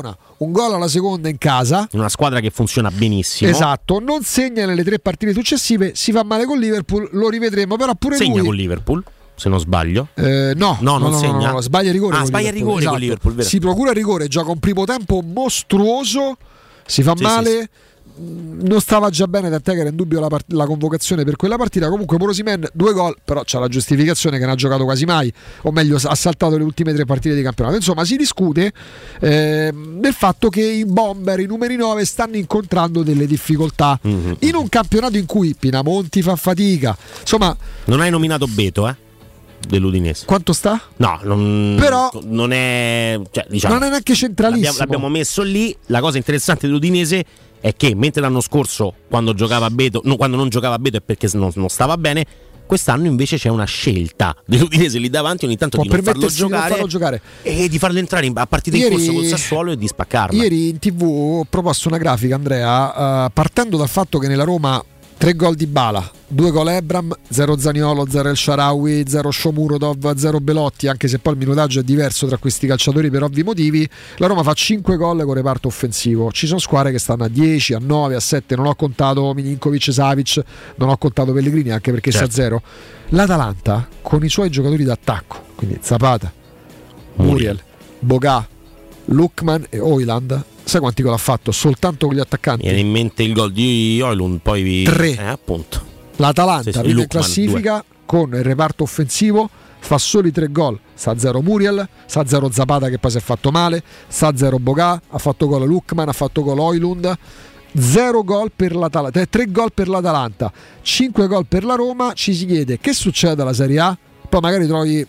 un gol alla seconda in casa, una squadra che funziona benissimo, esatto, non segna nelle tre partite successive, si fa male con Liverpool, lo rivedremo, però pure segna lui con Liverpool, se non sbaglio. Eh, no, no, non no, segna. No, no, sbaglia il rigore. Ah, sbaglia il rigore esatto. con Liverpool, vero. Si procura il rigore, gioca un primo tempo mostruoso, si fa sì, male. Sì, sì. Non stava già bene, tant'è che era in dubbio la, part- la convocazione per quella partita. Comunque Osimhen due gol, però c'ha la giustificazione che non ha giocato quasi mai, o meglio ha saltato le ultime tre partite di campionato. Insomma, si discute eh, del fatto che i Bomber, i numeri nove, stanno incontrando delle difficoltà mm-hmm. in un campionato in cui Pinamonti fa fatica. Insomma, non hai nominato Beto, eh? Dell'Udinese. Quanto sta? No, non, però non è, cioè, diciamo, non è neanche centralissimo. L'abbiamo, l'abbiamo messo lì. La cosa interessante dell'Udinese è che mentre l'anno scorso quando giocava Beto, no, quando non giocava Beto è perché non, non stava bene, quest'anno invece c'è una scelta dell'Udinese lì davanti ogni tanto può di non farlo giocare, di non farlo giocare e di farlo entrare in, a partita ieri, in corso col Sassuolo e di spaccarla. Ieri in tivù ho proposto una grafica, Andrea, uh, partendo dal fatto che nella Roma tre gol di Bala, due gol Ebram, zero Zaniolo, zero El Shaarawy, zero Shomurodov, zero Belotti, anche se poi il minutaggio è diverso tra questi calciatori per ovvi motivi. La Roma fa cinque gol con reparto offensivo. Ci sono squadre che stanno a dieci, a nove, a sette, non ho contato Milinkovic, Savic, non ho contato Pellegrini anche perché certo. sta a zero. L'Atalanta con i suoi giocatori d'attacco, quindi Zapata, Muriel, Boga, Lukman e Højlund, sai quanti gol ha fatto soltanto con gli attaccanti? Mi viene in mente il gol di Højlund, poi vi... tre eh, appunto. L'Atalanta sì, sì, prima in classifica due. Con il reparto offensivo fa soli tre gol, sta a zero Muriel, sta a zero Zapata che poi si è fatto male, sta a zero Boga, ha fatto gol Lukman, ha fatto gol Højlund, zero gol per l'Atalanta, tre gol per l'Atalanta, cinque gol per la Roma. Ci si chiede che succede alla Serie A, poi magari trovi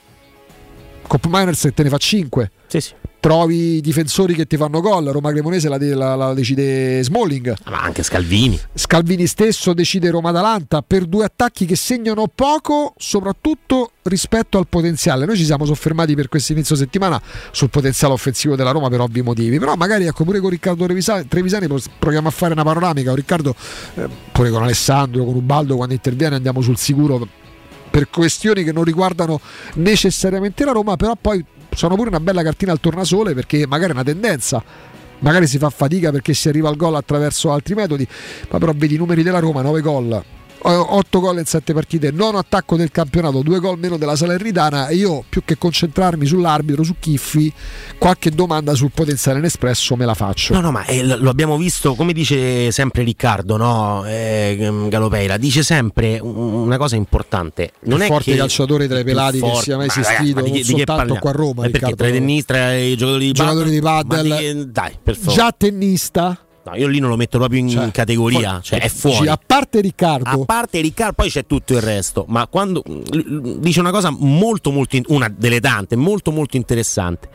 Cop Miners e te ne fa cinque. Sì, sì. Trovi difensori che ti fanno gol. Roma Cremonese la, la, la decide Smalling, ma anche Scalvini Scalvini stesso decide Roma-Atalanta per due attacchi che segnano poco, soprattutto rispetto al potenziale. Noi ci siamo soffermati per questo inizio settimana sul potenziale offensivo della Roma per ovvi motivi, però magari ecco pure con Riccardo Trevisani, Trevisani proviamo a fare una panoramica, o Riccardo eh, pure con Alessandro, con Ubaldo quando interviene andiamo sul sicuro per questioni che non riguardano necessariamente la Roma, però poi sono pure una bella cartina al tornasole perché magari è una tendenza, magari si fa fatica perché si arriva al gol attraverso altri metodi, ma però vedi i numeri della Roma, nove gol, otto gol in sette partite, nono attacco del campionato, due gol meno della Salernitana, e io più che concentrarmi sull'arbitro, su Chiffi, qualche domanda sul potenziale inespresso me la faccio. No, no, ma eh, lo abbiamo visto, come dice sempre Riccardo, no? Eh, Galopeira dice sempre una cosa importante, non il è forte che calciatore tra i pelati for- che sia mai ma esistito, ragazzi, ma di, non di soltanto qua a Roma, eh, perché tra i tennisti e i giocatori di giocatori di paddle, di, dai, per favore. Già tennista. No, io lì non lo metto proprio in cioè, categoria, fuori, cioè è fuori. A parte Riccardo, a parte Riccardo, poi c'è tutto il resto. Ma quando dice una cosa molto, molto, una delle tante, molto, molto interessante,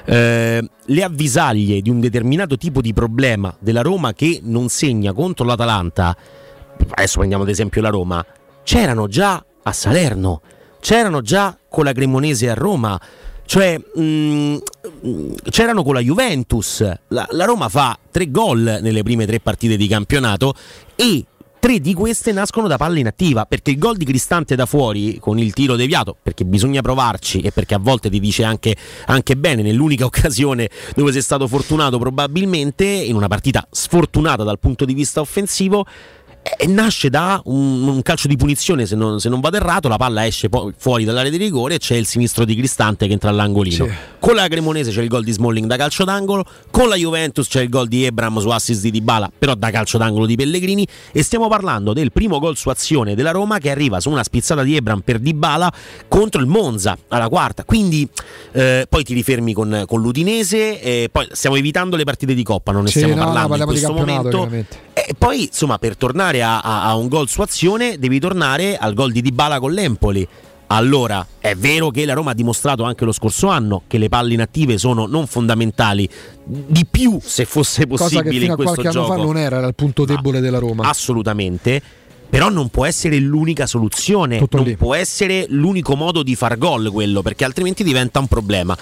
eh, le avvisaglie di un determinato tipo di problema della Roma che non segna contro l'Atalanta. Adesso prendiamo ad esempio la Roma. C'erano già a Salerno, c'erano già con la Cremonese a Roma. Cioè mh, c'erano con la Juventus, la, la Roma fa tre gol nelle prime tre partite di campionato e tre di queste nascono da palla inattiva, perché il gol di Cristante da fuori con il tiro deviato, perché bisogna provarci e perché a volte ti dice anche, anche bene, nell'unica occasione dove sei stato fortunato probabilmente, in una partita sfortunata dal punto di vista offensivo, e nasce da un, un calcio di punizione, se non, se non vado errato, la palla esce poi fuori dall'area di rigore e c'è il sinistro di Cristante che entra all'angolino. Sì. Con la Cremonese c'è il gol di Smalling da calcio d'angolo, con la Juventus c'è il gol di Ebram su assist di Dybala, però da calcio d'angolo di Pellegrini, e stiamo parlando del primo gol su azione della Roma che arriva su una spizzata di Ebram per Dybala contro il Monza alla quarta. Quindi eh, poi ti rifermi con, con l'Udinese, eh, poi stiamo evitando le partite di Coppa, non ne sì, stiamo no, parlando no, in questo momento. E poi insomma, per tornare a, a, a un gol su azione devi tornare al gol di Dybala con l'Empoli. Allora, è vero che la Roma ha dimostrato anche lo scorso anno che le palle inattive sono non fondamentali, di più se fosse possibile, cosa che fino in questo a qualche gioco. anno fa non era, era il punto debole no, della Roma. Assolutamente. però non può essere l'unica soluzione, Tutto non lì. può essere l'unico modo di far gol quello, perché altrimenti diventa un problema.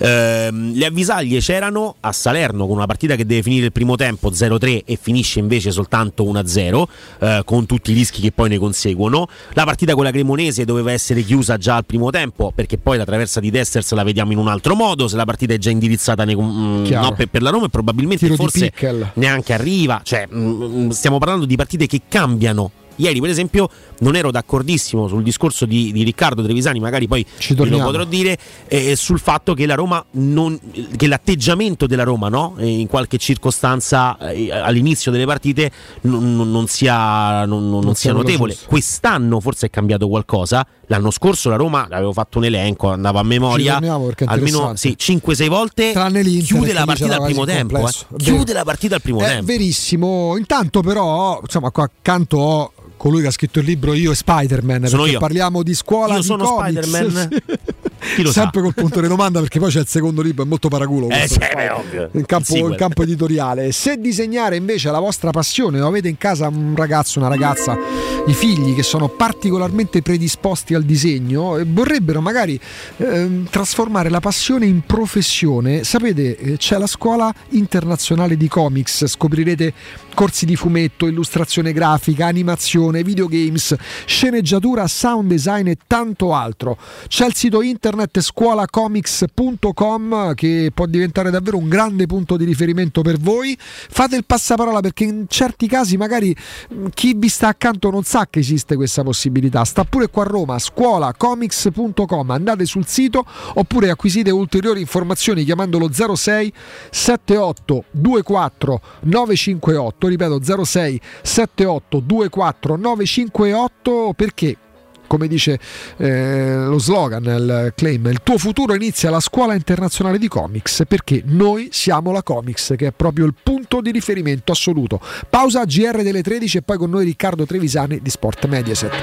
Ehm, le avvisaglie c'erano a Salerno con una partita che deve finire il primo tempo zero tre e finisce invece soltanto uno a zero, eh, con tutti i rischi che poi ne conseguono. La partita con la Cremonese doveva essere chiusa già al primo tempo, perché poi la traversa di Dessers la vediamo in un altro modo, se la partita è già indirizzata nei, mh, no, per, per la Roma, e probabilmente Tiro di forse Pickel. neanche arriva, cioè mh, stiamo parlando di partite che cambiano. Ieri per esempio non ero d'accordissimo sul discorso di, di Riccardo Trevisani, magari poi Ci lo torniamo. potrò dire, eh, sul fatto che la Roma non, che l'atteggiamento della Roma, no? Eh, in qualche circostanza eh, all'inizio delle partite non, non, non sia, non, non, non sia notevole. giusto. Quest'anno forse è cambiato qualcosa. L'anno scorso la Roma, avevo fatto un elenco, andava a memoria, Ci torniamo perché è almeno interessante. sì, cinque sei volte Tranne l'Inter, chiude che la lì partita c'era al primo quasi tempo, complesso. eh. È chiude vero. la partita al primo È tempo. verissimo. Intanto però, insomma, qua accanto ho colui che ha scritto il libro Io e Spider-Man, Sono perché io. parliamo di scuola, Io di sono comics. Spider-Man? Sì. Chi lo sa? Sempre col punto di domanda, perché poi c'è il secondo libro, è molto paraculo Eh, questo, sì, beh, ovvio. in campo, Sì, in campo editoriale. Se disegnare invece è la vostra passione, o avete in casa un ragazzo, una ragazza, i figli che sono particolarmente predisposti al disegno e vorrebbero magari ehm, trasformare la passione in professione, sapete, eh, c'è la scuola internazionale di comics, scoprirete corsi di fumetto, illustrazione grafica, animazione, videogames, sceneggiatura, sound design e tanto altro. C'è il sito internet scuola comics punto com che può diventare davvero un grande punto di riferimento per voi. Fate il passaparola, perché in certi casi magari mh, chi vi sta accanto non sa che esiste questa possibilità. Sta pure qua a Roma, scuola comics punto com. Andate sul sito oppure acquisite ulteriori informazioni chiamando lo zero sei sette otto due quattro nove cinque otto, ripeto zero sei sette otto due quattro nove cinque otto, perché come dice eh, lo slogan, il claim, il tuo futuro inizia alla scuola internazionale di comics, perché noi siamo la comics, che è proprio il punto di riferimento assoluto. Pausa, G R delle tredici e poi con noi Riccardo Trevisani di Sport Mediaset.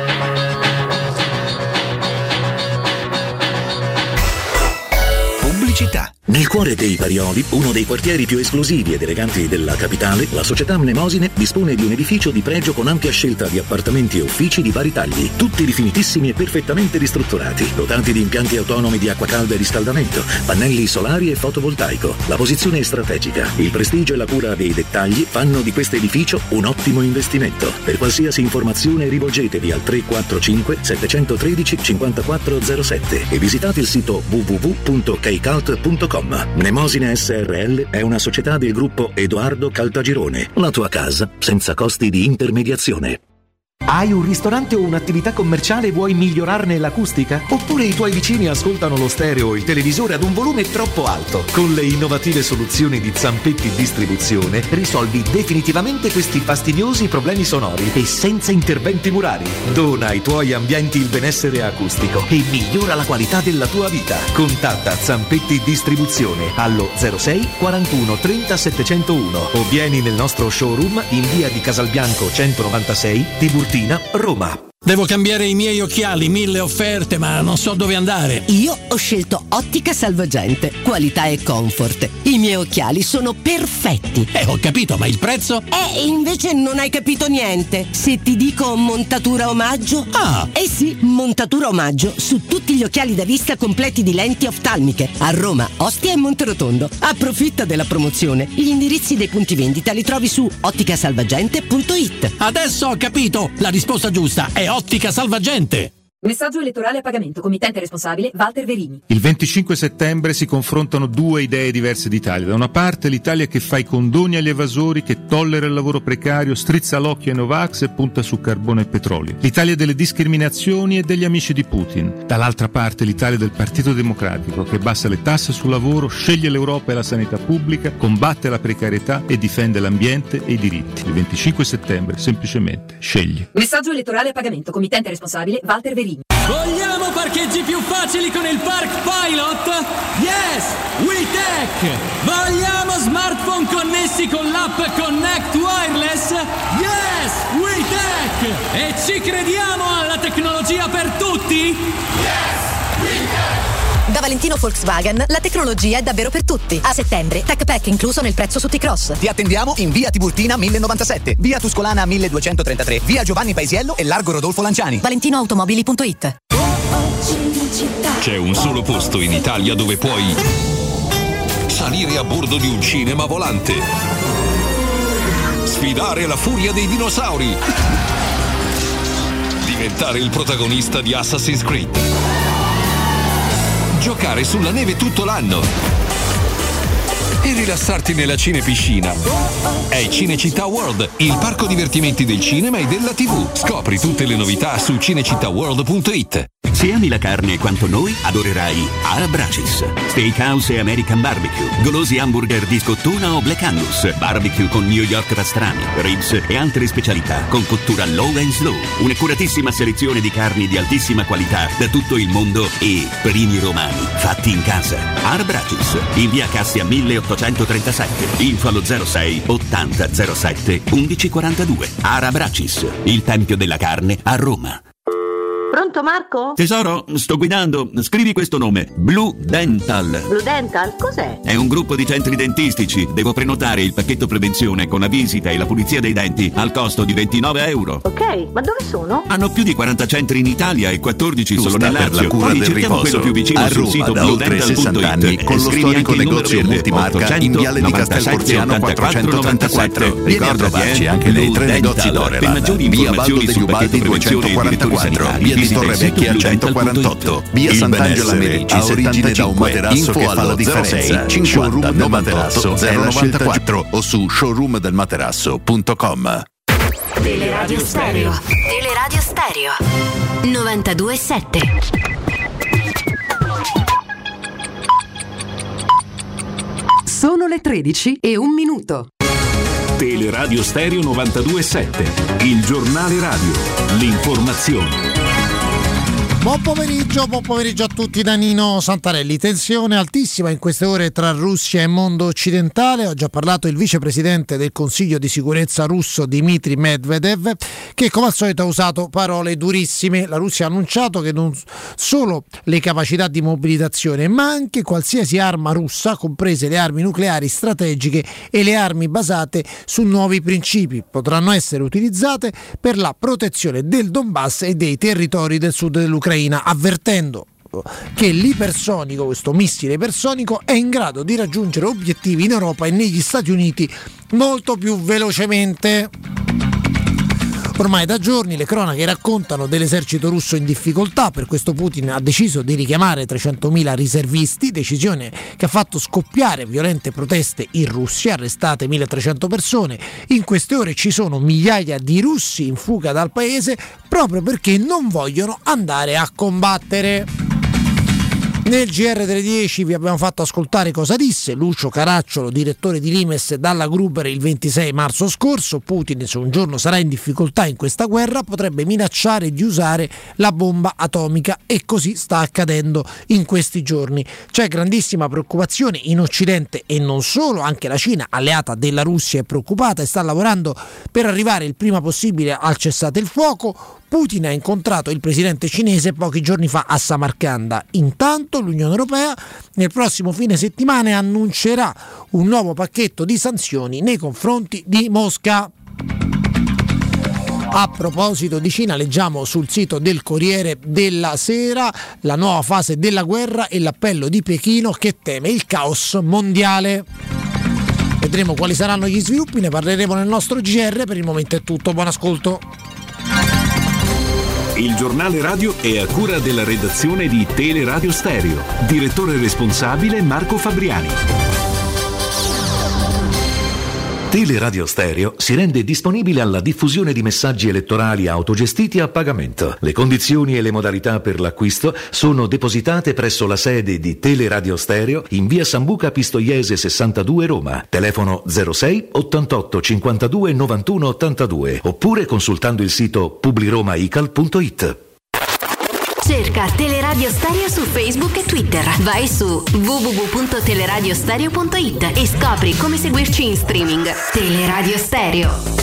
Pubblicità. Nel cuore dei Parioli, uno dei quartieri più esclusivi ed eleganti della capitale, la società Mnemosine dispone di un edificio di pregio con ampia scelta di appartamenti e uffici di vari tagli, tutti rifinitissimi e perfettamente ristrutturati, dotati di impianti autonomi di acqua calda e riscaldamento, pannelli solari e fotovoltaico. La posizione è strategica, il prestigio e la cura dei dettagli fanno di questo edificio un ottimo investimento. Per qualsiasi informazione rivolgetevi al tre quattro cinque sette uno tre cinque quattro zero sette e visitate il sito w w w punto kcult punto com. Mnemosine S R L è una società del gruppo Edoardo Caltagirone. La tua casa senza costi di intermediazione. Hai un ristorante o un'attività commerciale e vuoi migliorarne l'acustica? Oppure i tuoi vicini ascoltano lo stereo o il televisore ad un volume troppo alto? Con le innovative soluzioni di Zampetti Distribuzione risolvi definitivamente questi fastidiosi problemi sonori e senza interventi murari. Dona ai tuoi ambienti il benessere acustico e migliora la qualità della tua vita. Contatta Zampetti Distribuzione allo zero sei quarantuno trenta settecentouno o vieni nel nostro showroom in via di Casalbianco centonovantasei, Tiburtina, Roma. Devo cambiare i miei occhiali, mille offerte, ma non so dove andare. Io ho scelto Ottica Salvagente, qualità e comfort. I miei occhiali sono perfetti. Eh, ho capito, ma il prezzo? E invece non hai capito niente. Se ti dico montatura omaggio? Ah! Eh sì, montatura omaggio su tutti gli occhiali da vista completi di lenti oftalmiche. A Roma, Ostia e Monterotondo. Approfitta della promozione. Gli indirizzi dei punti vendita li trovi su ottica salvagente punto it. Adesso ho capito! La risposta giusta è Ottica Salvagente. Messaggio elettorale a pagamento. Committente responsabile Walter Verini. Il venticinque settembre si confrontano due idee diverse d'Italia. Da una parte l'Italia che fa i condoni agli evasori, che tollera il lavoro precario, strizza l'occhio ai Novax e punta su carbone e petrolio. L'Italia delle discriminazioni e degli amici di Putin. Dall'altra parte l'Italia del Partito Democratico, che abbassa le tasse sul lavoro, sceglie l'Europa e la sanità pubblica, combatte la precarietà e difende l'ambiente e i diritti. Il venticinque settembre semplicemente scegli. Messaggio elettorale a pagamento. Committente responsabile Walter Verini. Vogliamo parcheggi più facili con il Park Pilot? Yes! WeTech! Vogliamo smartphone connessi con l'app Connect Wireless? Yes! WeTech! E ci crediamo alla tecnologia per tutti? Yes! WeTech! Da Valentino Volkswagen la tecnologia è davvero per tutti. A settembre, Tech Pack incluso nel prezzo su T-Cross. Ti attendiamo in via Tiburtina mille novantasette, via Tuscolana milleduecentotrentatré, via Giovanni Paisiello e largo Rodolfo Lanciani. valentinoautomobili punto it. C'è un solo posto in Italia dove puoi salire a bordo di un cinema volante, sfidare la furia dei dinosauri, diventare il protagonista di Assassin's Creed, giocare sulla neve tutto l'anno e rilassarti nella cinepiscina. È Cinecittà World, il parco divertimenti del cinema e della tivù. Scopri tutte le novità su cinecittà world punto it. Se ami la carne quanto noi, adorerai Arab Bracis, Steakhouse e American Barbecue, golosi hamburger di scottuna o Black Angus, barbecue con New York pastrami, ribs e altre specialità con cottura low and slow, un'accuratissima selezione di carni di altissima qualità da tutto il mondo e primi romani fatti in casa. Arab Bracis, in via Cassia milleottocentotrentasette, info allo zero sei ottanta zero sette undici quarantadue. Arab Bracis, il tempio della carne a Roma. Pronto Marco? Tesoro, sto guidando. Scrivi questo nome. Blue Dental. Blue Dental? Cos'è? È un gruppo di centri dentistici. Devo prenotare il pacchetto prevenzione con la visita e la pulizia dei denti al costo di ventinove euro. Ok, ma dove sono? Hanno più di quaranta centri in Italia e quattordici solo nel per Lazio. la cura Poi del cerchiamo riposo. quello più vicino a sul Roma, sito da oltre sessanta anni, con lo storico negozio multimarca in viale di Castel Porziano quattrocentotrentaquattro. Vieni a trovarci anche nei tre negozi Dorevan, via Valdo degli Ubaldi duecentoquarantaquattro, via di Torre Vecchia centoquarantotto, via Sant'Angelo Americi a origine da un materasso che fa la differenza. Showroom del Materasso zero novantaquattro o su showroom del materasso punto com. Teleradio Stereo. Teleradio Stereo. novantadue sette. Sono le tredici e un minuto. Teleradio Stereo novantadue sette, il giornale radio, l'informazione. Buon pomeriggio, buon pomeriggio a tutti da Nino Santarelli. Tensione altissima in queste ore tra Russia e mondo occidentale. Ho già parlato il vicepresidente del Consiglio di sicurezza russo Dmitry Medvedev, che come al solito ha usato parole durissime. La Russia ha annunciato che non solo le capacità di mobilitazione, ma anche qualsiasi arma russa, comprese le armi nucleari strategiche e le armi basate su nuovi principi, potranno essere utilizzate per la protezione del Donbass e dei territori del sud dell'Ucraina, avvertendo che l'ipersonico, questo missile ipersonico, è in grado di raggiungere obiettivi in Europa e negli Stati Uniti molto più velocemente. Ormai da giorni le cronache raccontano dell'esercito russo in difficoltà, per questo Putin ha deciso di richiamare trecentomila riservisti, decisione che ha fatto scoppiare violente proteste in Russia, arrestate milletrecento persone. In queste ore ci sono migliaia di russi in fuga dal paese proprio perché non vogliono andare a combattere. Nel G R delle dieci vi abbiamo fatto ascoltare cosa disse Lucio Caracciolo, direttore di Limes, dalla Gruber il ventisei marzo scorso. Putin, se un giorno sarà in difficoltà in questa guerra, potrebbe minacciare di usare la bomba atomica, e così sta accadendo in questi giorni. C'è grandissima preoccupazione in Occidente e non solo, anche la Cina, alleata della Russia, è preoccupata e sta lavorando per arrivare il prima possibile al cessate il fuoco. Putin ha incontrato il presidente cinese pochi giorni fa a Samarcanda. Intanto l'Unione Europea nel prossimo fine settimana annuncerà un nuovo pacchetto di sanzioni nei confronti di Mosca. A proposito di Cina, leggiamo sul sito del Corriere della Sera la nuova fase della guerra e l'appello di Pechino che teme il caos mondiale. Vedremo quali saranno gli sviluppi, ne parleremo nel nostro G R. Per il momento è tutto, buon ascolto. Il giornale radio è a cura della redazione di Teleradio Stereo. Direttore responsabile Marco Fabriani. Teleradio Stereo si rende disponibile alla diffusione di messaggi elettorali autogestiti a pagamento. Le condizioni e le modalità per l'acquisto sono depositate presso la sede di Teleradio Stereo in via Sambuca Pistoiese sessantadue Roma. Telefono zero sei ottantotto cinquantadue novantuno ottantadue oppure consultando il sito publiromaical punto it. Cerca Teleradio Stereo su Facebook e Twitter. Vai su w w w punto teleradiostereo punto it e scopri come seguirci in streaming. Teleradio Stereo.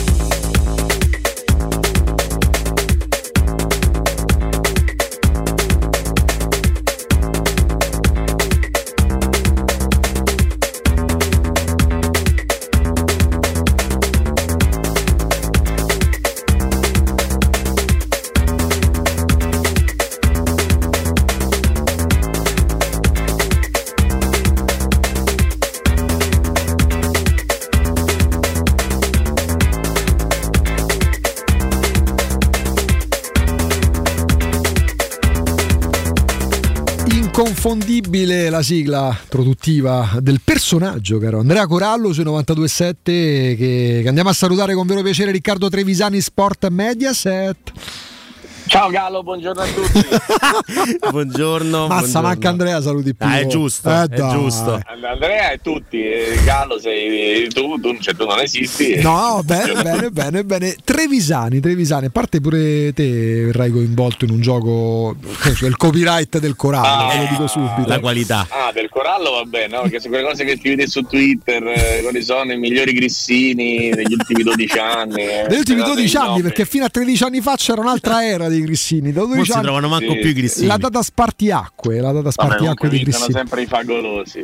Inconfondibile la sigla produttiva del personaggio, caro Andrea Corallo sui novantadue sette, che, che andiamo a salutare con vero piacere Riccardo Trevisani, Sport Mediaset. Ciao Gallo, buongiorno a tutti. Buongiorno. Massa, buongiorno. manca Andrea, saluti più. Ah, è giusto, eh, è dai. giusto. Andrea e tutti, eh, Gallo sei tu, tu, cioè, tu non esisti. No, bene, bene, bene, bene. Trevisani, Trevisani, a parte pure te verrai coinvolto in un gioco, il copyright del Corallo, Ah, ve lo dico subito. La qualità. Ah, del Corallo va bene, no? Perché se quelle cose che scrivete su Twitter, eh, quali sono i migliori grissini degli ultimi dodici anni. Eh, Degli ultimi cose dodici anni, innocue. perché fino a tredici anni fa c'era un'altra era dei grissini. Da Non dodici si anni, trovano manco Sì. più i grissini. la data spartiacque, la data Vabbè, spartiacque comunque dei vincono grissini. sempre i fagolosi.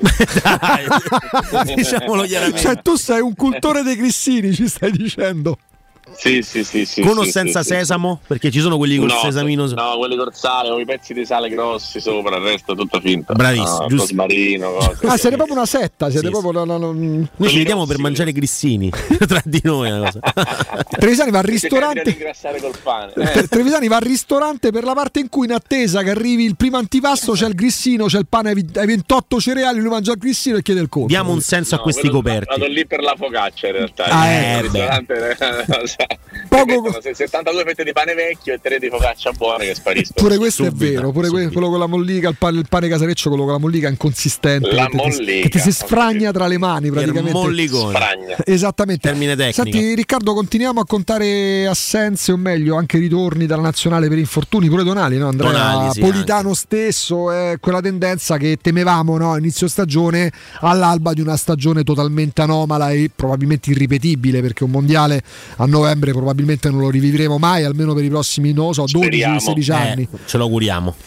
Dai, diciamolo chiaramente. Cioè, tu sei un cultore dei grissini, ci stai dicendo? Sì, sì, sì, sì. Con o sì, senza sì, sì. sesamo? Perché ci sono quelli col No, sesamino. no, quelli col sale o i pezzi di sale grossi sopra, il resto è tutto finto. Bravissimo, no, giusto. rosmarino, cose. Ah, siete proprio una setta, siete Sì, proprio no, no, no. Noi ci vediamo per mangiare grissini tra di noi. Una cosa. Trevisani va al Cercare di ristorante. ringraziare col pane. Tre- Eh. Trevisani va al ristorante per la parte in cui, in attesa che arrivi il primo antipasto, c'è il grissino, c'è il pane ai vi- ai ventotto cereali, lui mangia il grissino e chiede il conto. Diamo un senso a No, questi quello- coperti. Vado lì per la focaccia in realtà. Ah, Il eh, ristorante, Poco- mettono se- settantadue fette di pane vecchio e tre di focaccia buone che spariscono. Pure questo Subito, è vero, pure que- subito. quello con la mollica, il pane, il pane casareccio, quello con la mollica inconsistente, La che, ti- mollica, che ti si ho sfragna tra le mani praticamente. mollicone. Sfragna. Esattamente. Termine tecnico. Senti Riccardo, continuiamo a contare assenze, o meglio anche ritorni dalla nazionale per infortuni, pure Tonali, no Andrea? Tonali, sì, Politano stesso, è quella tendenza che temevamo, no? Inizio stagione, all'alba di una stagione totalmente anomala e probabilmente irripetibile, perché un mondiale a novembre probabilmente non lo rivivremo mai, almeno per i prossimi, non lo so, Speriamo. dodici sedici anni. Eh, ce lo auguriamo.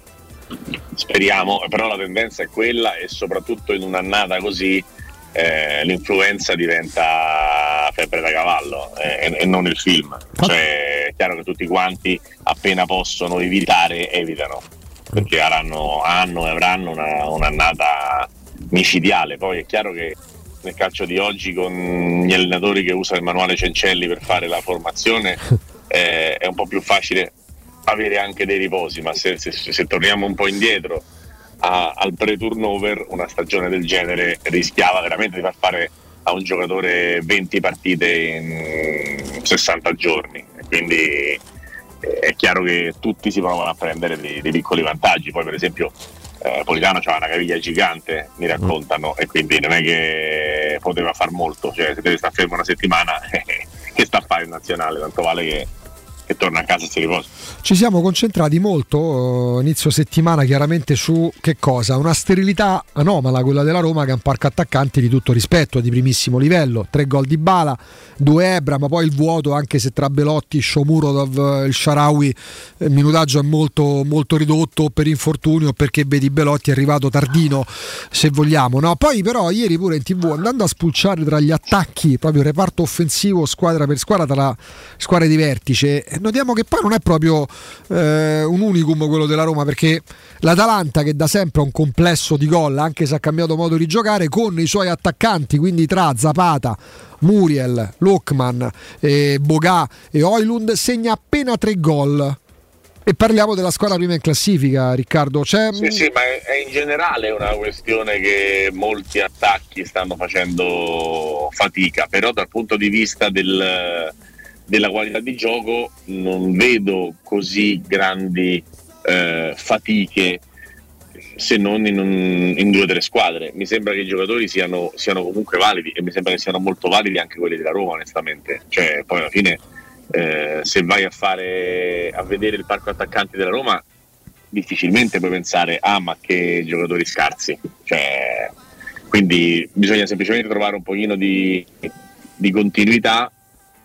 Speriamo, però la tendenza è quella e soprattutto in un'annata così eh, l'influenza diventa febbre da cavallo eh, e, e non il film. Cioè è chiaro che tutti quanti appena possono evitare evitano, perché avranno, hanno e avranno una, un'annata micidiale. Poi è chiaro che nel calcio di oggi, con gli allenatori che usano il manuale Cencelli per fare la formazione, eh, è un po' più facile avere anche dei riposi, ma se, se, se torniamo un po' indietro a, al pre-turnover, una stagione del genere rischiava veramente di far fare a un giocatore venti partite in sessanta giorni, e quindi eh, è chiaro che tutti si provano a prendere dei, dei piccoli vantaggi. Poi per esempio eh, Politano c'ha una caviglia gigante, mi raccontano, e quindi non è che poteva far molto, cioè se deve stare fermo una settimana che sta a fare in nazionale, tanto vale che che torna a casa e si riposa. Ci siamo concentrati molto eh, inizio settimana chiaramente su che cosa? Una sterilità anomala, quella della Roma, che è un parco attaccanti di tutto rispetto, di primissimo livello. Tre gol di Bala, due Ebra, ma poi il vuoto, anche se tra Belotti, Shomurodov, il Shaarawy il minutaggio è molto, molto ridotto, per infortunio o perché vedi Belotti è arrivato tardino, se vogliamo, no? Poi però ieri pure in tivù, andando a spulciare tra gli attacchi, proprio reparto offensivo squadra per squadra, tra squadre di vertice, notiamo che poi non è proprio eh, un unicum quello della Roma, perché l'Atalanta, che da sempre ha un complesso di gol, anche se ha cambiato modo di giocare, con i suoi attaccanti, quindi tra Zapata, Muriel, Lokman, eh, Boga e Højlund, segna appena tre gol. E parliamo della squadra prima in classifica, Riccardo. C'è... Sì, sì, ma è, è in generale una questione che molti attacchi stanno facendo fatica, però dal punto di vista del, della qualità di gioco non vedo così grandi eh, fatiche, se non in, un, in due o tre squadre. Mi sembra che i giocatori siano, siano comunque validi, e mi sembra che siano molto validi anche quelli della Roma, onestamente. Cioè, poi alla fine eh, se vai a fare a vedere il parco attaccanti della Roma, difficilmente puoi pensare ah ma che giocatori scarsi, cioè, quindi bisogna semplicemente trovare un pochino di, di continuità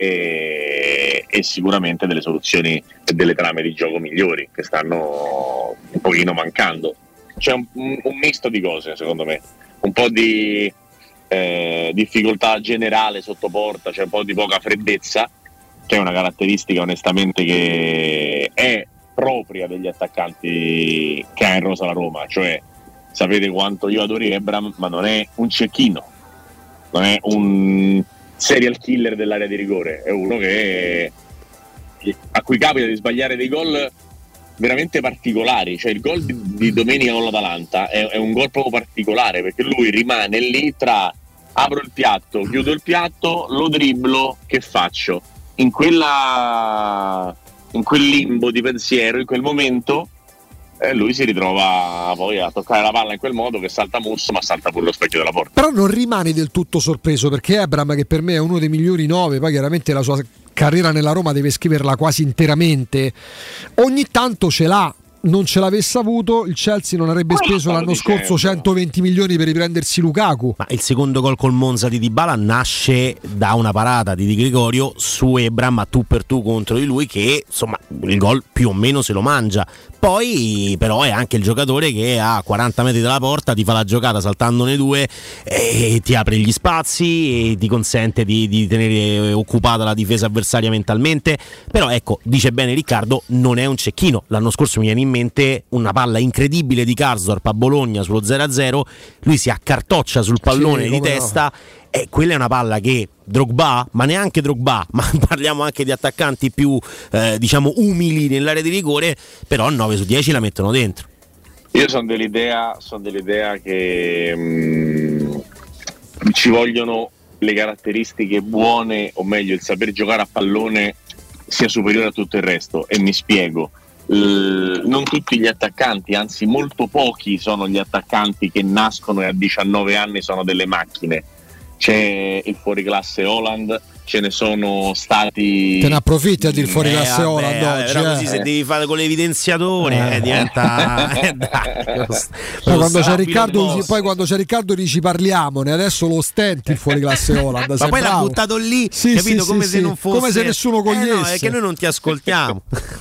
e, e sicuramente delle soluzioni e delle trame di gioco migliori che stanno un pochino mancando. C'è un, un, un misto di cose, secondo me, un po' di eh, difficoltà generale sotto porta, c'è un po' di poca freddezza, che è una caratteristica onestamente che è propria degli attaccanti che ha in rosa la Roma. Cioè, sapete quanto io adori Ebram, ma non è un cecchino, non è un serial killer dell'area di rigore, è uno che a cui capita di sbagliare dei gol veramente particolari, cioè il gol di, di domenica con l'Atalanta è, è un gol proprio particolare, perché lui rimane lì tra apro il piatto, chiudo il piatto, lo dribblo, che faccio? In quella in quel limbo di pensiero, in quel momento eh, lui si ritrova poi a toccare la palla in quel modo che salta Musso, ma salta pure lo specchio della porta. Però non rimane del tutto sorpreso, perché Ebram, che per me è uno dei migliori nove, poi chiaramente la sua carriera nella Roma deve scriverla quasi interamente, ogni tanto ce l'ha. Non ce l'avesse avuto, il Chelsea non avrebbe speso l'anno scorso centoventi milioni per riprendersi Lukaku. Ma il secondo gol col Monza di Dybala nasce da una parata di Di Gregorio su Ebram a tu per tu contro di lui, che insomma il gol più o meno se lo mangia. Poi però è anche il giocatore che a quaranta metri dalla porta ti fa la giocata saltandone due e ti apre gli spazi e ti consente di, di tenere occupata la difesa avversaria mentalmente. Però ecco, dice bene Riccardo, non è un cecchino. L'anno scorso mi viene in mente una palla incredibile di Karsdorp a Bologna sullo zero a zero, lui si accartoccia sul pallone sì, di testa no. E quella è una palla che Drogba, ma neanche Drogba, ma parliamo anche di attaccanti più eh, diciamo umili nell'area di rigore, però nove su dieci la mettono dentro. Io sono dell'idea, sono dell'idea che mh, ci vogliono le caratteristiche buone, o meglio il saper giocare a pallone sia superiore a tutto il resto, e mi spiego. Uh, non tutti gli attaccanti, anzi molto pochi sono gli attaccanti che nascono e a diciannove anni sono delle macchine. C'è il fuoriclasse Haaland, ce ne sono stati. Te ne approfitti a dire fuoriclasse eh, Haaland vabbè, oggi. Però eh. così se devi fare con l'evidenziatore eh. Eh, diventa. eh, dai, lo, poi, quando c'è Riccardo, poi quando c'è Riccardo dici parliamone, adesso lo stenti il fuoriclasse Haaland. Ma poi bravo. l'ha buttato lì, sì, capito? Sì, come sì, se sì. non fosse. Come se nessuno cogliesse. Eh no, è che noi non ti ascoltiamo.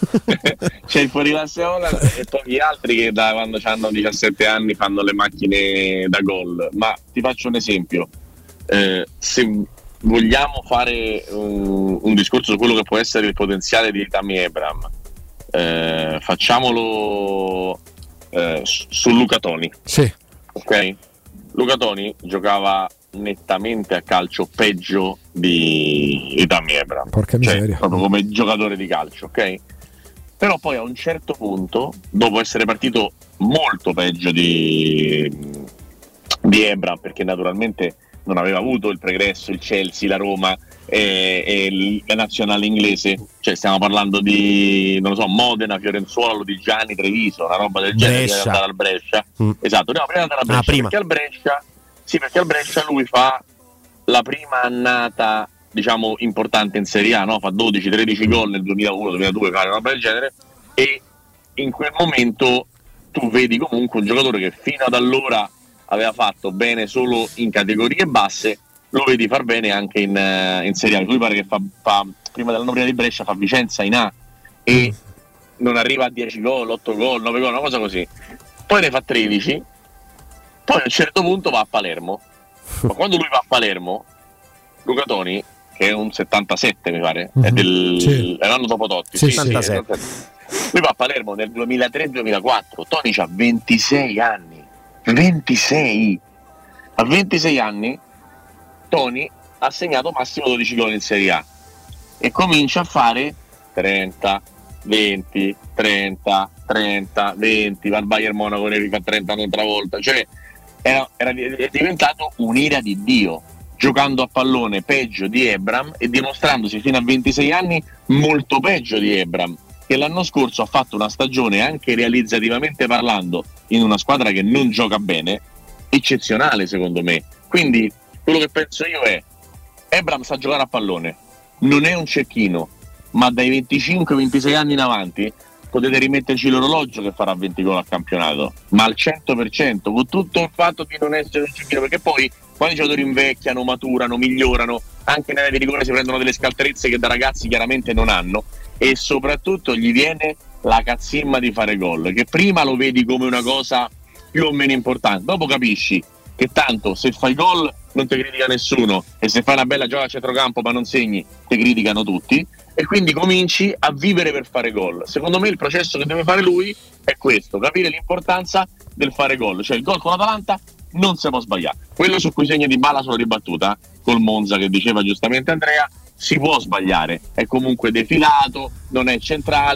C'è il fuoriclasse Haaland e poi gli altri che da quando hanno diciassette anni fanno le macchine da gol. Ma ti faccio un esempio. Eh, se vogliamo fare un, un discorso su quello che può essere il potenziale di Tammy Abraham, eh, facciamolo eh, su Luca Toni. Sì. Ok? Luca Toni giocava nettamente a calcio peggio di, di Tammy Abraham. Porca miseria. Cioè, proprio come giocatore di calcio, ok? Però poi a un certo punto, dopo essere partito molto peggio di, di Abraham, perché naturalmente non aveva avuto il pregresso, il Chelsea, la Roma e, e la nazionale inglese, cioè stiamo parlando di, non lo so, Modena, Fiorenzuola, Lodigiani, Treviso, una roba del genere, prima di andare al Brescia. Mm. Esatto, no, prima di andare al Brescia, ah, prima. Perché al Brescia, sì, perché al Brescia lui fa la prima annata, diciamo, importante in Serie A, no? Fa dodici tredici gol nel duemilauno duemiladue, una roba del genere, e in quel momento tu vedi comunque un giocatore che fino ad allora aveva fatto bene solo in categorie basse, lo vedi far bene anche in, in Serie A. Lui pare che fa, fa, prima dell'anno prima di Brescia fa Vicenza in A e non arriva a dieci gol, otto gol, nove gol, una cosa così. Poi ne fa tredici, poi a un certo punto va a Palermo. Ma quando lui va a Palermo, Luca Toni, che è un settantasette mi pare, mm-hmm. è, del, sì. è l'anno dopo Totti, sì, sì, settantasette. Sì, lui va a Palermo nel duemilatré duemilaquattro, Toni ha ventisei anni. ventisei a ventisei anni Toni ha segnato massimo dodici gol in Serie A e comincia a fare trenta, venti, trenta, trenta, venti, va al Bayern Monaco ne rifà trenta un'altra volta, cioè era, era è diventato un'ira di Dio, giocando a pallone peggio di Abraham e dimostrandosi fino a ventisei anni molto peggio di Abraham, che l'anno scorso ha fatto una stagione anche realizzativamente parlando in una squadra che non gioca bene, eccezionale secondo me. Quindi quello che penso io è: Abraham sa giocare a pallone, non è un cecchino, ma dai venticinque ventisei anni in avanti potete rimetterci l'orologio che farà venti gol al campionato, ma al cento per cento, con tutto il fatto di non essere un cecchino, perché poi quando i giocatori invecchiano, maturano, migliorano, anche nelle di rigore si prendono delle scaltrezze che da ragazzi chiaramente non hanno, e soprattutto gli viene la cazzimma di fare gol, che prima lo vedi come una cosa più o meno importante, dopo capisci che tanto se fai gol non ti critica nessuno e se fai una bella gioca a centrocampo ma non segni ti criticano tutti, e quindi cominci a vivere per fare gol. Secondo me il processo che deve fare lui è questo: capire l'importanza del fare gol, cioè il gol con l'Atalanta non si può sbagliare, quello su cui segna Dybala sulla ribattuta col Monza che diceva giustamente Andrea, si può sbagliare, è comunque defilato, non è centrale,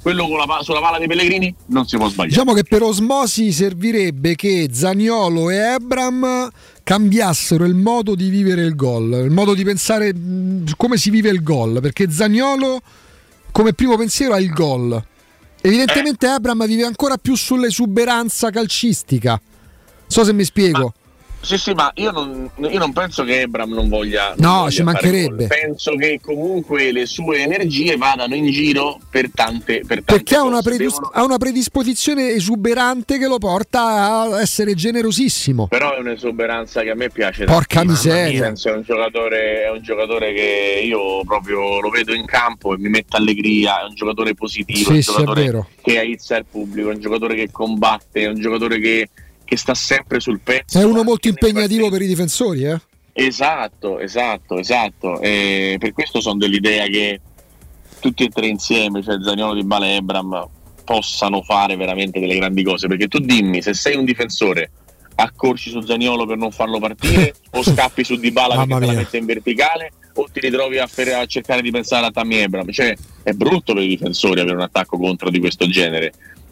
quello con la, sulla palla dei Pellegrini non si può sbagliare. Diciamo che per osmosi servirebbe che Zaniolo e Ebram cambiassero il modo di vivere il gol, il modo di pensare mh, come si vive il gol, perché Zaniolo come primo pensiero ha il gol. Evidentemente eh. Ebram vive ancora più sull'esuberanza calcistica. So se mi spiego. Ma... Sì, sì, ma io non, io non penso che Ebram non voglia. Non no, voglia ci mancherebbe. Penso che comunque le sue energie vadano in giro per tante, per tante perché cose. ha una, predis- Devono... ha una predisposizione esuberante che lo porta a essere generosissimo. Però è un'esuberanza che a me piace. Porca miseria. Penso, è un giocatore, è un giocatore che io proprio lo vedo in campo e mi mette allegria. È un giocatore positivo, sì, è un sì, giocatore è vero. che aizza il pubblico, è un giocatore che combatte, è un giocatore che. che sta sempre sul pezzo. È uno molto impegnativo per i difensori, eh? Esatto, esatto, esatto. E per questo sono dell'idea che tutti e tre insieme, cioè Zaniolo, Dybala e Ebram, possano fare veramente delle grandi cose. Perché tu dimmi, se sei un difensore, accorci su Zaniolo per non farlo partire o scappi su Dybala perché te la mette in verticale o ti ritrovi a, fer- a cercare di pensare a Tammy Abraham. Cioè è brutto per i difensori avere un attacco contro di questo genere.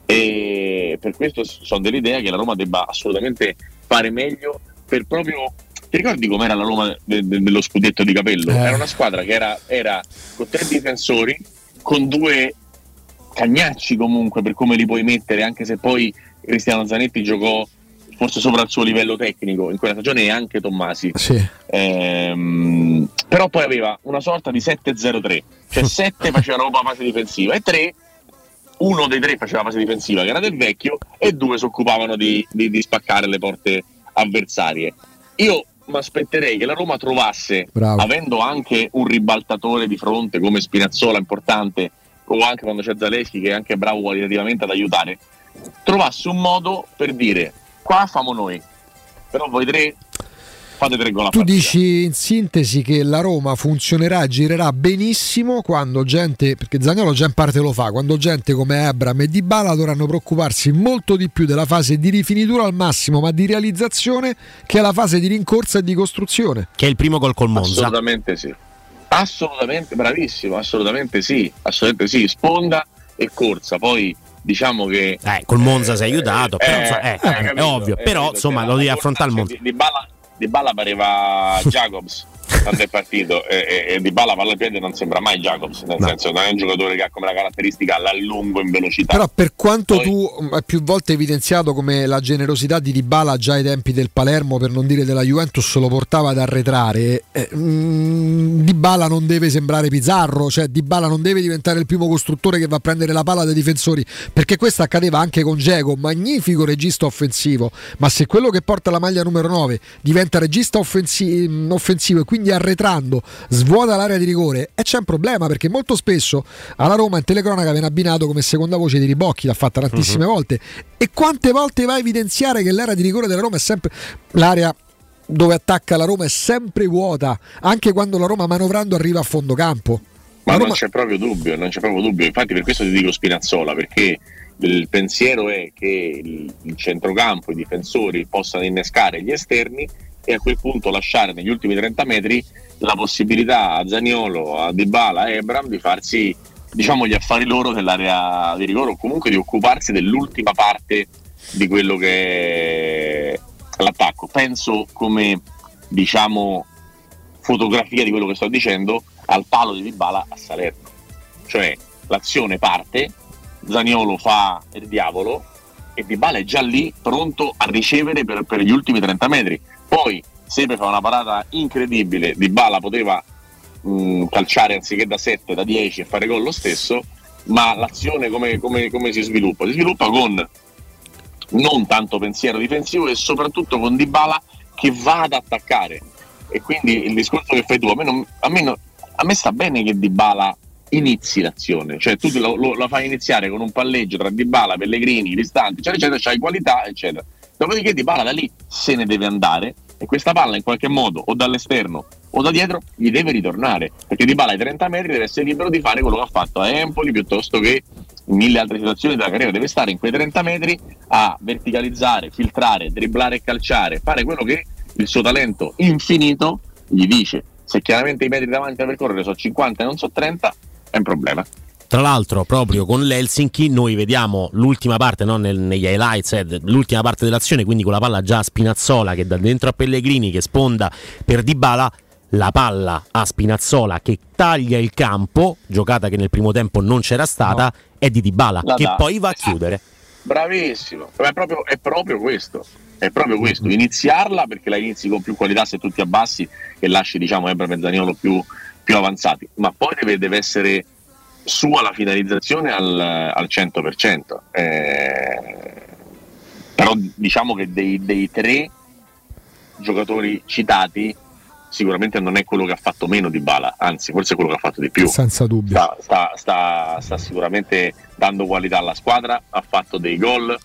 E per questo sono dell'idea che la Roma debba assolutamente fare meglio per proprio. Ti ricordi com'era la Roma de- de- dello scudetto di Capello? Eh. Era una squadra che era, era con tre difensori, con due cagnacci comunque per come li puoi mettere, anche se poi Cristiano Zanetti giocò forse sopra il suo livello tecnico in quella stagione, e anche Tommasi. Sì. Ehm, però poi aveva una sorta di sette zero tre, cioè sette facevano la fase difensiva e tre uno dei tre faceva la fase difensiva che era del vecchio e due si occupavano di, di, di spaccare le porte avversarie. Io mi aspetterei che la Roma trovasse, Bravo. avendo anche un ribaltatore di fronte come Spinazzola importante, o anche quando c'è Zaleschi che è anche bravo qualitativamente ad aiutare, trovasse un modo per dire: qua famo noi, però voi tre fate tre gol a tu partita. Dici in sintesi che la Roma funzionerà, girerà benissimo quando gente, perché Zaniolo già in parte lo fa, quando gente come Ebram e Dybala dovranno preoccuparsi molto di più della fase di rifinitura al massimo, ma di realizzazione, che è la fase di rincorsa e di costruzione, che è il primo gol col Monza. Assolutamente sì, assolutamente, bravissimo, assolutamente sì, assolutamente sì, sponda e corsa. Poi diciamo che eh, col Monza eh, sei aiutato, eh, però, insomma, eh, eh, è, capito, è ovvio, eh, però capito, insomma lo devi affrontare il Monza. Di Dybala, Dybala pareva Jacobs quando è partito, e, e, e Dybala palla al piede non sembra mai Jacobs, nel no. senso non è un giocatore che ha come la caratteristica l'allungo in velocità. Però per quanto Poi, tu hai più volte evidenziato come la generosità di Dybala già ai tempi del Palermo, per non dire della Juventus, lo portava ad arretrare, eh, mh, Dybala non deve sembrare Pizarro, cioè Dybala non deve diventare il primo costruttore che va a prendere la palla dai difensori, perché questo accadeva anche con Dzeko, magnifico regista offensivo, ma se quello che porta la maglia numero nove diventa regista offensi- offensivo e quindi arretrando svuota l'area di rigore, e c'è un problema, perché molto spesso alla Roma in telecronaca viene abbinato come seconda voce di Ribocchi, l'ha fatta tantissime uh-huh. volte, e quante volte va a evidenziare che l'area di rigore della Roma è sempre l'area dove attacca la Roma è sempre vuota, anche quando la Roma manovrando arriva a fondo campo. Ma Roma... non c'è proprio dubbio, non c'è proprio dubbio. Infatti per questo ti dico Spinazzola, perché il pensiero è che il, il centrocampo, i difensori possano innescare gli esterni e a quel punto lasciare negli ultimi trenta metri la possibilità a Zaniolo, a Dybala, a Ebram di farsi, diciamo, gli affari loro dell'area di rigore, o comunque di occuparsi dell'ultima parte di quello che è l'attacco. Penso, come diciamo fotografia di quello che sto dicendo, al palo di Dybala a Salerno, cioè l'azione parte, Zaniolo fa il diavolo e Dybala è già lì pronto a ricevere per, per gli ultimi trenta metri. Poi Sepe fa una parata incredibile, Dybala poteva mh, calciare anziché da sette, da dieci e fare gol lo stesso, ma l'azione come, come, come si sviluppa? Si sviluppa con non tanto pensiero difensivo e soprattutto con Dybala che va ad attaccare. E quindi il discorso che fai tu, a me, non, a me, non, a me sta bene che Dybala inizi l'azione, cioè tu lo, lo, la fai iniziare con un palleggio tra Dybala, Pellegrini, Cristante, eccetera, eccetera, c'hai qualità, eccetera. Dopodiché Dybala da lì se ne deve andare e questa palla in qualche modo o dall'esterno o da dietro gli deve ritornare, perché Dybala ai trenta metri deve essere libero di fare quello che ha fatto a Empoli piuttosto che in mille altre situazioni della carriera. Deve stare in quei trenta metri a verticalizzare, filtrare, dribblare e calciare, fare quello che il suo talento infinito gli dice. Se chiaramente i metri davanti a percorrere sono cinquanta e non so trenta, è un problema. Tra l'altro proprio con l'Helsinki noi vediamo l'ultima parte, no, nel, negli highlights, eh, l'ultima parte dell'azione, quindi con la palla già a Spinazzola che da dentro a Pellegrini che sponda per Dybala, la palla a Spinazzola che taglia il campo, giocata che nel primo tempo non c'era stata, no. È di Dybala la che da. Poi va a chiudere. Bravissimo, è proprio, è proprio questo, è proprio questo, iniziarla perché la inizi con più qualità se tutti abbassi e lasci diciamo Ebram e Zaniolo più, più avanzati, ma poi deve, deve essere sua la finalizzazione al, al cento per cento, eh, però diciamo che dei, dei tre giocatori citati sicuramente non è quello che ha fatto meno Dybala, anzi forse è quello che ha fatto di più, senza dubbio. Sta, sta, sta, sta sicuramente dando qualità alla squadra, ha fatto dei gol,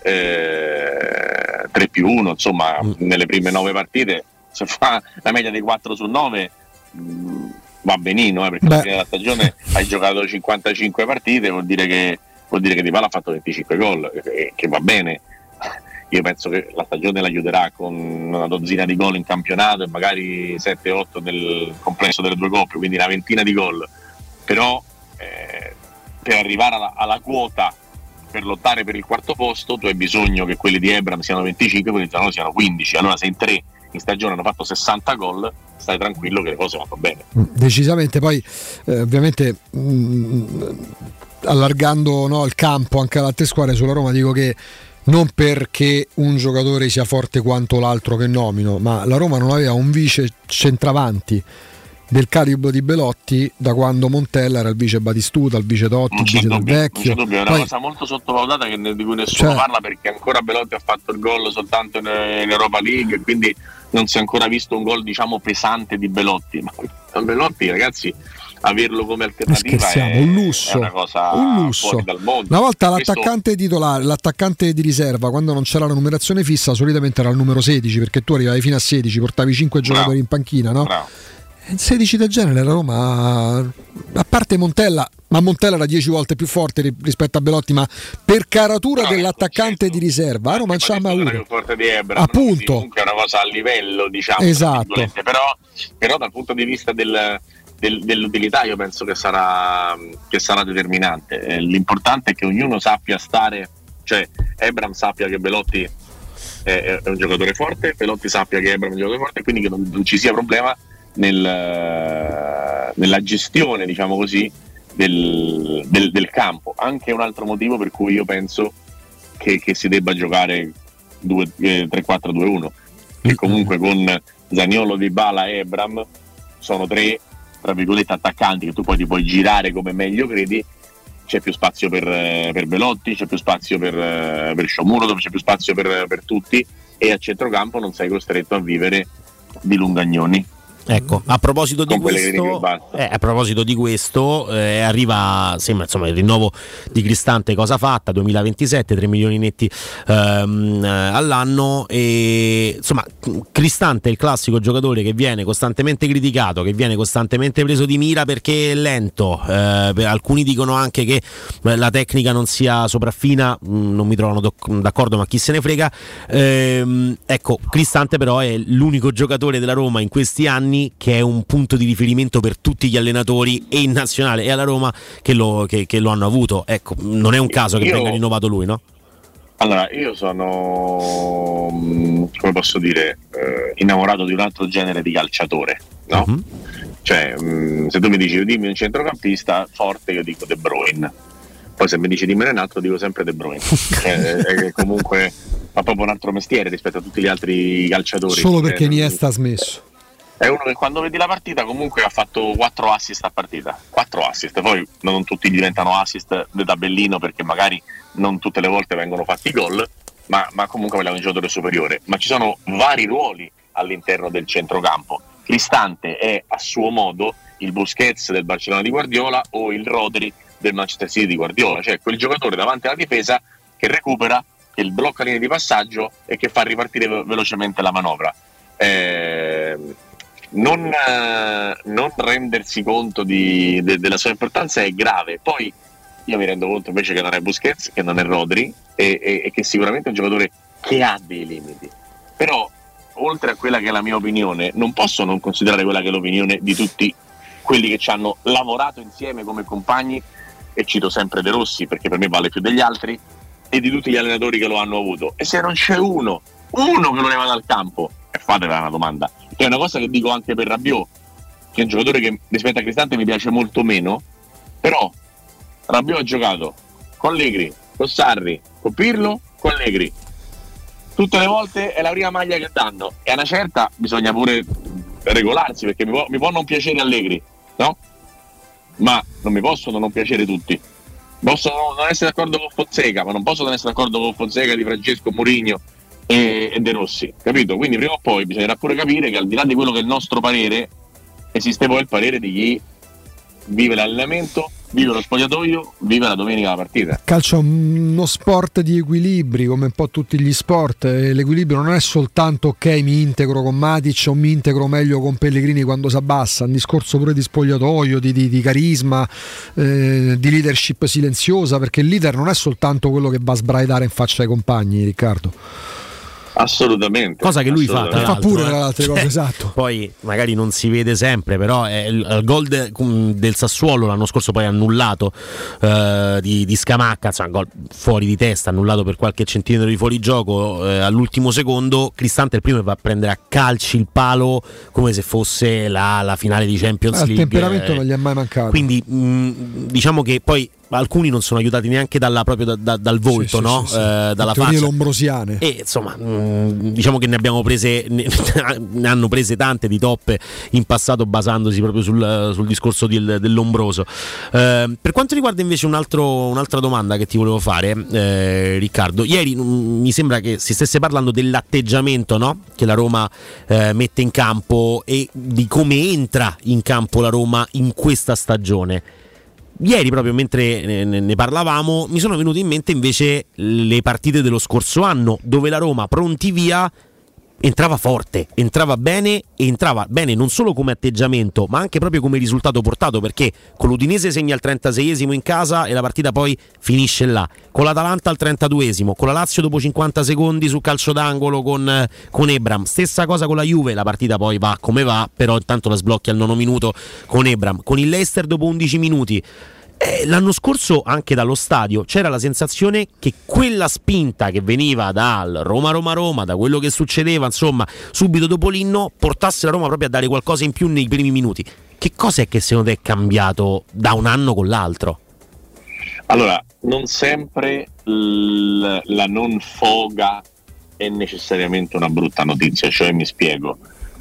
eh, tre più uno, insomma mm. nelle prime nove partite se fa la media dei quattro su nove mh, va benino, eh, perché alla fine della stagione hai giocato cinquantacinque partite, vuol dire che vuol dire che Dybala ha fatto venticinque gol, eh, che va bene. Io penso che la stagione l'aiuterà con una dozzina di gol in campionato e magari sette otto nel complesso delle due coppe, quindi una ventina di gol, però eh, per arrivare alla, alla quota per lottare per il quarto posto tu hai bisogno che quelli di Ebram siano venticinque e quelli di Zaniolo siano quindici, allora se in tre in stagione hanno fatto sessanta gol stai tranquillo che le cose vanno bene. Decisamente, poi eh, ovviamente mh, allargando, no, il campo anche alle altre squadre, sulla Roma dico che non perché un giocatore sia forte quanto l'altro che nomino, ma la Roma non aveva un vice centravanti del calibro di Belotti da quando Montella era il vice Batistuta, il vice Totti, il vice Del Vecchio. Non c'è dubbio, è una Poi, cosa molto sottovalutata che, di cui nessuno cioè, parla, perché ancora Belotti ha fatto il gol soltanto in, in Europa League, quindi non si è ancora visto un gol diciamo pesante di Belotti, ma Belotti, ragazzi, averlo come alternativa è un lusso, è una cosa un lusso. Fuori dal mondo. Una volta Questo... l'attaccante titolare, l'attaccante di riserva, quando non c'era la numerazione fissa, solitamente era il numero sedici, perché tu arrivavi fino a sedici, portavi cinque giocatori Bravo. in panchina, no? Bravo. sedici del genere la Roma, a parte Montella, ma Montella era dieci volte più forte rispetto a Belotti, ma per caratura no, dell'attaccante di riserva la Roma non c'ha mai avuto. Forte di Ebram, appunto, comunque è una cosa a livello, diciamo, esatto. però, però dal punto di vista del Del, dell'utilità io penso che sarà, che sarà determinante. Eh, l'importante è che ognuno sappia stare, cioè Ebram sappia che Belotti è, è un giocatore forte, Belotti sappia che Ebram è un giocatore forte, quindi che non, non ci sia problema nel, nella gestione, diciamo così, del, del, del campo. Anche un altro motivo per cui io penso che, che si debba giocare tre quattro due uno, che comunque con Zaniolo, Dybala e Ebram sono tre tra virgolette attaccanti che tu poi ti puoi girare come meglio credi, c'è più spazio per, per Belotti, c'è più spazio per, per Shomurodov, c'è più spazio per, per tutti, e a centrocampo non sei costretto a vivere di lungagnoni. Ecco, a proposito di questo, eh, a proposito di questo eh, arriva, sembra insomma il rinnovo di Cristante, cosa fatta, duemilaventisette, tre milioni netti ehm, all'anno, e insomma Cristante è il classico giocatore che viene costantemente criticato, che viene costantemente preso di mira perché è lento, eh, alcuni dicono anche che la tecnica non sia sopraffina, non mi trovano d'accordo, ma chi se ne frega. Ehm, ecco, Cristante però è l'unico giocatore della Roma in questi anni che è un punto di riferimento per tutti gli allenatori, e in nazionale e alla Roma, che lo, che, che lo hanno avuto. Ecco, non è un caso che io, venga rinnovato lui, no? Allora, io sono, come posso dire, eh, innamorato di un altro genere di calciatore, no? Uh-huh. Cioè, mh, se tu mi dici dimmi un centrocampista forte, io dico De Bruyne. Poi se mi dici dimmene un altro, dico sempre De Bruyne. Cioè, è che comunque fa proprio un altro mestiere rispetto a tutti gli altri calciatori. Solo perché eh, Iniesta ha smesso. È uno che quando vedi la partita comunque ha fatto quattro assist a partita, quattro assist, poi non tutti diventano assist da tabellino perché magari non tutte le volte vengono fatti gol, ma, ma comunque è un giocatore superiore. Ma ci sono vari ruoli all'interno del centrocampo. Cristante è a suo modo il Busquets del Barcellona di Guardiola o il Rodri del Manchester City di Guardiola, cioè quel giocatore davanti alla difesa che recupera, che blocca linee di passaggio e che fa ripartire ve- velocemente la manovra. Eh, Non, eh, non rendersi conto di, de, della sua importanza è grave. Poi io mi rendo conto invece che non è Busquets, che non è Rodri, e, e, e che sicuramente è un giocatore che ha dei limiti. Però oltre a quella che è la mia opinione, non posso non considerare quella che è l'opinione di tutti quelli che ci hanno lavorato insieme come compagni e cito sempre De Rossi perché per me vale più degli altri, e di tutti gli allenatori che lo hanno avuto. E se non c'è uno, uno che non ne va dal campo, e fatevela una domanda, che è una cosa che dico anche per Rabiot, che è un giocatore che rispetto a Cristante mi piace molto meno, però Rabiot ha giocato con Allegri, con Sarri, con Pirlo, con Allegri. Tutte le volte è la prima maglia che danno, e a una certa bisogna pure regolarsi, perché mi può, mi può non piacere Allegri, no? Ma non mi possono non piacere tutti. Posso non essere d'accordo con Fonseca, ma non posso non essere d'accordo con Fonseca, Di Francesco, Mourinho e, e De Rossi, capito? Quindi prima o poi bisognerà pure capire che al di là di quello che è il nostro parere, esiste poi il parere di chi vive l'allenamento, vive lo spogliatoio, vive la domenica la partita. Calcio è uno sport di equilibri, come un po' tutti gli sport, e l'equilibrio non è soltanto ok mi integro con Matic o mi integro meglio con Pellegrini quando si abbassa, è un discorso pure di spogliatoio, di, di, di carisma, eh, di leadership silenziosa, perché il leader non è soltanto quello che va a sbraitare in faccia ai compagni, Riccardo. Assolutamente. Cosa che lui fa, tra fa pure eh. tra le altre cose, cioè, esatto. Poi magari non si vede sempre, però è il, il gol de, del Sassuolo l'anno scorso poi annullato eh, di, di Scamacca, insomma, gol fuori di testa, annullato per qualche centimetro di fuorigioco eh, all'ultimo secondo. Cristante il primo va a prendere a calci il palo come se fosse la, la finale di Champions eh, League. Il temperamento eh, non gli è mai mancato. Quindi mh, diciamo che poi alcuni non sono aiutati neanche dalla, proprio da, da, dal volto, sì, no? Sì, sì, eh, dalla teorie faccia lombrosiane. E insomma mh, diciamo che ne abbiamo prese ne, ne hanno prese tante di toppe in passato, basandosi proprio sul, sul discorso del, dell'ombroso. Eh, per quanto riguarda invece un altro, un'altra domanda che ti volevo fare, eh, Riccardo, ieri mh, mi sembra che si stesse parlando dell'atteggiamento, no? Che la Roma eh, mette in campo e di come entra in campo la Roma in questa stagione. Ieri, proprio mentre ne parlavamo, mi sono venute in mente invece le partite dello scorso anno, dove la Roma, pronti via, entrava forte, entrava bene, e entrava bene non solo come atteggiamento, ma anche proprio come risultato portato, perché con l'Udinese segna al trentaseiesimo in casa e la partita poi finisce là, con l'Atalanta al trentaduesimo, con la Lazio dopo cinquanta secondi su calcio d'angolo con, con Ebram, stessa cosa con la Juve, la partita poi va come va, però intanto la sblocchi al nono minuto con Ebram, con il Leicester dopo undici minuti. Eh, l'anno scorso anche dallo stadio c'era la sensazione che quella spinta che veniva dal Roma-Roma-Roma, da quello che succedeva insomma subito dopo l'inno, portasse la Roma proprio a dare qualcosa in più nei primi minuti. Che cosa è che secondo te è cambiato da un anno con l'altro? Allora, non sempre l- la non foga è necessariamente una brutta notizia, cioè mi spiego.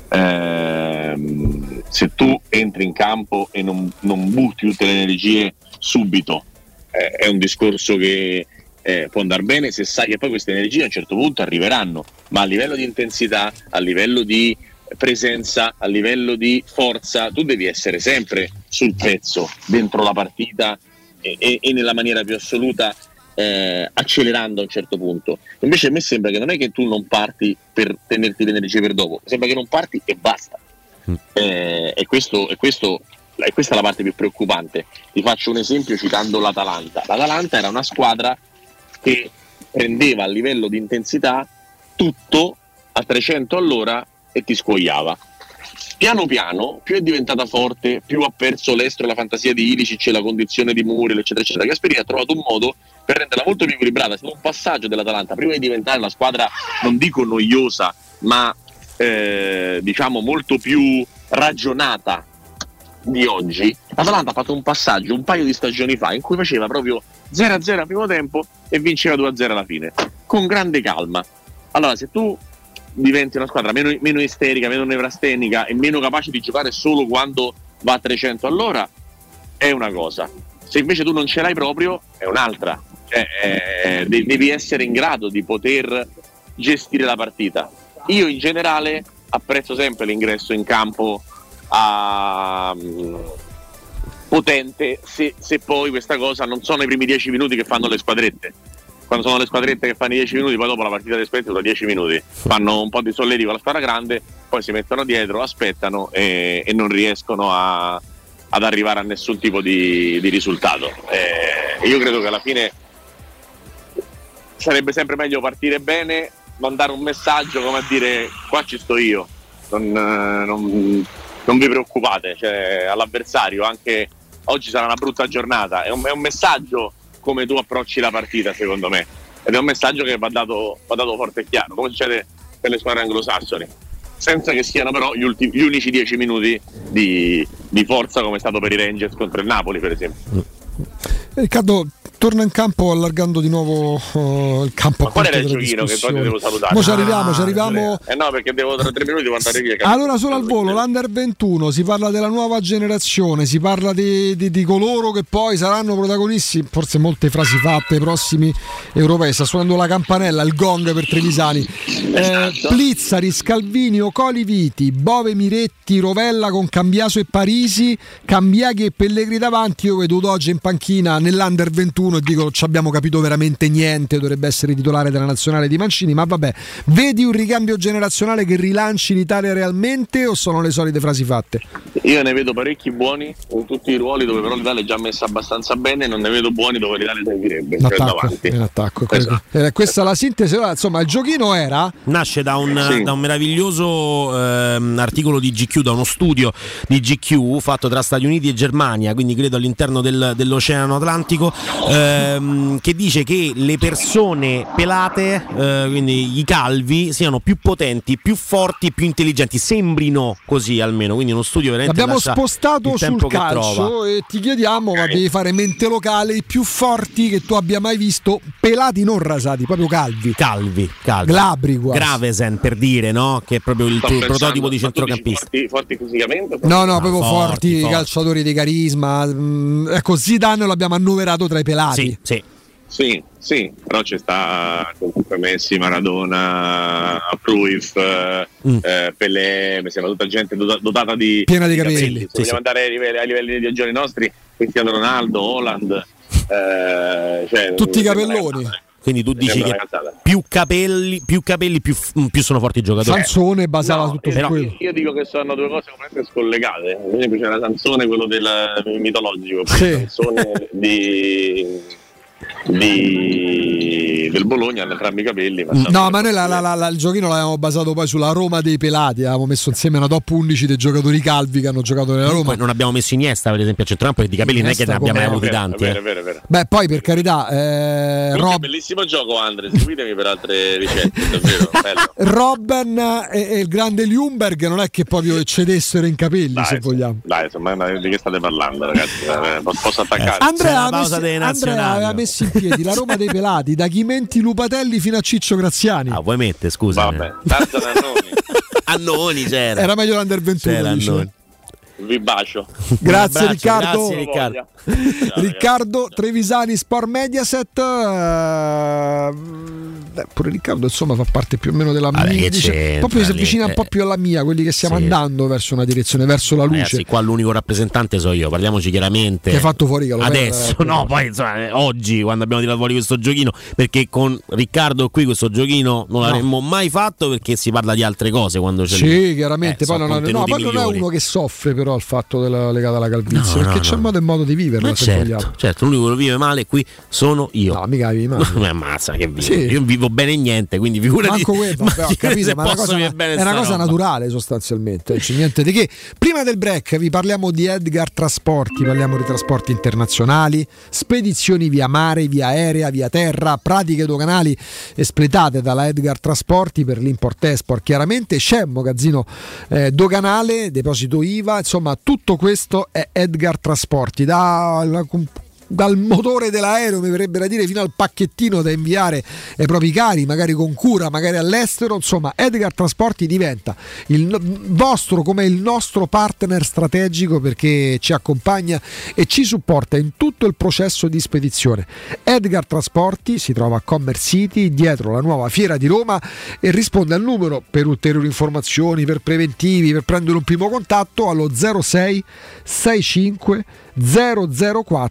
Ehm, se tu entri in campo e non, non butti tutte le energie subito, eh, è un discorso che eh, può andare bene se sai che poi queste energie a un certo punto arriveranno, ma a livello di intensità, a livello di presenza, a livello di forza, tu devi essere sempre sul pezzo dentro la partita e, e, e nella maniera più assoluta, eh, accelerando a un certo punto. Invece a me sembra che non è che tu non parti per tenerti le energie per dopo, sembra che non parti e basta. mm. eh, e, questo, e, questo, e questa è la parte più preoccupante. Ti faccio un esempio citando l'Atalanta. L'Atalanta era una squadra che prendeva a livello di intensità tutto a trecento all'ora e ti scuoiava. Piano piano, più è diventata forte, più ha perso l'estro e la fantasia di Ilicic e la condizione di Muriel, eccetera, eccetera. Gasperini ha trovato un modo per renderla molto più equilibrata. È stato un passaggio dell'Atalanta, prima di diventare una squadra, non dico noiosa, ma eh, diciamo molto più ragionata di oggi. L'Atalanta ha fatto un passaggio un paio di stagioni fa in cui faceva proprio zero a zero al primo tempo e vinceva due a zero alla fine, con grande calma. Allora, se tu diventi una squadra meno, meno isterica, meno nevrastenica e meno capace di giocare solo quando va a trecento all'ora, è una cosa. Se invece tu non ce l'hai proprio, è un'altra. Cioè, eh, devi essere in grado di poter gestire la partita. Io in generale apprezzo sempre l'ingresso in campo a, um, potente, se, se poi questa cosa non sono i primi dieci minuti che fanno le squadrette. Quando sono le squadrette che fanno i dieci minuti, poi dopo la partita di spezzo da dieci minuti fanno un po' di solletico alla squadra grande, poi si mettono dietro, aspettano e, e non riescono a, ad arrivare a nessun tipo di, di risultato. E io credo che alla fine sarebbe sempre meglio partire bene, mandare un messaggio come a dire: qua ci sto io, non, non, non vi preoccupate, cioè, all'avversario, anche oggi sarà una brutta giornata. È un, è un messaggio come tu approcci la partita, secondo me, ed è un messaggio che va dato, va dato forte e chiaro, come succede per le squadre anglosassoni, senza che siano però gli, ultimi, gli unici dieci minuti di, di forza, come è stato per i Rangers contro il Napoli, per esempio. Riccardo torna in campo allargando di nuovo uh, il campo. Ma qual era il giochino che poi devo salutare? Mo ci arriviamo, ci arriviamo. Eh no, perché devo tra tre minuti devo andare via. Allora solo al volo, l'Under ventuno, si parla della nuova generazione, si parla di, di, di coloro che poi saranno protagonisti, forse molte frasi fatte ai prossimi europei. Sta suonando la campanella, il gong per Trevisani. Eh, Plizzari, Scalvini, Ocoli, Viti, Bove, Miretti, Rovella con Cambiaso e Parisi, Cambiaghi e Pellegrini davanti. Io vedo Doge in panchina nell'Under ventuno e dico non ci abbiamo capito veramente niente, dovrebbe essere titolare della nazionale di Mancini, ma vabbè, vedi un ricambio generazionale che rilanci l'Italia realmente o sono le solite frasi fatte? Io ne vedo parecchi buoni in tutti i ruoli dove però l'Italia è già messa abbastanza bene, non ne vedo buoni dove l'Italia servirebbe. In attacco, in attacco. Esatto. Eh, questa è la sintesi. Insomma, il giochino era nasce da un, sì. da un meraviglioso ehm, articolo di G Q, da uno studio di G Q fatto tra Stati Uniti e Germania, quindi credo all'interno del, dell'Oceano Atlantico, ehm, che dice che le persone pelate, eh, quindi i calvi, siano più potenti, più forti, più intelligenti, sembrino così almeno, quindi uno studio veramente l'abbiamo spostato sul calcio e ti chiediamo, ma devi fare mente locale, i più forti che tu abbia mai visto, pelati non rasati, proprio calvi. Calvi, calvi. Glabri quasi. Gravesen, per dire, no? Che è proprio il tuo prototipo di centrocampista. Forti, forti fisicamente? No, no, proprio no, forti, forti, forti, calciatori di carisma. Mm, ecco, Zidane l'abbiamo annoverato tra i pelati. Sì, sì. Sì, sì, però c'è sta comunque Messi, Maradona, Cruyff, mm. eh, Pelé, mi sembra tutta gente dotata di piena di capelli. capelli. Se sì, vogliamo sì. andare ai livelli, ai livelli di giorni nostri, Cristiano Ronaldo, Holland, eh, cioè, tutti i capelloni. Quindi tu dici che più capelli, più capelli, più, più sono forti i giocatori. Sansone basava no, tutto su però, quello. Io dico che sono due cose completamente scollegate. Per esempio c'era Sansone, quello del mitologico, sì. Sansone di Di, del Bologna, entrambi i capelli. Ma no, ma noi la, la, la, la, il giochino l'avevamo basato poi sulla Roma dei pelati. Avevamo messo insieme una top undici dei giocatori calvi che hanno giocato nella Roma. Poi non abbiamo messo Iniesta, per esempio, a centrocampo, perché di capelli non è che ne abbiamo mai avuti tanti. È vero, è vero, è vero. Beh, poi per carità, eh, Rob... bellissimo gioco, Andre. Seguitemi per altre ricette. Davvero bello. Robben e, e il grande Ljungberg non è che proprio eccedessero in capelli, dai, se vogliamo. Dai, insomma, di che state parlando, ragazzi? Eh, posso attaccare? Andrea, Andrea aveva messo in piedi la Roma dei pelati, da Chimenti Lupatelli fino a Ciccio Graziani. Ah, vuoi mettere, scusa. Vabbè, Tarzan Annoni. Annoni c'era. Era meglio l'Under ventuno. Vi bacio. Grazie Riccardo. Grazie Riccardo. Ciao, Riccardo Trevisani, Sport Mediaset. Eh, pure Riccardo insomma fa parte più o meno della Vabbè, mia, dice, proprio si avvicina un po' più alla mia, quelli che stiamo sì. andando verso una direzione, verso la luce. Ragazzi, qua l'unico rappresentante so io, parliamoci chiaramente. Che hai fatto fuori Calopera, adesso, eh, no, poi insomma, oggi quando abbiamo tirato fuori questo giochino, perché con Riccardo qui questo giochino non l'avremmo no. mai fatto, perché si parla di altre cose quando c'è. Sì, lì. chiaramente, eh, poi, non, no, poi non è uno che soffre però al fatto della legata alla calvizie, no, perché no, c'è no. un modo e modo di viverla. Ma certo, certo, l'unico che lo vive male qui sono io. No, mica vivi male. Mi ammazza che vivo. Sì. Io vivo bene niente, quindi figurati. Manco quello, ma ho capito, ma è una cosa, è una cosa naturale sostanzialmente, c'è niente di che. Prima del break vi parliamo di Edgar Trasporti, parliamo di trasporti internazionali, spedizioni via mare, via aerea, via terra, pratiche doganali espletate dalla Edgar Trasporti per l'import-export. Chiaramente c'è un magazzino eh, doganale, deposito I V A, insomma tutto questo è Edgar Trasporti, da la, dal motore dell'aereo mi verrebbe da dire fino al pacchettino da inviare ai propri cari, magari con cura, magari all'estero. Insomma, Edgar Trasporti diventa il vostro, come il nostro partner strategico, perché ci accompagna e ci supporta in tutto il processo di spedizione. Edgar Trasporti si trova a Commerce City, dietro la nuova Fiera di Roma, e risponde al numero per ulteriori informazioni, per preventivi, per prendere un primo contatto allo zero sei sessantacinque zero zero quattro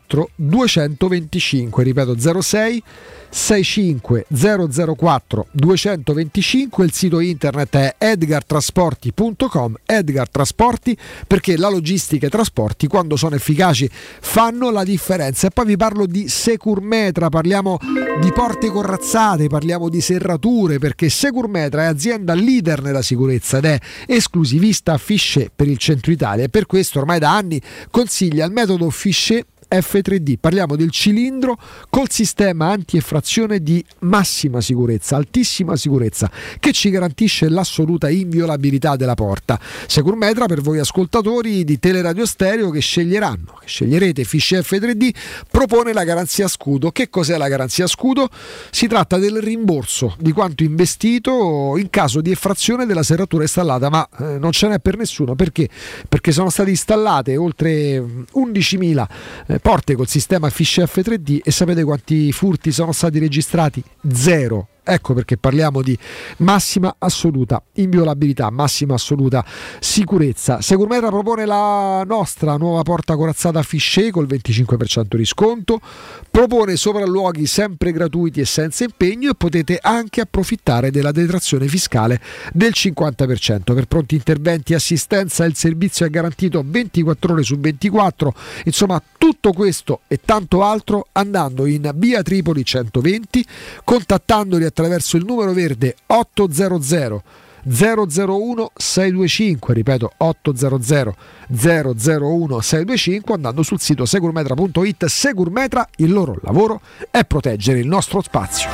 duecentoventicinque, ripeto zero sei sessantacinque zero zero quattro duecentoventicinque. Il sito internet è edgar trasporti punto com, Edgar Trasporti, perché la logistica e i trasporti quando sono efficaci fanno la differenza. E poi vi parlo di Securmetra, parliamo di porte corazzate, parliamo di serrature, perché Securmetra è azienda leader nella sicurezza ed è esclusivista Fichet per il centro Italia, e per questo ormai da anni consiglia il metodo Fichet F tre D. Parliamo del cilindro col sistema anti-effrazione di massima sicurezza, altissima sicurezza, che ci garantisce l'assoluta inviolabilità della porta. Securmetra, per voi ascoltatori di Teleradio Stereo che sceglieranno, che sceglierete Fichet F tre D, propone la garanzia scudo. Che cos'è la garanzia scudo? Si tratta del rimborso di quanto investito in caso di effrazione della serratura installata, ma eh, non ce n'è per nessuno. Perché? Perché sono state installate oltre undicimila eh, porte col sistema Fichet F tre D, e sapete quanti furti sono stati registrati? Zero. Ecco perché parliamo di massima assoluta inviolabilità, massima assoluta sicurezza. Securmetra propone la nostra nuova porta corazzata Fichet col venticinque per cento di sconto, propone sopralluoghi sempre gratuiti e senza impegno, e potete anche approfittare della detrazione fiscale del cinquanta per cento. Per pronti interventi e assistenza il servizio è garantito ventiquattro ore su ventiquattro. Insomma, tutto questo e tanto altro andando in via Tripoli centoventi, contattandoli attraverso il numero verde ottocento zero zero uno sei due cinque, ripeto ottocento zero zero uno sei due cinque, andando sul sito securmetra punto it. Securmetra, il loro lavoro è proteggere il nostro spazio.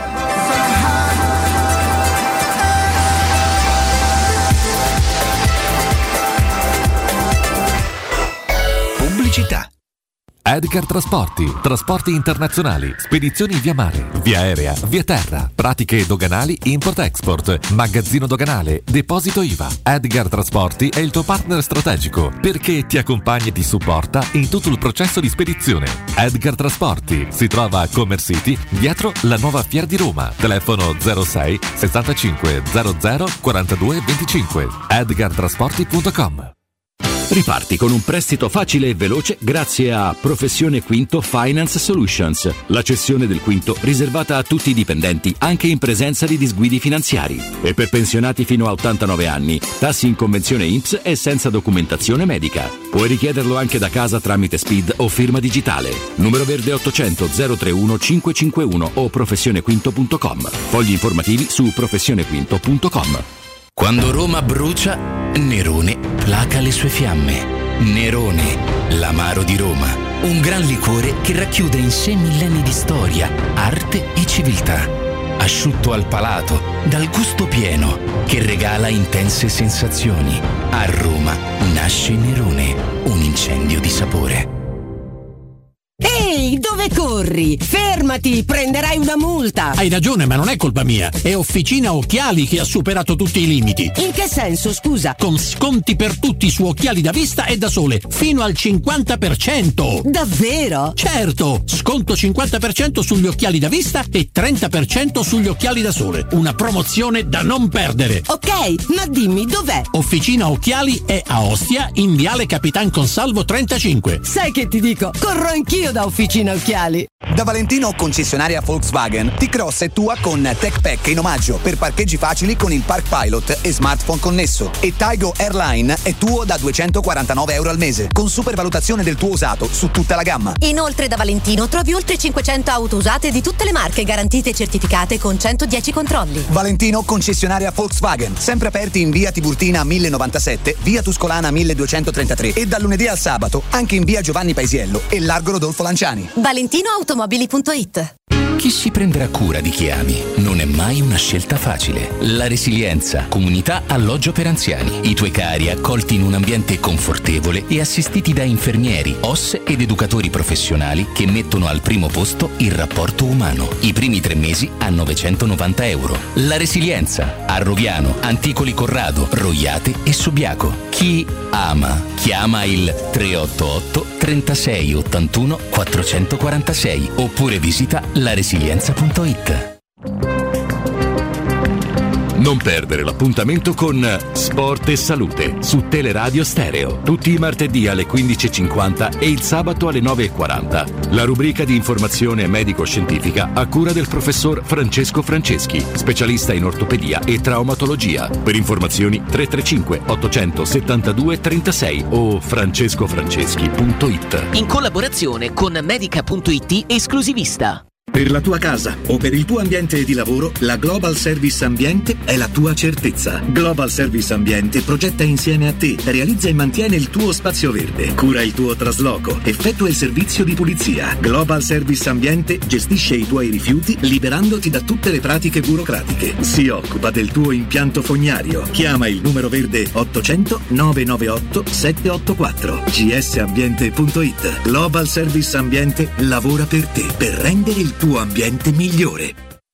Pubblicità. Edgar Trasporti, trasporti internazionali, spedizioni via mare, via aerea, via terra, pratiche doganali, import-export, magazzino doganale, deposito I V A. Edgar Trasporti è il tuo partner strategico perché ti accompagna e ti supporta in tutto il processo di spedizione. Edgar Trasporti si trova a Commerce City, dietro la nuova Fiera di Roma. Telefono zero sei sessantacinque zero zero quarantadue venticinque. edgar trasporti punto com. Riparti con un prestito facile e veloce grazie a Professione Quinto Finance Solutions, la cessione del quinto riservata a tutti i dipendenti anche in presenza di disguidi finanziari, e per pensionati fino a ottantanove anni, tassi in convenzione I N P S e senza documentazione medica. Puoi richiederlo anche da casa tramite S P I D o firma digitale. Numero verde ottocento zero trentuno cinquecentocinquantuno o professionequinto punto com. Fogli informativi su professionequinto punto com. Quando Roma brucia, Nerone placa le sue fiamme. Nerone, l'amaro di Roma. Un gran liquore che racchiude in sé millenni di storia, arte e civiltà. Asciutto al palato, dal gusto pieno, che regala intense sensazioni. A Roma nasce Nerone, un incendio di sapore. Ehi, dove corri? Fermati, prenderai una multa. Hai ragione, ma non è colpa mia. È Officina Occhiali che ha superato tutti i limiti. In che senso, scusa? Con sconti per tutti su occhiali da vista e da sole, fino al cinquanta per cento. Davvero? Certo, sconto cinquanta per cento sugli occhiali da vista e trenta per cento sugli occhiali da sole. Una promozione da non perdere. Ok, ma dimmi dov'è? Officina Occhiali è a Ostia, in Viale Capitan Consalvo trentacinque. Sai che ti dico? Corro anch'io da Officina Occhiali. Da Valentino, concessionaria Volkswagen, T-Cross è tua con Tech Pack in omaggio per parcheggi facili con il Park Pilot e smartphone connesso. E Taigo Airline è tuo da duecentoquarantanove euro al mese, con supervalutazione del tuo usato su tutta la gamma. Inoltre da Valentino trovi oltre cinquecento auto usate di tutte le marche, garantite e certificate con centodieci controlli. Valentino, concessionaria Volkswagen, sempre aperti in via Tiburtina mille novantasette, via Tuscolana milleduecentotrentatré e dal lunedì al sabato anche in via Giovanni Paisiello e largo Rodolfo Lanciani. Valentino Automobili punto it. Chi si prenderà cura di chi ami non è mai una scelta facile. La Resilienza, comunità alloggio per anziani. I tuoi cari accolti in un ambiente confortevole e assistiti da infermieri, O S ed educatori professionali che mettono al primo posto il rapporto umano. I primi tre mesi a novecentonovanta euro. La Resilienza, a Roviano, Anticoli Corrado, Roiate e Subiaco. Chi ama, chiama il tre otto otto trentasei ottantuno quattrocentoquarantasei oppure visita la resilienza punto it. Non perdere l'appuntamento con Sport e Salute su Teleradio Stereo, tutti i martedì alle quindici e cinquanta e il sabato alle nove e quaranta. La rubrica di informazione medico-scientifica a cura del professor Francesco Franceschi, specialista in ortopedia e traumatologia. Per informazioni tre tre cinque ottocentosettantadue trentasei o francescofranceschi punto it. In collaborazione con medica punto it esclusivista. Per la tua casa o per il tuo ambiente di lavoro, la Global Service Ambiente è la tua certezza. Global Service Ambiente progetta insieme a te, realizza e mantiene il tuo spazio verde, cura il tuo trasloco, effettua il servizio di pulizia. Global Service Ambiente gestisce i tuoi rifiuti liberandoti da tutte le pratiche burocratiche. Si occupa del tuo impianto fognario. Chiama il numero verde ottocento nove nove otto sette otto quattro. g s ambiente punto it. Global Service Ambiente lavora per te, per rendere il tuo ambiente migliore.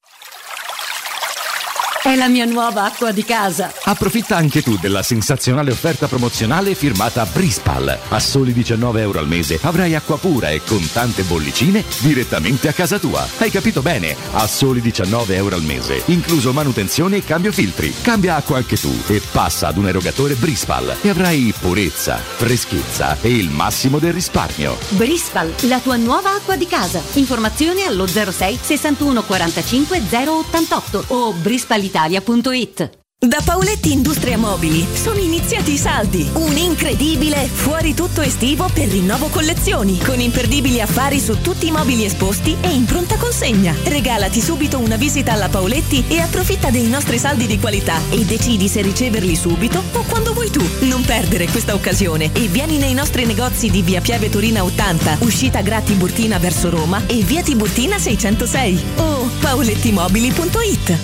È la mia nuova acqua di casa. Approfitta anche tu della sensazionale offerta promozionale firmata Brispal. A soli diciannove euro al mese avrai acqua pura e con tante bollicine direttamente a casa tua. Hai capito bene? A soli diciannove euro al mese, incluso manutenzione e cambio filtri. Cambia acqua anche tu e passa ad un erogatore Brispal e avrai purezza, freschezza e il massimo del risparmio. Brispal, la tua nuova acqua di casa. Informazioni allo zero sei sessantuno quarantacinque zero ottantotto o brispal italia punto it. Da Paoletti Industria Mobili sono iniziati i saldi, un incredibile fuori tutto estivo per rinnovo collezioni, con imperdibili affari su tutti i mobili esposti e in pronta consegna. Regalati subito una visita alla Paoletti e approfitta dei nostri saldi di qualità e decidi se riceverli subito o quando vuoi tu. Non perdere questa occasione e vieni nei nostri negozi di via Pieve Torina ottanta, uscita Gra Tiburtina verso Roma e via Tiburtina seicentosei o paolettimobili punto it.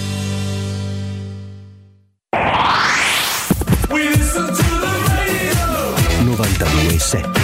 novantadue sette.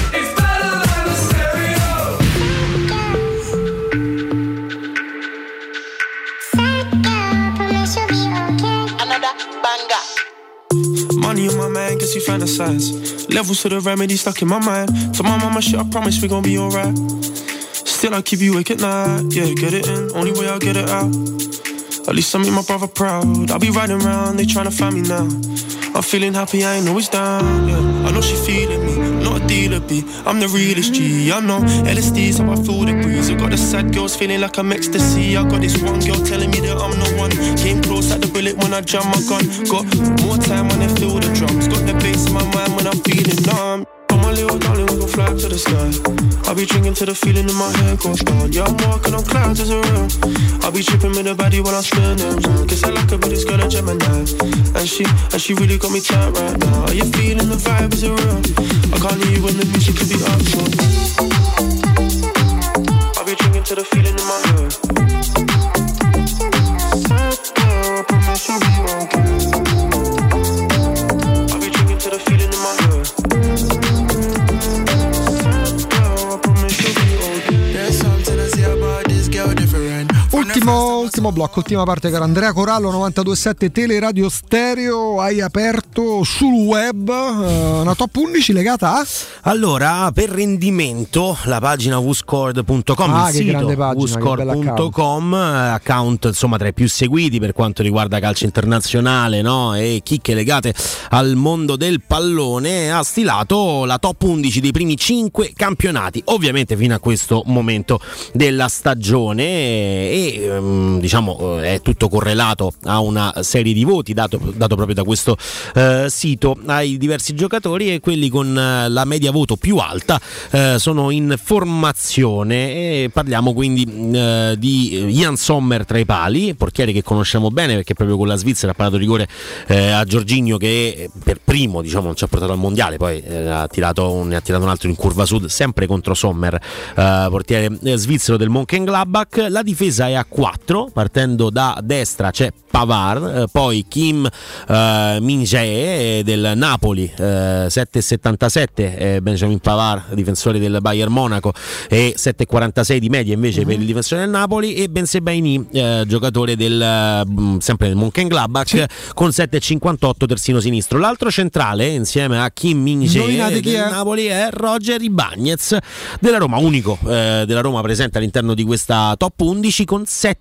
Money on my mind, guess you fantasize. Levels to the remedy stuck in my mind. To my mama shit, I promise we gon' be alright. Still I keep you awake at night. Yeah, get it in, only way I'll get it out. At least I make my brother proud. I'll be riding around, they tryna find me now. I'm feeling happy, I ain't always down, yeah. I know she feeling me, not a dealer B. I'm the realest G, I know L S D's how I feel the breeze. I got the sad girls feeling like I'm ecstasy. I got this one girl telling me that I'm the one. Came close like the bullet when I jam my gun. Got more time when I feel the drums. Got the bass in my mind when I'm feeling numb. Oh my little darling, we gon' fly to the sky. I'll be drinking till the feeling in my head goes down. Yeah, I'm walking on clouds as a real. I'll be tripping with the body while I'm spinning. Guess I like her, but it's got a Gemini. And she, and she really got me tight right now. Are you feeling the vibe, is it real? I can't hear you when the music could be up, so I'll be drinking till the feeling in my head. I promise you'll be okay. I'll be drinking till the feeling in my head. Ultimo, ultimo blocco, ultima parte, caro Andrea Corallo. Novantadue sette Teleradio Stereo. Hai aperto sul web uh, una top undici legata a? Allora, per rendimento la pagina wuscord punto com, ah, il che sito wuscord punto com, account. account insomma tra i più seguiti per quanto riguarda calcio internazionale, no? E chicche legate al mondo del pallone, ha stilato la top undici dei primi cinque campionati, ovviamente fino a questo momento della stagione, e ehm, diciamo è tutto correlato a una serie di voti dato, dato proprio da questo eh, sito ai diversi giocatori, e quelli con eh, la media voto più alta eh, sono in formazione, e parliamo quindi eh, di Jan Sommer tra i pali, portiere che conosciamo bene perché proprio con la Svizzera ha parato rigore eh, a Jorginho, che per primo diciamo non ci ha portato al mondiale, poi eh, ha tirato un, ne ha tirato un altro in curva sud sempre contro Sommer, eh, portiere eh, svizzero del Mönchengladbach. La difesa è a quattro, partendo da destra c'è Pavard, eh, poi Kim eh, Min-jae del Napoli, eh, sette virgola settantasette eh, Benjamin Pavard, difensore del Bayern Monaco, e sette virgola quarantasei di media invece uh-huh. per il difensore del Napoli, e Ben Sebaini, eh, giocatore del mh, sempre del Mönchengladbach, sì. con sette virgola cinquantotto terzino sinistro. L'altro centrale insieme a Kim Min-jae del è? Napoli è Roger Ibañez della Roma, unico eh, della Roma presente all'interno di questa top undici con sette virgola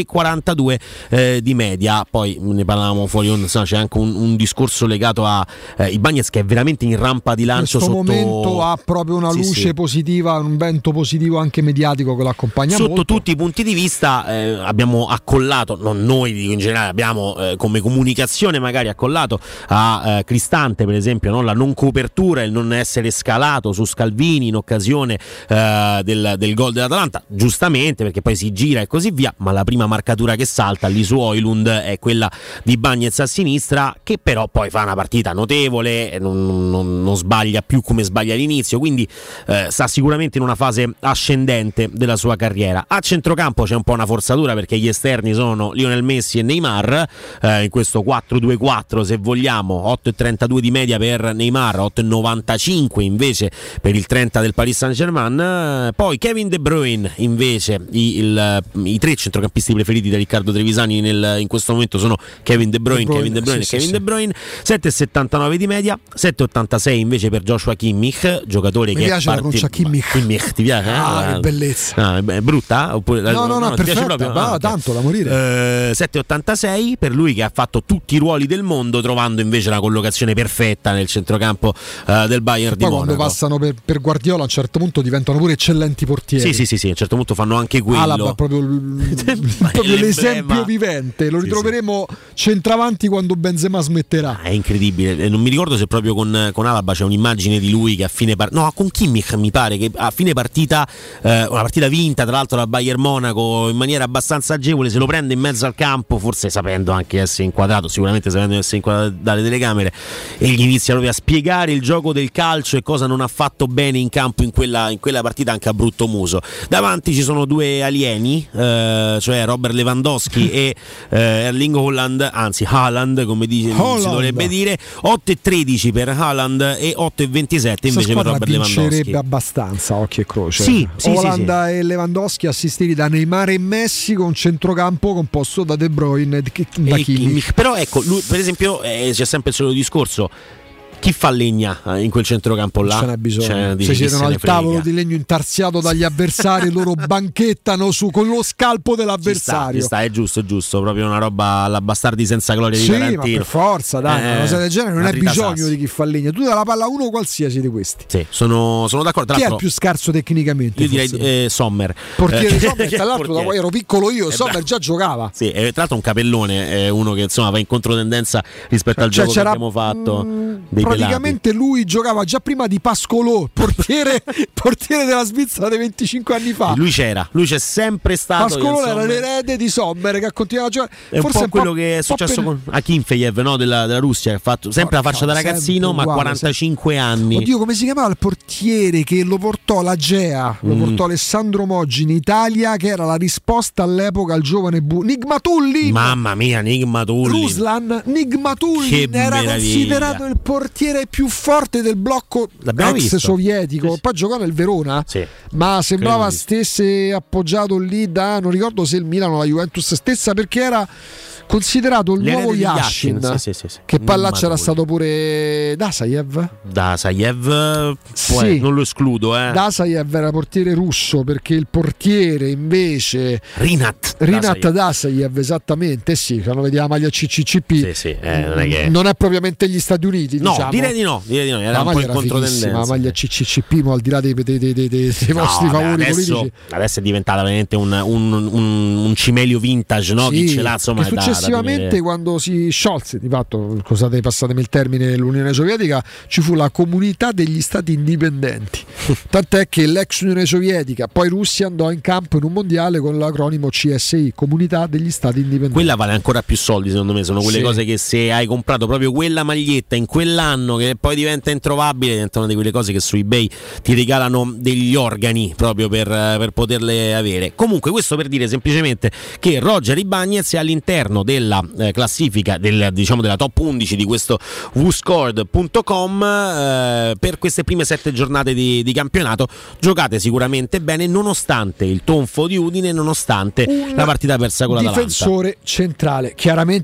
quarantadue eh, di media. Poi ne parlavamo fuori onda, insomma, c'è anche un, un discorso legato a eh, Ibañez che è veramente in rampa di lancio. In questo sotto... momento ha proprio una luce sì, sì. positiva, un vento positivo anche mediatico che l'accompagna sotto molto. tutti i punti di vista. Eh, abbiamo accollato, non noi dico in generale, abbiamo eh, come comunicazione magari accollato a eh, Cristante per esempio, no? La non copertura, il non essere scalato su Scalvini in occasione eh, del, del gol dell'Atalanta, giustamente perché poi si gira e così via, ma la prima marcatura che salta lì su Højlund è quella di Bagnez a sinistra, che però poi fa una partita notevole, non, non, non sbaglia più come sbaglia all'inizio, quindi eh, sta sicuramente in una fase ascendente della sua carriera. A centrocampo c'è un po' una forzatura perché gli esterni sono Lionel Messi e Neymar, eh, in questo quattro due quattro se vogliamo, otto virgola trentadue di media per Neymar, otto virgola novantacinque invece per il trenta del Paris Saint-Germain. Poi Kevin De Bruyne invece, i, il, i tre centrocampisti preferiti da Riccardo Trevisani nel, in questo momento sono Kevin De Bruyne, De Bruyne Kevin De Bruyne sì, e Kevin sì, De Bruyne, sette virgola settantanove di media, sette virgola ottantasei invece per Joshua Kimmich, giocatore mi che piace è la pronuncia Kimmich. Kimmich ti piace? Ah, eh? che bellezza. Ah, è brutta? Oppure, no, no, no, no, è perfetta, proprio? Ah, okay. Tanto da morire. Eh, sette virgola ottantasei per lui che ha fatto tutti i ruoli del mondo, trovando invece la collocazione perfetta nel centrocampo eh, del Bayern di poi Monaco. Quando passano per, per Guardiola a un certo punto diventano pure eccellenti portieri. Sì, sì, sì, sì, a un certo punto fanno anche quello. Alaba proprio, l- proprio l'esempio vivente, lo ritroveremo sì, sì. centravanti quando Benzema smetterà. Ah, è incredibile, non mi ricordo se proprio con, con Alaba c'è un'immagine di lui che a fine partita, no, con Kimmich mi pare che a fine partita, eh, una partita vinta tra l'altro da Bayern Monaco in maniera abbastanza agevole, se lo prende in mezzo al campo, forse sapendo anche essere inquadrato, sicuramente sapendo essere inquadrato dalle telecamere, e gli inizia proprio a spiegare il gioco del calcio e cosa non ha fatto bene in campo in quella, in quella partita anche a brutto muso. Davanti ci sono due alieni, eh, cioè Robert Lewandowski e eh, Erling Haaland, anzi Haaland come dice, si dovrebbe dire, otto e tredici per Haaland e otto e ventisette invece per Robert Lewandowski. Vincerebbe abbastanza, occhio e croce. Sì, sì, Haaland sì, sì. e Lewandowski assistiti da Neymar e Messi con un centrocampo composto da De Bruyne e da Kimmich. Però ecco, lui, per esempio eh, c'è sempre il solito discorso. Chi fa legna in quel centrocampo là? Non ce n'è bisogno. Cioè, se siedono al tavolo di legno intarsiato dagli avversari, loro banchettano su con lo scalpo dell'avversario. Ci sta, ci sta, è giusto, è giusto, proprio una roba alla Bastardi senza gloria di sì, Tarantino. Ma per forza, dai, eh, una cosa del genere non è bisogno Sassi. di chi fa legna. Tu dai la palla a uno qualsiasi di questi. Sì, sono, sono d'accordo. Chi è il più scarso tecnicamente? Io direi eh, Sommer. Portiere eh, Sommer, tra l'altro da quando ero piccolo io, Sommer già giocava. Sì, e tra l'altro un capellone, è uno che insomma va in controtendenza rispetto al cioè, gioco che abbiamo fatto. Mh, dei praticamente lui Lui giocava già prima di Pascolò, portiere, portiere della Svizzera dei venticinque anni fa. Lui c'era, lui c'è sempre stato. Pascolò era l'erede di Sommer che ha continuato a giocare. È Forse un po' un quello po', che è successo per... con Akinfejev, no? della, della Russia, che ha fatto sempre no, la faccia no, da ragazzino, ma uguale, quarantacinque sempre. Anni. Oddio, come si chiamava il portiere che lo portò la Gea? Lo mm. portò Alessandro Moggi in Italia, che era la risposta all'epoca al giovane Bu Nigmatullin. Mamma mia, Nigmatullin. Ruslan Nigmatullin era meraviglia. Considerato il portiere più forte del blocco L'abbiamo ex visto. sovietico. Poi giocò nel Verona, sì. ma sembrava stesse appoggiato lì da, non ricordo se il Milano o la Juventus stessa, perché era considerato il L'erede nuovo di Yashin, Yashin. Sì, sì, sì. Che poi là c'era stato pure Dasayev. Dasayev sì. non lo escludo eh. Dasayev era portiere russo, perché il portiere invece Rinat Rinat Dasayev, Dasayev esattamente, sì, quando vedi la maglia C C C P sì, sì, eh, non, è che... non è propriamente gli Stati Uniti, no, diciamo. direi di no, direi di no, era la un po' in controtendenza. La maglia C C C P, ma al di là dei, dei, dei, dei, dei no, vostri beh, favori adesso, politici, adesso è diventata veramente un, un, un, un cimelio vintage, no? Sì, chi ce l'ha, insomma, che successivamente da, da quando si sciolse, di fatto, scusate, passatemi il termine, l'Unione Sovietica, ci fu la comunità degli stati indipendenti. Tant'è che l'ex Unione Sovietica, poi Russia, andò in campo in un mondiale con l'acronimo C S I, Comunità degli Stati Indipendenti. Quella vale ancora più soldi, secondo me, sono quelle sì. cose che se hai comprato proprio quella maglietta in quell'anno che poi diventa introvabile, diventa una di quelle cose che su eBay ti regalano degli organi proprio per, per poterle avere. Comunque, questo per dire semplicemente che Roger Ibañez è all'interno della eh, classifica del, diciamo, della top undici di questo WhoScored punto com eh, per queste prime sette giornate di, di campionato, giocate sicuramente bene nonostante il tonfo di Udine, nonostante un la partita persa con l'Atalanta. Difensore centrale, chiaramente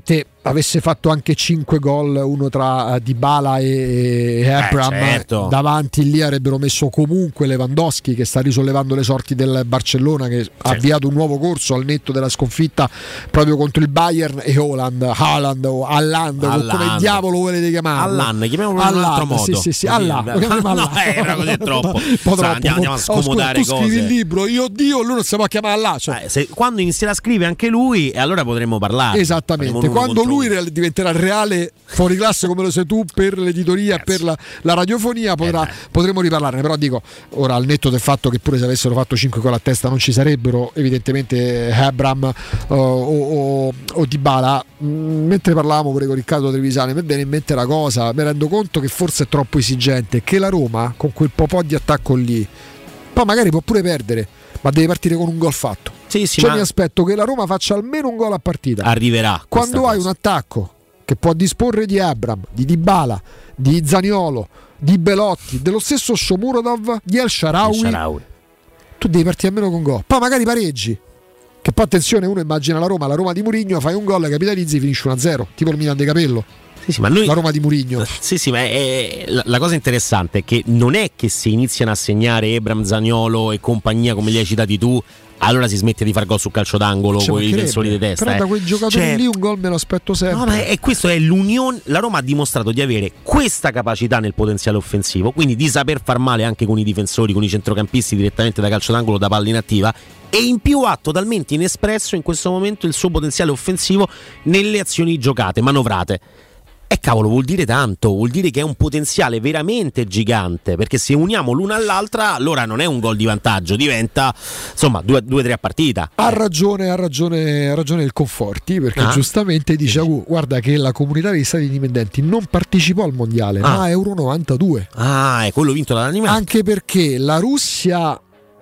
avesse fatto anche cinque gol, uno tra uh, Dybala e, e Abraham, eh, certo. davanti lì avrebbero messo comunque Lewandowski, che sta risollevando le sorti del Barcellona, che sì. ha avviato un nuovo corso al netto della sconfitta proprio contro il Bayern, e Haaland, Haaland o Haaland, Haaland. come diavolo volete chiamarlo? Haaland, chiamiamolo in un altro modo. Sì, sì, sì, Haaland. Lo chiamiamo No, Haaland. era così troppo. Un po' troppo. Andiamo, andiamo a scomodare oh, scusa, tu cose. scrivi il libro, io Dio, lui non si può chiamare là. Cioè. Eh, se, quando inizierà a scrivere anche lui, e allora potremmo parlare. Esattamente, quando lui real- diventerà reale fuori classe come lo sei tu per l'editoria e per la, la radiofonia, potrà, eh, potremo riparlarne. Però dico, ora al netto del fatto che pure se avessero fatto cinque gol a testa non ci sarebbero evidentemente Abraham uh, o, o, o Dybala. Mm, mentre parlavamo pure con Riccardo Trevisani, mi viene in mente una cosa, mi rendo conto che forse è troppo esigente, che la Roma con quel po' di attacco lì poi magari può pure perdere, ma deve partire con un gol fatto. Sì, sì, cioè ma mi aspetto che la Roma faccia almeno un gol a partita. Arriverà. Quando hai cosa. un attacco che può disporre di Abraham, di Dybala, di Zaniolo, di Belotti, dello stesso Shomurodov, di El Shaarawy, El Shaarawy, tu devi partire almeno con gol. Poi magari pareggi. Che poi attenzione, uno immagina la Roma, la Roma di Mourinho, fai un gol, capitalizzi, finisce uno a zero, tipo il Milan di Capello. Sì, sì, ma noi... La Roma di Mourinho. Sì, sì, ma è... la, la cosa interessante è che non è che se iniziano a segnare Abraham, Zaniolo e compagnia come li hai citati tu, allora si smette di far gol sul calcio d'angolo con i difensori di testa. Però eh. da quei giocatori cioè... lì un gol me lo aspetto sempre. No, ma è, questo è l'unione. La Roma ha dimostrato di avere questa capacità nel potenziale offensivo, quindi di saper far male anche con i difensori, con i centrocampisti direttamente da calcio d'angolo, da palla inattiva, e in più ha totalmente inespresso in questo momento il suo potenziale offensivo nelle azioni giocate, manovrate. E cavolo, vuol dire tanto, vuol dire che è un potenziale veramente gigante, perché se uniamo l'una all'altra allora non è un gol di vantaggio, diventa insomma due o tre a partita. Ha ragione, ha ragione, ha ragione il Conforti, perché ah. giustamente dice uh, guarda che la comunità degli stati indipendenti non partecipò al mondiale, ah. ma a Euro novantadue. Ah, è quello vinto dalla Danimarca. Anche perché la Russia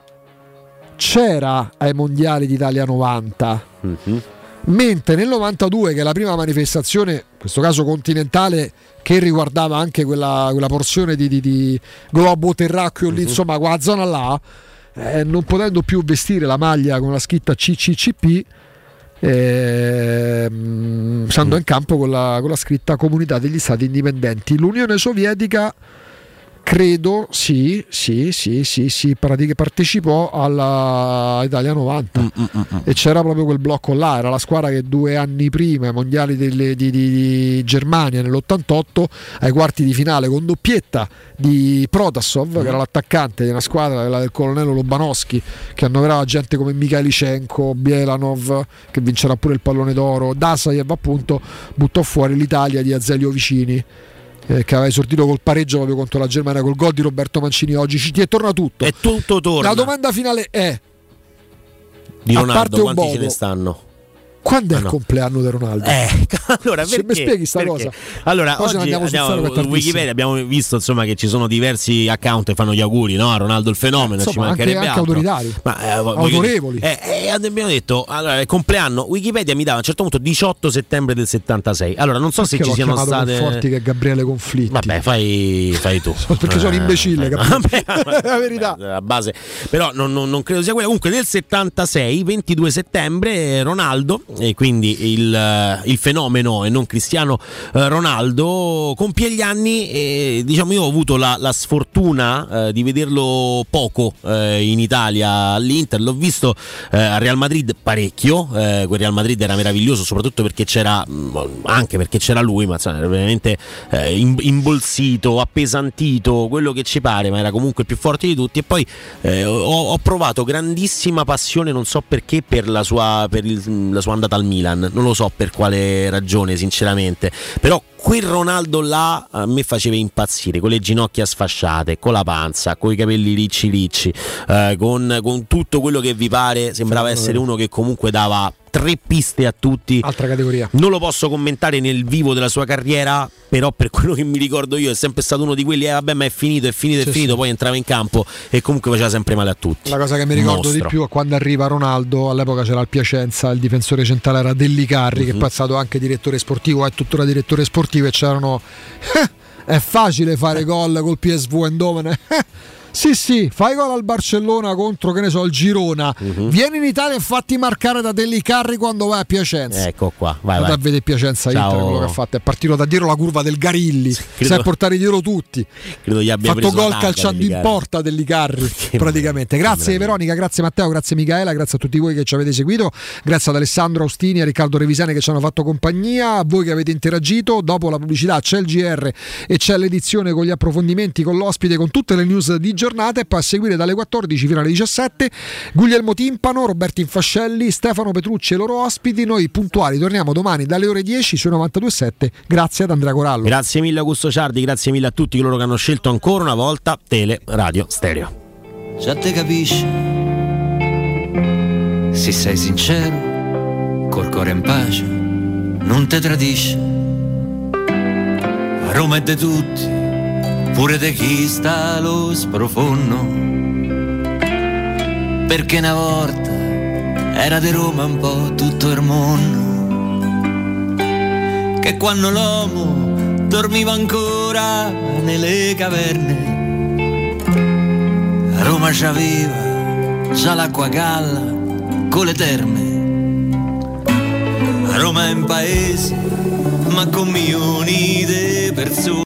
c'era ai mondiali d'Italia novanta. Mm-hmm. Mentre nel novantadue, che è la prima manifestazione, in questo caso continentale, che riguardava anche quella, quella porzione di, di, di globo terracqueo lì, uh-huh. insomma, quella zona là, eh, non potendo più vestire la maglia con la scritta C C C P, eh, stando uh-huh. in campo con la, con la scritta Comunità degli Stati Indipendenti. L'Unione Sovietica credo sì, sì, sì, sì, sì, praticamente partecipò alla Italia novanta mm, mm, mm. e c'era proprio quel blocco là, era la squadra che due anni prima ai mondiali delle, di, di, di Germania nell'ottantotto ai quarti di finale con doppietta di Protasov mm. che era l'attaccante di una squadra, quella del colonnello Lobanowski, che annoverava gente come Mikhailichenko, Bielanov, che vincerà pure il pallone d'oro, Dasajev appunto, buttò fuori l'Italia di Azeglio Vicini, Eh, che aveva esordito col pareggio proprio contro la Germania, col gol di Roberto Mancini. Oggi ci e torna tutto. E tutto torna. La domanda finale è: di Ronaldo quanti bodo, ce ne stanno? Quando ah, è il no. compleanno di Ronaldo? Eh, allora, se mi spieghi sta cosa? Allora, Poi oggi andiamo su Wikipedia abbiamo visto insomma che ci sono diversi account che fanno gli auguri, no? A Ronaldo il fenomeno, insomma, ci mancherebbe anche, anche altro. autoritari, ma, eh, autorevoli. Eh, eh, abbiamo detto, allora, il compleanno, Wikipedia mi dava a un certo punto diciotto settembre del settantasei. Allora, non so perché se ci siano state forti che Gabriele Conflitti. Vabbè, fai, fai tu. Perché eh, sono imbecille, vabbè, la verità. La base. Però non, non, non credo sia quella. Comunque nel settantasei, ventidue settembre, Ronaldo, e quindi Il, il fenomeno e non Cristiano eh, Ronaldo, compie gli anni e diciamo io ho avuto la, la sfortuna eh, di vederlo poco eh, in Italia all'Inter, l'ho visto eh, al Real Madrid parecchio, eh, quel Real Madrid era meraviglioso soprattutto perché c'era anche perché c'era lui, ma insomma, era veramente eh, imbolsito, appesantito, quello che ci pare, ma era comunque il più forte di tutti. E poi eh, ho, ho provato grandissima passione, non so perché, per la sua, per il, la sua andata al Milan. Non lo so per quale ragione sinceramente, però quel Ronaldo là a me faceva impazzire, con le ginocchia sfasciate, con la panza, con i capelli ricci ricci, eh, con, con tutto quello che vi pare, sembrava essere uno che comunque dava tre piste a tutti. Altra categoria. Non lo posso commentare nel vivo della sua carriera, però per quello che mi ricordo io è sempre stato uno di quelli, eh vabbè ma è finito, è finito, sì, è finito, sì. Poi entrava in campo e comunque faceva sempre male a tutti. La cosa che mi ricordo Mostro. di più è quando arriva Ronaldo, all'epoca c'era il Piacenza, il difensore centrale era Dellicarri, uh-huh. che poi è stato anche direttore sportivo, è tuttora direttore sportivo, e c'erano è facile fare gol col P S V Eindhoven, Sì, sì, fai gol al Barcellona contro, che ne so, il Girona. Uh-huh. Vieni in Italia e fatti marcare da Deli Carri quando vai a Piacenza. Ecco qua, vai, vai. vai. a vedere Piacenza Ciao. Inter, quello che ha fatto. È partito da dietro la curva del Garilli. Credo, si è portati dietro tutti. Credo gli abbia fatto gol calciando in porta Deli Carri, praticamente. Grazie Veronica, grazie Matteo, grazie Michaela, grazie a tutti voi che ci avete seguito. Grazie ad Alessandro Austini e a Riccardo Revisani che ci hanno fatto compagnia. A voi che avete interagito. Dopo la pubblicità c'è il G R e c'è l'edizione con gli approfondimenti, con l'ospite, con tutte le news di giornata, e poi a seguire dalle quattordici fino alle diciassette Guglielmo Timpano, Roberto Infascelli, Stefano Petrucci e loro ospiti. Noi puntuali torniamo domani dalle ore dieci su novantadue virgola sette. Grazie ad Andrea Corallo. Grazie mille Augusto Ciardi, grazie mille a tutti coloro che hanno scelto ancora una volta Tele Radio Stereo. Già te capisci, se sei sincero, col cuore in pace, non te tradisci. Roma è de tutti, pure de chi sta allo sprofondo, perché una volta era di Roma un po' tutto il mondo, che quando l'uomo dormiva ancora nelle caverne, Roma c'aveva già l'acqua galla con le terme. Roma è un paese ma con milioni di persone.